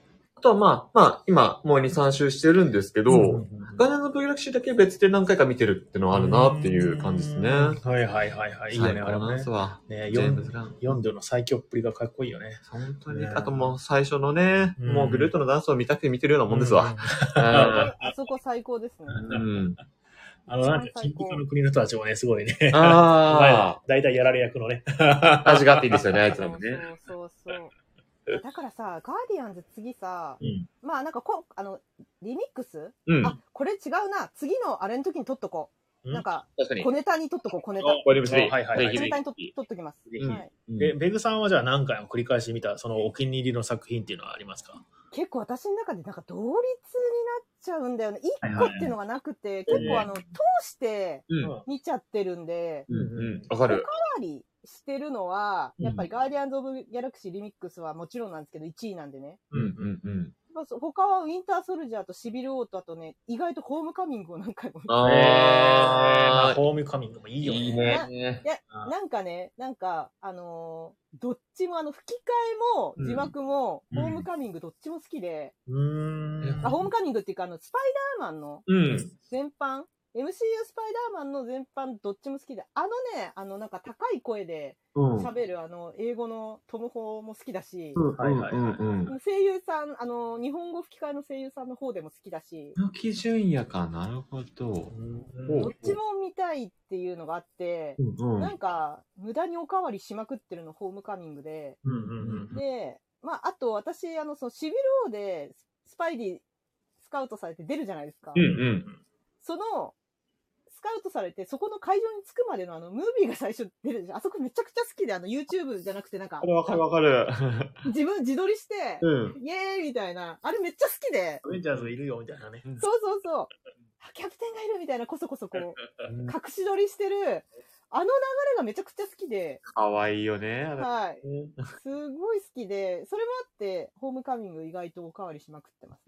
とはまあ、今、もう2、3週してるんですけど、ガーディアンズ・オブ・ギャラクシーだけ別で何回か見てるっていうのはあるなっていう感じですね。はいはいはいはい。いいよね、あれもね。読んでるの最強っぷりがかっこいいよね。 本当に。あともう最初のね、もうグルートのダンスを見たくて見てるようなもんですわ。 あそこ最高ですね。 なんか、金ピカの国の人たちもね、すごいね。だいたいやられ役のね。 味があっていいですよね、あいつらもね。 そう。だからさ、ガーディアンズ次さ、まあなんかリミックス、あ、これ違うな。次のあれの時に撮っとこう。なんか、小ネタに撮っとこう、小ネタ。小ネタに撮っときます。 ベグさんはじゃあ何回も繰り返し見た、そのお気に入りの作品っていうのはありますか？ 結構私の中でなんか同率になっちゃうんだよね。1個っていうのがなくて、結構通して見ちゃってるんで、 わかる。 おかわりしてるのは、やっぱりガーディアンズ・オブ・ギャラクシー・リミックスはもちろんなんですけど、1位なんでね。他はウィンター・ソルジャーとシビル・オーとあとね、意外とホームカミングを何回も見て。 ホームカミングもいいよね。 いいね。 いや、なんかね、どっちも吹き替えも字幕もホームカミングどっちも好きで、ホームカミングっていうかスパイダーマンの全般、MCU スパイダーマンの全般どっちも好きで、なんか高い声で喋る英語のトム・ホーも好きだし、声優さん、日本語吹き替えの声優さんの方でも好きだし。 の基準やか、なるほど。 どっちも見たいっていうのがあって、なんか無駄におかわりしまくってるのホームカミングで。で、まあ、あと私、そのシビル王でスパイディスカウトされて出るじゃないですか。その、スカウトされて、そこの会場に着くまでのムービーが最初出るでしょ。あそこめちゃくちゃ好きで、YouTube じゃなくてなんか。 わかる。 自撮りして、イエーイみたいな。あれめっちゃ好きで。 アベンジャーズいるよみたいなね。 そう。キャプテンがいるみたいな、こそこそこう、隠し撮りしてる、流れがめちゃくちゃ好きで。 かわいいよね。 はい。すごい好きで、それもあって、ホームカミング意外とおかわりしまくってます。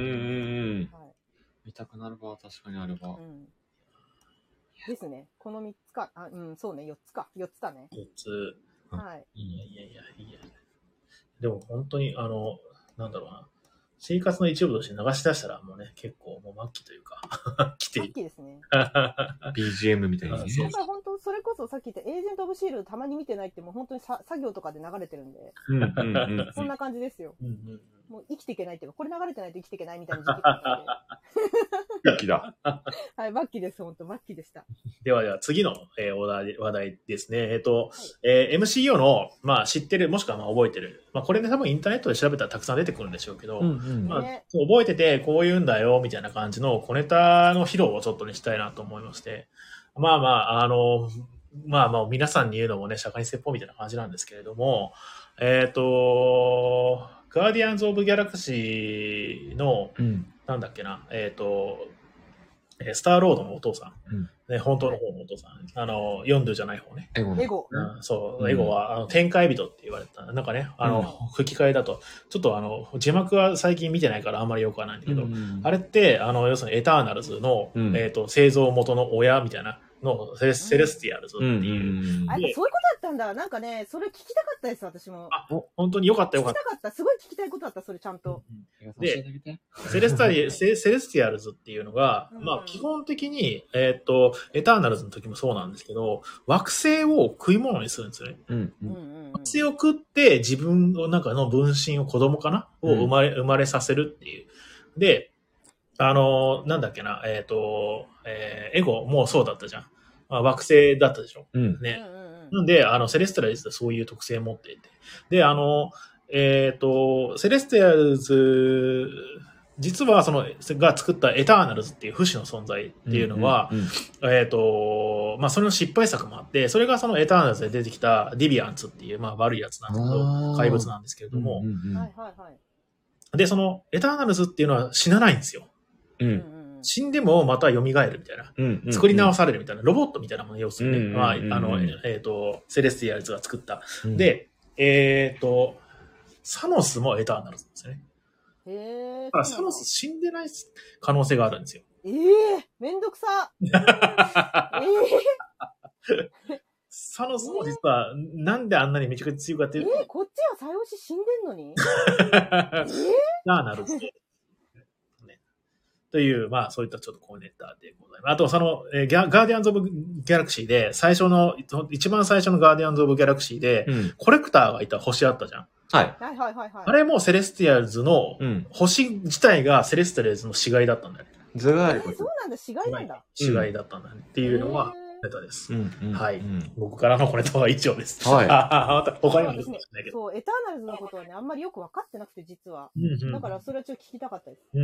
見たくなるわ、確かにあれば。 ですね。この3つか、そうね、4つか。4つだね。 4つ。 はい。 いや。でも本当に、なんだろうな。生活の一部として流し出したらもうね、結構もう末期というか、来ている。 末期ですね。 BGM みたいなね。 だから本当、それこそさっき言ったエージェント・オブ・シールドたまに見てないってもう本当に作業とかで流れてるんで。そんな感じですよ。もう生きていけないっていうか、これ流れてないと生きていけないみたいな時期だったんで。 末期だ。 はい、末期です、本当末期でした。 では次の、話題ですね。MCU の、まあ知ってる、もしくはまあ覚えてる。まあこれね多分インターネットで調べたらたくさん出てくるんでしょうけど、まあ、覚えててこういうんだよ、みたいな感じの小ネタの披露をちょっとねしたいなと思いまして。まあ皆さんに言うのもね、社会説法みたいな感じなんですけれども、ガーディアンズ・オブ・ギャラクシーの、なんだっけな、スターロードのお父さん、ね、本当の方のお父さん、ヨンドゥじゃない方ね。 エゴ。 そう、エゴは、天界人って言われた。なんかね、吹き替えだと、ちょっと字幕は最近見てないからあんまりよくはないんだけど、あれって、要するにエターナルズの、製造元の親みたいな、のセレスティアルズっていう。 あ、そういうことだったんだ。なんかね、それ聞きたかったです、私も。 あ、本当によかった。 聞きたかった。すごい聞きたいことだった、それちゃんと。 で、セレスティアルズっていうのが、まあ基本的に、エターナルズの時もそうなんですけど、惑星を食い物にするんですよね。惑星を食って自分の中の分身を子供かなを生まれさせるっていう。で、なんだっけな、エゴもそうだったじゃん。惑星だったでしょ。ね。なんで、セレスティアルズはそういう特性を持っていて。で、セレスティアルズ、実はが作ったエターナルズっていう不死の存在っていうのは、まあ、それの失敗作もあって、それがそのエターナルズで出てきたディビアンツっていう、まあ、悪いやつなんですけど、怪物なんですけれども、で、そのエターナルズっていうのは死なないんですよ。死んでもまた蘇るみたいな。作り直されるみたいな。ロボットみたいなものを要するにね。まあ、セレスティアルズが作った。で、サノスもエターナルズですね。だからサノス死んでない可能性があるんですよ。 めんどくさ。 サノスも実は、なんであんなにめちゃくちゃ強いかっていうと。 こっちは最押し死んでんのにターナルズで、ね。という、まあ、そういったちょっとコーネタでございます。あと、ガーディアンズ・オブ・ギャラクシーで、一番最初のガーディアンズ・オブ・ギャラクシーで、コレクターがいた星あったじゃん。 はい。 あれもセレスティアルズの、星自体がセレスティアルズの死骸だったんだよね。 そうなんだ、死骸なんだ。 死骸だったんだね。っていうのが、ネタです。はい。僕からのコネタは以上です。はい。また他にもですね。 そう、エターナルズのことはね、あんまりよく分かってなくて、実は。だから、それはちょっと聞きたかったです。エ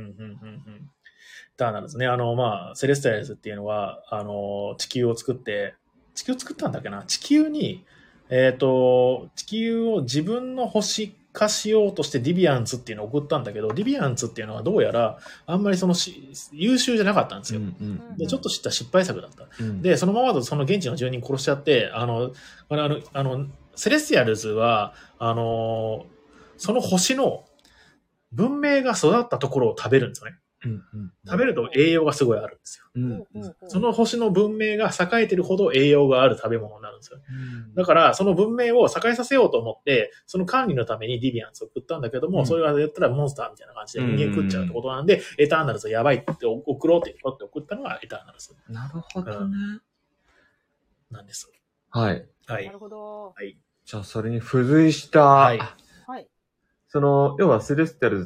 ターナルズね。まあ、セレスティアルズっていうのは、地球を作ったんだっけな。地球に、地球を自分の星化しようとしてディビアンツっていうのを送ったんだけど、ディビアンツっていうのはどうやらあんまり優秀じゃなかったんですよ。で、ちょっとした失敗作だった。で、そのままだとその現地の住人殺しちゃって、セレスティアルズは、その星の文明が育ったところを食べるんですよね。食べると栄養がすごいあるんですよ。その星の文明が栄えてるほど栄養がある食べ物になるんですよ。だから、その文明を栄えさせようと思って、その管理のためにディビアンスを食ったんだけども、それがやったらモンスターみたいな感じで人間食っちゃうってことなんで、エターナルズやばいって送ろうって送ったのがエターナルズ。 なるほどね。 なんです。 はい。 はい。なるほど。 はい。じゃあ、それに付随した、はい。要はセレスティアルズって、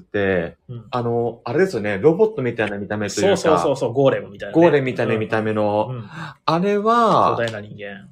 あれですよね、ロボットみたいな見た目というか。 そう、ゴーレムみたいな、 ゴーレムみたいな見た目の、あれは、 巨大な人間。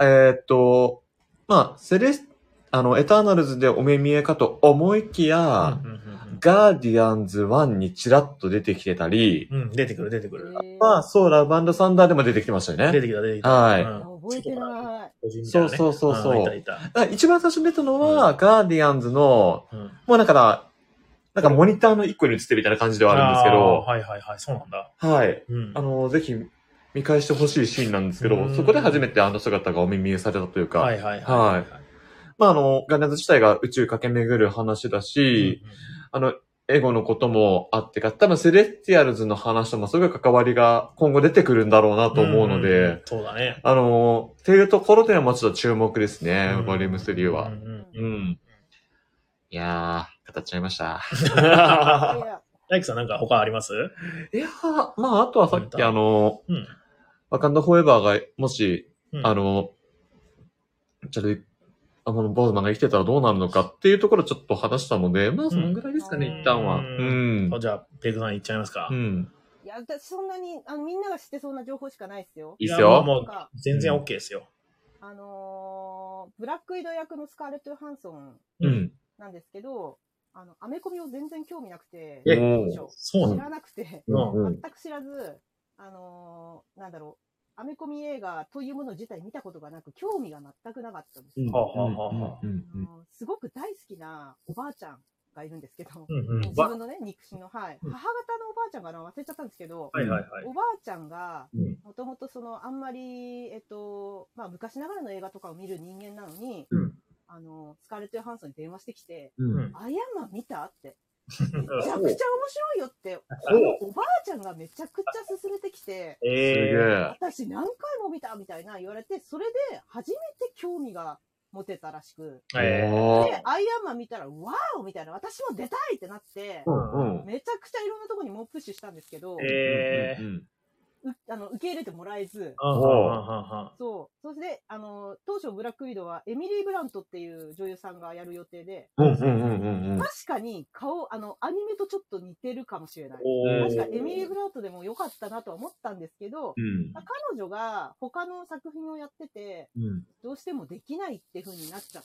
まあ、エターナルズでお目見えかと思いきや、ガーディアンズ1にチラッと出てきてたり、 出てくる。 まあ、そう、ラブ&サンダーでも出てきてましたよね。 出てきた。 はい。 覚えてない。 そう。一番最初に出たのは、ガーディアンズの、もうなんかモニターの一個に映ってるみたいな感じではあるんですけど。 はい、そうなんだ。 はい。ぜひ、見返してほしいシーンなんですけど、そこで初めて姿がお目見えされたというか。はい。まあ、ガーディアンズ自体が宇宙駆け巡る話だし、エゴのこともあってか、多分セレスティアルズの話ともすごい関わりが今後出てくるんだろうなと思うので、 そうだね。 っていうところではもうちょっと注目ですね、ボリューム3は。いやー、語っちゃいました。 大工さんなんか他あります？ いやー、まああとはさっきワカンダフォーエバーが、もし、ボーズマンが生きてたらどうなるのかっていうところをちょっと話したので、まあそのぐらいですかね、一旦は。 じゃあ、ペグさんいっちゃいますか。 いや、私そんなに、みんなが知ってそうな情報しかないですよ。 いいっすよ。 もう、全然 OK ですよ。 ブラックウィドウ役のスカーレット・ハンソンなんですけど、アメコミを全然興味なくて、知らなくて、全く知らず、なんだろう。アメコミ映画というもの自体見たことがなく、興味が全くなかったんですよ。すごく大好きなおばあちゃんがいるんですけど、自分のね、肉親の、母方のおばあちゃんが忘れちゃったんですけど、おばあちゃんが、もともとあんまり、まあ昔ながらの映画とかを見る人間なのに、スカーレット・ヨハンソンに電話してきて、アイアンマン見たって。めちゃくちゃ面白いよって、おばあちゃんがめちゃくちゃ勧めてきて、私何回も見たみたいな言われて、それで初めて興味が持てたらしく、で、アイアンマン見たら、わーみたいな、私も出たいってなって、めちゃくちゃいろんなところに猛プッシュしたんですけど、受け入れてもらえず、そう。そして、当初ブラックウィドウはエミリー・ブラントっていう女優さんがやる予定で、確かに顔、アニメとちょっと似てるかもしれない。確かエミリー・ブラントでも良かったなとは思ったんですけど、彼女が他の作品をやってて、どうしてもできないって風になっちゃって、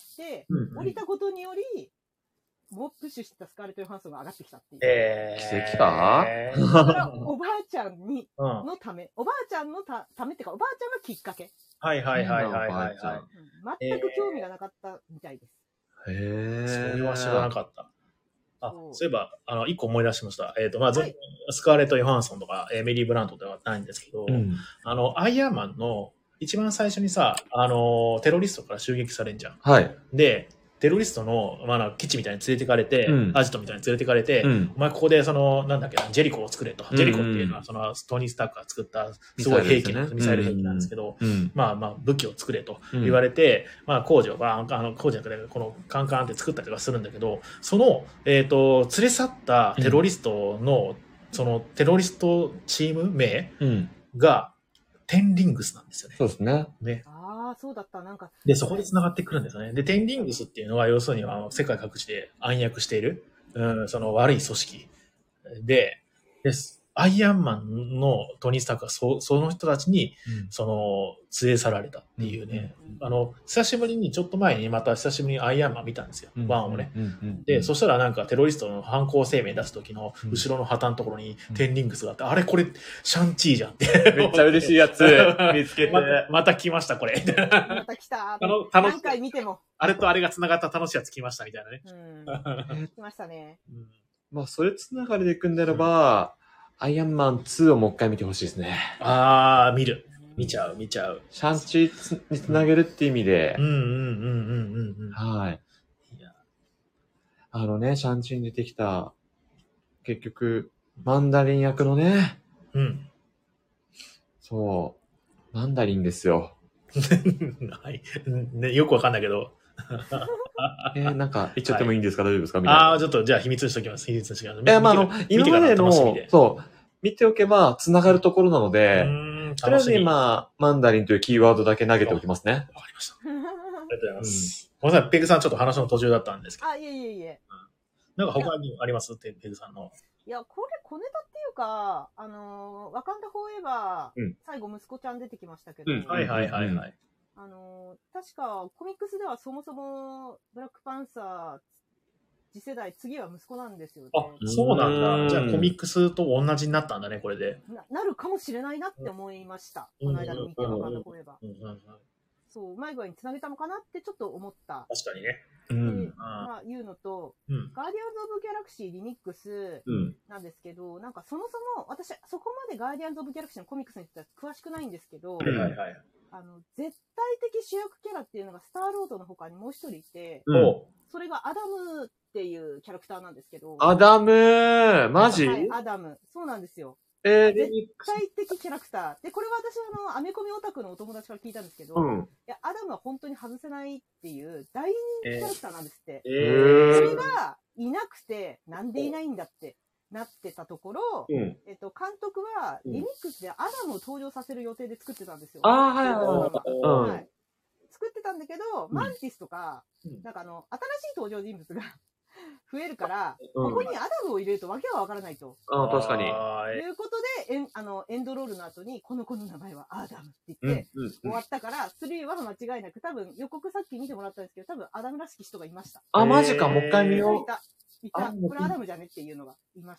降りたことにより、もうプッシュしてたスカーレット・ヨハンソンが上がってきたっていう。 奇跡かだからおばあちゃんのため、おばあちゃんのためっていうか、おばあちゃんがきっかけ。 全く興味がなかったみたいです。 それは知らなかった。そういえば、一個思い出しました。スカーレット・ヨハンソンとか、エミリー・ブラントではないんですけど、アイアンマンの一番最初にさ、テロリストから襲撃されんじゃん。で、 テロリストの、基地みたいに連れてかれて、アジトみたいに連れてかれて、お前ここでなんだっけな、ジェリコを作れと。ジェリコっていうのは、トニー・スタークが作ったすごい兵器、ミサイル兵器なんですけど、武器を作れと言われて、工事を工事じゃなくて、このカンカンって作ったりとかするんだけど、連れ去ったテロリストの、テロリストチーム名が、テンリングスなんですよね。 そうですね。 ああ、そうだった。なんか。 で、そこで繋がってくるんですよね。で、テンリングスっていうのは、要するに世界各地で暗躍している、その悪い組織で、アイアンマンのトニー・スタークがその人たちに、連れ去られたっていうね、久しぶりに、ちょっと前にまた久しぶりにアイアンマン見たんですよ。ワンをね。で、そしたらなんかテロリストの犯行声明出す時の後ろの旗のところにテンリングスがあって、あれこれ、シャンチーじゃんって。 めっちゃ嬉しいやつ見つけて。 また来ました、これ。 また来た。何回見ても。 あれとあれが繋がった楽しいやつ来ましたみたいなね。 来ましたね。 それ繋がりでいくんであれば、アイアンマン2をもう一回見てほしいですね。 見ちゃう。 シャンチーにつなげるって意味で。はい。シャンチーに出てきた、結局、マンダリン役のね。そう。マンダリンですよ。 はい。ね、よくわかんないけど。 なんか言っちゃってもいいんですか、大丈夫ですかみたいな。 ちょっと、じゃあ秘密にしときます。 今までの、見ておけば繋がるところなので、とりあえず今、マンダリンというキーワードだけ投げておきますね。 わかりました。ありがとうございます。ごめんなさい、ペグさんちょっと話の途中だったんですけど。 いえ。 なんか他にありますペグさんの。 いや、これ小ネタっていうか、ワカンダフォーエバー、最後息子ちゃん出てきましたけど。 はい。 確かコミックスではそもそもブラックパンサー次世代、次は息子なんですよね。 そうなんだ。じゃあコミックスと同じになったんだね、これで。 なるかもしれないなって思いました。この間の見てワカンダフォーエバー。そう、うまい具合に繋げたのかなってちょっと思った。 確かにね。 いうのと、ガーディアンズ・オブ・ギャラクシーリミックスなんですけど、なんかそもそも、私、そこまでガーディアンズ・オブ・ギャラクシーのコミックスについては詳しくないんですけど、絶対的主役キャラっていうのがスターロードの他にもう一人いて、それがアダムっていうキャラクターなんですけど。 アダムマジ？ はい、アダム。そうなんですよ。絶対的キャラクター。で、これは私アメコミオタクのお友達から聞いたんですけど、いや、アダムは本当に外せないっていう大人気キャラクターなんですって。それがいなくて、なんでいないんだってなってたところ、監督はリミックスでアダムを登場させる予定で作ってたんですよ。はい。作ってたんだけど、マンティスとか、なんか新しい登場人物が増えるから、ここにアダムを入れるとわけはわからないと。 確かに。 いうことで、エンドロールの後に、この子の名前はアダムって言って、終わったから、3は間違いなく、多分予告さっき見てもらったんですけど、多分アダムらしき人がいました。 マジか、もう一回見よう。 いた。これアダムじゃねっていうのがいました。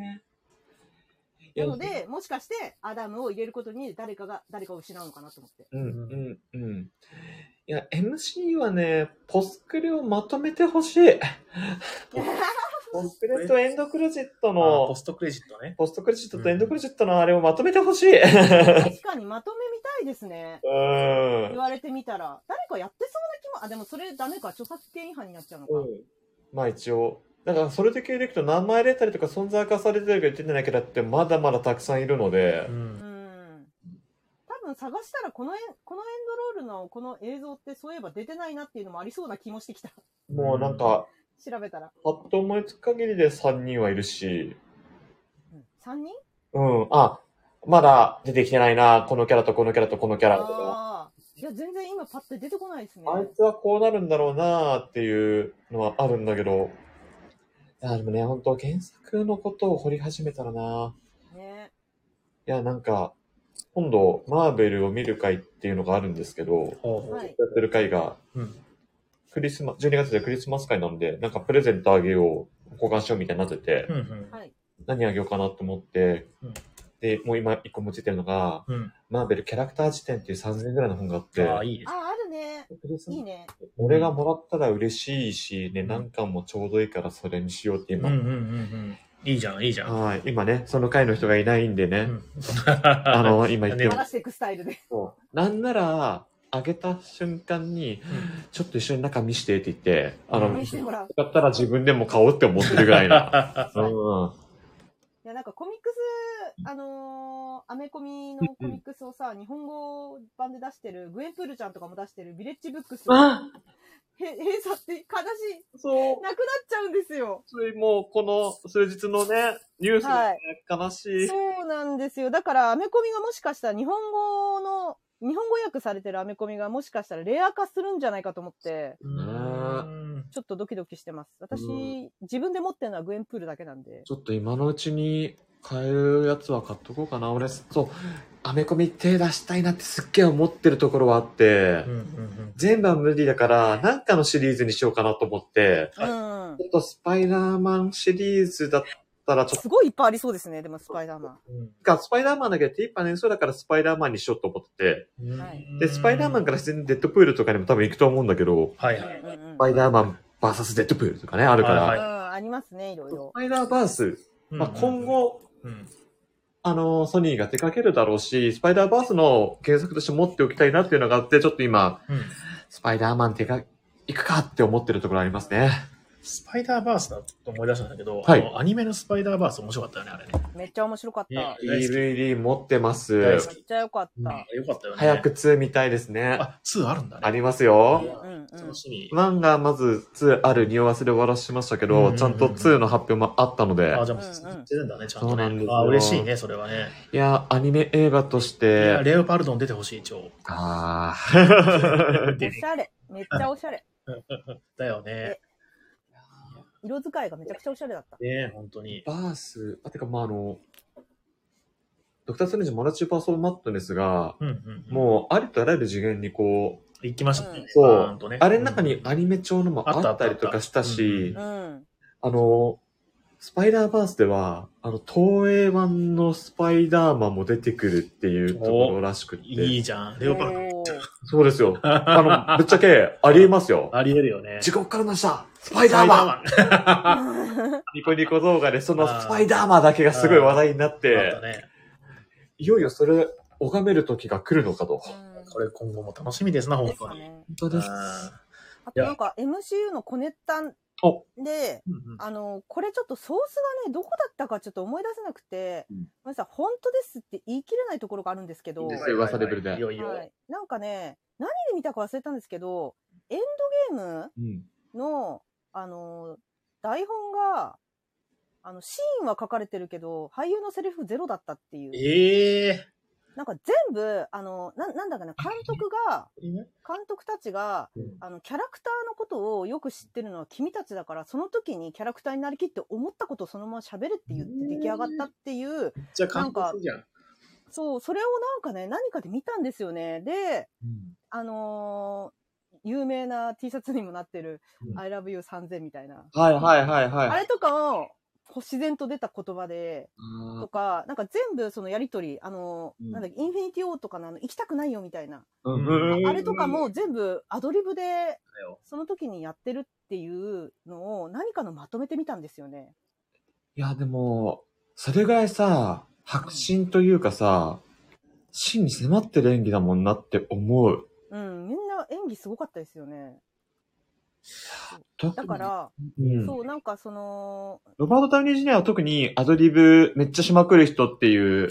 なので、もしかして、アダムを入れることに誰かを失うのかなと思って。 いや、MC はね、ポスクレをまとめてほしい。ポスクレとエンドクレジットの、 ポストクレジットね。 ポストクレジットとエンドクレジットのあれをまとめてほしい。 確かにまとめみたいですね。言われてみたら。誰かやってそうな気も、でもそれダメか、著作権違反になっちゃうのか。 一応。だからそれで系でいくと名前入れたりとか存在化されてるか言ってないけどってまだまだたくさんいるので。 多分探したらこのエンドロールのこの映像ってそういえば出てないなっていうのもありそうな気もしてきた。 もうなんか、 調べたら。 パッと思いつく限りで3人はいるし。 3人？ まだ出てきてないな、このキャラとこのキャラとこのキャラとか。 いや、全然今パッと出てこないですね。 あいつはこうなるんだろうなっていうのはあるんだけど。いや、でもね、本当原作のことを掘り始めたらな。 ね。 いや、なんか、今度、マーベルを見る会っていうのがあるんですけど、やってる会が、12月でクリスマス会なんで、なんかプレゼントあげよう、交換しようみたいになってて、何あげようかなと思って、で、もう今1個持ちてるのが、マーベルキャラクター辞典っていう3000円ぐらいの本があって、 いいですね。 あるね。いいね。 俺がもらったら嬉しいし、ね、何巻もちょうどいいからそれにしようって今。 いいじゃん、いいじゃん。 はい。今ね、その会の人がいないんでね。今言って話していくスタイルで。 なんなら、 あげた瞬間に、ちょっと一緒に中見してって言って、 見してもらう。 だったら自分でも買おうって思ってるぐらいな。 いや、なんかコミックス、アメコミのコミックスをさ、日本語版で出してる、グエンプールちゃんとかも出してる、ビレッジブックス。閉鎖って悲しい。そう。なくなっちゃうんですよ。 それもう、この数日のね、ニュースが、ね、悲しい。 そうなんですよ。だから、アメコミがもしかしたら日本語訳されてるアメコミがもしかしたらレア化するんじゃないかと思って、ちょっとドキドキしてます。私、自分で持ってるのはグエンプールだけなんで。 ちょっと今のうちに買えるやつは買っとこうかな。俺、そう、アメコミ手出したいなってすっげえ思ってるところはあって、全部は無理だから、なんかのシリーズにしようかなと思って、ちょっとスパイダーマンシリーズだったらちょっと。 すごいいっぱいありそうですね、でもスパイダーマン。スパイダーマンだけど、ティーパーね、そうだからスパイダーマンにしようと思ってて、で、スパイダーマンから自然にデッドプールとかにも多分行くと思うんだけど、スパイダーマン VS デッドプールとかね、あるから。 ありますね、いろいろ。 スパイダーバース、まあ、今後、ソニーが手掛けるだろうし、スパイダーバースの原作として持っておきたいなっていうのがあって、ちょっと今、スパイダーマン行くかって思ってるところありますね。 スパイダーバースだと思い出したんだけど、アニメのスパイダーバース面白かったよね、あれね。 めっちゃ面白かった。 DVD 持ってます。 めっちゃよかった。 よかったよね。 早く2見たいですね。 あ、2あるんだね。 ありますよ。1がまず2ある、匂わせで終わらしましたけど、ちゃんと2の発表もあったので。 あ、じゃあもうしてるんだね、ちゃんと。 そうなんですよ。 あ、嬉しいね、それはね。 いや、アニメ映画として。いや、 レオパルドン出てほしい、超。 ああ。 おしゃれ。めっちゃおしゃれ。 だよね。 色使いがめちゃくちゃおしゃれだった。 ねえ、本当に。 バース、てかドクターストレンジマルチバーソルマットネスが、もうありとあらゆる次元にこう、行きましたね。 そう。あれの中にアニメ調のもあったりとかしたし、スパイダーバースでは、東映版のスパイダーマンも出てくるっていうところらしくて。 いいじゃん。レオパルド。 そうですよ。ぶっちゃけ、ありえますよ。 ありえるよね。 地獄からの下、スパイダーマンニコニコ動画でそのスパイダーマンだけがすごい話題になって、いよいよそれ、拝める時が来るのかと。 これ今後も楽しみですな、本当に。 本当です。 あとなんか MCU のコネッタンで、これちょっとソースがね、どこだったかちょっと思い出せなくて、ごめんなさい、本当ですって言い切れないところがあるんですけど、 噂レベルで。 なんかね、何で見たか忘れたんですけど、エンドゲームの、台本が、シーンは書かれてるけど、俳優のセリフゼロだったっていう。なんか全部、なんだかな、監督たちが、キャラクターのことをよく知ってるのは君たちだから、その時にキャラクターになりきって思ったことをそのまま喋るって言って出来上がったっていう、なんか、そう、それをなんかね、何かで見たんですよね。で、有名な T シャツにもなってる、I love you 3000みたいな。あれとかを、自然と出た言葉で、とか、なんか全部そのやりとり、なんだっけ、インフィニティオーとかの行きたくないよみたいな。あれとかも全部アドリブで、その時にやってるっていうのを何かのまとめてみたんですよね。 いや、でも、それぐらいさ、迫真というかさ、真に迫ってる演技だもんなって思う。 みんな演技すごかったですよね。だから、そう、なんかその、 ロバート・ダウニー・ジュニアは特にアドリブめっちゃしまくる人っていう、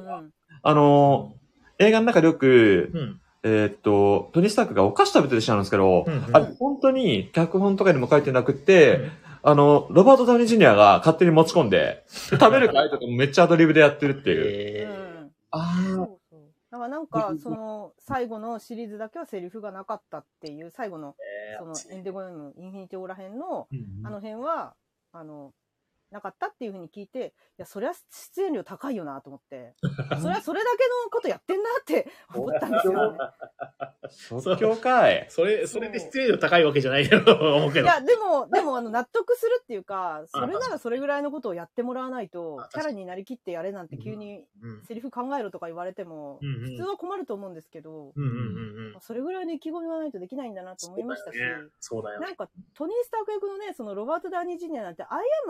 映画の中でよく、トニー・スタークがお菓子食べてるシーンなんですけど、あれ本当に脚本とかにも書いてなくて、ロバート・ダウニー・ジュニアが勝手に持ち込んで、食べるかいとかもめっちゃアドリブでやってるっていう。 なんか、その、最後のシリーズだけはセリフがなかったっていう、最後の、その、エンデゴーム、インフィニティオーラ編の、辺は、なかったっていうふうに聞いて、いや、そりゃ出演料高いよなと思って、それはそれだけのことやってんなって思ったんですよね。 即興かい。 それで出演料高いわけじゃないけど、思うけど。 いや、でも、納得するっていうか、それならそれぐらいのことをやってもらわないと、キャラになりきってやれなんて急にセリフ考えろとか言われても、普通は困ると思うんですけど、それぐらいの意気込みがないとできないんだなと思いましたし、なんか、トニー・スターク役のね、そのロバート・ダウニー・ジュニアなんて、アイアンマン2終わっ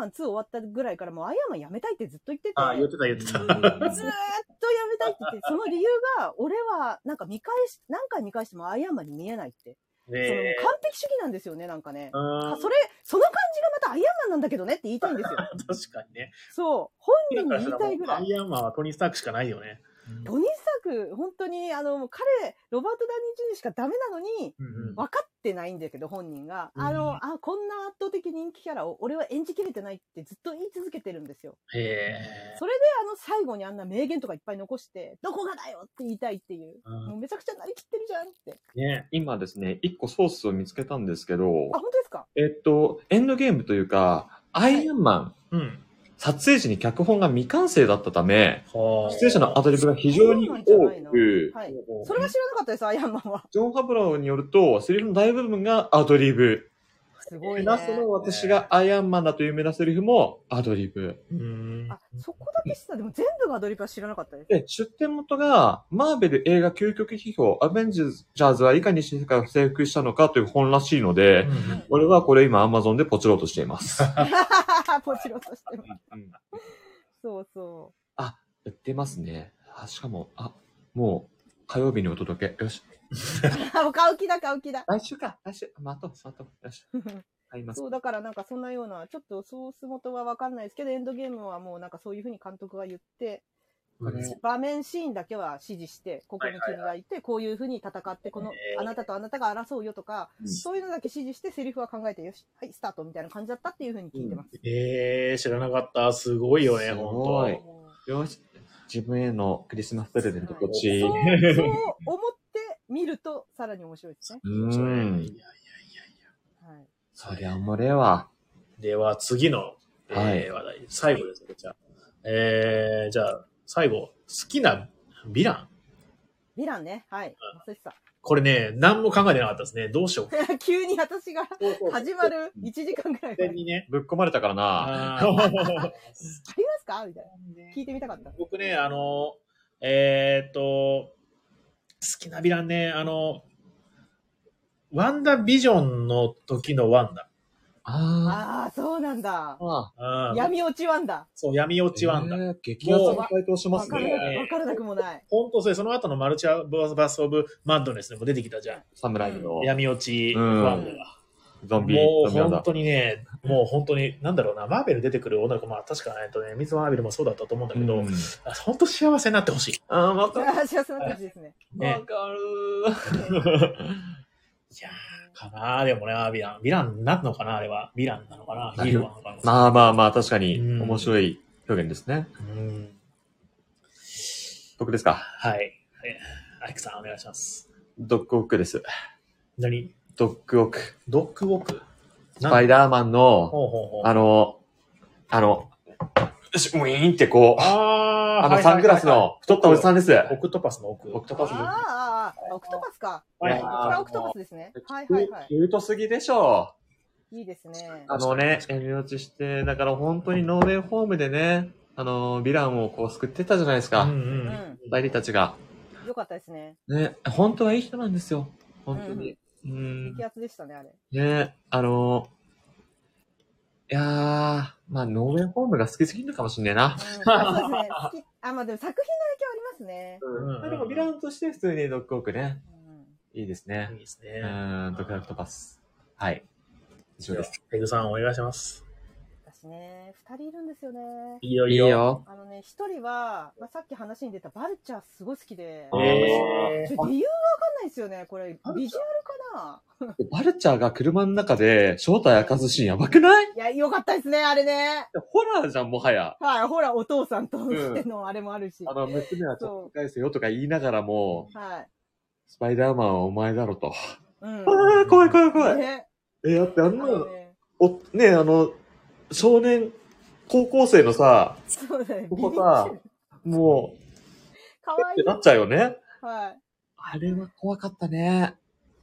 ったぐらいからもうアイアンマンやめたいってずっと言ってて。 あ、言ってた。ずーっとやめたいって言って、その理由が、俺はなんか何回見返してもアイアンマンに見えないって。その完璧主義なんですよね、なんかね。その感じがまたアイアンマンなんだけでって言いたいんですよ。 確かにね。 そう。本人に言いたいぐらい。 アイアンマンはトニー・スタークしかないよね。 トニー・スターク、本当に、彼、ロバート・ダニー・ジュニアしかダメなのに、分かってないんだけど、本人が。こんな圧倒的人気キャラを、俺は演じきれてないってずっと言い続けてるんですよ。 へー。 それで、最後にあんな名言とかいっぱい残して、どこがだよって言いたいっていう。もうめちゃくちゃなりきってるじゃんって。 ね、今ですね、一個ソースを見つけたんですけど。 あ、本当ですか？ エンドゲームというか、アイアンマン。撮影時に脚本が未完成だったため、出演者のアドリブが非常に多く、 はい、それは知らなかったです、アイアンマンは。 ジョン・ファブラーによると、セリフの大部分がアドリブ。 すごいね。 ラストの私がアイアンマンだと有名なセリフもアドリブ。 あ、そこだけ知った。でも全部がアドリブは知らなかったです。 で、出展元が、マーベル映画究極批評、アベンジャーズはいかに世界を征服したのかという本らしいので、俺はこれ今 Amazon でポチろうとしています。 ポチろうとしてます。そうそう。 あ、売ってますね。しかも、もう、火曜日にお届け。よし。 買う気だ。 来週。待とう。よし。買います。 そう、だからなんかそんなような、ちょっとソース元はわかんないですけど、エンドゲームはもうなんかそういうふうに監督が言って、場面シーンだけは指示して、ここに君がいて、こういうふうに戦って、この、あなたとあなたが争うよとか、そういうのだけ指示して、セリフは考えて、よし、はい、スタートみたいな感じだったっていうふうに聞いてます。 知らなかった。すごいよね、本当。よし、自分へのクリスマスプレゼントこっち。 そう思って見ると、さらに面白いですね。 いや。 はい。 そりゃおもれわ。 では、次の、話題。最後です、こちら。じゃあ、最後、好きなヴィランね。はい。 これね、何も考えてなかったですね。どうしよう。 急に私が始まる1時間ぐらい前にね。 ぶっ込まれたからな。 ありますかみたいな。聞いてみたかった。 僕ね、好きなヴィランね、ワンダービジョンの時のワンダ。 そうなんだ。闇落ちワンダ。 そう、闇落ちワンダ。 激アツに回答しますね。 わからなくもない。 本当その後のマルチバースオブマッドネスでも出てきたじゃん。 サムライの闇落ちワンダが。 ゾンビ。 もう本当にね、なんだろうな、マーベル出てくる女の子、確かミズ・マーベルもそうだったと思うんだけど、本当幸せになってほしい。 わかる。幸せになってほしいですね。 わかる。 いやー、かなー。でもね、ヴィランなのかなあれは。ヴィランなのかなヒーローなのかなまあ、確かに、面白い表現ですね。僕ですか？ はい。アイクさん、お願いします。 ドッグウォークです。 何？ ドッグウォーク。 ドッグウォーク？ スパイダーマンの、ウィーンってこう、サングラスの太ったおじさんです。 オクトパスの奥。 オクトパスか。これはオクトパスですね。はい。 キュートすぎでしょ。 いいですね。 闇落ちして、だから本当にノーウェイホームでね、ヴィランをこう救ってたじゃないですか。代理たちが。 よかったですね。 ね、本当はいい人なんですよ。本当に。 激アツでしたね、あれ。 ね、いやー、ノーウェイホームが好きすぎるのかもしんねえな。 そうですね。でも作品の影響ありますね。 でもヴィランとして普通にドッグウォークね。いいですね。 いいですね。 ドクタートパス。はい。以上です。 ペグさんお願いします。 私ね、2人いるんですよね。 いいよ。 1人は、さっき話に出たバルチャーすごい好きで。理由がわかんないですよね。これ、ビジュアルかなバルチャーが車の中で正体明かすシーンやばくない？ いや、よかったですね、あれね。 ホラーじゃん、もはや。 はい、ホラーお父さんとしてのあれもあるし。 娘はちょっと返せよとか言いながらも、 はい。 スパイダーマンはお前だろと。怖い。 ね、 だって少年、高校生のさ、 そうだね、 ここさ、もう、 かわいい。 ってなっちゃうよね。 はい。 あれは怖かったね。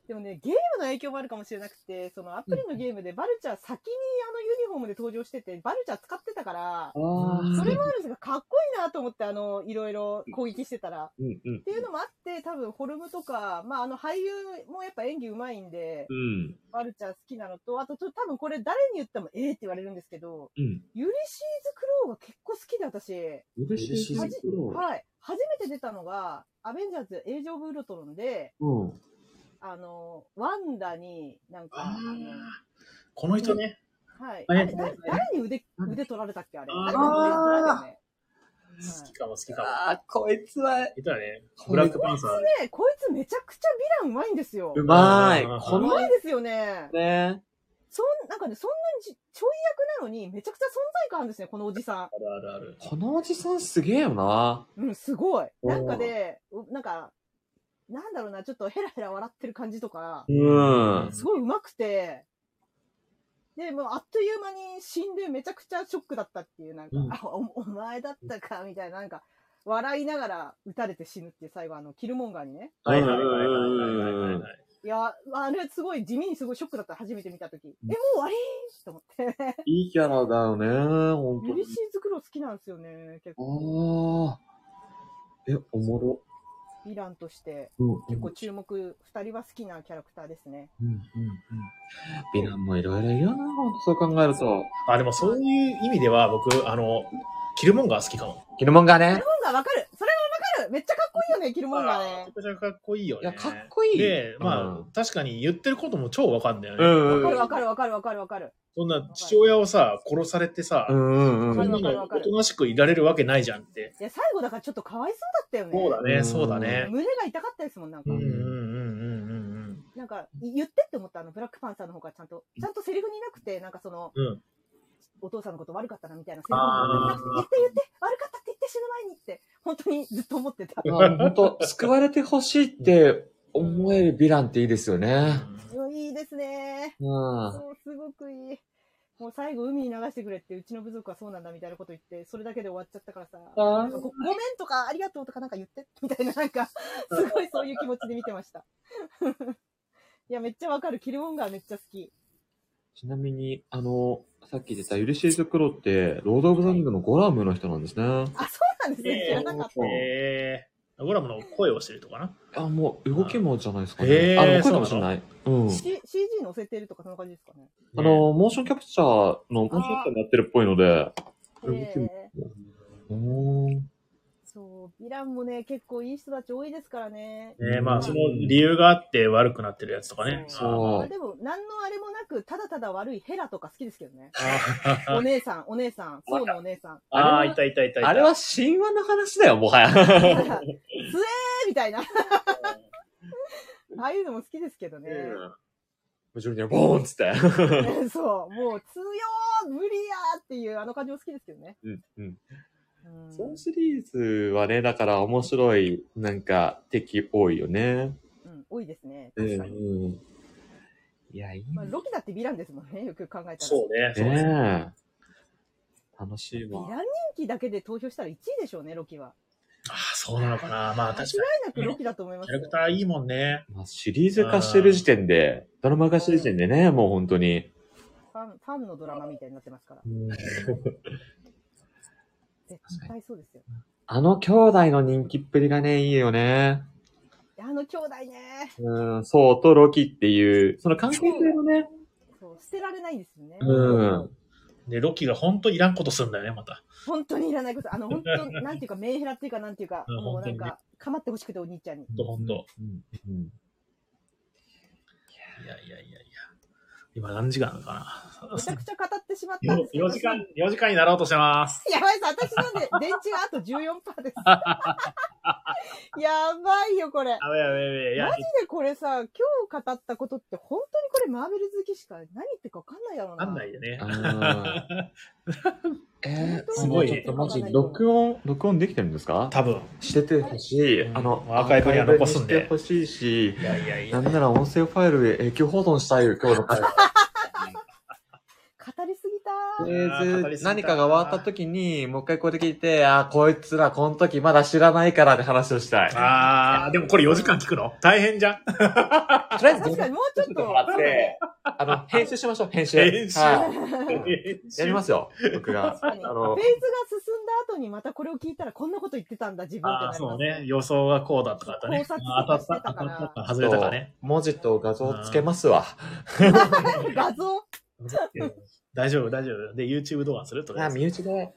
でもね、ゲームの影響もあるかもしれなくて、そのアプリのゲームでバルチャー先にユニフォームで登場してて、バルチャー使ってたから、それもあるんですが、かっこいいなと思って、いろいろ攻撃してたら。っていうのもあって、多分、フォルムとか、まあ、俳優もやっぱ演技上手いんで、バルチャー好きなのと、あと、多分これ誰に言ってもって言われるんですけど、ユリシーズ・クローが結構好きで、私。ユリシーズ・クローはい。初めて出たのが、アベンジャーズ・エイジ・オブ・ウルトロンで、ワンダに、なんか、 この人ね。 はい。誰に腕取られたっけあれ。誰に腕取られたよね。 好きかも。 こいつは。 いたね。ブラックパンサー。 こいつめちゃくちゃヴィランうまいんですよ。 うまい。 うまいですよね。 ね。 なんかね、そんなにちょい役なのに、めちゃくちゃ存在感あるんですね、このおじさん。 ある。 このおじさんすげえよな。 すごい。なんかね、なんだろうな、ちょっとヘラヘラ笑ってる感じとか、すごい上手くて、で、もうあっという間に死んでめちゃくちゃショックだったっていう、なんか、お前だったか、みたいな、なんか、笑いながら撃たれて死ぬっていう最後、キルモンガーにね。 はい。 いや、あれすごい、地味にすごいショックだった、初めて見たとき。もう終わりーと思って。 いいキャラだよね、ほんとに。 ユリシーズ・クロー好きなんですよね、結構。 おもろ。 ヴィランとして、結構注目、二人は好きなキャラクターですね。 ヴィランもいろいろいるよな、ほんとそう考えると。 でもそういう意味では、僕、キルモンガー好きかも。 キルモンガーね。 キルモンガーわかる。それはわかる。めっちゃかっこいいよね、キルモンガーね。 めちゃくちゃかっこいいよね。 いや、かっこいい。 で、確かに言ってることも超わかんだよね。 わかる。 そんな父親をさ、殺されてさ、そんなのおとなしくいられるわけないじゃんって。 いや、最後だからちょっとかわいそうだったよね。そうだね。 胸が痛かったですもん、なんか。なんか、言ってって思った、ブラックパンサーの方がちゃんとセリフになくて、なんかお父さんのこと悪かったなみたいなセリフになくて、言って、悪かったって言って死ぬ前にって、本当にずっと思ってた。 本当、救われてほしいって思えるヴィランっていいですよね。 いいですね。そう、すごくいい。もう最後海に流してくれって、うちの部族はそうなんだみたいなこと言って、それだけで終わっちゃったからさ、ごめんとかありがとうとかなんか言って、みたいな、なんか、すごいそういう気持ちで見てました。いや、めっちゃわかる。キルモンガーめっちゃ好き。 ちなみに、さっき出たユリシーズ・クローって、ロード・オブ・ザ・リングのゴラムの人なんですね。 そうなんですね。知らなかった。 ゴラムの声をしてるとかな。 もう動きもじゃないですかね。声かもしれない。 CG 載せてるとかそんな感じですかね。 モーションキャプチャーの、モーションキャプチャーになってるっぽいので。 そう、ヴィランもね、結構いい人たち多いですからね。 その理由があって悪くなってるやつとかね。 そう。 でも、何のあれもなく、ただただ悪いヘラとか好きですけどね。お姉さん、そうのお姉さん。 いた。 あれは神話の話だよ、もはや。 つえーみたいな。ああいうのも好きですけどね。 後ろにはボーンっつって。 そう、もう、強ー無理やーっていうあの感じも好きですけどね。 そのシリーズはね、だから面白い、なんか、敵多いよね。 多いですね。確かに。 いや、いい。 ロキだってヴィランですもんね、よく考えたら。 そうね。 楽しいわ。 ヴィラン人気だけで投票したら1位でしょうね、ロキは。 そうなのかな。確かに。 間違いなくロキだと思います。 キャラクターいいもんね。 シリーズ化してる時点で、ドラマ化してる時点でね、もう本当に。 ファンのドラマみたいになってますから。絶対そうですよ。 兄弟の人気っぷりがね、いいよね。 兄弟ね。 そうとロキっていう、その関係性のね。 そう、捨てられないですよね。 で、ロキが本当にいらんことするんだよね、また。 本当にいらないこと。本当、なんていうか、メンヘラっていうか、なんていうか、もうなんか、かまってほしくてお兄ちゃんに。 本当。いや。今何時間なのかな。 めちゃくちゃ語ってしまったんですけど。 4時間になろうとしてます。 やばいです。私ので電池があと 14% です。やばいよ、これ。 やばい。 マジでこれさ、今日語ったことって本当にこれマーベル好きしか何言ってるか分かんないやろな。 分かんないよね。 すごい。ちょっとマジ、録音できてるんですか？ 多分。 しててほしい。 アーカイブには残すんで。 してほしいし、 いや。 なんなら音声ファイルで永久保存したいよ、今日の回。 語りすぎた何かが終わった時に、もう一回これ聞いて、こいつらこの時まだ知らないからって話をしたい。でもこれ4時間聞くの大変じゃん。とりあえず、確かにもうちょっと。 編集しましょう、編集。やりますよ、僕が。 フェーズが進んだ後にまたこれを聞いたら、こんなこと言ってたんだ、自分ってなります。 そうね。予想がこうだったかね。 考察とかしてたから。 外れたかね。 文字と画像つけますわ。 画像大丈夫。で、YouTube 動画すると身内で。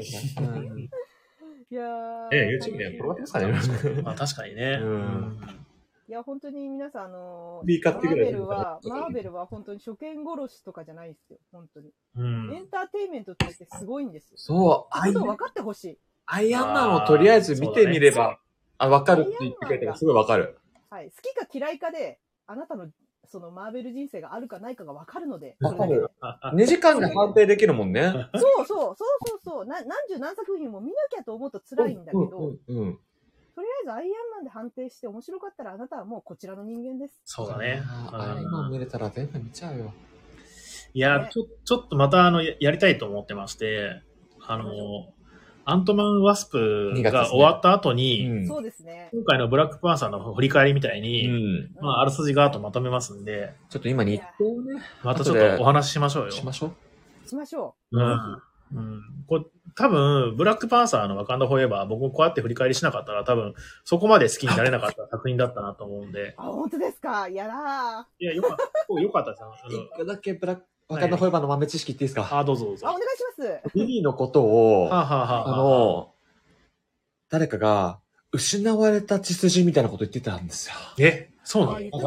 いや YouTube で転がってますかね。 確かにね。 いや、本当に皆さん、マーベルは本当に初見殺しとかじゃないですよ、本当に。エンターテインメントとしてすごいんですよ。 そう。 ことを分かってほしい。 アイアンマンをとりあえず見てみれば、分かるって言ってくれたらすごい分かる。 はい。好きか嫌いかで、あなたのそのマーベル人生があるかないかが分かるので。 分かる。2時間で判定できるもんね。 そう。何十何作品も見なきゃと思うと辛いんだけど、とりあえずアイアンマンで判定して面白かったらあなたはもうこちらの人間です。 そうだね。 アイアンマン見れたら全部見ちゃうよ。 いや、ちょっとまたやりたいと思ってまして、アントマン・ワスプが終わった後に、 そうですね。 今回のブラックパンサーの振り返りみたいに、あらすじが後まとめますんで、 ちょっと今日報ね。 またちょっとお話ししましょうよ。 しましょう。 これ多分、ブラックパンサーのワカンダフォーエバー、僕もこうやって振り返りしなかったら多分、そこまで好きになれなかった作品だったなと思うんで。 本当ですか？やだー。いや、よかったですよ。一個だけワカンダフォーエバーの豆知識言っていいですか？ どうぞ。 お願いします。 リリーのことを、誰かが、失われた血筋みたいなこと言ってたんですよ。 そうなの？ だから、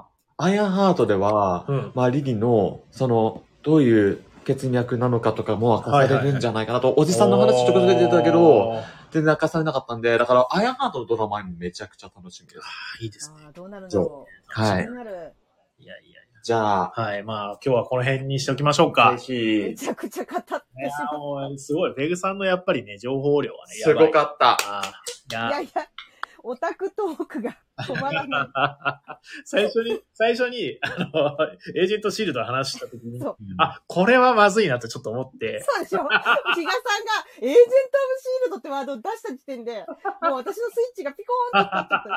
アイアンハートでは、リリーの、どういう血脈なのかとかも明かされるんじゃないかなと、おじさんの話ちょこちょこ出てたけど、全然明かされなかったんで、だから、アイアンハートのドラマめちゃくちゃ楽しみです。 いいですね。 どうなるんだろう。はい。 いや。 じゃあ。 はい。今日はこの辺にしておきましょうか。 ぜひ。 めちゃくちゃ語ってしまう。すごい。ペグさんのやっぱりね、情報量はね、 すごかった。 いや、オタクトークが止まらない。 最初に、エージェントシールドの話したときに、これはまずいなってちょっと思って。 そうでしょ？比嘉さんが、エージェント・オブ・シールドってワードを出した時点で、もう私のスイッチがピコーンってなっちゃった。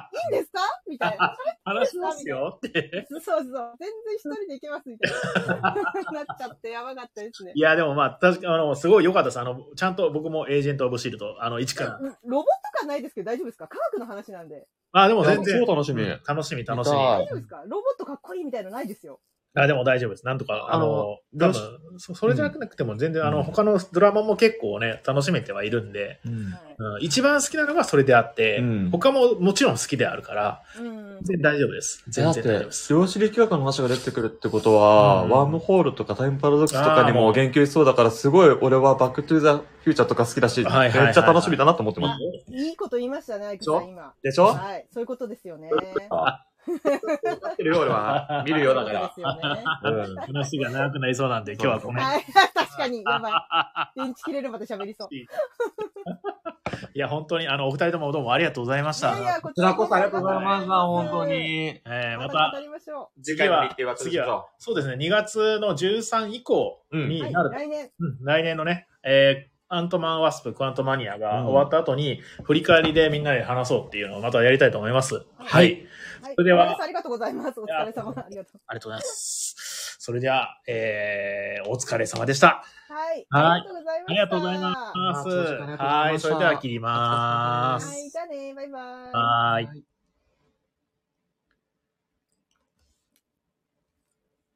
いいんですかみたいな。 話しますよって。 そう。全然一人でいけますみたいな。なっちゃってやばかったですね。 いや、でも確かに、すごい良かったです。ちゃんと僕もエージェント・オブ・シールド、一から。 ロボット感ないですけど大丈夫ですか？科学の話なんで。 でも全然。 超楽しみ。 楽しみ。 大丈夫ですか？ロボットかっこいいみたいなのないですよ。 でも大丈夫です。なんとか、多分、それじゃなくても全然、他のドラマも結構ね、楽しめてはいるんで、一番好きなのがそれであって、他ももちろん好きであるから、全然大丈夫です。全然大丈夫です。 量子力学の話が出てくるってことは、ワームホールとかタイムパラドックスとかにも言及しそうだから、すごい俺はバックトゥーザフューチャーとか好きだし、めっちゃ楽しみだなと思ってます。 いいこと言いましたね、アイクさん今。 でしょ？ はい。そういうことですよね。 ってるよ、俺は。見るよ、だから。 話が長くなりそうなんで、今日はごめん。 確かに、やばい。電池切れるまで喋りそう。 いや、本当に、お二人ともどうもありがとうございました。 こちらこそありがとうございました、本当に。 また、次は、そうですね、2月の13以降になる。来年のね、アントマン・ワスプ・クアントマニアが終わった後に、振り返りでみんなで話そうっていうのをまたやりたいと思います。はい。それでは。 ありがとうございます。お疲れ様。ありがとうございます。それでは、お疲れ様でした。 はい。ありがとうございます。はい。それでは切ります。 はい。じゃあね。バイバイ。 はい。